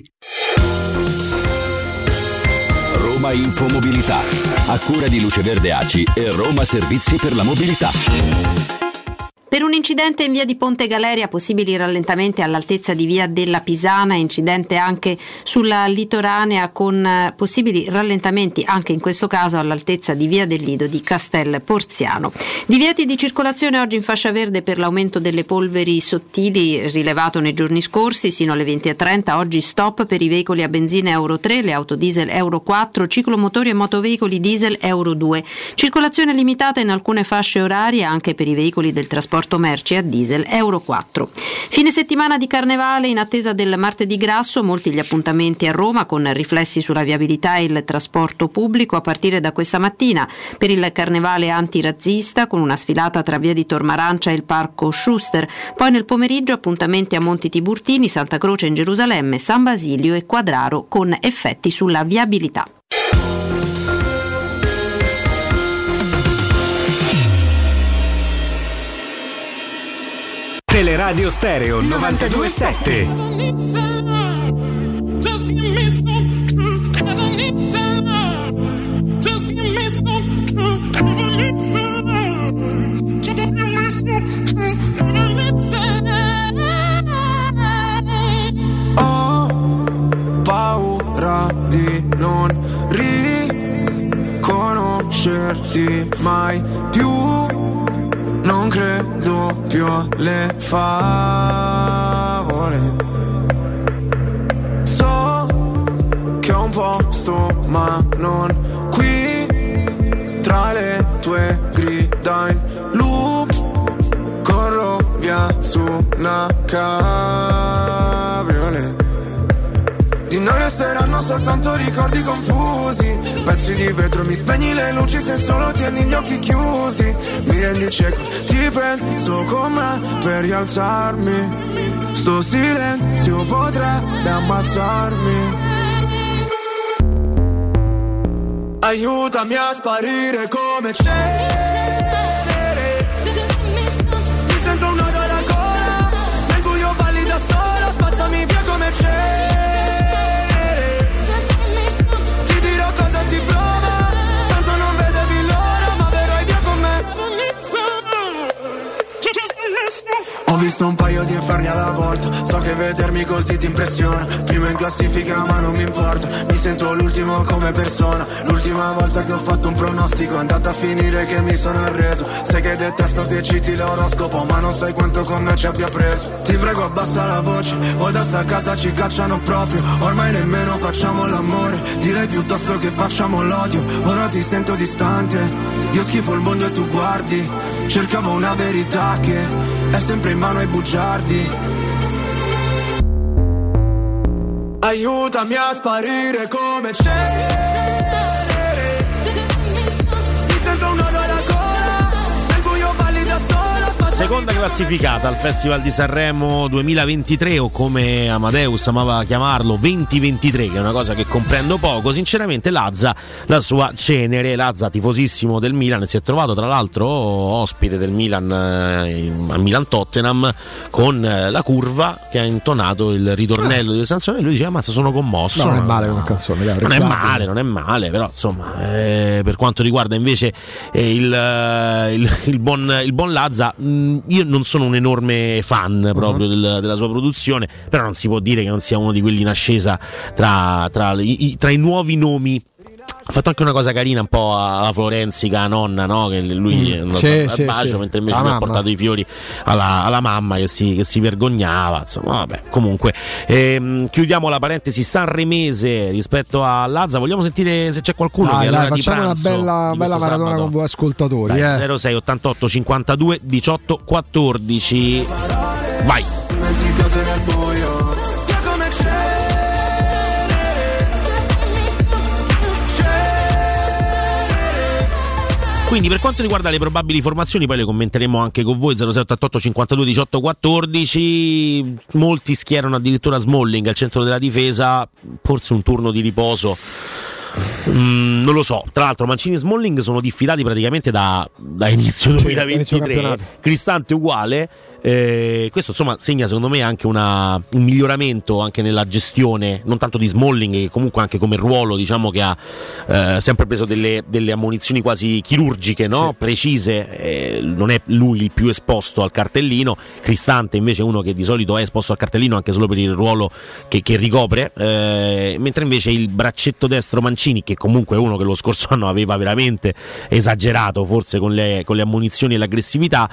[SPEAKER 27] Roma Infomobilità, a cura di Luce Verde ACI e Roma Servizi per la Mobilità.
[SPEAKER 5] Per un incidente in via di Ponte Galeria, possibili rallentamenti all'altezza di via della Pisana, incidente anche sulla litoranea con possibili rallentamenti anche in questo caso all'altezza di via del Lido di Castel Porziano. Divieti di circolazione oggi in fascia verde per l'aumento delle polveri sottili rilevato nei giorni scorsi sino alle 20:30, oggi stop per i veicoli a benzina Euro 3, le auto diesel Euro 4, ciclomotori e motoveicoli diesel Euro 2. Circolazione limitata in alcune fasce orarie anche per i veicoli del trasporto merci a diesel Euro 4. Fine settimana di carnevale in attesa del martedì grasso, molti gli appuntamenti a Roma con riflessi sulla viabilità e il trasporto pubblico a partire da questa mattina. Per il carnevale antirazzista con una sfilata tra via di Tormarancia e il parco Schuster, poi nel pomeriggio appuntamenti a Monti Tiburtini, Santa Croce in Gerusalemme, San Basilio e Quadraro con effetti sulla viabilità.
[SPEAKER 6] Teleradio Stereo 92.7.
[SPEAKER 7] Ho paura di non riconoscerti mai più. Non credo più alle favole. So che ho un posto ma non qui. Tra le tue grida in loop corro via su una cabriolet. Di noi resteranno soltanto ricordi confusi, pezzi di vetro, mi spegni le luci se solo tieni gli occhi chiusi. Mi rendi cieco, ti penso con me per rialzarmi. Sto silenzio potrebbe ammazzarmi. Aiutami a sparire come cenere. Mi sento un nodo alla gola, nel buio balli da sola, spazzami via come cenere. Si prova, tanto non vedevi l'ora, ma verrai via con me. Ho visto un paio di inferni alla volta, so che vedermi così ti impressiona. Prima in classifica ma non mi importa, mi sento l'ultimo come persona. L'ultima volta che ho fatto un pronostico è andata a finire che mi sono arreso. Sai che detesto che citi l'oroscopo, ma non sai quanto con me ci abbia preso. Ti prego abbassa la voce, o da sta casa ci cacciano proprio. Ormai nemmeno facciamo l'amore, direi piuttosto che facciamo l'odio. Ora ti sento distante, io schifo il mondo e tu guardi. Cercavo una verità che è sempre in mano ai bugiardi. Aiutami a sparire come cenere. Mi sento un nodo alla gola, nel buio balli da sola.
[SPEAKER 11] Seconda classificata al Festival di Sanremo 2023, o come Amadeus amava chiamarlo 2023, che è una cosa che comprendo poco. Sinceramente Lazza, la sua cenere. Lazza, tifosissimo del Milan, si è trovato tra l'altro ospite del Milan a Milan-Tottenham con la curva che ha intonato il ritornello di Sansone e lui dice ammazza, sono commosso.
[SPEAKER 10] No, non è male come canzone,
[SPEAKER 11] non è male, però insomma per quanto riguarda invece il buon Lazza, io non sono un enorme fan proprio della sua produzione, però non si può dire che non sia uno di quelli in ascesa tra i nuovi nomi. Ha fatto anche una cosa carina un po' alla Florenzica nonna, no? Che lui è andato al bacio, mentre invece lui ha portato i fiori alla mamma che si vergognava. Insomma, vabbè, comunque chiudiamo la parentesi sanremese rispetto a Lazza. Vogliamo sentire se c'è qualcuno che allora di pranzo
[SPEAKER 10] una bella maratona
[SPEAKER 11] sabato.
[SPEAKER 10] con voi ascoltatori.
[SPEAKER 11] 06 88 52 18 14. Vai. Quindi per quanto riguarda le probabili formazioni, poi le commenteremo anche con voi. 0688 52 18 14. Molti schierano addirittura Smalling al centro della difesa, forse un turno di riposo. Non lo so. Tra l'altro Mancini e Smalling sono diffidati praticamente da inizio 2023. Cristante uguale. Questo insomma segna secondo me anche un miglioramento anche nella gestione, non tanto di Smalling, che comunque anche come ruolo diciamo che ha sempre preso delle ammonizioni quasi chirurgiche, no? Sì. Precise, non è lui il più esposto al cartellino. Cristante invece è uno che di solito è esposto al cartellino anche solo per il ruolo che ricopre, mentre invece il braccetto destro Mancini, che comunque è uno che lo scorso anno aveva veramente esagerato forse con le ammonizioni e l'aggressività,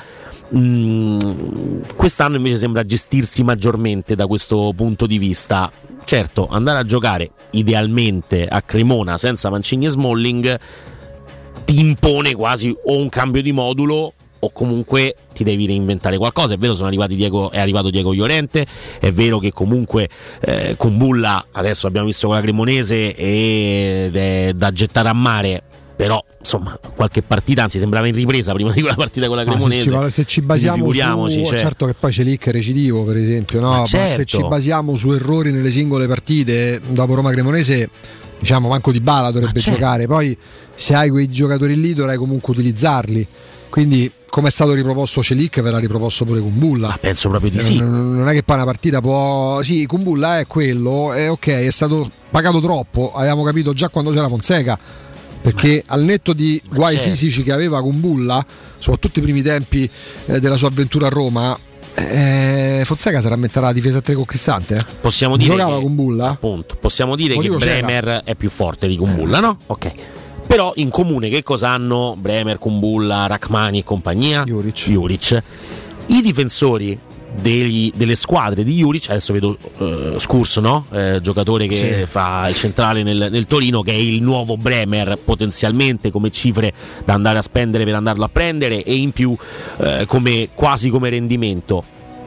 [SPEAKER 11] quest'anno invece sembra gestirsi maggiormente da questo punto di vista. Certo, andare a giocare idealmente a Cremona senza Mancini e Smalling ti impone quasi o un cambio di modulo o comunque ti devi reinventare qualcosa. È vero, è arrivato Diego Llorente, è vero che comunque Kumbulla adesso abbiamo visto con la Cremonese ed è da gettare a mare, però insomma qualche partita, anzi sembrava in ripresa prima di quella partita con la Cremonese.
[SPEAKER 10] Se ci basiamo certo che poi Celic è recidivo per esempio, no?
[SPEAKER 11] Certo.
[SPEAKER 10] Ma se ci basiamo su errori nelle singole partite, dopo Roma Cremonese diciamo manco Dybala dovrebbe giocare, poi se hai quei giocatori lì dovrai comunque utilizzarli, quindi come è stato riproposto Celic verrà riproposto pure Kumbulla.
[SPEAKER 11] Penso proprio di sì.
[SPEAKER 10] Non è che poi una partita può... Sì, Kumbulla è quello, è ok, è stato pagato troppo, avevamo capito già quando c'era Fonseca, perché al netto di guai fisici che aveva Kumbulla, soprattutto i primi tempi della sua avventura a Roma, Fonseca sarà mettere la difesa a 3 con Cristante?
[SPEAKER 11] Possiamo dire
[SPEAKER 10] giocava Kumbulla?
[SPEAKER 11] Appunto, possiamo dire che Bremer è più forte di Kumbulla, no? Ok. Però in comune che cosa hanno Bremer, Kumbulla, Rachmani e compagnia? Juric. I difensori delle squadre di Juric, adesso vedo Scurs, no? Giocatore che fa il centrale nel Torino, che è il nuovo Bremer potenzialmente come cifre da andare a spendere per andarlo a prendere, e in più quasi come rendimento.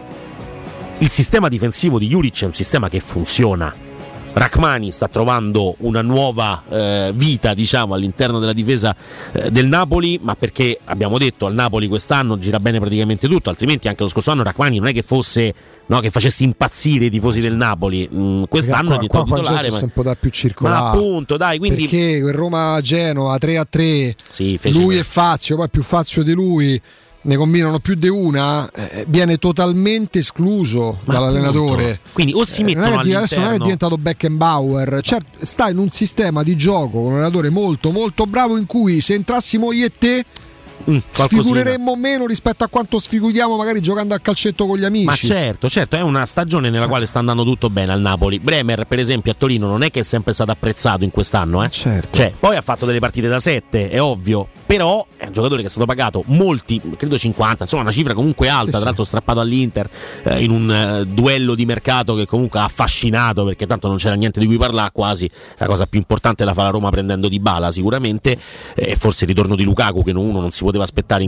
[SPEAKER 11] Il sistema difensivo di Juric è un sistema che funziona. Rachmani sta trovando una nuova vita, diciamo, all'interno della difesa del Napoli, ma perché abbiamo detto al Napoli quest'anno gira bene praticamente tutto, altrimenti anche lo scorso anno Rachmani non è che fosse, no, che facesse impazzire i tifosi del Napoli. Quest'anno è diventato titolare,
[SPEAKER 10] ma un po' da più circolare.
[SPEAKER 11] Ma appunto, dai, quindi
[SPEAKER 10] perché quel Roma-Genoa 3-3, lui e Fazio, poi più Fazio di lui, ne combinano più di una, viene totalmente escluso dall'allenatore.
[SPEAKER 11] Appunto. Quindi o si mettono all'interno. Adesso non
[SPEAKER 10] è diventato Beckenbauer, certo, sta in un sistema di gioco con un allenatore molto molto bravo, in cui se entrassimo io e te sfigureremmo meno rispetto a quanto sfiguriamo magari giocando a calcetto con gli amici.
[SPEAKER 11] Ma certo, è una stagione nella quale sta andando tutto bene al Napoli. Bremer per esempio a Torino non è che è sempre stato apprezzato in quest'anno,
[SPEAKER 10] certo.
[SPEAKER 11] Cioè, poi ha fatto delle partite da 7, è ovvio, però è un giocatore che è stato pagato molti, credo 50, insomma una cifra comunque alta, tra l'altro strappato all'Inter in un duello di mercato che comunque ha affascinato, perché tanto non c'era niente di cui parlare quasi. La cosa più importante la fa la Roma prendendo Dybala sicuramente, forse il ritorno di Lukaku che uno non si poteva aspettare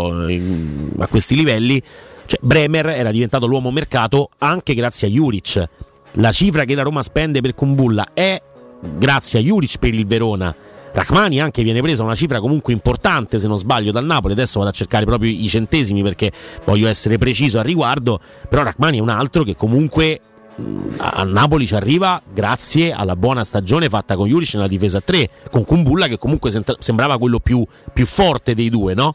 [SPEAKER 11] a questi livelli. Cioè, Bremer era diventato l'uomo mercato anche grazie a Juric. La cifra che la Roma spende per Kumbulla è grazie a Juric per il Verona. Rachmani anche viene presa una cifra comunque importante, se non sbaglio, dal Napoli. Adesso vado a cercare proprio i centesimi perché voglio essere preciso al riguardo, però Rachmani è un altro che comunque a Napoli ci arriva grazie alla buona stagione fatta con Juric nella difesa a 3, con Kumbulla che comunque sembrava quello più forte dei due, no?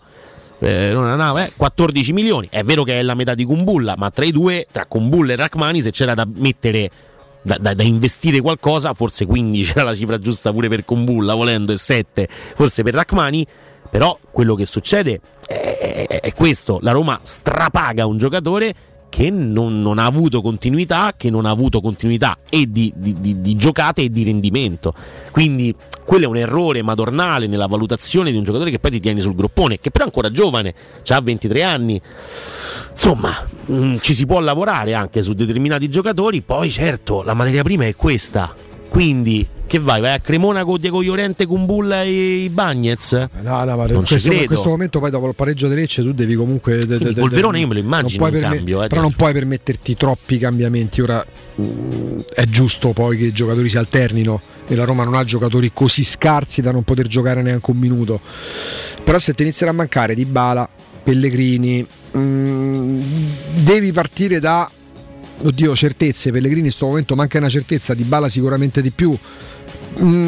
[SPEAKER 11] 14 milioni, è vero che è la metà di Kumbulla, ma tra i due, tra Kumbulla e Rachmani, se c'era da mettere da investire qualcosa, forse 15 era la cifra giusta pure per Kumbulla, volendo, e 7 forse per Rachmani. Però quello che succede è questo: la Roma strapaga un giocatore che non ha avuto continuità, e di giocate e di rendimento. Quindi quello è un errore madornale nella valutazione di un giocatore che poi ti tieni sul groppone, che però è ancora giovane, ha 23 anni. Insomma, ci si può lavorare anche su determinati giocatori. Poi certo, la materia prima è questa. Quindi che vai a Cremona con Diego Llorente, Kumbulla e i Bagnez?
[SPEAKER 10] No, ma in questo momento poi dopo il pareggio di Lecce tu devi comunque
[SPEAKER 11] col Verona io me lo immagino in cambio,
[SPEAKER 10] però non puoi permetterti troppi cambiamenti. Ora è giusto poi che i giocatori si alternino e la Roma non ha giocatori così scarsi da non poter giocare neanche un minuto. Però se ti inizierà a mancare Dybala, Pellegrini, devi partire da certezze. Pellegrini in questo momento manca una certezza, Dybala sicuramente di più.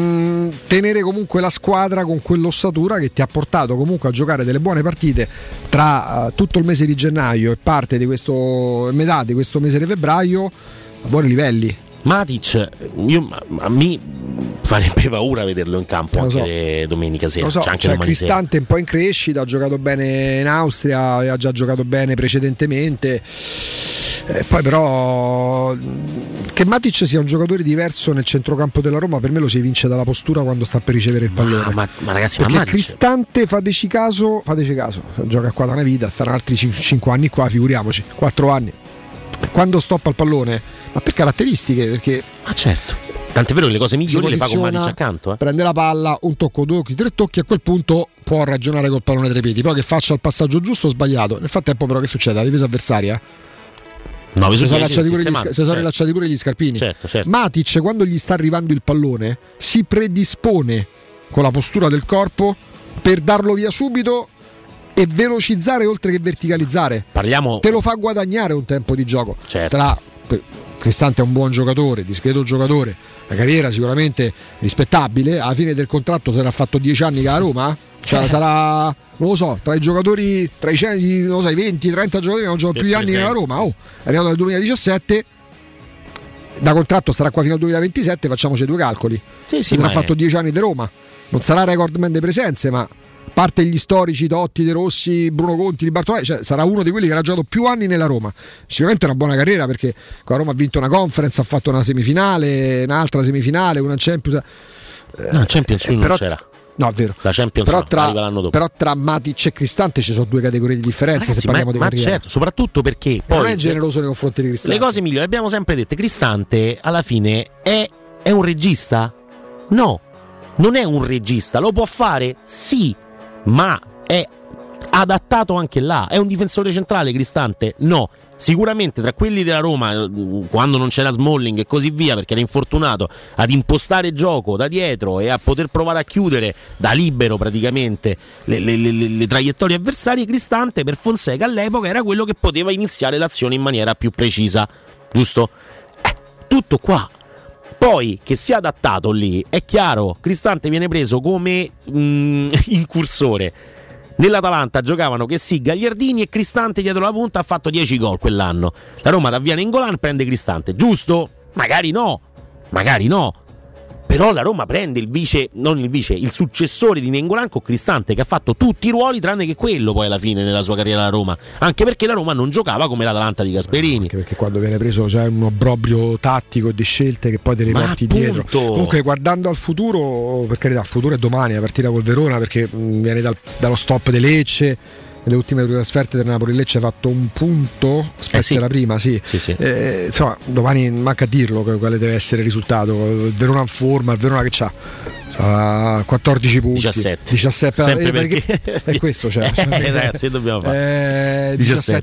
[SPEAKER 10] tenere comunque la squadra con quell'ossatura che ti ha portato comunque a giocare delle buone partite tra tutto il mese di gennaio e parte di metà di questo mese di febbraio a buoni livelli.
[SPEAKER 11] Matic, a me farebbe paura vederlo in campo anche domenica sera.
[SPEAKER 10] Lo so,
[SPEAKER 11] anche
[SPEAKER 10] Cristante un po' in crescita, ha giocato bene in Austria, aveva già giocato bene precedentemente. Poi però che Matic sia un giocatore diverso nel centrocampo della Roma, per me lo si evince dalla postura quando sta per ricevere il pallone.
[SPEAKER 11] Ma ragazzi,
[SPEAKER 10] perché
[SPEAKER 11] Matic...
[SPEAKER 10] Cristante, fateci caso, gioca qua da una vita, stanno altri 5 anni qua, figuriamoci, 4 anni. Quando stoppa il pallone, ma per caratteristiche, perché
[SPEAKER 11] certo, tant'è vero che le cose migliori le fa con Matic accanto,
[SPEAKER 10] prende la palla, un tocco, 2 tocchi, 3 tocchi, a quel punto può ragionare col pallone tra i piedi. Poi che faccia il passaggio giusto o sbagliato, nel frattempo però che succede? La difesa avversaria
[SPEAKER 11] 9 su 10
[SPEAKER 10] si sono rilacciati pure gli scarpini.
[SPEAKER 11] Certo.
[SPEAKER 10] Matic, quando gli sta arrivando il pallone, si predispone con la postura del corpo per darlo via subito e velocizzare oltre che verticalizzare. Te lo fa guadagnare un tempo di gioco.
[SPEAKER 11] Certo.
[SPEAKER 10] Cristante è un buon giocatore, discreto giocatore, la carriera sicuramente rispettabile. Alla fine del contratto sarà fatto 10 anni che a Roma, cioè sarà, non lo so, tra i giocatori, tra i 20-30 giocatori che hanno giocato più anni che a Roma. È arrivato nel 2017, da contratto starà qua fino al 2027, facciamoci 2 calcoli. Sarà fatto 10 anni di Roma, non sarà recordman di presenze, ma a parte gli storici Totti, De Rossi, Bruno Conti, Di Bartolomei, cioè sarà uno di quelli che ha giocato più anni nella Roma. Sicuramente è una buona carriera, perché con la Roma ha vinto una Conference, ha fatto una semifinale, un'altra semifinale, una Champions.
[SPEAKER 11] Champions non c'era.
[SPEAKER 10] No, è vero.
[SPEAKER 11] La Champions arriva l'anno dopo.
[SPEAKER 10] Però tra Matic e Cristante ci sono 2 categorie di differenza. Ragazzi, se parliamo di carriera.
[SPEAKER 11] Certo, soprattutto perché poi
[SPEAKER 10] non è generoso nei confronti di Cristante.
[SPEAKER 11] Le cose migliori, abbiamo sempre detto, Cristante alla fine è un regista? No, non è un regista, lo può fare? Sì, ma è adattato anche là. È un difensore centrale Cristante? No. Sicuramente tra quelli della Roma, quando non c'era Smalling e così via, perché era infortunato, ad impostare gioco da dietro e a poter provare a chiudere da libero praticamente le traiettorie avversarie, Cristante per Fonseca all'epoca era quello che poteva iniziare l'azione in maniera più precisa, giusto? Tutto qua. Poi che sia adattato lì, è chiaro, Cristante viene preso come incursore. Nell'Atalanta giocavano che sì, Gagliardini e Cristante dietro la punta, ha fatto 10 gol quell'anno. La Roma dà via Nainggolan, prende Cristante, giusto? Magari no. Però la Roma prende il successore di Nainggolan con Cristante, che ha fatto tutti i ruoli tranne che quello poi alla fine nella sua carriera alla Roma, anche perché la Roma non giocava come l'Atalanta di Gasperini.
[SPEAKER 10] Anche perché quando viene preso c'è un obbrobrio tattico di scelte che poi te le porti dietro. Comunque, guardando al futuro, per carità, il futuro è domani, la partita col Verona, perché viene dallo stop di Lecce. Le ultime 2 trasferte del Napoli-Lecce ha fatto un punto, Spezia la prima, sì. Insomma, domani manca a dirlo quale deve essere il risultato. Il Verona in forma, il Verona che c'ha 14 punti, 17
[SPEAKER 11] sempre perché
[SPEAKER 10] è questo, cioè.
[SPEAKER 11] Ragazzi, dobbiamo fare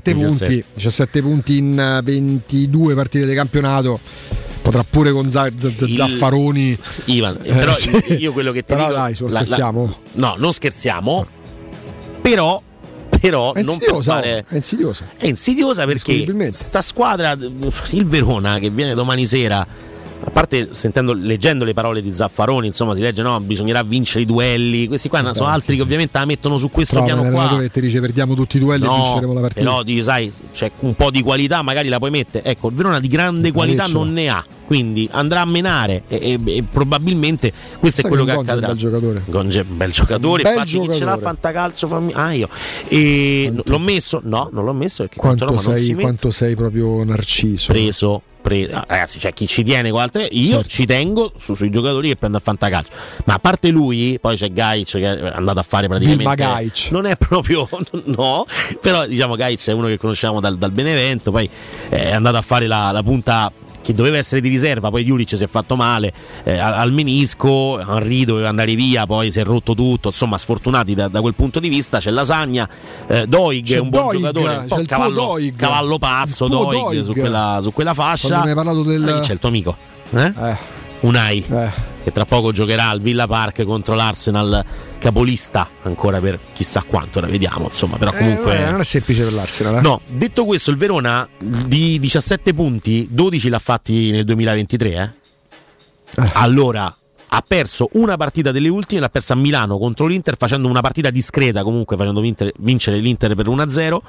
[SPEAKER 10] 17 punti in 22 partite di campionato. Potrà pure con Zaffaroni.
[SPEAKER 11] Ivan, però io quello che ti dico,
[SPEAKER 10] dai, scherziamo?
[SPEAKER 11] No, non scherziamo. Però
[SPEAKER 10] è
[SPEAKER 11] non può fare.
[SPEAKER 10] È insidiosa.
[SPEAKER 11] È insidiosa perché sta squadra, il Verona, che viene domani sera, a parte leggendo le parole di Zaffaroni, insomma si legge no, bisognerà vincere i duelli. Questi qua sono altri che ovviamente la mettono su questo piano qua.
[SPEAKER 10] Che ti dice perdiamo tutti i duelli e vinceremo la partita.
[SPEAKER 11] Però dici, sai, c'è un po' di qualità, magari la puoi mettere. Ecco, il Verona di grande qualità non ne ha, quindi andrà a menare e probabilmente questo è quello che accadrà. Gonge è un bel giocatore. Infatti chi ce l'ha fantacalcio io l'ho messo? No, non l'ho messo perché
[SPEAKER 10] quanto sei proprio narciso.
[SPEAKER 11] Preso. Ragazzi, c'è chi ci tiene con altre. Io ci tengo sui giocatori che prendo il fantacalcio. Ma a parte lui, poi c'è Gajic che è andato a fare praticamente. Non è proprio no, però diciamo Gajic è uno che conosciamo dal Benevento. Poi è andato a fare la punta che doveva essere di riserva, poi Juric si è fatto male al menisco, Henry doveva andare via, poi si è rotto tutto, insomma sfortunati da quel punto di vista. C'è Lasagna, Doig è un buon giocatore, un po' cavallo pazzo Doig su quella fascia.
[SPEAKER 10] Mi hai parlato
[SPEAKER 11] c'è il tuo amico Unai che tra poco giocherà al Villa Park contro l'Arsenal, capolista ancora per chissà quanto, ora vediamo, insomma, però comunque
[SPEAKER 10] non è semplice per l'Arsenal.
[SPEAKER 11] No, detto questo, il Verona di 17 punti 12 l'ha fatti nel 2023 allora ha perso una partita delle ultime, l'ha persa a Milano contro l'Inter, facendo una partita discreta, comunque facendo vincere l'Inter per 1-0.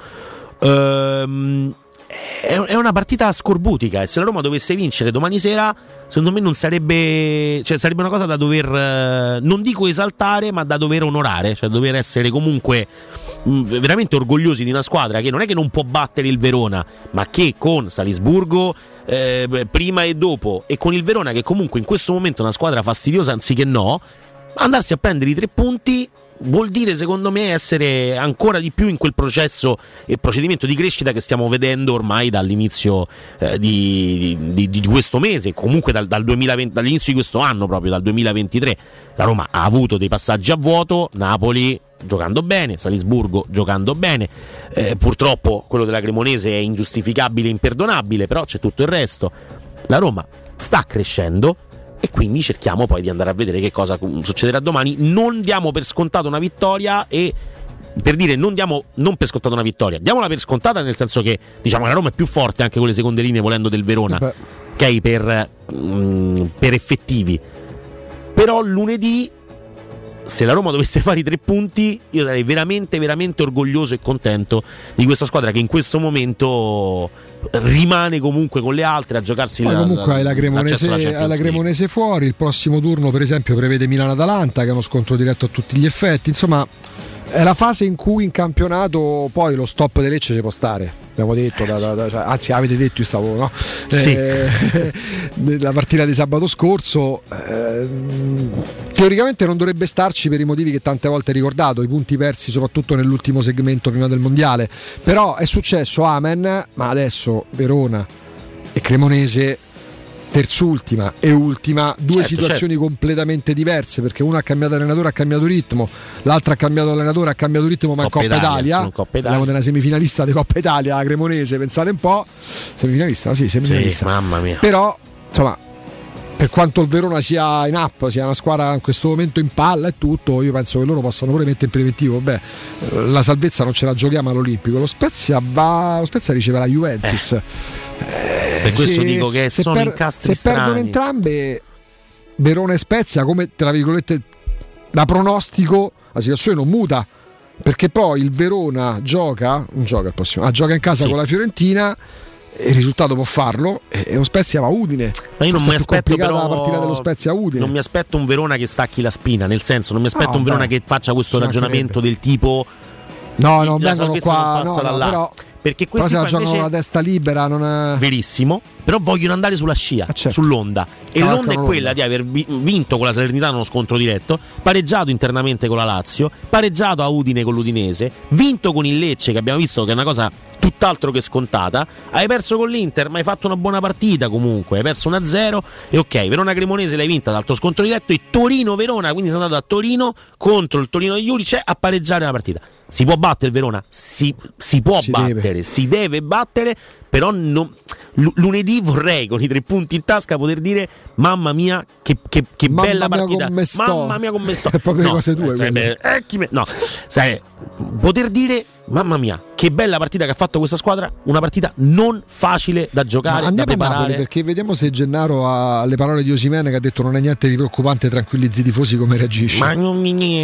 [SPEAKER 11] È una partita scorbutica, e se la Roma dovesse vincere domani sera, secondo me non sarebbe, cioè sarebbe una cosa da dover, non dico esaltare, ma da dover onorare, cioè dover essere comunque veramente orgogliosi di una squadra che non è che non può battere il Verona, ma che con Salisburgo prima e dopo, e con il Verona che comunque in questo momento è una squadra fastidiosa anziché no, andarsi a prendere i 3 punti vuol dire, secondo me, essere ancora di più in quel processo e procedimento di crescita che stiamo vedendo ormai dall'inizio di questo mese, comunque dal 2020, dall'inizio di questo anno, proprio dal 2023. La Roma ha avuto dei passaggi a vuoto, Napoli giocando bene, Salisburgo giocando bene, purtroppo quello della Cremonese è ingiustificabile e imperdonabile, però c'è tutto il resto. La Roma sta crescendo, e quindi cerchiamo poi di andare a vedere che cosa succederà domani. Non diamo per scontato una vittoria, e per dire non per scontato una vittoria, diamola per scontata, nel senso che diciamo la Roma è più forte anche con le seconde linee, volendo, del Verona, ok, per effettivi. Però lunedì, se la Roma dovesse fare i 3 punti, io sarei veramente veramente orgoglioso e contento di questa squadra che in questo momento rimane comunque con le altre a giocarsi
[SPEAKER 10] comunque hai la Cremonese fuori. Il prossimo turno per esempio prevede Milan-Atalanta, che è uno scontro diretto a tutti gli effetti. Insomma, è la fase in cui in campionato poi lo stop di Lecce ci può stare, abbiamo detto, anzi avete detto, io stavo, no?
[SPEAKER 11] Sì.
[SPEAKER 10] La partita di sabato scorso teoricamente non dovrebbe starci per i motivi che tante volte ricordato, i punti persi soprattutto nell'ultimo segmento prima del mondiale, però è successo, amen, ma adesso Verona e Cremonese terzultima e ultima, due situazioni completamente diverse, perché una ha cambiato allenatore, ha cambiato ritmo, l'altra ha cambiato allenatore, ha cambiato ritmo, ma in Coppa Italia parliamo della semifinalista di Coppa Italia, la Cremonese, pensate un po', semifinalista, semifinalista.
[SPEAKER 11] Sì, mamma mia.
[SPEAKER 10] Però insomma, per quanto il Verona sia in up, sia una squadra in questo momento in palla e tutto, io penso che loro possano pure mettere in preventivo, la salvezza non ce la giochiamo all'Olimpico, lo Spezia riceve la Juventus.
[SPEAKER 11] Per questo dico che sono incastri strani.
[SPEAKER 10] Se perdono entrambe, Verona e Spezia, come tra virgolette da pronostico, la situazione non muta, perché poi il Verona gioca in casa con la Fiorentina, e il risultato può farlo, e lo Spezia va a Udine.
[SPEAKER 11] Ma io non mi aspetto però
[SPEAKER 10] la partita dello Spezia a Udine.
[SPEAKER 11] Non mi aspetto un Verona che stacchi la spina, nel senso, non mi aspetto un Verona che faccia questo ragionamento del tipo
[SPEAKER 10] non vengono qua,
[SPEAKER 11] però, perché questi
[SPEAKER 10] però se la giocano la testa libera, non è
[SPEAKER 11] verissimo, però vogliono andare sulla scia, sull'onda, e l'onda è quella di aver vinto con la Salernitana uno scontro diretto, pareggiato internamente con la Lazio, pareggiato a Udine con l'Udinese, vinto con il Lecce, che abbiamo visto che è una cosa tutt'altro che scontata, hai perso con l'Inter ma hai fatto una buona partita, comunque hai perso 1-0 e ok, Verona Cremonese l'hai vinta d'altro scontro diretto, e Torino-Verona, quindi sei andato a Torino contro il Torino di Juric a pareggiare una partita. Si può battere il Verona? Si può battere, si deve battere, però lunedì vorrei con i 3 punti in tasca poter dire mamma mia che bella partita, mamma mia come sto.
[SPEAKER 10] Cose tue,
[SPEAKER 11] poter dire mamma mia che bella partita che ha fatto questa squadra, una partita non facile da giocare, da preparare.
[SPEAKER 10] Napoli, perché vediamo se Gennaro, alle parole di Osimhen che ha detto non è niente di preoccupante, tranquillizzi i tifosi, come reagisce.
[SPEAKER 11] Ma non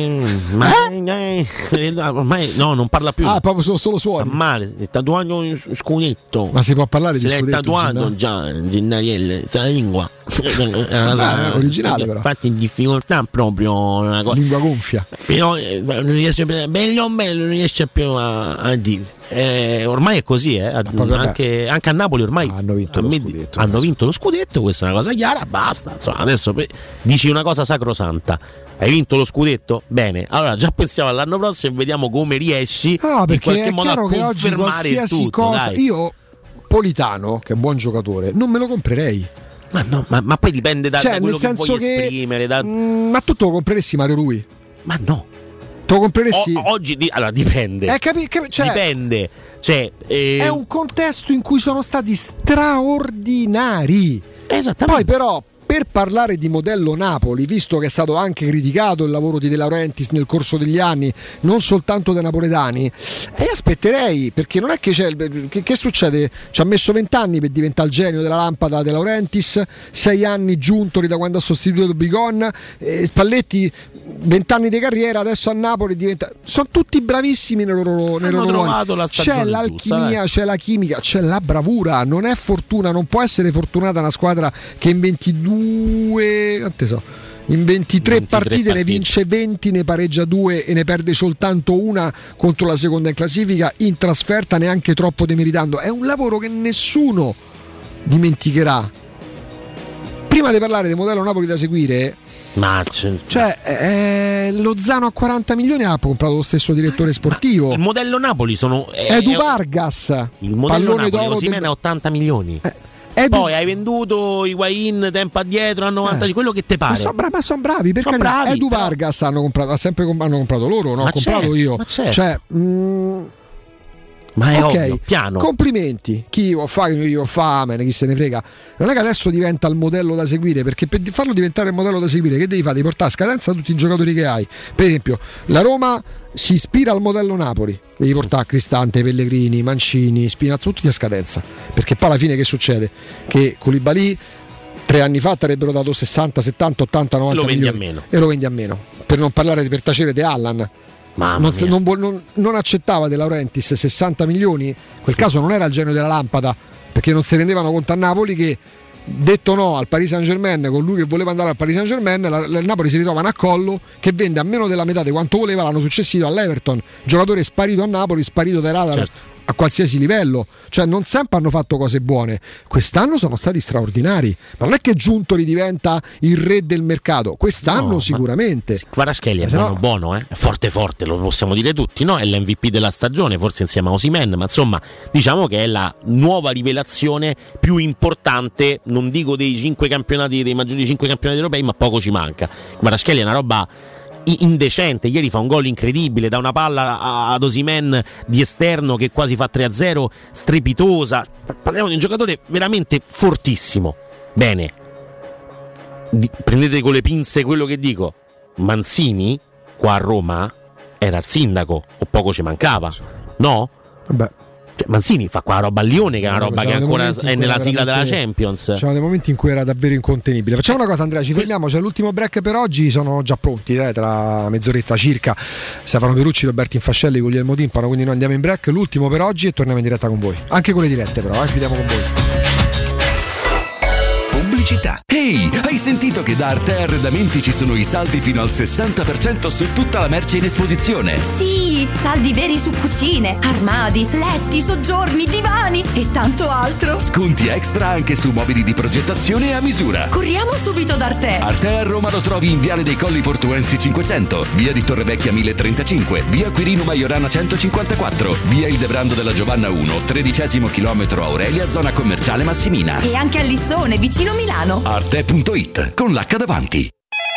[SPEAKER 11] ormai non parla più.
[SPEAKER 10] Proprio solo suoni.
[SPEAKER 11] Sta male, è tatuato un scudetto.
[SPEAKER 10] Ma si può parlare di
[SPEAKER 11] scudetto? Si è tatuato già Gennariello, la lingua
[SPEAKER 10] originale, però.
[SPEAKER 11] Infatti in difficoltà proprio una cosa.
[SPEAKER 10] Lingua gonfia.
[SPEAKER 11] Però non riesce bello, non riesce più a dire. Ormai è così, anche a Napoli ormai hanno vinto lo scudetto, questa è una cosa chiara, basta. Insomma, adesso dici una cosa sacrosanta. Hai vinto lo scudetto? Bene, allora già pensiamo all'anno prossimo e vediamo come riesci in qualche modo a confermare il tutto.
[SPEAKER 10] Cosa, io Politano, che è un buon giocatore, non me lo comprerei.
[SPEAKER 11] Ma poi dipende da quello che vuoi esprimere.
[SPEAKER 10] Ma tu te lo compreresti Mario Rui?
[SPEAKER 11] Ma no.
[SPEAKER 10] Te lo compreresti?
[SPEAKER 11] Oggi allora dipende. Dipende.
[SPEAKER 10] È un contesto in cui sono stati straordinari.
[SPEAKER 11] Esattamente.
[SPEAKER 10] Poi però per parlare di modello Napoli, visto che è stato anche criticato il lavoro di De Laurentiis nel corso degli anni, non soltanto dai napoletani, aspetterei, perché non è che c'è che succede? Ci ha messo 20 anni per diventare il genio della lampada De Laurentiis, 6 anni Giuntoli da quando ha sostituito Bigon, Spalletti 20 anni di carriera, adesso a Napoli diventa, sono tutti bravissimi nei loro ruoli. C'è l'alchimia, c'è la chimica, c'è la bravura, non è fortuna, non può essere fortunata una squadra che in 23 partite ne vince 20, ne pareggia 2 e ne perde soltanto una contro la seconda in classifica, in trasferta neanche troppo demeritando. È un lavoro che nessuno dimenticherà. Prima di parlare del modello Napoli da seguire, Lozano a 40 milioni ha comprato lo stesso direttore sportivo.
[SPEAKER 11] Il modello Napoli
[SPEAKER 10] Edu Vargas,
[SPEAKER 11] il modello Napoli, Osimhen a 80 milioni. Poi hai venduto Higuain tempo addietro a 90 di quello che te pare.
[SPEAKER 10] Ma sono bravi, perché Edu Vargas hanno comprato loro, non ho comprato io.
[SPEAKER 11] Ma è ovvio, piano.
[SPEAKER 10] Complimenti. Chi io fa, chi se ne frega. Non è che adesso diventa il modello da seguire, perché per farlo diventare il modello da seguire, che devi fare? Devi portare a scadenza tutti i giocatori che hai. Per esempio, la Roma si ispira al modello Napoli. Devi portare Cristante, Pellegrini, Mancini, Spinazzola, tutti a scadenza. Perché poi alla fine che succede? Che Koulibaly 3 anni fa ti avrebbero dato 60, 70, 80, 90 milioni e lo vendi a meno. Per non parlare per tacere di Allan. Non accettava De Laurentiis 60 milioni. In quel caso non era il genio della lampada, perché non si rendevano conto a Napoli che, detto no al Paris Saint-Germain, con lui che voleva andare al Paris Saint-Germain, il Napoli si ritrova a Collo che vende a meno della metà di quanto voleva l'anno successivo all'Everton, giocatore sparito a Napoli, sparito dai radar a qualsiasi livello. Cioè non sempre hanno fatto cose buone, quest'anno sono stati straordinari, ma non è che Giuntoli diventa il re del mercato, quest'anno sicuramente.
[SPEAKER 11] Kvaratskhelia è buono, è forte, lo possiamo dire tutti, no? È l'MVP della stagione, forse insieme a Osimhen, ma insomma diciamo che è la nuova rivelazione più importante, non dico dei 5 campionati, dei maggiori 5 campionati europei, ma poco ci manca. Kvaratskhelia è una roba indecente, ieri fa un gol incredibile da una palla ad Osimhen di esterno che quasi fa 3-0, strepitosa. Parliamo di un giocatore veramente fortissimo. Bene, prendete con le pinze quello che dico. Mancini qua a Roma era il sindaco, o poco ci mancava, no?
[SPEAKER 10] Vabbè.
[SPEAKER 11] Mancini fa qua roba a Lione, che è una roba che ancora è nella sigla della Champions.
[SPEAKER 10] C'erano dei momenti in cui era davvero incontenibile. Facciamo una cosa, Andrea, ci fermiamo, c'è l'ultimo break per oggi, sono già pronti tra mezz'oretta circa Stefano Perucci, Roberto Infascelli, Guglielmo Timpano, quindi noi andiamo in break, l'ultimo per oggi, e torniamo in diretta con voi, anche con le dirette però, chiudiamo con voi.
[SPEAKER 27] Pubblicità. Ehi, hai sentito che da Arte Arredamenti ci sono i saldi fino al 60% su tutta la merce in esposizione?
[SPEAKER 13] Sì, saldi veri su cucine, armadi, letti, soggiorni, divani e tanto altro.
[SPEAKER 27] Sconti extra anche su mobili di progettazione a misura.
[SPEAKER 13] Corriamo subito da Arte.
[SPEAKER 27] Arte a Roma lo trovi in Viale dei Colli Portuensi 500, via di Torrevecchia 1035, via Quirino Maiorana 154, via Il Debrando della Giovanna 1, 13° chilometro Aurelia, zona commerciale Massimina.
[SPEAKER 13] E anche a Lissone, vicino Milano.
[SPEAKER 27] Arte.it con l'H davanti.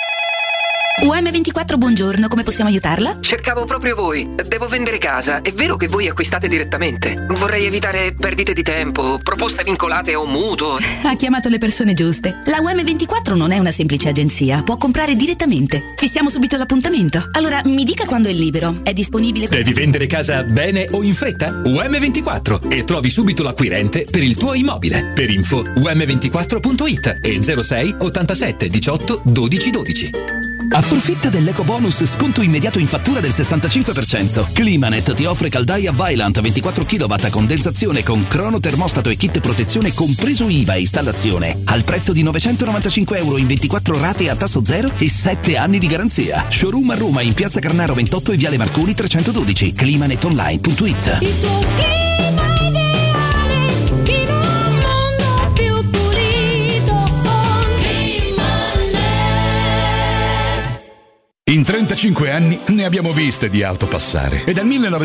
[SPEAKER 6] UM24, buongiorno, come possiamo aiutarla?
[SPEAKER 14] Cercavo proprio voi. Devo vendere casa. È vero che voi acquistate direttamente? Vorrei evitare perdite di tempo, proposte vincolate o mutuo.
[SPEAKER 6] Ha chiamato le persone giuste. La UM24 non è una semplice agenzia, può comprare direttamente. Fissiamo subito l'appuntamento. Allora, mi dica quando è libero. È disponibile?
[SPEAKER 17] Devi vendere casa bene o in fretta? UM24 e trovi subito l'acquirente per il tuo immobile. Per info um24.it e 06 87 18 12 12.
[SPEAKER 18] Approfitta dell'eco bonus sconto immediato in fattura del 65%. Climanet ti offre caldaia Vaillant 24 kW a condensazione con crono termostato e kit protezione compreso IVA e installazione al prezzo di €995 in 24 rate a tasso zero e 7 anni di garanzia. Showroom a Roma in Piazza Carnaro 28 e Viale Marconi 312. Climanetonline.it.
[SPEAKER 4] Il tuo clima ideale in un mondo più pulito con Climanet.
[SPEAKER 2] In 35 anni ne abbiamo viste di auto passare e dal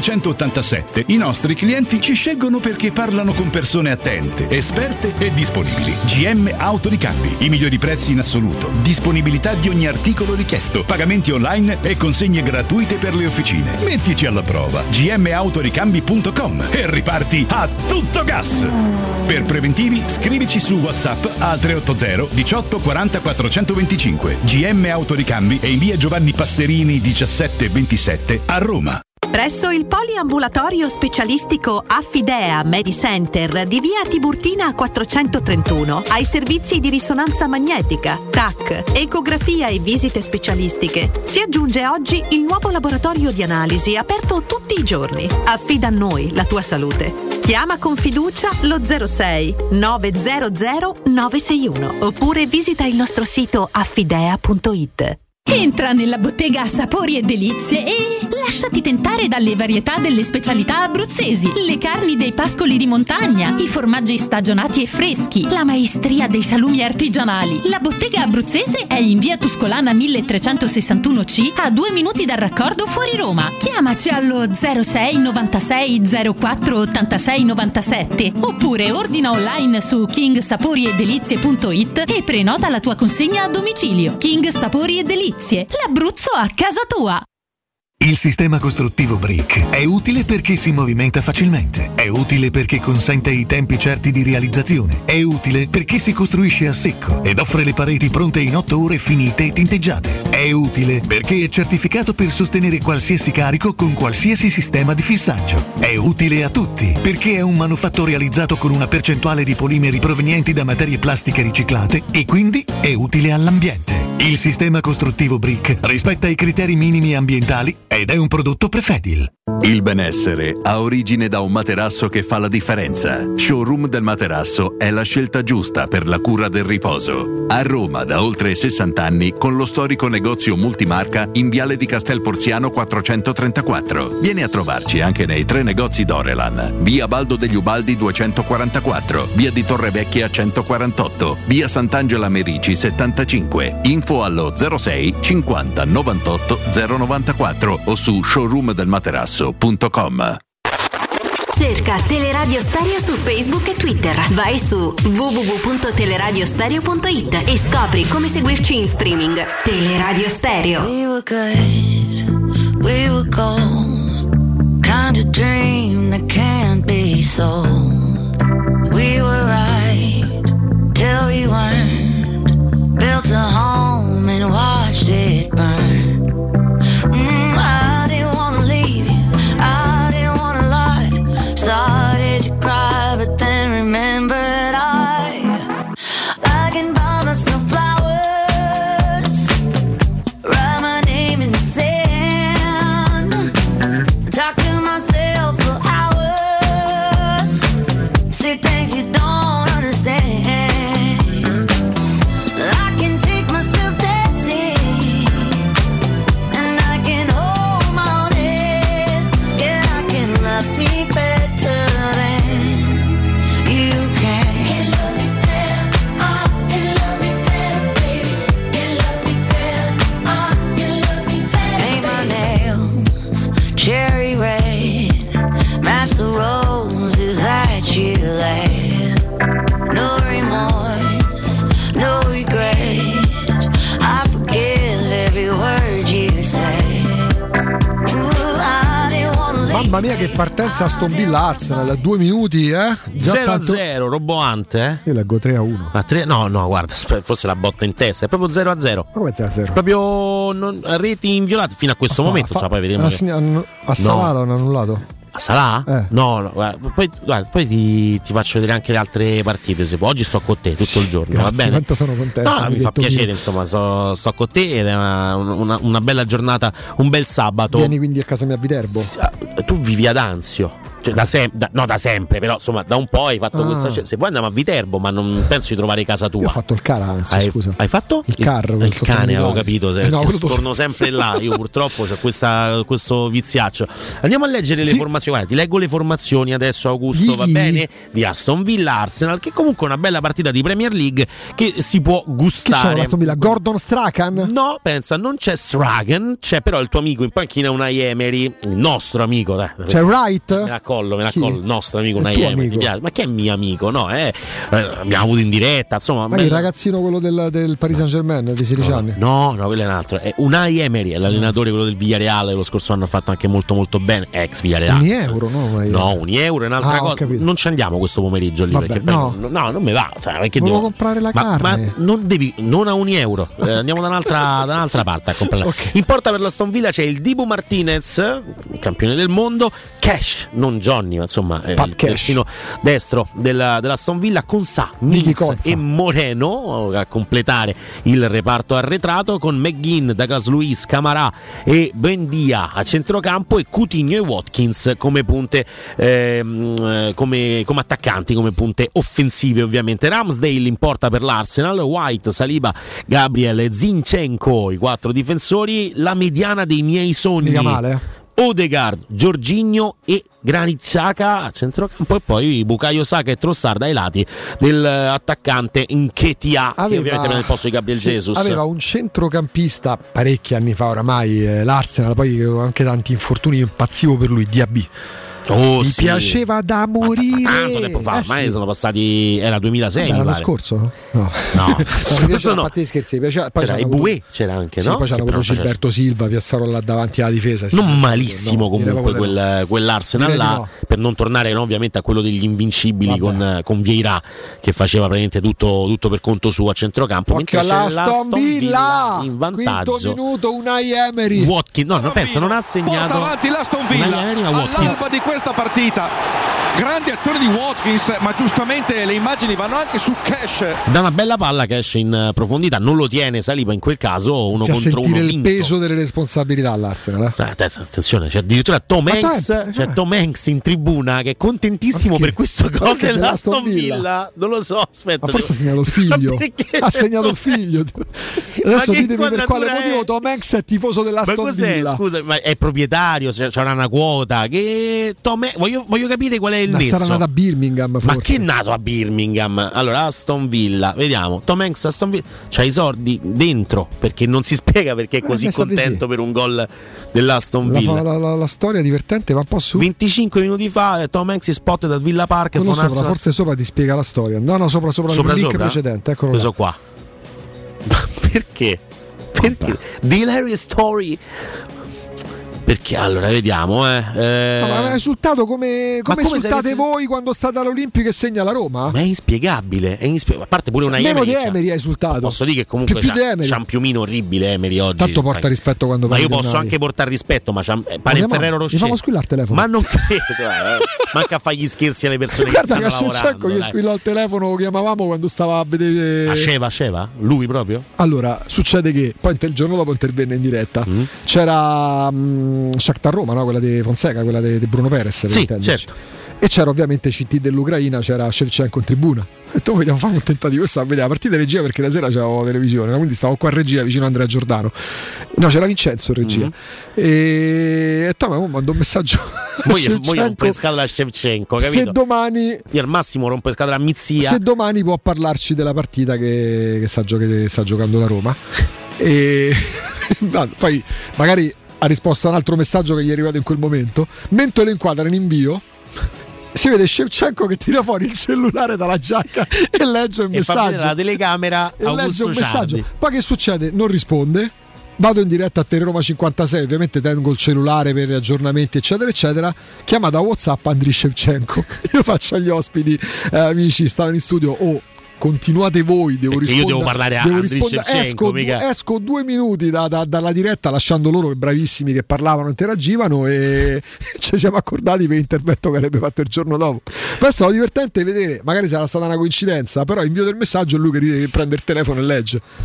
[SPEAKER 2] 1987 i nostri clienti ci scelgono perché parlano con persone attente, esperte e disponibili. GM Autoricambi, i migliori prezzi in assoluto, disponibilità di ogni articolo richiesto, pagamenti online e consegne gratuite per le officine. Mettici alla prova. gmautoricambi.com e riparti a tutto gas. Per preventivi scrivici su WhatsApp al 380 18 40 425. GM Autoricambi e in via Giovanni Passerini 1727 a Roma.
[SPEAKER 28] Presso il poliambulatorio specialistico Affidea Medicenter di via Tiburtina 431 ai servizi di risonanza magnetica, TAC, ecografia e visite specialistiche. Si aggiunge oggi il nuovo laboratorio di analisi aperto tutti i giorni. Affida a noi la tua salute. Chiama con fiducia lo 06 900 961 oppure visita il nostro sito affidea.it.
[SPEAKER 3] Entra nella bottega Sapori e Delizie e lasciati tentare dalle varietà delle specialità abruzzesi, le carni dei pascoli di montagna, i formaggi stagionati e freschi, la maestria dei salumi artigianali. La bottega abruzzese è in via Tuscolana 1361C a 2 minuti dal raccordo fuori Roma. Chiamaci allo 06 96 04 86 97 oppure ordina online su kingsaporiedelizie.it e prenota la tua consegna a domicilio. King Sapori e Delizie, l'Abruzzo a casa tua.
[SPEAKER 20] Il sistema costruttivo Brick è utile perché si movimenta facilmente, è utile perché consente i tempi certi di realizzazione, è utile perché si costruisce a secco ed offre le pareti pronte in 8 ore finite e tinteggiate, è utile perché è certificato per sostenere qualsiasi carico con qualsiasi sistema di fissaggio, è utile a tutti perché è un manufatto realizzato con una percentuale di polimeri provenienti da materie plastiche riciclate e quindi è utile all'ambiente. Il sistema costruttivo Brick rispetta i criteri minimi ambientali ed è un prodotto Prefedil.
[SPEAKER 21] Il benessere ha origine da un materasso che fa la differenza. Showroom del Materasso è la scelta giusta per la cura del riposo. A Roma da oltre 60 anni con lo storico negozio multimarca in Viale di Castel Porziano 434. Vieni a trovarci anche nei 3 negozi Dorelan. Via Baldo degli Ubaldi 244, Via di Torrevecchia 148, Via Sant'Angela Merici 75. Info allo 06 50 98 094 o su showroomdelmaterasso.com.
[SPEAKER 19] Cerca Teleradio Stereo su Facebook e Twitter. Vai su www.teleradiostereo.it e scopri come seguirci in streaming. Teleradio Stereo.
[SPEAKER 4] We were good, we were gold, kind of dream that can't be sold. We were right till we weren't, built a home and watched it burn. I didn't wanna leave you, I didn't wanna lie. Started to cry, but then remembered I can buy myself flowers, write my name in the sand, talk to myself for hours, say things you don't understand. I can take myself dancing, and I can hold my own head. Yeah, I can love me better than you can. Can love me better, can love me better, baby. Can love me better, can love me better. Paint my nails cherry red, match the roses that you laid. No remorse, no regret, I forgive every word you say.
[SPEAKER 10] Mamma mia che partenza Aston Villa Arsenal, 2 minuti, Già
[SPEAKER 11] 0-0, roboante,
[SPEAKER 10] Io leggo 3-1.
[SPEAKER 11] A 3, no, guarda, forse la botta in testa, è proprio 0-0.
[SPEAKER 10] Come 0-0?
[SPEAKER 11] Proprio reti inviolate fino a questo momento, poi vedremo.
[SPEAKER 10] A Salah hanno annullato.
[SPEAKER 11] A Salah? No, guarda, poi ti faccio vedere anche le altre partite se vuoi. Oggi sto con te tutto il giorno.
[SPEAKER 10] Grazie,
[SPEAKER 11] va bene?
[SPEAKER 10] quanto sono contento.
[SPEAKER 11] No, mi fa piacere, insomma, sto con te ed è una bella giornata, un bel sabato.
[SPEAKER 10] Vieni quindi a casa mia a Viterbo.
[SPEAKER 11] Tu vivi ad Anzio. Cioè, da sempre, però insomma da un po' hai fatto questa. Se vuoi andiamo a Viterbo, ma non penso di trovare casa tua.
[SPEAKER 10] Io ho fatto il car, anzi, scusa.
[SPEAKER 11] Hai fatto?
[SPEAKER 10] Il carro.
[SPEAKER 11] Il cane, avevo capito.
[SPEAKER 10] Torno
[SPEAKER 11] sempre là. Io purtroppo c'ho questo viziaccio. Andiamo a leggere le formazioni. Guarda, ti leggo le formazioni adesso, Augusto, va bene? Di Aston Villa Arsenal, che comunque è una bella partita di Premier League che si può gustare.
[SPEAKER 10] Chi c'è Aston Villa? Gordon Strachan?
[SPEAKER 11] No, pensa, non c'è Strachan, c'è però il tuo amico in panchina, Unai Emery, il nostro amico.
[SPEAKER 10] C'è Wright?
[SPEAKER 11] Me la collo, il nostro amico Unai Emery. Ti piace? Ma che è mio amico? No, abbiamo avuto in diretta, insomma.
[SPEAKER 10] Ma il ragazzino quello del Paris Saint-Germain di 16 anni?
[SPEAKER 11] No, quello è un altro. È Unai Emery, è l'allenatore, quello del Villarreal, lo scorso anno ha fatto anche molto molto bene, ex Villarreal.
[SPEAKER 10] €1, no?
[SPEAKER 11] No, €1 è un'altra cosa. Non ci andiamo questo pomeriggio lì.
[SPEAKER 10] Vabbè,
[SPEAKER 11] perché
[SPEAKER 10] no,
[SPEAKER 11] non mi va. Perché
[SPEAKER 10] devo comprare la carne.
[SPEAKER 11] Ma non a €1. Andiamo da un'altra parte a comprare. Okay. In porta per l'Aston Villa c'è il Dibu Martinez, campione del mondo, Cash, non Johnny, ma insomma il terzino destro dell'Aston Villa, con Mings e Moreno a completare il reparto arretrato, con McGinn, Douglas Luiz, Camarà e Buendia a centrocampo, e Coutinho e Watkins come punte come attaccanti, come punte offensive ovviamente. Ramsdale in porta per l'Arsenal, White, Saliba, Gabriel e Zinchenko i 4 difensori. La mediana dei miei sogni:
[SPEAKER 10] mica male.
[SPEAKER 11] Odegaard, Jorginho e Granit Xhaka a centrocampo, e poi Bukayo Saka e Trossard ai lati dell'attaccante Nketiah, che ovviamente prende il posto di Gabriel Jesus.
[SPEAKER 10] Aveva un centrocampista parecchi anni fa oramai, l'Arsenal, poi anche tanti infortuni, io impazzivo per lui, Diaby. Mi piaceva da morire.
[SPEAKER 11] Tanto tempo fa, ormai sono passati, era 2006.
[SPEAKER 10] L'anno scorso? No.
[SPEAKER 11] No.
[SPEAKER 10] Fatti scherzi, piaceva. Poi
[SPEAKER 11] c'era Eboué, c'era anche, no?
[SPEAKER 10] Poi c'era quello Gilberto Silva, Piazzaro là davanti alla difesa.
[SPEAKER 11] Non malissimo comunque quell'Arsenal là, no. Per non tornare ovviamente a quello degli invincibili con Vieira, che faceva praticamente tutto per conto suo a centrocampo.
[SPEAKER 10] Mentre c'è l'Aston Villa
[SPEAKER 11] in vantaggio.
[SPEAKER 10] Quinto minuto, Unai Emery.
[SPEAKER 11] Watkins, pensa, non ha segnato.
[SPEAKER 1] Porta avanti l'Aston Villa all'alba di questa partita. Grande azione di Watkins, ma giustamente le immagini vanno anche su Cash.
[SPEAKER 11] Da una bella palla Cash in profondità, non lo tiene Saliba in quel caso, uno contro uno
[SPEAKER 10] il
[SPEAKER 11] vinto.
[SPEAKER 10] Peso delle responsabilità all'Arsenal.
[SPEAKER 11] Attenzione, c'è addirittura Tom Hanks in tribuna, che è contentissimo per questo gol dell'Aston Villa. Non lo so, aspetta.
[SPEAKER 10] Ma forse ha segnato il figlio. Ha segnato il figlio. Adesso ditemi per quale motivo Tom Hanks è tifoso dell'Aston Villa.
[SPEAKER 11] Scusa, ma è proprietario, c'era una quota. Che voglio capire qual è il nesso.
[SPEAKER 10] Sarà nato a Birmingham, forse.
[SPEAKER 11] Ma che è nato a Birmingham? Allora, Aston Villa, vediamo. Tom Hanks, Aston Villa, c'ha i soldi dentro, perché non si spiega perché è così contento per un gol dell'Aston Villa.
[SPEAKER 10] La storia divertente va un po' su.
[SPEAKER 11] 25 minuti fa Tom Hanks spotted da Villa Park.
[SPEAKER 10] Forse sopra ti spiega la storia. No, sopra il link precedente. Eccolo
[SPEAKER 11] questo qua. Perché? The Hilarious Story. Perché allora vediamo
[SPEAKER 10] ma è esultato come esultate voi quando state all'Olimpico e segna la Roma?
[SPEAKER 11] Ma è inspiegabile, a parte pure una
[SPEAKER 10] meno di Emery ha esultato.
[SPEAKER 11] Posso dire che comunque c'ha un piumino orribile Emery oggi.
[SPEAKER 10] Tanto porta rispetto quando
[SPEAKER 11] ma io posso anche portare rispetto, ma pare Ferrero Rocher.
[SPEAKER 10] Mi famo squillare il telefono.
[SPEAKER 11] Ma non credo, manca a fare gli scherzi alle persone che stanno lavorando.
[SPEAKER 10] Gli squillò il telefono, lo chiamavamo quando stava a vedere
[SPEAKER 11] Sceva? Lui proprio?
[SPEAKER 10] Allora, succede che poi il giorno dopo intervenne in diretta. C'era Shakhtar Roma, no? Quella di Fonseca, quella di Bruno Perez,
[SPEAKER 11] sì, certo.
[SPEAKER 10] E c'era ovviamente CT dell'Ucraina, c'era Shevchenko in tribuna. E tu vediamo, fare un tentativo, stavo a vedere la partita regia, perché la sera c'avevo televisione, quindi stavo qua a regia vicino a Andrea Giordano. No, c'era Vincenzo in regia. E Tom mi mandò un messaggio.
[SPEAKER 11] Voi rompe scatola a Shevchenko, capito?
[SPEAKER 10] Se domani
[SPEAKER 11] io al massimo rompo scatola a Mizia.
[SPEAKER 10] Se domani può parlarci della partita che sta giocando la Roma. E poi magari ha risposto a un altro messaggio che gli è arrivato in quel momento. Mentre lo inquadra in invio, si vede Shevchenko che tira fuori il cellulare dalla giacca e legge un messaggio.
[SPEAKER 11] Fa la telecamera
[SPEAKER 10] e legge un messaggio. Poi che succede? Non risponde. Vado in diretta a Teleroma 56, ovviamente tengo il cellulare per aggiornamenti eccetera eccetera. Chiama da WhatsApp Andriy Shevchenko. Io faccio agli ospiti amici, stavano in studio, continuate voi, devo rispondere.
[SPEAKER 11] Io devo parlare a Shevchenko,
[SPEAKER 10] esco 2 minuti dalla diretta, lasciando loro, che bravissimi, che parlavano, interagivano, e ci siamo accordati per l'intervento che avrebbe fatto il giorno dopo. Ma è stato divertente vedere, magari sarà stata una coincidenza, però invio del messaggio e lui che prende il telefono e legge.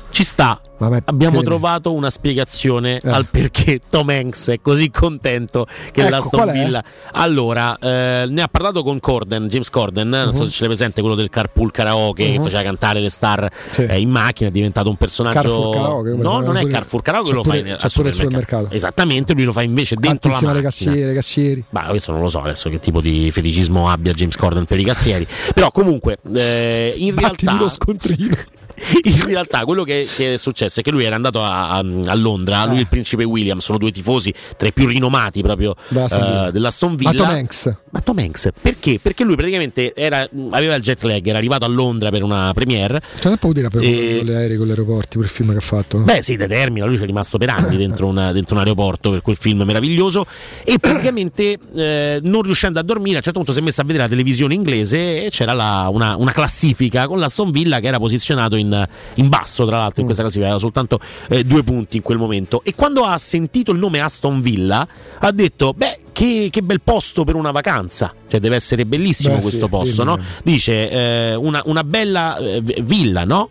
[SPEAKER 11] ci sta. Abbiamo trovato una spiegazione al perché Tom Hanks è così contento che l'Aston Villa. Allora, ne ha parlato con James Corden, non so se ce l'hai presente, quello del Carpool Karaoke che faceva cantare le star in macchina, è diventato un personaggio.
[SPEAKER 10] Karaoke,
[SPEAKER 11] no, non è Carrefour Karaoke, lo fa al supermercato. Esattamente, lui lo fa invece dentro la macchina.
[SPEAKER 10] Le cassieri.
[SPEAKER 11] Ma questo non lo so adesso che tipo di feticismo abbia James Corden per i cassieri. Però comunque in realtà
[SPEAKER 10] lo scontrino.
[SPEAKER 11] In realtà quello che è successo è che lui era andato a Londra, lui e il principe William sono due tifosi tra i più rinomati proprio dell'Aston Villa. Ma Tom Hanks perché? Perché lui praticamente aveva il jet lag, era arrivato a Londra per una premiere.
[SPEAKER 10] C'è un po' dire con gli aerei, con gli aeroporti, quel film che ha fatto.
[SPEAKER 11] Beh sì, determina, lui ci è rimasto per anni dentro un aeroporto per quel film meraviglioso e praticamente non riuscendo a dormire a un certo punto si è messo a vedere la televisione inglese e c'era una classifica con l'Aston Villa che era posizionato in basso, tra l'altro in questa classifica aveva soltanto 2 punti in quel momento, e quando ha sentito il nome Aston Villa ha detto che bel posto per una vacanza, cioè deve essere bellissimo questo posto, no? Dice una bella villa, no?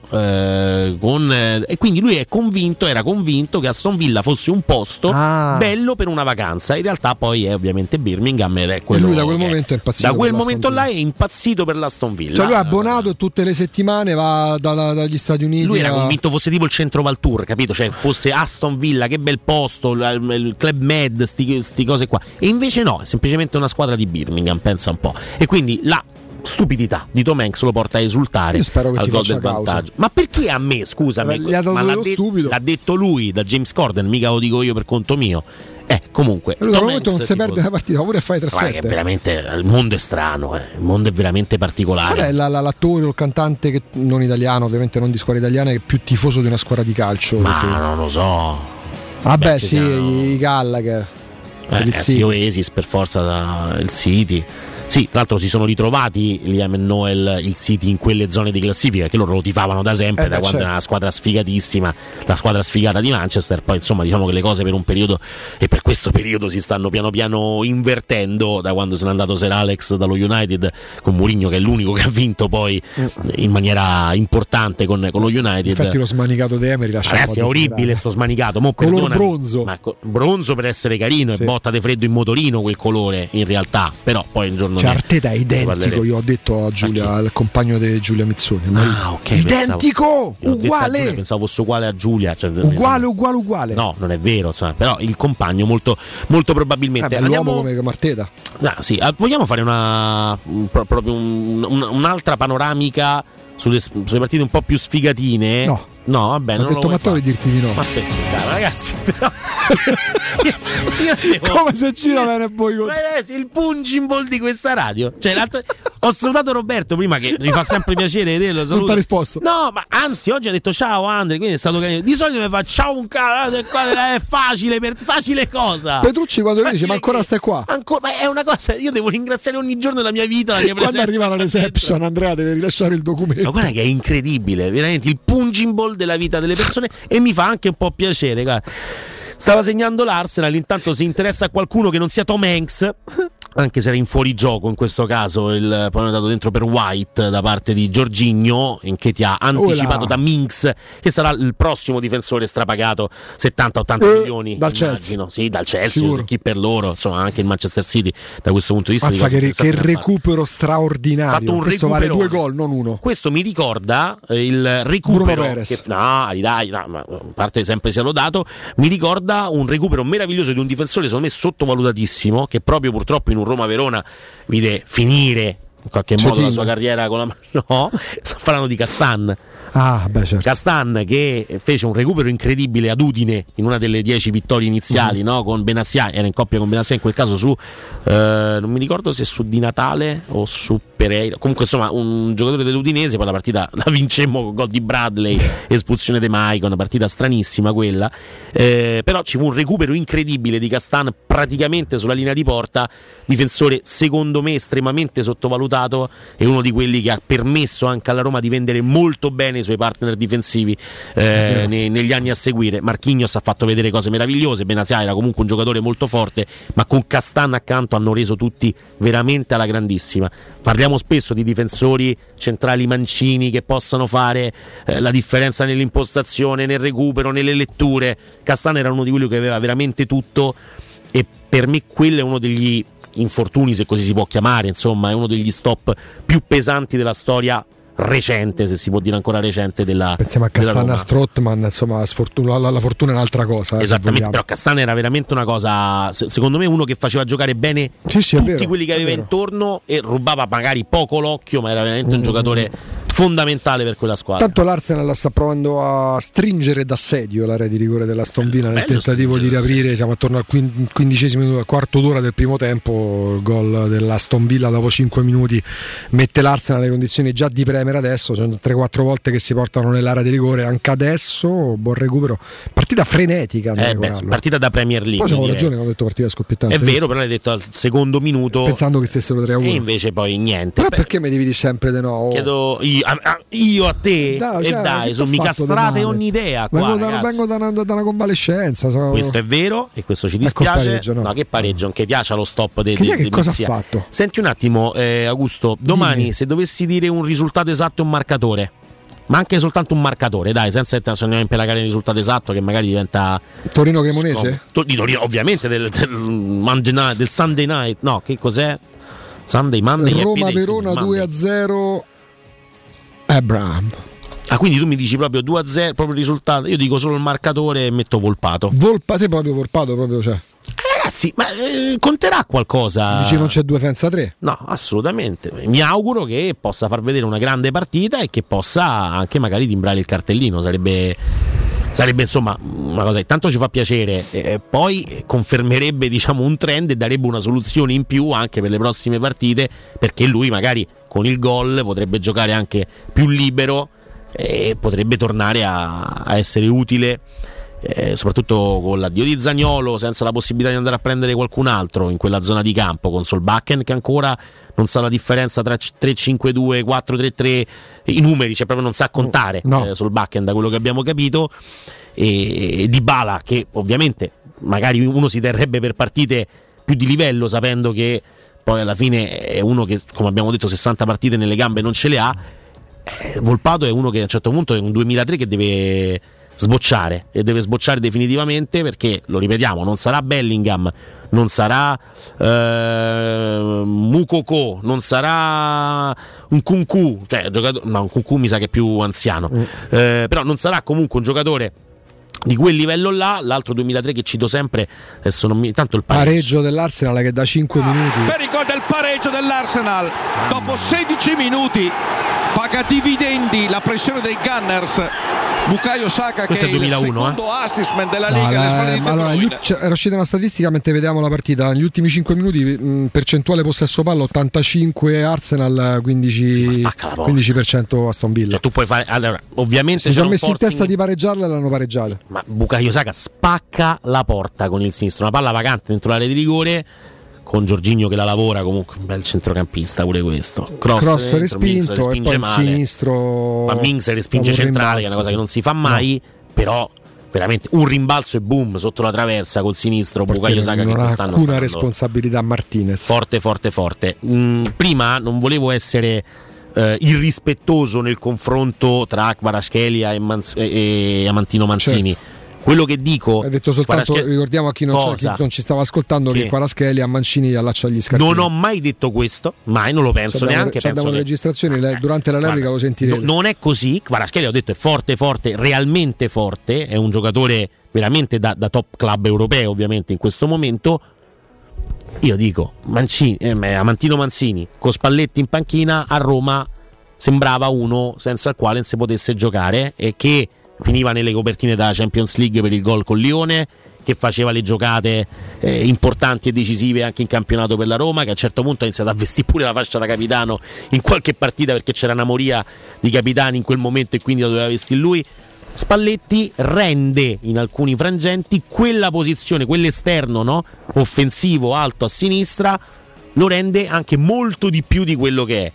[SPEAKER 11] E quindi lui era convinto che Aston Villa fosse un posto bello per una vacanza. In realtà poi è ovviamente Birmingham ed è quello.
[SPEAKER 10] E lui da quel momento è impazzito.
[SPEAKER 11] Da quel momento là è impazzito per l'Aston Villa.
[SPEAKER 10] Cioè lui è abbonato tutte le settimane, va dagli Stati Uniti.
[SPEAKER 11] Lui era convinto fosse tipo il Centro Val Tour, capito? Cioè fosse Aston Villa, che bel posto, il Club Med, sti cose qua. E invece no, è semplicemente una squadra di Birmingham, pensa un po'. E quindi la stupidità di Tom Hanks lo porta a esultare al gol del vantaggio. Ma perché a me, scusami? Ma l'ha detto lui, da James Corden, mica lo dico io per conto mio. Comunque
[SPEAKER 10] lui da momento non si perde la partita, pure a fare trasferte.
[SPEAKER 11] Veramente il mondo è strano, il mondo è veramente particolare.
[SPEAKER 10] Qual è l'attore o il cantante che non italiano, ovviamente non di squadra italiana, che è più tifoso di una squadra di calcio?
[SPEAKER 11] Ma non lo so.
[SPEAKER 10] Vabbè, sì, i Gallagher.
[SPEAKER 11] Sì, Oasis per forza il City. Sì, tra l'altro si sono ritrovati Liam e Noel, il City, in quelle zone di classifica che loro lo tifavano da sempre, da quando era una squadra sfigatissima, la squadra sfigata di Manchester. Poi insomma diciamo che le cose per un periodo e per questo periodo si stanno piano piano invertendo da quando se n'è andato Sir Alex dallo United, con Mourinho che è l'unico che ha vinto poi in maniera importante con lo United.
[SPEAKER 10] Infatti lo smanicato di Emery lascia
[SPEAKER 11] ragazzi, è orribile sto smanicato,
[SPEAKER 10] color bronzo,
[SPEAKER 11] ma bronzo per essere carino, e botta di freddo in motorino quel colore in realtà, però poi un giorno
[SPEAKER 10] Arteta è identico, io ho detto a Giulia, al compagno di Giulia Mizzoni. Identico, uguale.
[SPEAKER 11] Pensavo fosse uguale a Giulia, cioè,
[SPEAKER 10] uguale.
[SPEAKER 11] No, non è vero, insomma, però il compagno molto, molto probabilmente.
[SPEAKER 10] Andiamo come Arteta.
[SPEAKER 11] Sì, vogliamo fare proprio un'altra panoramica sulle partite un po' più sfigatine? No, vabbè, non
[SPEAKER 10] ho detto Matteo di dirti di no.
[SPEAKER 11] Ma aspetta, ragazzi, però
[SPEAKER 10] come se gira bene poi
[SPEAKER 11] il pungimball di questa radio. Cioè, ho salutato Roberto prima, che mi fa sempre piacere vederlo.
[SPEAKER 10] Non ti ha risposto.
[SPEAKER 11] No, ma anzi, oggi ha detto ciao Andre, quindi è stato carino. Di solito mi fa ciao un cazzo, è facile cosa.
[SPEAKER 10] Petrucci quando dice ma ancora stai qua?
[SPEAKER 11] Ma è una cosa, io devo ringraziare ogni giorno della mia vita la mia presenza.
[SPEAKER 10] Quando arriva la reception, Andrea deve rilasciare il documento.
[SPEAKER 11] Ma guarda che è incredibile, veramente il pungimball della vita delle persone, e mi fa anche un po' piacere, guarda. Stava segnando l'Arsenal, intanto si interessa a qualcuno che non sia Tom Hanks, anche se era in fuorigioco in questo caso, poi è andato dentro per White da parte di Jorginho, in che ti ha anticipato da Minks, che sarà il prossimo difensore strapagato 70-80 milioni
[SPEAKER 10] dal
[SPEAKER 11] Chelsea. Sì, dal Chelsea,
[SPEAKER 10] sicuro.
[SPEAKER 11] Chi per loro, insomma anche il Manchester City da questo punto di vista.
[SPEAKER 10] Che recupero straordinario, questo vale 2 gol, non 1.
[SPEAKER 11] Questo mi ricorda il recupero che, ma a parte sempre sia lodato, mi ricorda un recupero meraviglioso di un difensore secondo me sottovalutatissimo, che proprio purtroppo in un Roma-Verona vide finire in qualche modo la sua carriera con la mano. No, sto parlando di Castan.
[SPEAKER 10] Certo.
[SPEAKER 11] Castan, che fece un recupero incredibile ad Udine in una delle 10 vittorie iniziali, no? Con Benassia, era in coppia con Benassia in quel caso su non mi ricordo se su Di Natale o su Pereira, comunque insomma un giocatore dell'Udinese. Poi la partita la vincemmo con gol di Bradley, espulsione di Maicon, una partita stranissima quella, però ci fu un recupero incredibile di Castan praticamente sulla linea di porta, difensore secondo me estremamente sottovalutato, e uno di quelli che ha permesso anche alla Roma di vendere molto bene nei suoi partner difensivi negli anni a seguire. Marquinhos ha fatto vedere cose meravigliose, Benatia era comunque un giocatore molto forte, ma con Castan accanto hanno reso tutti veramente alla grandissima. Parliamo spesso di difensori centrali mancini che possano fare la differenza nell'impostazione, nel recupero, nelle letture. Castan era uno di quelli che aveva veramente tutto, e per me quello è uno degli infortuni, se così si può chiamare, insomma è uno degli stop più pesanti della storia recente, se si può dire ancora recente, della
[SPEAKER 10] pensiamo a Castana, Strootman, insomma la fortuna è un'altra cosa,
[SPEAKER 11] esattamente, però Castana era veramente una cosa, secondo me, uno che faceva giocare bene tutti quelli che aveva intorno e rubava magari poco l'occhio, ma era veramente un giocatore fondamentale per quella squadra.
[SPEAKER 10] Tanto l'Arsenal la sta provando a stringere d'assedio l'area di rigore dell'Aston Villa nel tentativo di riaprire. Siamo attorno al 15esimo minuto, al quarto d'ora del primo tempo. Il gol dell'Aston Villa dopo 5 minuti mette l'Arsenal nelle condizioni già di premere. Adesso sono 3-4 volte che si portano nell'area di rigore, anche adesso buon recupero, partita frenetica,
[SPEAKER 11] partita da Premier League.
[SPEAKER 10] Poi avevo ragione quando ho detto partita scoppiettante,
[SPEAKER 11] è vero, però l'hai detto al secondo minuto
[SPEAKER 10] pensando che stessero 3-1
[SPEAKER 11] e invece poi niente.
[SPEAKER 10] Però perché mi dividi sempre di no?
[SPEAKER 11] Chiedo io a te, dai, mi castrate ogni idea qua,
[SPEAKER 10] vengo da una convalescenza,
[SPEAKER 11] questo è vero e questo ci dispiace. No, che pareggio, anche Tiacia lo stop
[SPEAKER 10] che cosa ha fatto?
[SPEAKER 11] Senti un attimo, Augusto, domani se dovessi dire un risultato esatto e un marcatore, ma anche soltanto un marcatore, dai, senza che andiamo a impelagare il risultato esatto, che magari diventa
[SPEAKER 10] Torino Cremonese?
[SPEAKER 11] Di Torino, ovviamente, del Sunday night, no, che cos'è? Monday
[SPEAKER 10] Roma Verona 2-0 Abraham.
[SPEAKER 11] Quindi tu mi dici proprio 2-0 proprio il risultato. Io dico solo il marcatore e metto Volpato.
[SPEAKER 10] Proprio, cioè.
[SPEAKER 11] Ragazzi, ma conterà qualcosa?
[SPEAKER 10] Dici non c'è 2 senza 3?
[SPEAKER 11] No, assolutamente. Mi auguro che possa far vedere una grande partita e che possa anche magari timbrare il cartellino. Sarebbe insomma una cosa che tanto ci fa piacere, poi confermerebbe, diciamo, un trend e darebbe una soluzione in più anche per le prossime partite, perché lui magari con il gol potrebbe giocare anche più libero e potrebbe tornare a essere utile, soprattutto con l'addio di Zaniolo, senza la possibilità di andare a prendere qualcun altro in quella zona di campo, con Solbakken che ancora non sa la differenza tra 3-5-2, 4-3-3, i numeri, cioè proprio non sa contare, Solbakken, da quello che abbiamo capito, e Dybala che ovviamente magari uno si terrebbe per partite più di livello, sapendo che poi alla fine è uno che, come abbiamo detto, 60 partite nelle gambe non ce le ha. Volpato è uno che a un certo punto è un 2003 che deve sbocciare, e deve sbocciare definitivamente, perché, lo ripetiamo, non sarà Bellingham, non sarà Mukoko, non sarà un Kunku, cioè un Kunku mi sa che è più anziano, però non sarà comunque un giocatore di quel livello là. L'altro 2003 che cito sempre, adesso non mi tanto il
[SPEAKER 10] pareggio dell'Arsenal che da 5 minuti
[SPEAKER 1] per il gol del pareggio dell'Arsenal dopo 16 minuti paga dividendi la pressione dei Gunners. Bukayo Saka,
[SPEAKER 11] questo
[SPEAKER 1] che
[SPEAKER 11] è 2001,
[SPEAKER 1] il secondo assistment della Lega.
[SPEAKER 10] Allora, era uscita una statistica mentre vediamo la partita. Negli ultimi 5 minuti percentuale possesso palla 85 Arsenal, 15% Aston Villa.
[SPEAKER 11] Cioè, tu puoi fare, allora, ovviamente
[SPEAKER 10] si sono messi in testa di pareggiarla e l'hanno pareggiata.
[SPEAKER 11] Ma Bukayo Saka spacca la porta con il sinistro, una palla vacante dentro l'area di rigore, con Jorginho che la lavora, comunque un bel centrocampista pure questo. Cross
[SPEAKER 10] respinto,
[SPEAKER 11] Mings respinge
[SPEAKER 10] e poi
[SPEAKER 11] male.
[SPEAKER 10] Il sinistro,
[SPEAKER 11] ma Mings respinge centrale, che è una cosa che non si fa mai, però veramente un rimbalzo e boom sotto la traversa col sinistro. Bukayo Saka che quest'anno
[SPEAKER 10] sta dando responsabilità Martinez.
[SPEAKER 11] Forte. Prima non volevo essere irrispettoso nel confronto tra Kvaratskhelia e Amantino Mancini.
[SPEAKER 10] Certo.
[SPEAKER 11] Quello che dico,
[SPEAKER 10] hai detto soltanto, ricordiamo a chi non ci stava ascoltando che Kvaratskhelia a Mancini allaccia gli scarpini.
[SPEAKER 11] Non ho mai detto questo, mai, non lo penso neanche.
[SPEAKER 10] Abbiamo le registrazioni, durante la replica lo sentirete.
[SPEAKER 11] Non è così. Kvaratskhelia, ho detto, è forte, realmente forte, è un giocatore veramente da top club europeo, ovviamente in questo momento. Io dico, Amantino Mancini con Spalletti in panchina a Roma sembrava uno senza il quale non si potesse giocare, e che finiva nelle copertine della Champions League per il gol con Lione, che faceva le giocate importanti e decisive anche in campionato per la Roma, che a un certo punto ha iniziato a vestire pure la fascia da capitano in qualche partita, perché c'era una moria di capitani in quel momento e quindi la doveva vestire lui. Spalletti rende in alcuni frangenti quella posizione, quell'esterno, no? Offensivo alto a sinistra, lo rende anche molto di più di quello che è.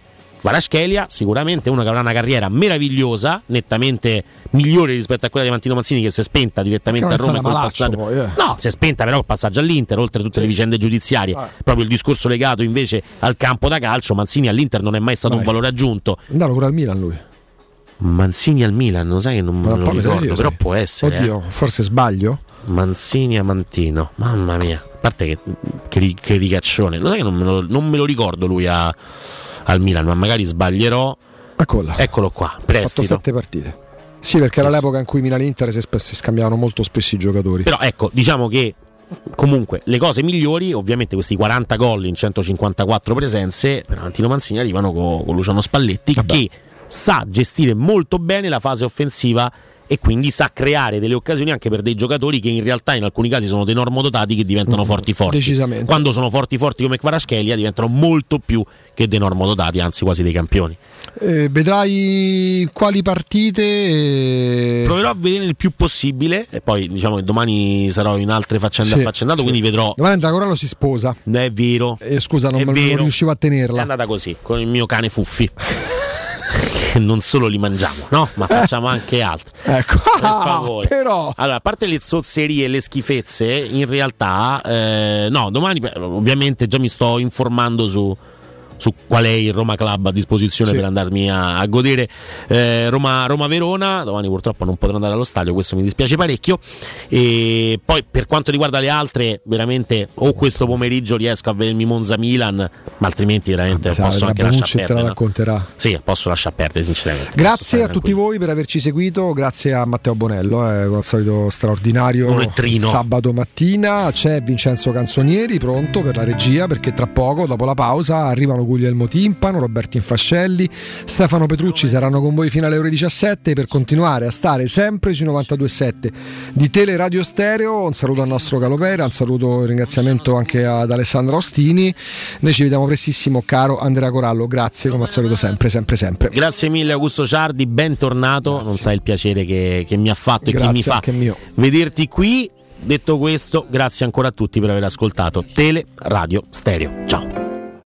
[SPEAKER 11] Kvaratskhelia sicuramente uno che avrà una carriera meravigliosa, nettamente migliore rispetto a quella di Mantino Manzini, che si è spenta direttamente a Roma e col passaggio no, si è spenta però col passaggio all'Inter, oltre tutte le vicende giudiziarie. Proprio il discorso legato invece al campo da calcio, Manzini all'Inter non è mai stato un valore aggiunto.
[SPEAKER 10] Andato pure al Milan lui.
[SPEAKER 11] Manzini al Milan, lo sai che non me lo ricordo, però può essere.
[SPEAKER 10] Oddio, forse sbaglio.
[SPEAKER 11] Manzini a Mantino, mamma mia, a parte che ricaccione, lo sai che non me lo ricordo lui al Milan, ma magari sbaglierò. Eccolo qua, prestito.
[SPEAKER 10] Ha fatto 7 partite. Sì, perché era l'epoca in cui Milan e Inter si scambiavano molto spesso i giocatori.
[SPEAKER 11] Però ecco, diciamo che comunque le cose migliori, ovviamente questi 40 gol in 154 presenze per Mantino Manzini arrivano con Luciano Spalletti, che sa gestire molto bene la fase offensiva e quindi sa creare delle occasioni anche per dei giocatori che in realtà in alcuni casi sono dei normodotati che diventano forti.
[SPEAKER 10] Decisamente.
[SPEAKER 11] Quando sono forti come Kvaratskhelia diventano molto più che dei normodotati, anzi quasi dei campioni.
[SPEAKER 10] Vedrai quali partite?
[SPEAKER 11] Proverò a vedere il più possibile e poi diciamo che domani sarò in altre faccende affaccendato, quindi vedrò.
[SPEAKER 10] Domani Corallo si sposa.
[SPEAKER 11] È vero.
[SPEAKER 10] Scusa, non riuscivo a tenerla.
[SPEAKER 11] È andata così, con il mio cane Fuffi. Non solo li mangiamo, no? Ma facciamo anche altro.
[SPEAKER 10] Ecco,
[SPEAKER 11] per favore.
[SPEAKER 10] Però.
[SPEAKER 11] Allora, a parte le zozzerie e le schifezze, in realtà, no, domani ovviamente già mi sto informando su qual è il Roma Club a disposizione per andarmi a godere Roma-Verona. Domani purtroppo non potrò andare allo stadio, questo mi dispiace parecchio. E poi per quanto riguarda le altre, veramente o questo pomeriggio riesco a vedermi Monza-Milan, ma altrimenti veramente posso anche lasciar perdere.
[SPEAKER 10] La racconterà.
[SPEAKER 11] Sì, posso lasciar perdere sinceramente.
[SPEAKER 10] Grazie a tutti voi per averci seguito, grazie a Matteo Bonello, con il solito straordinario sabato mattina. C'è Vincenzo Canzonieri pronto per la regia, perché tra poco, dopo la pausa, arrivano Guglielmo Timpano, Roberto Infascelli, Stefano Petrucci saranno con voi fino alle ore 17 per continuare a stare sempre sui 92.7 di Teleradio Stereo. Un saluto al nostro Calopera, un saluto e un ringraziamento anche ad Alessandro Ostini. Noi ci vediamo prestissimo, caro Andrea Corallo, grazie come al solito sempre.
[SPEAKER 11] Grazie mille Augusto Ciardi, bentornato. Grazie. Non sai il piacere che mi ha fatto e che mi fa vederti qui. Detto questo, grazie ancora a tutti per aver ascoltato Teleradio Stereo. Ciao.